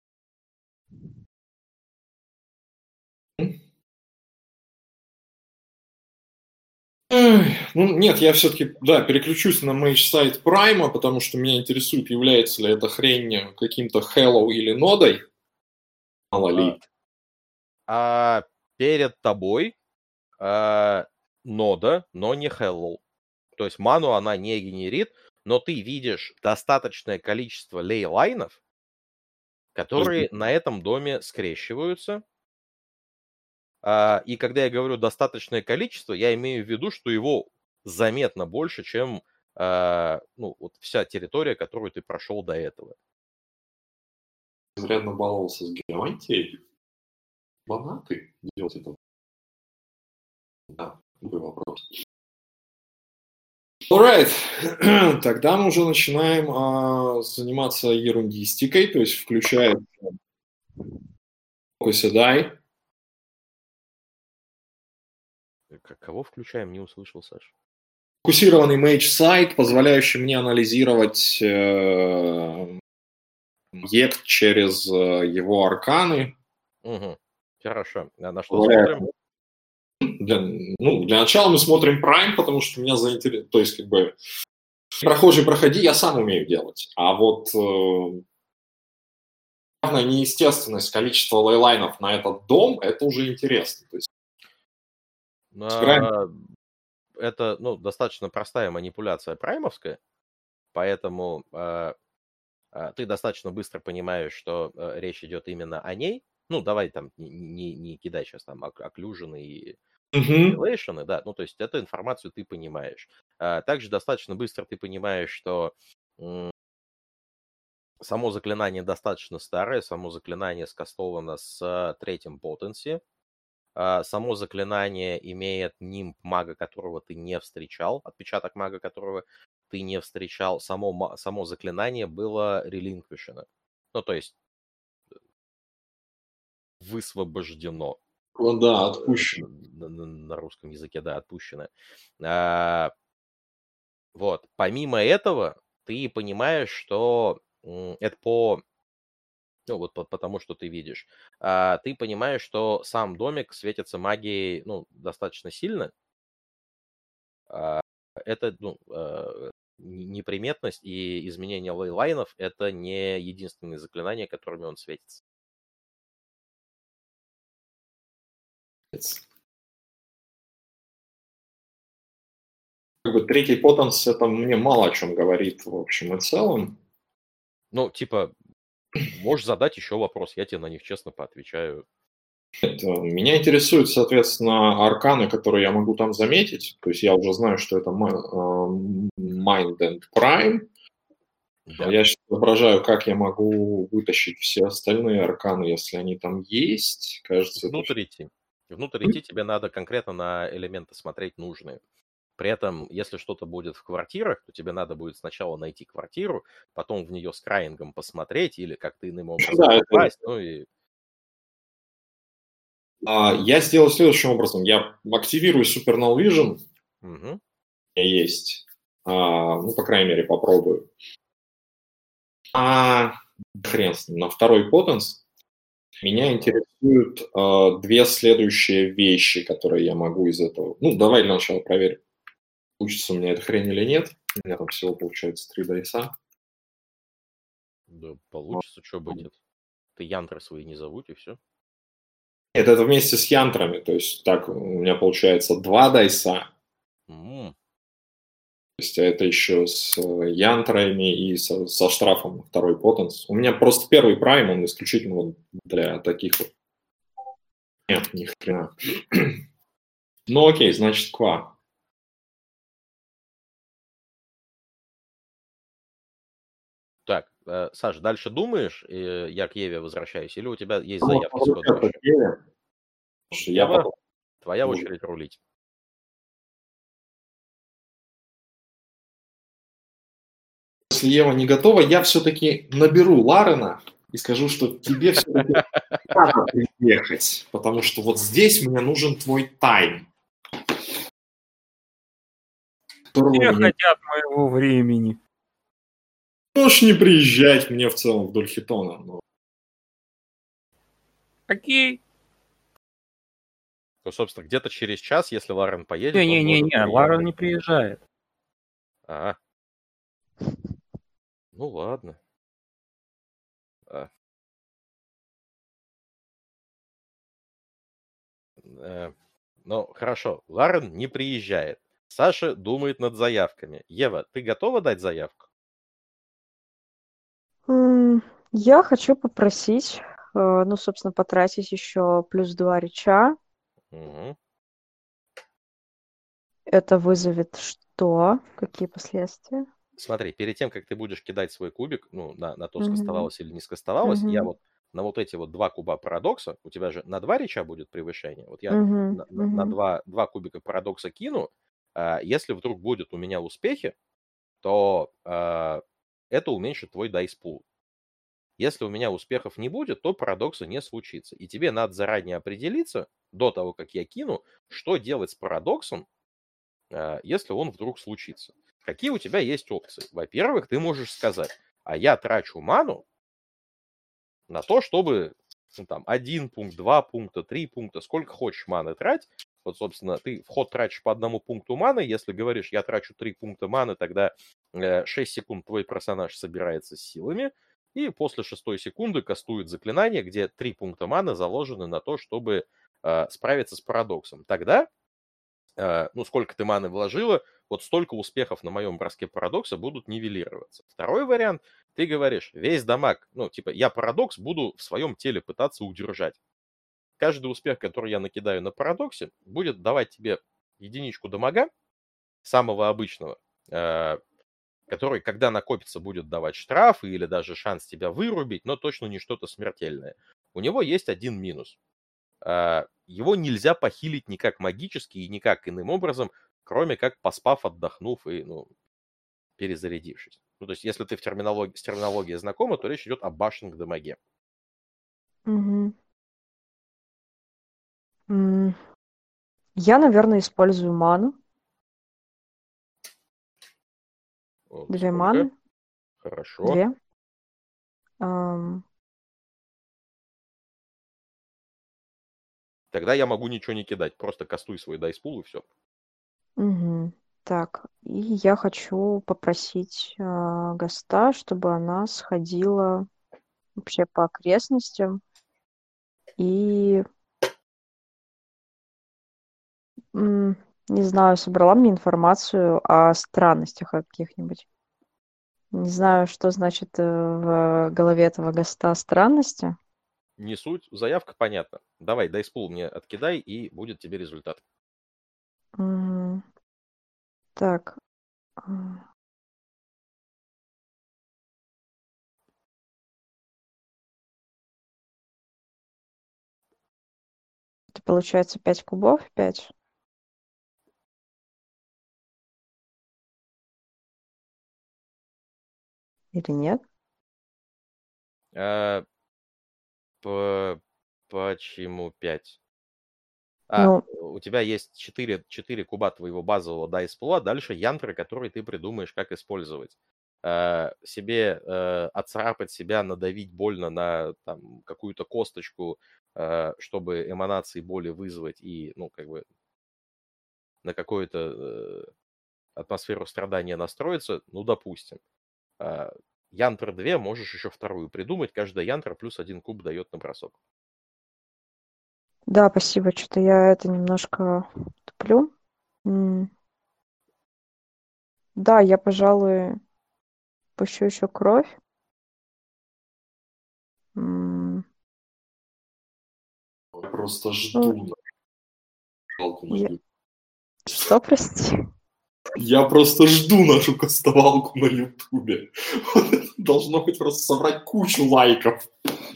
Ну, нет, я все-таки, переключусь на Mage-сайт Prime, потому что меня интересует, является ли эта хрень каким-то Hello или нодой. Мало ли. Перед тобой нода, но не Hello. То есть ману она не генерит, но ты видишь достаточное количество лейлайнов, которые на этом доме скрещиваются. И когда я говорю достаточное количество, я имею в виду, что его заметно больше, чем вот вся территория, которую ты прошел до этого. Изрядно баловался с геомантией. Банаты делать это? Да, такой вопрос. Alright, тогда мы уже начинаем заниматься ерундистикой, то есть включая Focus Eye. Кого включаем, не услышал, Саш. Фокусированный мейдж-сайт, позволяющий мне анализировать объект через его арканы. Угу. Хорошо. На что смотрим? Для начала мы смотрим Prime, потому что меня заинтересовало. То есть, как бы, прохожий проходи, я сам умею делать. А вот главная неестественность количества лейлайнов на этот дом, это уже интересно. То есть, это достаточно простая манипуляция праймовская, поэтому ты достаточно быстро понимаешь, что речь идет именно о ней. Ну, давай там не кидай сейчас там окклюжены и релейшены, да, то есть эту информацию ты понимаешь. Также достаточно быстро ты понимаешь, что само заклинание достаточно старое, само заклинание скастовано с третьим потенси. Само заклинание имеет нимб мага, которого ты не встречал, отпечаток мага, которого ты не встречал. Само заклинание было релинквишено. То есть высвобождено. Да, отпущено. На русском языке, да, отпущено. Вот. Помимо этого, ты понимаешь, что это потому что ты видишь. Ты понимаешь, что сам домик светится магией, достаточно сильно. Это, неприметность и изменение лейлайнов — это не единственные заклинания, которыми он светится. Как бы третий потенс, это мне мало о чем говорит в общем и целом. Можешь задать еще вопрос, я тебе на них честно поотвечаю. Меня интересуют, соответственно, арканы, которые я могу там заметить. То есть я уже знаю, что это Mind and Prime. Да. Я сейчас соображаю, как я могу вытащить все остальные арканы, если они там есть. Кажется, Внутрь идти тебе надо конкретно на элементы смотреть нужные. При этом, если что-то будет в квартирах, то тебе надо будет сначала найти квартиру, потом в нее с краингом посмотреть или как-то иным образом попасть. Я сделаю следующим образом. Я активирую Super Null Vision. Угу. У меня есть. По крайней мере, попробую. Хрен с ним. На второй потенс меня интересуют две следующие вещи, которые я могу из этого... давай для начала проверим, получится у меня эта хрень или нет. У меня там всего получается 3 дайса. Да, получится, что будет. Ты янтры свои не забудь, и все. Нет, это вместе с янтрами. То есть так у меня получается 2 дайса. То есть это еще с янтрами и со штрафом второй потенс. У меня просто первый прайм, он исключительно для таких вот. Нет, ни хрена. Окей, значит, ква. Так, Саш, дальше думаешь, я к Еве возвращаюсь, или у тебя есть заявки сходу еще? Ева, твоя очередь рулить. Если Ева не готова, я все-таки наберу Ларена и скажу, что тебе все-таки надо приехать, потому что вот здесь мне нужен твой тайм. Все хотят моего времени. Можешь не приезжать мне в целом вдоль Хитона. Но... Окей. То, собственно, где-то через час, если Ларен поедет... Не, Ларен не приезжает. Ага. Ну, ладно. Хорошо. Ларен не приезжает. Саша думает над заявками. Ева, ты готова дать заявку? Я хочу попросить, собственно, потратить еще плюс 2 реча. Угу. Это вызовет что? Какие последствия? Смотри, перед тем, как ты будешь кидать свой кубик, на то, скастовалось или не скастовалось, я вот на вот эти вот 2 куба парадокса, у тебя же на 2 реча будет превышение, вот я на 2 кубика парадокса кину, если вдруг будет у меня успехи, то это уменьшит твой дайс пул. Если у меня успехов не будет, то парадокса не случится. И тебе надо заранее определиться, до того, как я кину, что делать с парадоксом, если он вдруг случится. Какие у тебя есть опции? Во-первых, ты можешь сказать, а я трачу ману на то, чтобы 1 пункт, 2 пункта, 3 пункта, сколько хочешь маны трать. Вот, собственно, ты в ход тратишь по 1 пункту маны. Если говоришь, я трачу 3 пункта маны, тогда 6 секунд твой персонаж собирается с силами. И после 6 секунды кастует заклинание, где 3 пункта маны заложены на то, чтобы справиться с парадоксом. Тогда, сколько ты маны вложила, вот столько успехов на моем броске парадокса будут нивелироваться. Второй вариант, ты говоришь, весь дамаг, я парадокс буду в своем теле пытаться удержать. Каждый успех, который я накидаю на парадоксе, будет давать тебе единичку дамага, самого обычного, который, когда накопится, будет давать штрафы или даже шанс тебя вырубить, но точно не что-то смертельное. У него есть один минус. Его нельзя похилить никак магически и никак иным образом, кроме как поспав, отдохнув и перезарядившись. То есть, если ты с терминологией знакома, то речь идет о башенных дамаге. Угу. Я, наверное, использую ману. 2 маны. Хорошо. 2. Тогда я могу ничего не кидать. Просто кастуй свой дайспул и все. Угу. Так, и я хочу попросить Госта, чтобы она сходила вообще по окрестностям и, не знаю, собрала мне информацию о странностях каких-нибудь. Не знаю, что значит в голове этого Госта странности. Не суть, заявка понятна. Давай, дайспул мне откидай, и будет тебе результат. Так. Это получается 5 кубов, 5. Или нет? Почему 5? Ну, у тебя есть 4 куба твоего базового дайспула, дальше янтры, которые ты придумаешь, как использовать. Себе отцарапать себя, надавить больно на какую-то косточку, чтобы эманации боли вызвать и, на какую-то атмосферу страдания настроиться, допустим. Янтр 2 можешь еще вторую придумать. Каждая янтра плюс 1 куб дает на бросок. да, спасибо. Что-то я это немножко туплю. Да, я, пожалуй, пущу еще кровь. Я просто жду. Что, прости? Я просто жду нашу кастовалку на Ютубе. Должно быть просто собрать кучу лайков.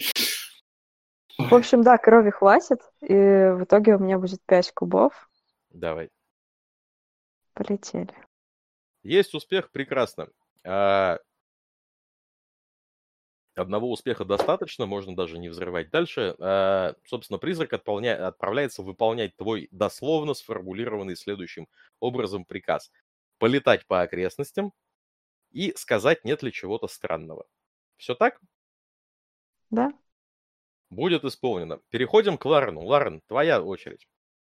В общем, да, крови хватит, и в итоге у меня будет 5 кубов. Давай. Полетели. Есть успех, прекрасно. Одного успеха достаточно, можно даже не взрывать дальше. Собственно, призрак отправляется выполнять твой дословно сформулированный следующим образом приказ. Полетать по окрестностям и сказать, нет ли чего-то странного. Все так? Да. Будет исполнено. Переходим к Ларену. Ларен, твоя очередь.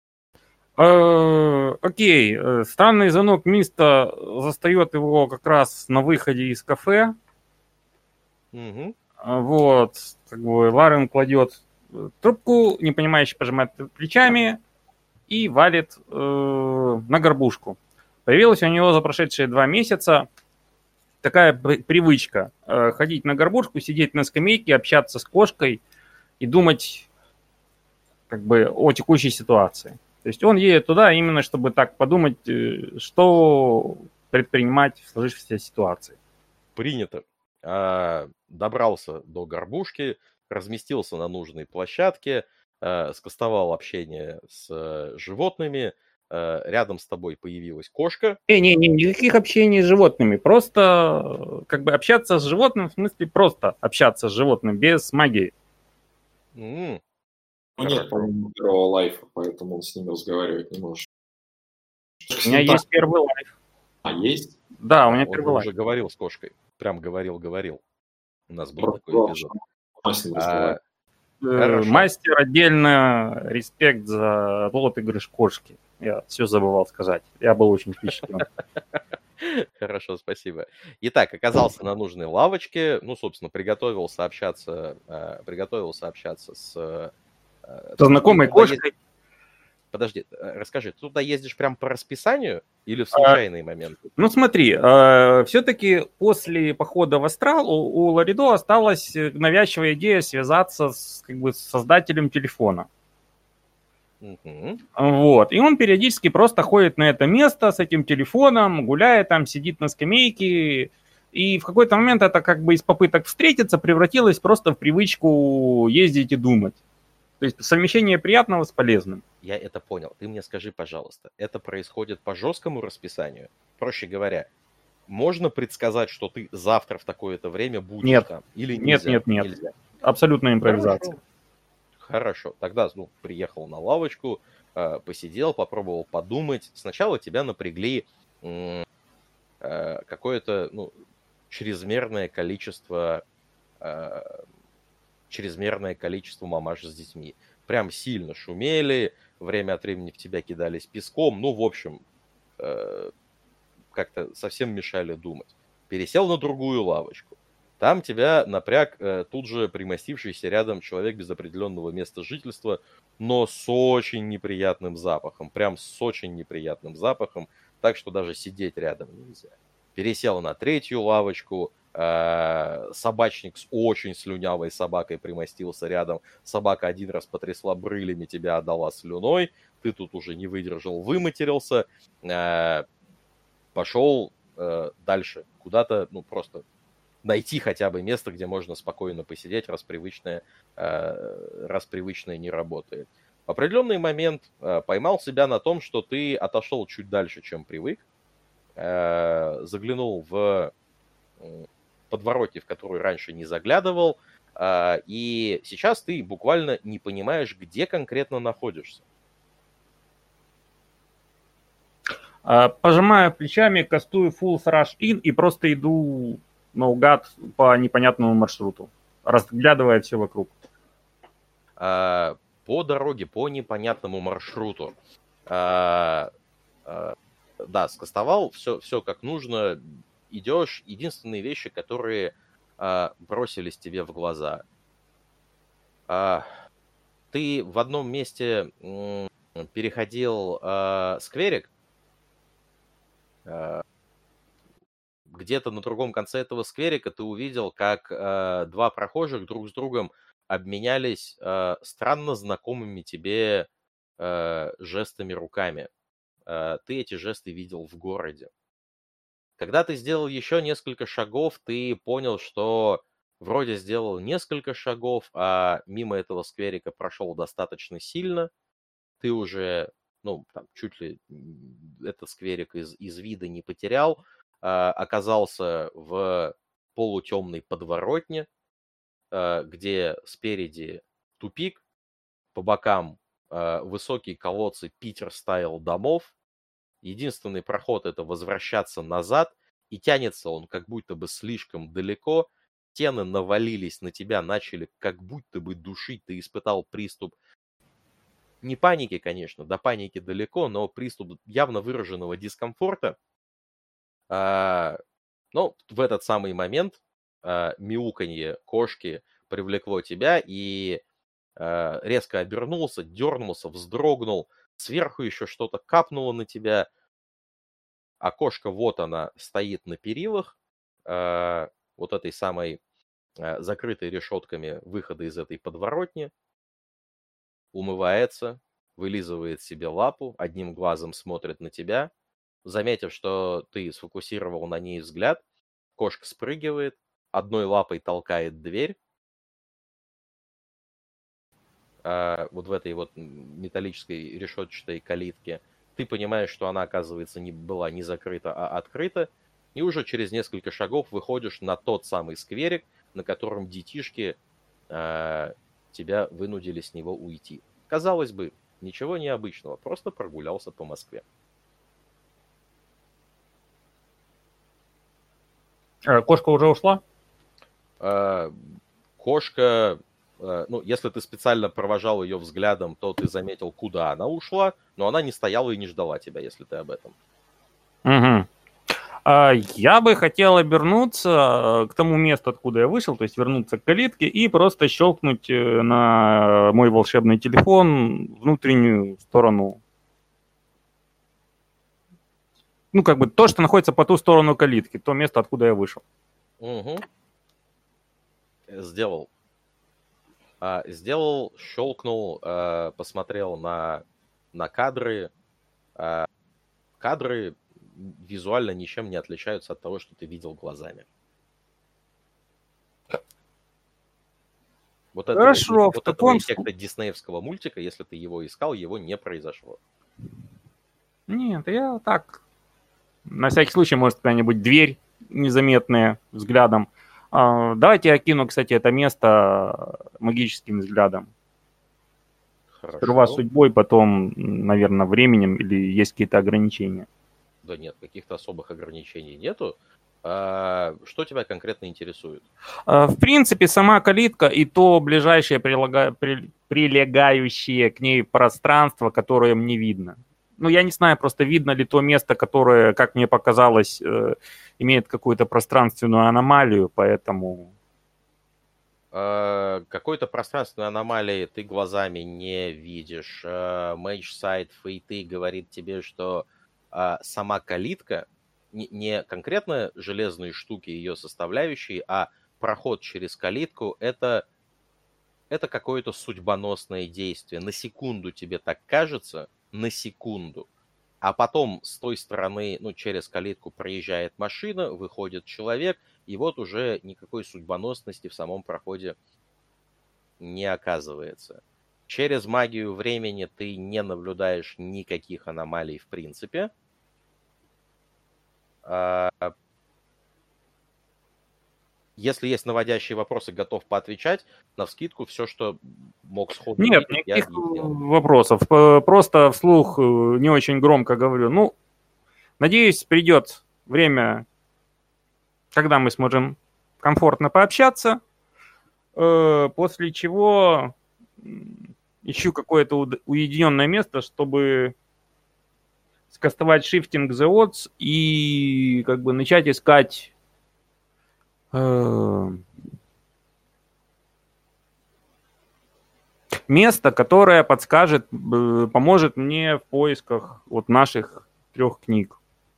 Окей. Странный звонок Миста застает его как раз на выходе из кафе. Угу. Вот. Ларен кладет трубку, непонимающе пожимает плечами и валит на горбушку. Появилась у него за прошедшие 2 месяца такая привычка ходить на горбушку, сидеть на скамейке, общаться с кошкой и думать о текущей ситуации. То есть он едет туда именно, чтобы так подумать, что предпринимать в сложившейся ситуации. Принято. Добрался до горбушки, разместился на нужной площадке, скастовал общение с животными, рядом с тобой появилась кошка. Не, никаких общений с животными. Просто как бы общаться с животным, в смысле просто общаться с животным, без магии. М, Ну нет, Хорошо. по-моему, первого лайфа, поэтому он с ним разговаривать не может. У меня есть первый лайф. А, есть? Да, у меня Он первый лайф. уже говорил с кошкой. Прям говорил. У нас был Просто такой главное, эпизод. что с ним А, разговаривать. Хорошо. Мастер, отдельно респект за розыгрыш кошки. Я все забывал сказать. Я был очень впечатлен. Хорошо, спасибо. Итак, оказался на нужной лавочке. Ну, собственно, приготовился общаться с... Со знакомой Ты туда кошкой. Подожди, расскажи, ты туда ездишь прям по расписанию или в случайные моменты? Ну смотри, все-таки после похода в Астрал у Ларидо осталась навязчивая идея связаться с как бы, с создателем телефона. Мгм. Вот. И он периодически просто ходит на это место с этим телефоном, гуляет там, сидит на скамейке. И в какой-то момент это как бы из попыток встретиться превратилось просто в привычку ездить и думать. То есть совмещение приятного с полезным. Я это понял. Ты мне скажи, пожалуйста, это происходит по жесткому расписанию? Проще говоря, можно предсказать, что ты завтра в такое-то время будешь Нет. там? Или Нет, нельзя? нет. Нельзя. Абсолютная импровизация. Хорошо. Тогда, приехал на лавочку, посидел, попробовал подумать. Сначала тебя напрягли какое-то, чрезмерное количество мамаш с детьми. Прям сильно шумели, время от времени в тебя кидались песком. Ну, в общем, как-то совсем мешали думать. Пересел на другую лавочку. Там тебя напряг тут же примостившийся рядом человек без определенного места жительства, но с очень неприятным запахом. Прям с очень неприятным запахом. Так что даже сидеть рядом нельзя. Пересел на третью лавочку. Собачник с очень слюнявой собакой примостился рядом. Собака один раз потрясла брылями, тебя отдала слюной. Ты тут уже не выдержал, выматерился. Пошел дальше. Куда-то, просто найти хотя бы место, где можно спокойно посидеть, раз привычное не работает. В определенный момент поймал себя на том, что ты отошел чуть дальше, чем привык. Заглянул в подворотни, в которую раньше не заглядывал, и сейчас ты буквально не понимаешь, где конкретно находишься. Пожимаю плечами, кастую Full Thrush In и просто иду наугад по непонятному маршруту, разглядывая все вокруг. По дороге, по непонятному маршруту. Да, скастовал, все как нужно. Идешь, единственные вещи, которые бросились тебе в глаза. Ты в одном месте переходил скверик, где-то на другом конце этого скверика ты увидел, как два прохожих друг с другом обменялись странно знакомыми тебе жестами руками. Ты эти жесты видел в городе. Когда ты сделал еще несколько шагов, ты понял, что вроде сделал несколько шагов, а мимо этого скверика прошел достаточно сильно. Ты уже, чуть ли этот скверик из вида не потерял. Оказался в полутемной подворотне, где спереди тупик, по бокам высокие колодцы Питер-стайл домов. Единственный проход — это возвращаться назад, и тянется он как будто бы слишком далеко. Стены навалились на тебя, начали как будто бы душить. Ты испытал приступ не паники, конечно, до паники далеко, но приступ явно выраженного дискомфорта. Но в этот самый момент мяуканье кошки привлекло тебя, и резко обернулся, дернулся, вздрогнул. Сверху еще что-то капнуло на тебя. А кошка, вот она, стоит на перилах, вот этой самой закрытой решетками выхода из этой подворотни. Умывается, вылизывает себе лапу, одним глазом смотрит на тебя. Заметив, что ты сфокусировал на ней взгляд, кошка спрыгивает, одной лапой толкает дверь. Вот в этой вот металлической решетчатой калитке. Ты понимаешь, что она, оказывается, была не закрыта, а открыта. И уже через несколько шагов выходишь на тот самый скверик, на котором детишки тебя вынудили с него уйти. Казалось бы, ничего необычного, просто прогулялся по Москве. Кошка уже ушла? Кошка, если ты специально провожал ее взглядом, то ты заметил, куда она ушла, но она не стояла и не ждала тебя, если ты об этом. Угу. Я бы хотел обернуться к тому месту, откуда я вышел, то есть вернуться к калитке и просто щелкнуть на мой волшебный телефон внутреннюю сторону. Ну, как бы то, что находится по ту сторону калитки, то место, откуда я вышел. Угу. Сделал, щелкнул, посмотрел на кадры. Кадры визуально ничем не отличаются от того, что ты видел глазами. Хорошо, в таком эффекта диснеевского мультика, если ты его искал, его не произошло. Нет, я так... На всякий случай, может, какая-нибудь дверь незаметная взглядом. Давайте я кину, кстати, это место магическим взглядом. Хорошо. Сперва судьбой, потом, наверное, временем, или есть какие-то ограничения? Да нет, каких-то особых ограничений нету. Что тебя конкретно интересует? В принципе, сама калитка и то ближайшее прилегающее к ней пространство, которое мне видно. Ну, я не знаю, просто видно ли то место, которое, как мне показалось, имеет какую-то пространственную аномалию, поэтому... Какой-то пространственной аномалии ты глазами не видишь. Мейдж-сайт Фейты говорит тебе, что сама калитка, не конкретно железные штуки, ее составляющие, а проход через калитку, это какое-то судьбоносное действие. На секунду тебе так кажется, на секунду. А потом с той стороны, через калитку проезжает машина, выходит человек, и вот уже никакой судьбоносности в самом проходе не оказывается. Через магию времени ты не наблюдаешь никаких аномалий в принципе. Если есть наводящие вопросы, готов поотвечать. Навскидку все, что мог сходу Нет, видеть, никаких вопросов. Просто вслух не очень громко говорю. Надеюсь, придет время, когда мы сможем комфортно пообщаться, после чего ищу какое-то уединенное место, чтобы скастовать Shifting the Odds и как бы начать искать место, которое поможет мне в поисках вот наших 3 книг.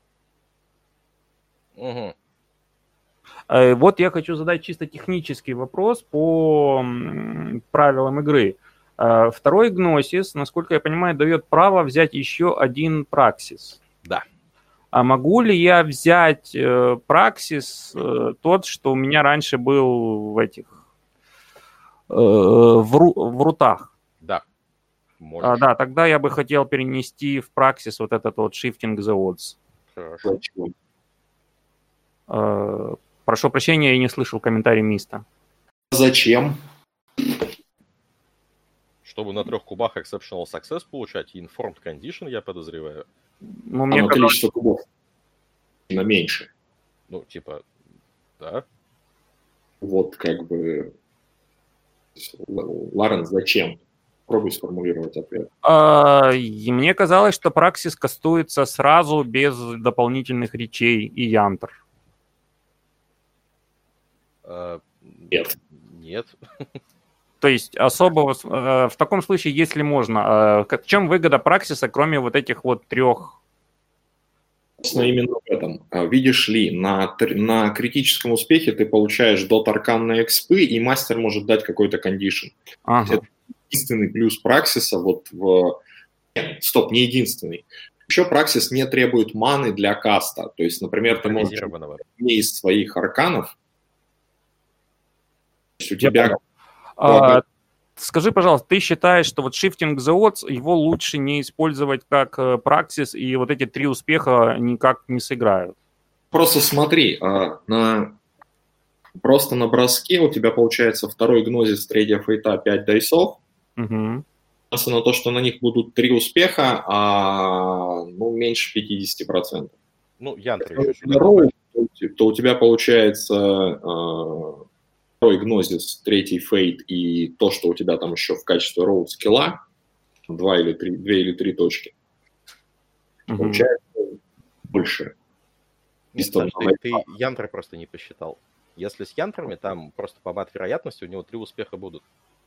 Угу. Вот я хочу задать чисто технический вопрос по правилам игры. Второй гносис, насколько я понимаю, дает право взять еще один праксис. Да. А могу ли я взять праксис тот, что у меня раньше был в рутах? Да. Можешь. Да, тогда я бы хотел перенести в праксис вот этот вот Shifting the Odds. Хорошо. Прошу прощения, я не слышал комментарий Миста. Зачем? Чтобы на 3 кубах Exceptional Success получать, Informed Condition, я подозреваю. Мне количество кубов на меньше. Да. Вот как бы... Ларен, зачем? Пробуй сформулировать ответ. Мне казалось, что праксис кастуется сразу, без дополнительных речей и янтр. Нет. То есть особого... В таком случае, если можно, в чем выгода праксиса, кроме вот этих вот 3? Именно в этом. Видишь ли, на критическом успехе ты получаешь дот арканной экспы, и мастер может дать какой-то кондишн. Ага. Это единственный плюс праксиса не единственный. Еще праксис не требует маны для каста. То есть, например, ты можешь из своих арканов, то есть у тебя... скажи, пожалуйста, ты считаешь, что вот Shifting the Odds, его лучше не использовать как праксис, и вот эти 3 успеха никак не сыграют? Просто смотри, просто на броске у тебя получается второй гнозис, третья фейта, 5 дайсов. Угу. На то, что на них будут 3 успеха, меньше 50%. Ну, янтр Если еще роу, то у тебя получается второй гнозис, третий фейт и то, что у тебя там еще в качестве роу скилла, 2 или 3 точки. Получается больше. Ты янтры просто не посчитал. Если с янтрами, там просто по мат-вероятности у него 3 успеха будут.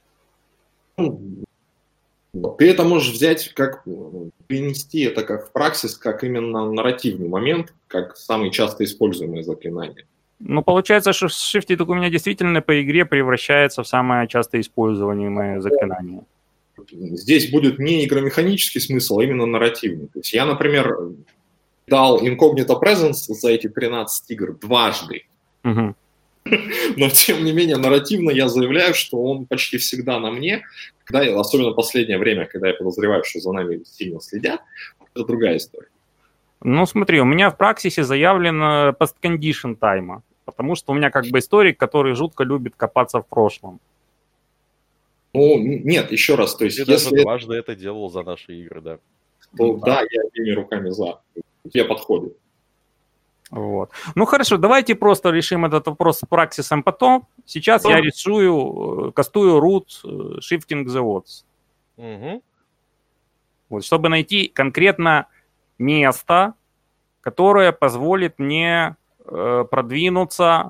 Ты это можешь взять, как перенести это как в праксис, как именно нарративный момент, как самое часто используемое заклинание. Ну, получается, что Shifted у меня действительно по игре превращается в самое часто используемое заклинание. Здесь будет не игромеханический смысл, а именно нарративный. То есть я, например, дал Incognito Presence за эти 13 игр дважды. Угу. Но, тем не менее, нарративно я заявляю, что он почти всегда на мне, особенно в последнее время, когда я подозреваю, что за нами сильно следят, это другая история. Ну, смотри, у меня в праксисе заявлено post-condition тайма, потому что у меня как бы историк, который жутко любит копаться в прошлом. Ну, нет, еще раз, то есть Я если... даже дважды это делал за наши игры, да. То да, я обеими руками за. Тебе подходит. Вот. Ну хорошо, давайте просто решим этот вопрос с праксисом потом. Сейчас я кастую root Shifting the Odds. Угу. Вот, чтобы найти конкретно место, которое позволит мне продвинуться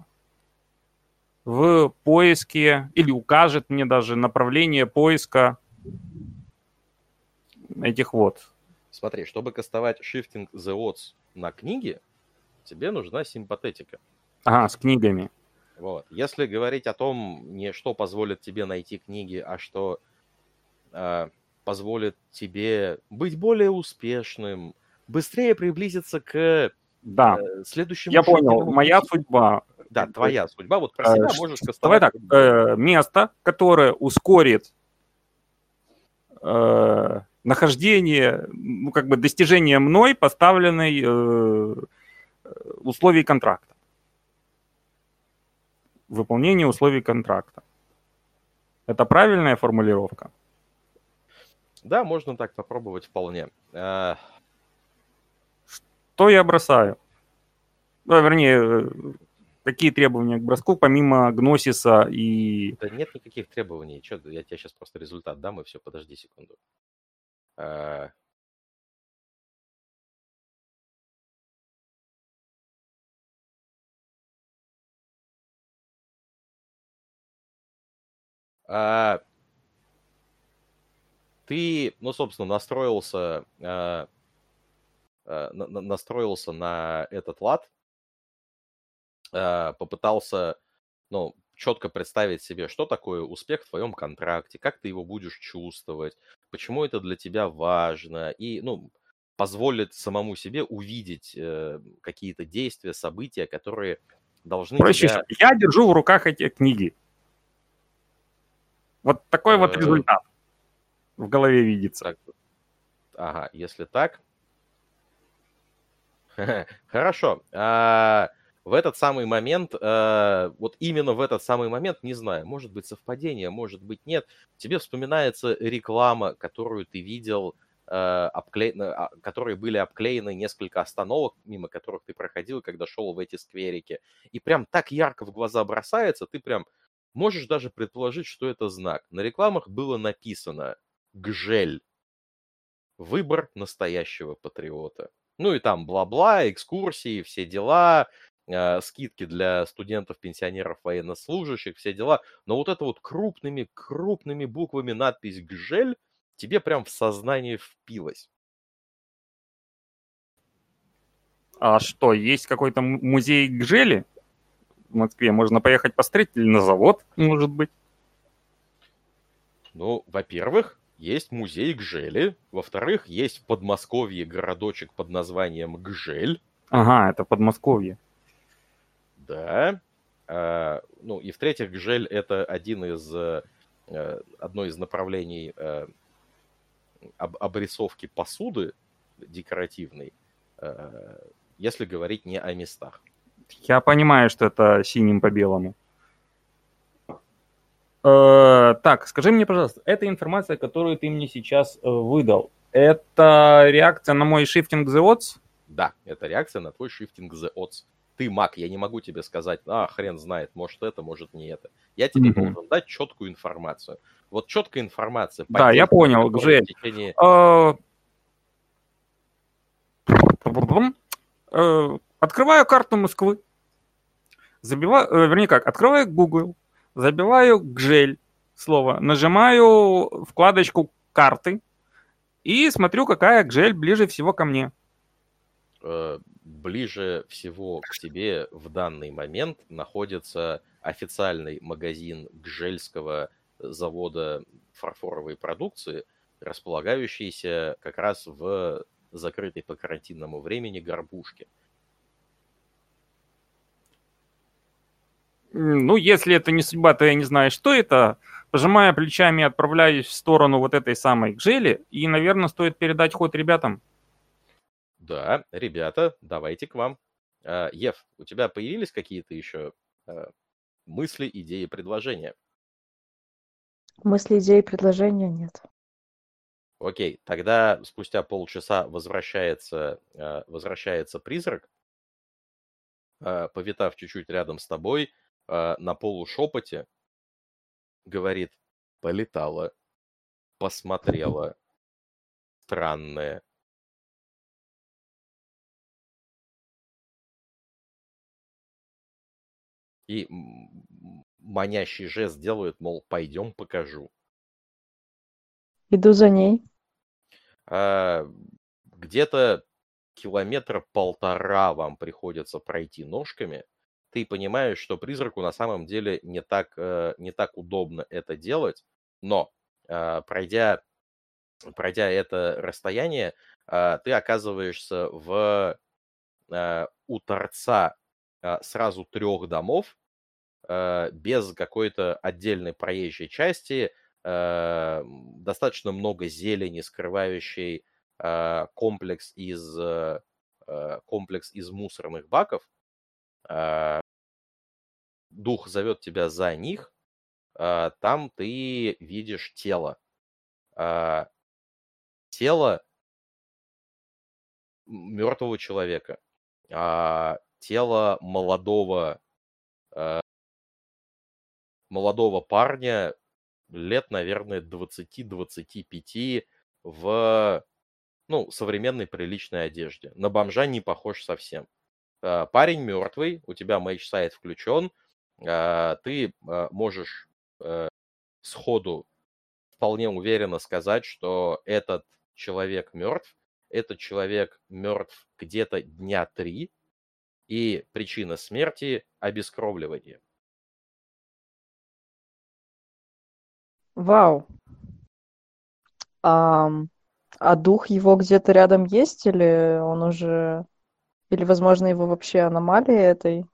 в поиске или укажет мне даже направление поиска этих вот. Смотри, чтобы кастовать Shifting the Odds на книге, тебе нужна симпатетика. Ага, с книгами. Вот. Если говорить о том, не что позволит тебе найти книги, а что позволит тебе быть более успешным, быстрее приблизиться к следующему... Я понял, моя судьба. Да, твоя судьба. Вот про себя можешь давай кастовать. Так, место, которое ускорит нахождение, ну, как бы достижение мной поставленной условий контракта. Выполнение условий контракта. Это правильная формулировка? Да, можно так попробовать вполне. Что я бросаю? Вернее, какие требования к броску, помимо гносиса и... Да нет никаких требований. Чё, я тебе сейчас просто результат дам, и все, подожди секунду. Ты, ну, собственно, настроился на этот лад, попытался, ну, четко представить себе, что такое успех в твоем контракте, как ты его будешь чувствовать, почему это для тебя важно, и, ну, позволит самому себе увидеть какие-то действия, события, которые должны тебя... Я держу в руках эти книги. Вот такой вот результат в голове видится. Так, ага, если так... Хорошо. В этот самый момент, вот именно в этот самый момент, не знаю, может быть совпадение, может быть нет, тебе вспоминается реклама, которую ты видел, которые были обклеены несколько остановок, мимо которых ты проходил, когда шел в эти скверики. И прям так ярко в глаза бросается, ты прям можешь даже предположить, что это знак. На рекламах было написано «Гжель. Выбор настоящего патриота». Ну и там бла-бла, экскурсии, все дела, скидки для студентов, пенсионеров, военнослужащих, все дела. Но вот это вот крупными буквами надпись «Гжель» тебе прям в сознание впилась. А что, есть какой-то музей Гжели в Москве? Можно поехать посмотреть или на завод, может быть? Ну, во-первых, есть музей Гжели. Во-вторых, есть в Подмосковье городочек под названием Гжель. Ага, это Подмосковье. Да. Ну, и в-третьих, Гжель — это один из одно из направлений обрисовки посуды декоративной, если говорить не о местах. Я понимаю, что это синим по белому. Так, скажи мне, пожалуйста, эта информация, которую ты мне сейчас выдал, это реакция на мой shifting the odds? Да, это реакция на твой shifting the odds. Ты маг, я не могу тебе сказать, хрен знает, может это, может не это. Я тебе должен дать четкую информацию. Вот четкая информация. Да, я понял, Гжель. Открываю карту Москвы. Открываю Google, забиваю Гжель слово, нажимаю вкладочку карты и смотрю, какая Гжель ближе всего ко мне. Ближе всего к тебе в данный момент находится официальный магазин Гжельского завода фарфоровой продукции, располагающийся как раз в закрытой по карантинному времени Горбушке. Ну, если это не судьба, то я не знаю, что это. Пожимая плечами, отправляюсь в сторону вот этой самой Гжели, и, наверное, стоит передать ход ребятам. Да, ребята, давайте к вам. Ев, у тебя появились какие-то еще мысли, идеи, предложения? Мысли, идеи, предложения нет. Окей, тогда спустя полчаса возвращается призрак, повитав чуть-чуть рядом с тобой, на полушепоте, говорит: полетала, посмотрела, странное. И манящий жест делает, мол, пойдем покажу. Иду за ней. Где-то 1,5 километра вам приходится пройти ножками. Ты понимаешь, что призраку на самом деле не так удобно это делать, но пройдя это расстояние, ты оказываешься у торца сразу 3 домов, без какой-то отдельной проезжей части, достаточно много зелени, скрывающей комплекс из мусорных баков. Дух зовет тебя за них. Там ты видишь тело. Тело мертвого человека. Тело молодого парня лет, наверное, 20-25 в современной приличной одежде. На бомжа не похож совсем. Парень мертвый, у тебя матч-сайт включен, ты можешь сходу вполне уверенно сказать, что этот человек мертв. Этот человек мертв где-то дня 3, и причина смерти – обескровливание. Вау. А дух его где-то рядом есть, или он уже... Или, возможно, его вообще аномалии этой?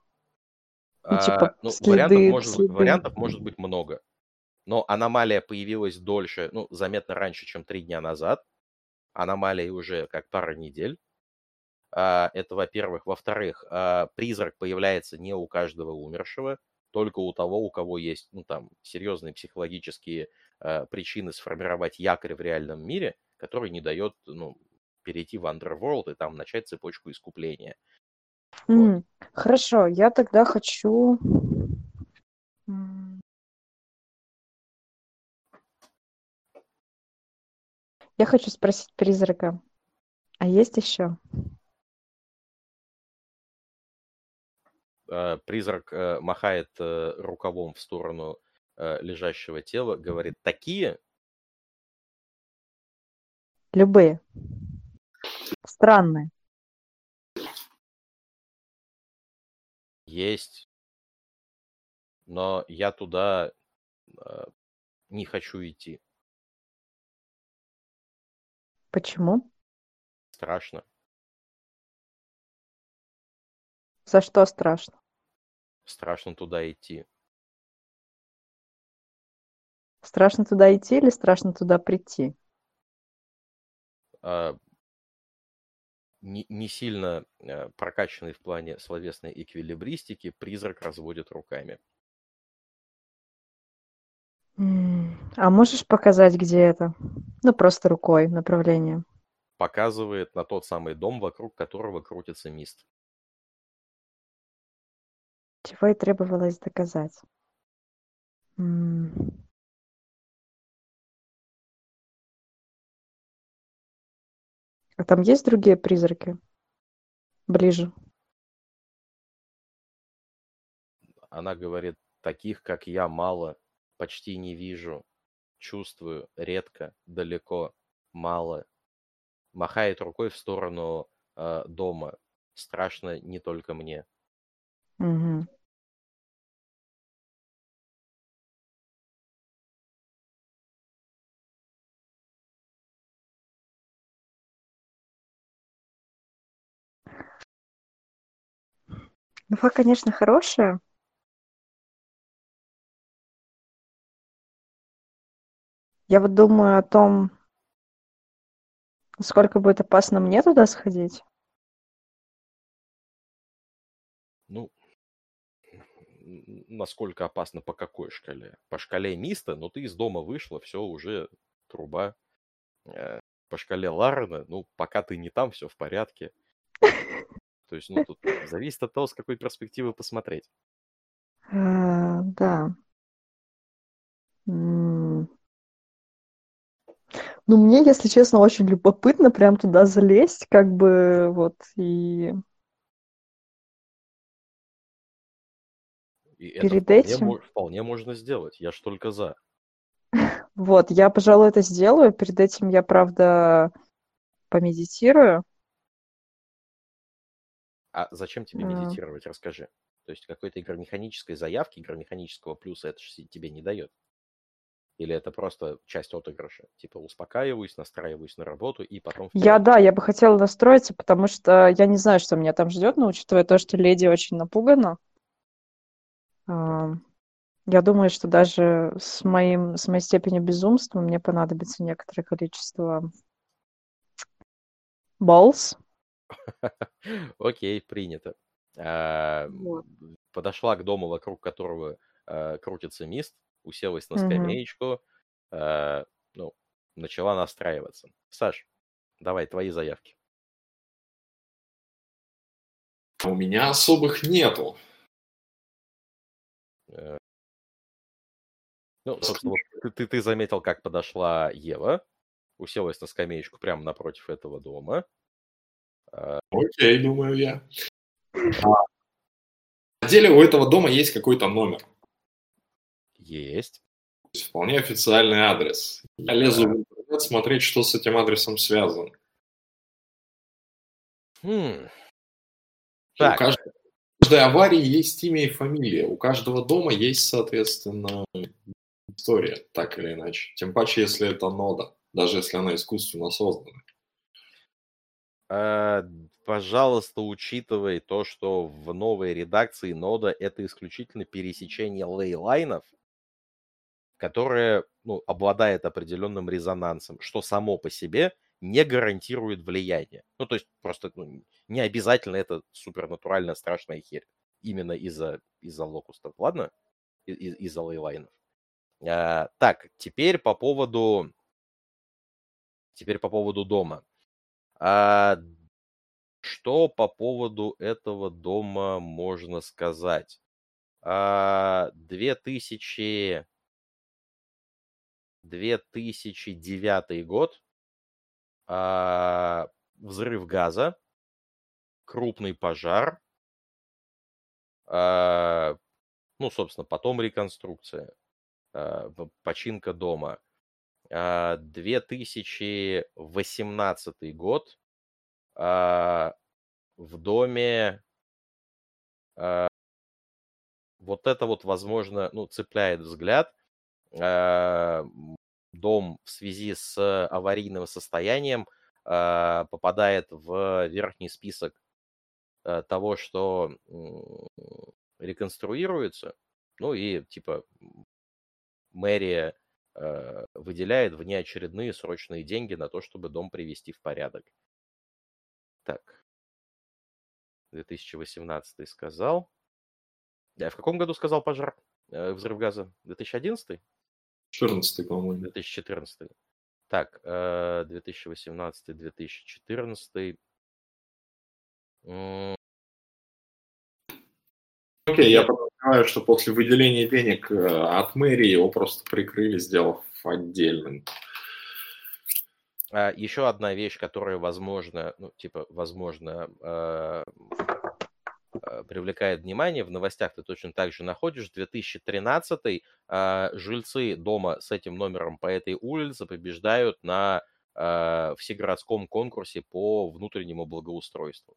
Вариантов может быть много. Но аномалия появилась дольше, заметно раньше, чем 3 дня назад. Аномалия уже как пара недель. Это, во-первых. Во-вторых, призрак появляется не у каждого умершего, только у того, у кого есть серьезные психологические причины сформировать якорь в реальном мире, который не дает перейти в Underworld и там начать цепочку искупления. Вот. Хорошо, я тогда хочу... Я хочу спросить призрака, а есть еще? Призрак махает рукавом в сторону лежащего тела, говорит: такие? Любые. Странные. Есть. Но я туда не хочу идти. Почему? Страшно. За что страшно? Страшно туда идти. Страшно туда идти или страшно туда прийти? А, не сильно прокачанный в плане словесной эквилибристики, призрак разводит руками. А можешь показать, где это? Ну, просто рукой, направление. Показывает на тот самый дом, вокруг которого крутится мист. Чего и требовалось доказать. М. А там есть другие призраки? Ближе. Она говорит, таких, как я, мало, почти не вижу, чувствую, редко, далеко, мало. Махает рукой в сторону дома. Страшно не только мне. Мгм. Инфа, конечно, хорошая. Я вот думаю о том, насколько будет опасно мне туда сходить. Ну, насколько опасно, по какой шкале? По шкале Миста, но ты из дома вышла, все, уже труба. По шкале Ларена, ну, пока ты не там, все в порядке. То есть, ну, тут зависит от того, с какой перспективы посмотреть. Да. М. Ну, мне, если честно, очень любопытно прям туда залезть, как бы вот и И это перед этим. вполне можно сделать. Я ж только за. Вот, я, пожалуй, это сделаю. Перед этим я, правда, помедитирую. А зачем тебе А, медитировать? Расскажи. То есть какой-то игромеханической заявки, игромеханического плюса это же тебе не дает. Или это просто часть отыгрыша? Типа успокаиваюсь, настраиваюсь на работу и потом вперед. Да, я бы хотела настроиться, потому что я не знаю, что меня там ждет, но учитывая то, что леди очень напугана, а, я думаю, что даже с моей степенью безумства мне понадобится некоторое количество balls. Окей, принято. А, Вот. Подошла к дому, вокруг которого крутится мист, уселась на Мгм. скамеечку, ну, начала настраиваться. Саш, давай твои заявки. У меня особых нету. Э, Ну, собственно, вот ты заметил, как подошла Ева, уселась на скамеечку прямо напротив этого дома. Окей, думаю я. На деле у этого дома есть какой-то номер. Есть. То есть вполне официальный адрес. Я лезу в интернет смотреть, что с этим адресом связано. Хм. У Так, каждой аварии есть имя и фамилия. У каждого дома есть, соответственно, история, так или иначе. Тем паче, если это нода, даже если она искусственно создана. пожалуйста, учитывай то, что в новой редакции нода это исключительно пересечение лейлайнов, которое обладает определенным резонансом, что само по себе не гарантирует влияние. Ну, то есть просто не обязательно это супернатуральная страшная херь. Именно из-за локустов, ладно? Из-за лейлайнов. Так, теперь по поводу дома. Что по поводу этого дома можно сказать? 2009 год. Взрыв газа. Крупный пожар. Собственно, потом реконструкция. Починка дома. 2018 год. В доме вот это вот, возможно, цепляет взгляд. Дом в связи с аварийным состоянием попадает в верхний список того, что реконструируется. Ну и типа мэрия выделяет внеочередные срочные деньги на то, чтобы дом привести в порядок. Так. 2018 сказал. Я в каком году сказал пожар? Взрыв газа? 2011? 14, по-моему. 2014. Так, 2018, 2014. Окей, я подозреваю, что после выделения денег от мэрии его просто прикрыли, сделав отдельным. Еще одна вещь, которая, возможно, привлекает внимание, в новостях ты точно так же находишь, 2013 жильцы дома с этим номером по этой улице побеждают на всегородском конкурсе по внутреннему благоустройству.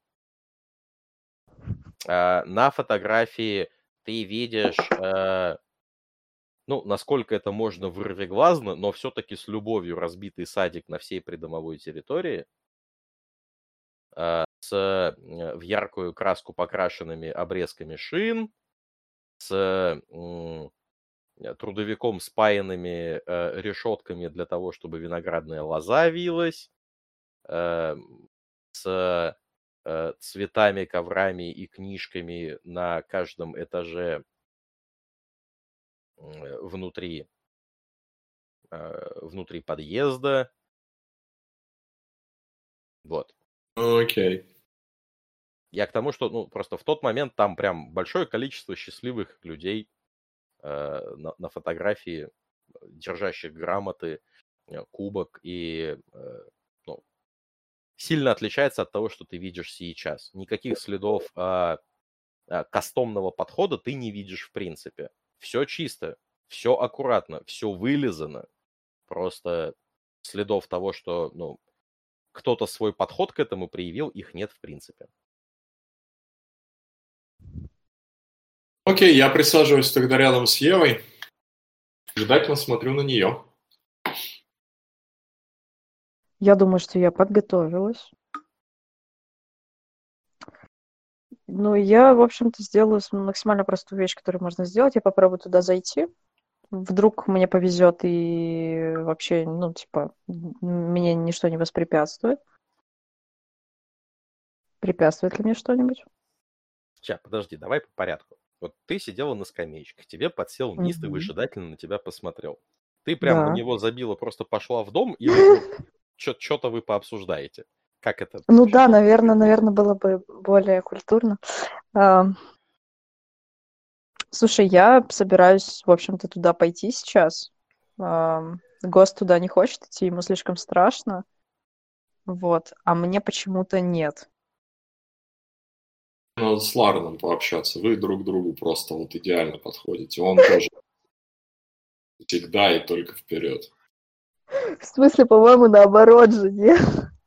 На фотографии ты видишь, насколько это можно вырвиглазно, но все-таки с любовью разбитый садик на всей придомовой территории, в яркую краску покрашенными обрезками шин, с трудовиком спаянными решетками для того, чтобы виноградная лоза вилась, с цветами, коврами и книжками на каждом этаже внутри подъезда. Вот. Окей. Я к тому, что просто в тот момент там прям большое количество счастливых людей на фотографии, держащих грамоты, кубок, и сильно отличается от того, что ты видишь сейчас. Никаких следов кастомного подхода ты не видишь в принципе. Все чисто, все аккуратно, все вылизано. Просто следов того, что кто-то свой подход к этому проявил, их нет в принципе. Окей, я присаживаюсь тогда рядом с Евой. Ждательно смотрю на нее. Я думаю, что я подготовилась. Я, в общем-то, сделаю максимально простую вещь, которую можно сделать. Я попробую туда зайти. Вдруг мне повезет и вообще, мне ничто не воспрепятствует. Препятствует ли мне что-нибудь? Сейчас, подожди, давай по порядку. Вот ты сидела на скамеечке, к тебе подсел Нист и выжидательно на тебя посмотрел. Ты прям на него забила, просто пошла в дом, или что-то вы пообсуждаете? Как это? Да, наверное, было бы более культурно. Слушай, я собираюсь, в общем-то, туда пойти сейчас. Гост туда не хочет идти, ему слишком страшно. Вот. А мне почему-то нет. Надо с Лареном пообщаться. Вы друг другу просто идеально подходите. Он тоже всегда и только вперед. В смысле, по-моему, наоборот же, нет?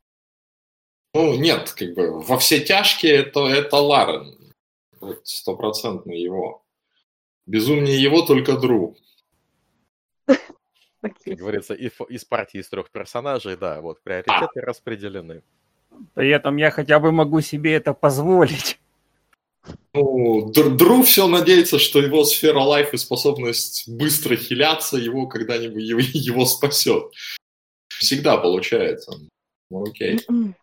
Нет, во все тяжкие это Ларен. 100% его. Безумнее его только Дру. Как говорится, из партии из 3 персонажей, да, вот приоритеты распределены. При этом я хотя бы могу себе это позволить. Дру все надеется, что его сфера лайф и способность быстро хиляться его когда-нибудь его спасет. Всегда получается. Окей.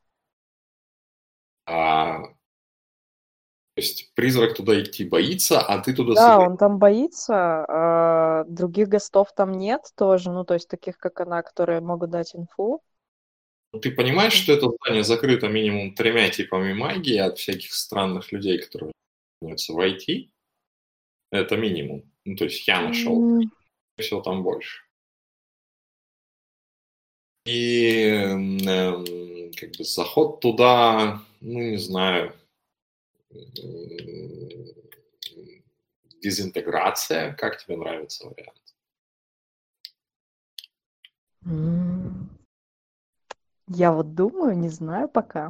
То есть призрак туда идти боится, а ты туда... Да, он там боится, а других гостов там нет тоже, то есть таких, как она, которые могут дать инфу. Ты понимаешь, что это здание закрыто минимум 3 типами магии от всяких странных людей, которые занимаются в IT? Это минимум. То есть я нашел. Все там больше. И заход туда, не знаю, дезинтеграция. Как тебе нравится вариант? Я думаю, не знаю пока.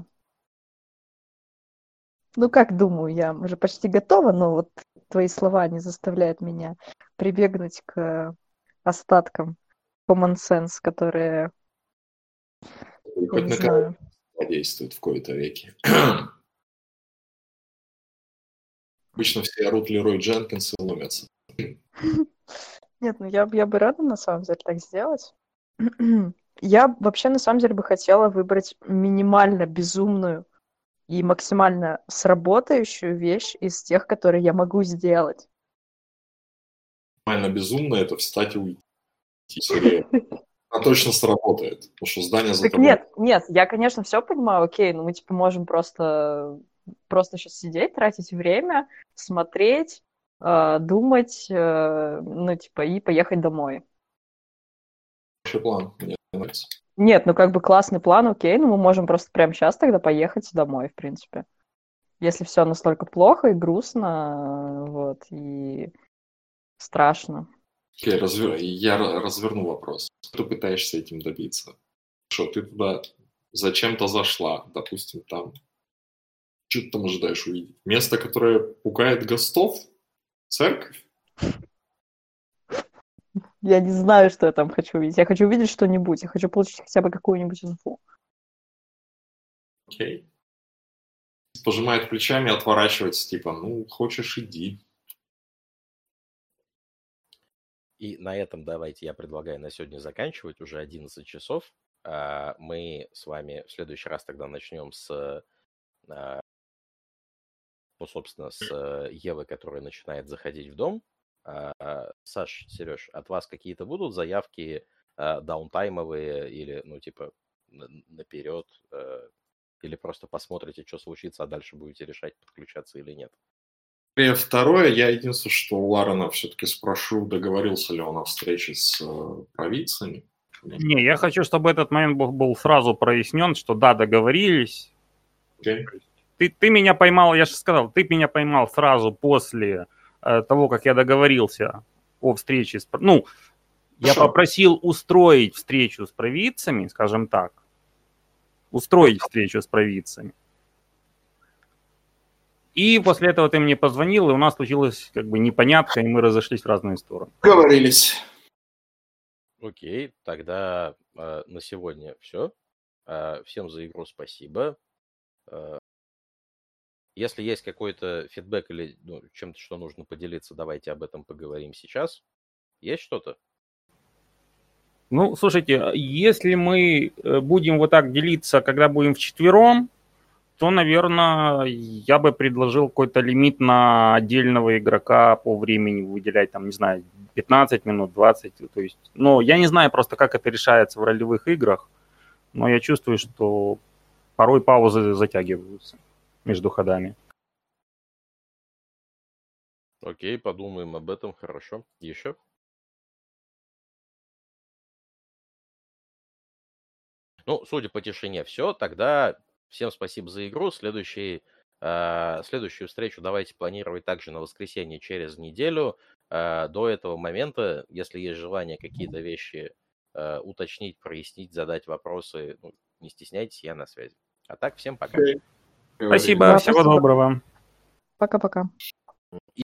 Как думаю, я уже почти готова, но твои слова не заставляют меня прибегнуть к остаткам common sense, которые, я не знаю, действует в кои-то веки. Обычно все орут Лерой Дженкинс и ломятся. Нет, ну я бы рада на самом деле так сделать. Я вообще на самом деле бы хотела выбрать минимально безумную и максимально сработающую вещь из тех, которые я могу сделать. Нормально безумно это встать и уйти. Серьезно. Она точно сработает, потому что здание за Так тобой. нет, я, конечно, все понимаю, окей, но мы, типа, можем просто сейчас сидеть, тратить время, смотреть, думать, ну, типа, и поехать домой. Хороший план, мне нравится. Нет, ну, как бы классный план, окей, но мы можем просто прямо сейчас тогда поехать домой, в принципе. Если все настолько плохо и грустно, вот, и страшно. Окей, я разверну вопрос. Что ты пытаешься этим добиться? Что ты туда зачем-то зашла, допустим, там. Что ты там ожидаешь увидеть? Место, которое пугает гостов? Церковь? Я не знаю, что я там хочу увидеть. Я хочу увидеть что-нибудь. Я хочу получить хотя бы какую-нибудь инфу. Окей. Пожимает плечами, отворачивается, типа, ну, хочешь, иди. И на этом давайте я предлагаю на сегодня заканчивать. Уже 11 часов. Мы с вами в следующий раз тогда начнем с, ну, собственно, с Евы, которая начинает заходить в дом. Саш, Сереж, от вас какие-то будут заявки даунтаймовые или, ну, типа, наперед? Или просто посмотрите, что случится, а дальше будете решать, подключаться или нет? И второе, я единственное, что у Ларена все-таки спрошу, договорился ли он о встрече с провидцами. Не, я хочу, чтобы этот момент был сразу прояснен, что да, договорились. Окей. Ты меня поймал, я же сказал, ты меня поймал сразу после того, как я договорился о встрече с... Ну, я Хорошо. попросил устроить встречу с провидцами, скажем так. Устроить встречу с провидцами. И после этого ты мне позвонил, и у нас случилась как бы непонятка, и мы разошлись в разные стороны. Договорились. Окей, тогда на сегодня все. Всем за игру спасибо. Если есть какой-то фидбэк или чем-то, что нужно поделиться, давайте об этом поговорим сейчас. Есть что-то? Ну, слушайте, если мы будем вот так делиться, когда будем вчетвером, то, наверное, я бы предложил какой-то лимит на отдельного игрока по времени выделять, там, не знаю, 15 минут, 20. То есть, ну, я не знаю просто, как это решается в ролевых играх, но я чувствую, что порой паузы затягиваются между ходами. Окей, подумаем об этом, хорошо. Еще? Ну, судя по тишине, все. Тогда всем спасибо за игру. Следующую встречу давайте планировать также на воскресенье через неделю. До этого момента, если есть желание какие-то вещи уточнить, прояснить, задать вопросы, ну, не стесняйтесь, я на связи. А так, всем пока. Окей. Спасибо, Да, всего спасибо. доброго. Пока-пока.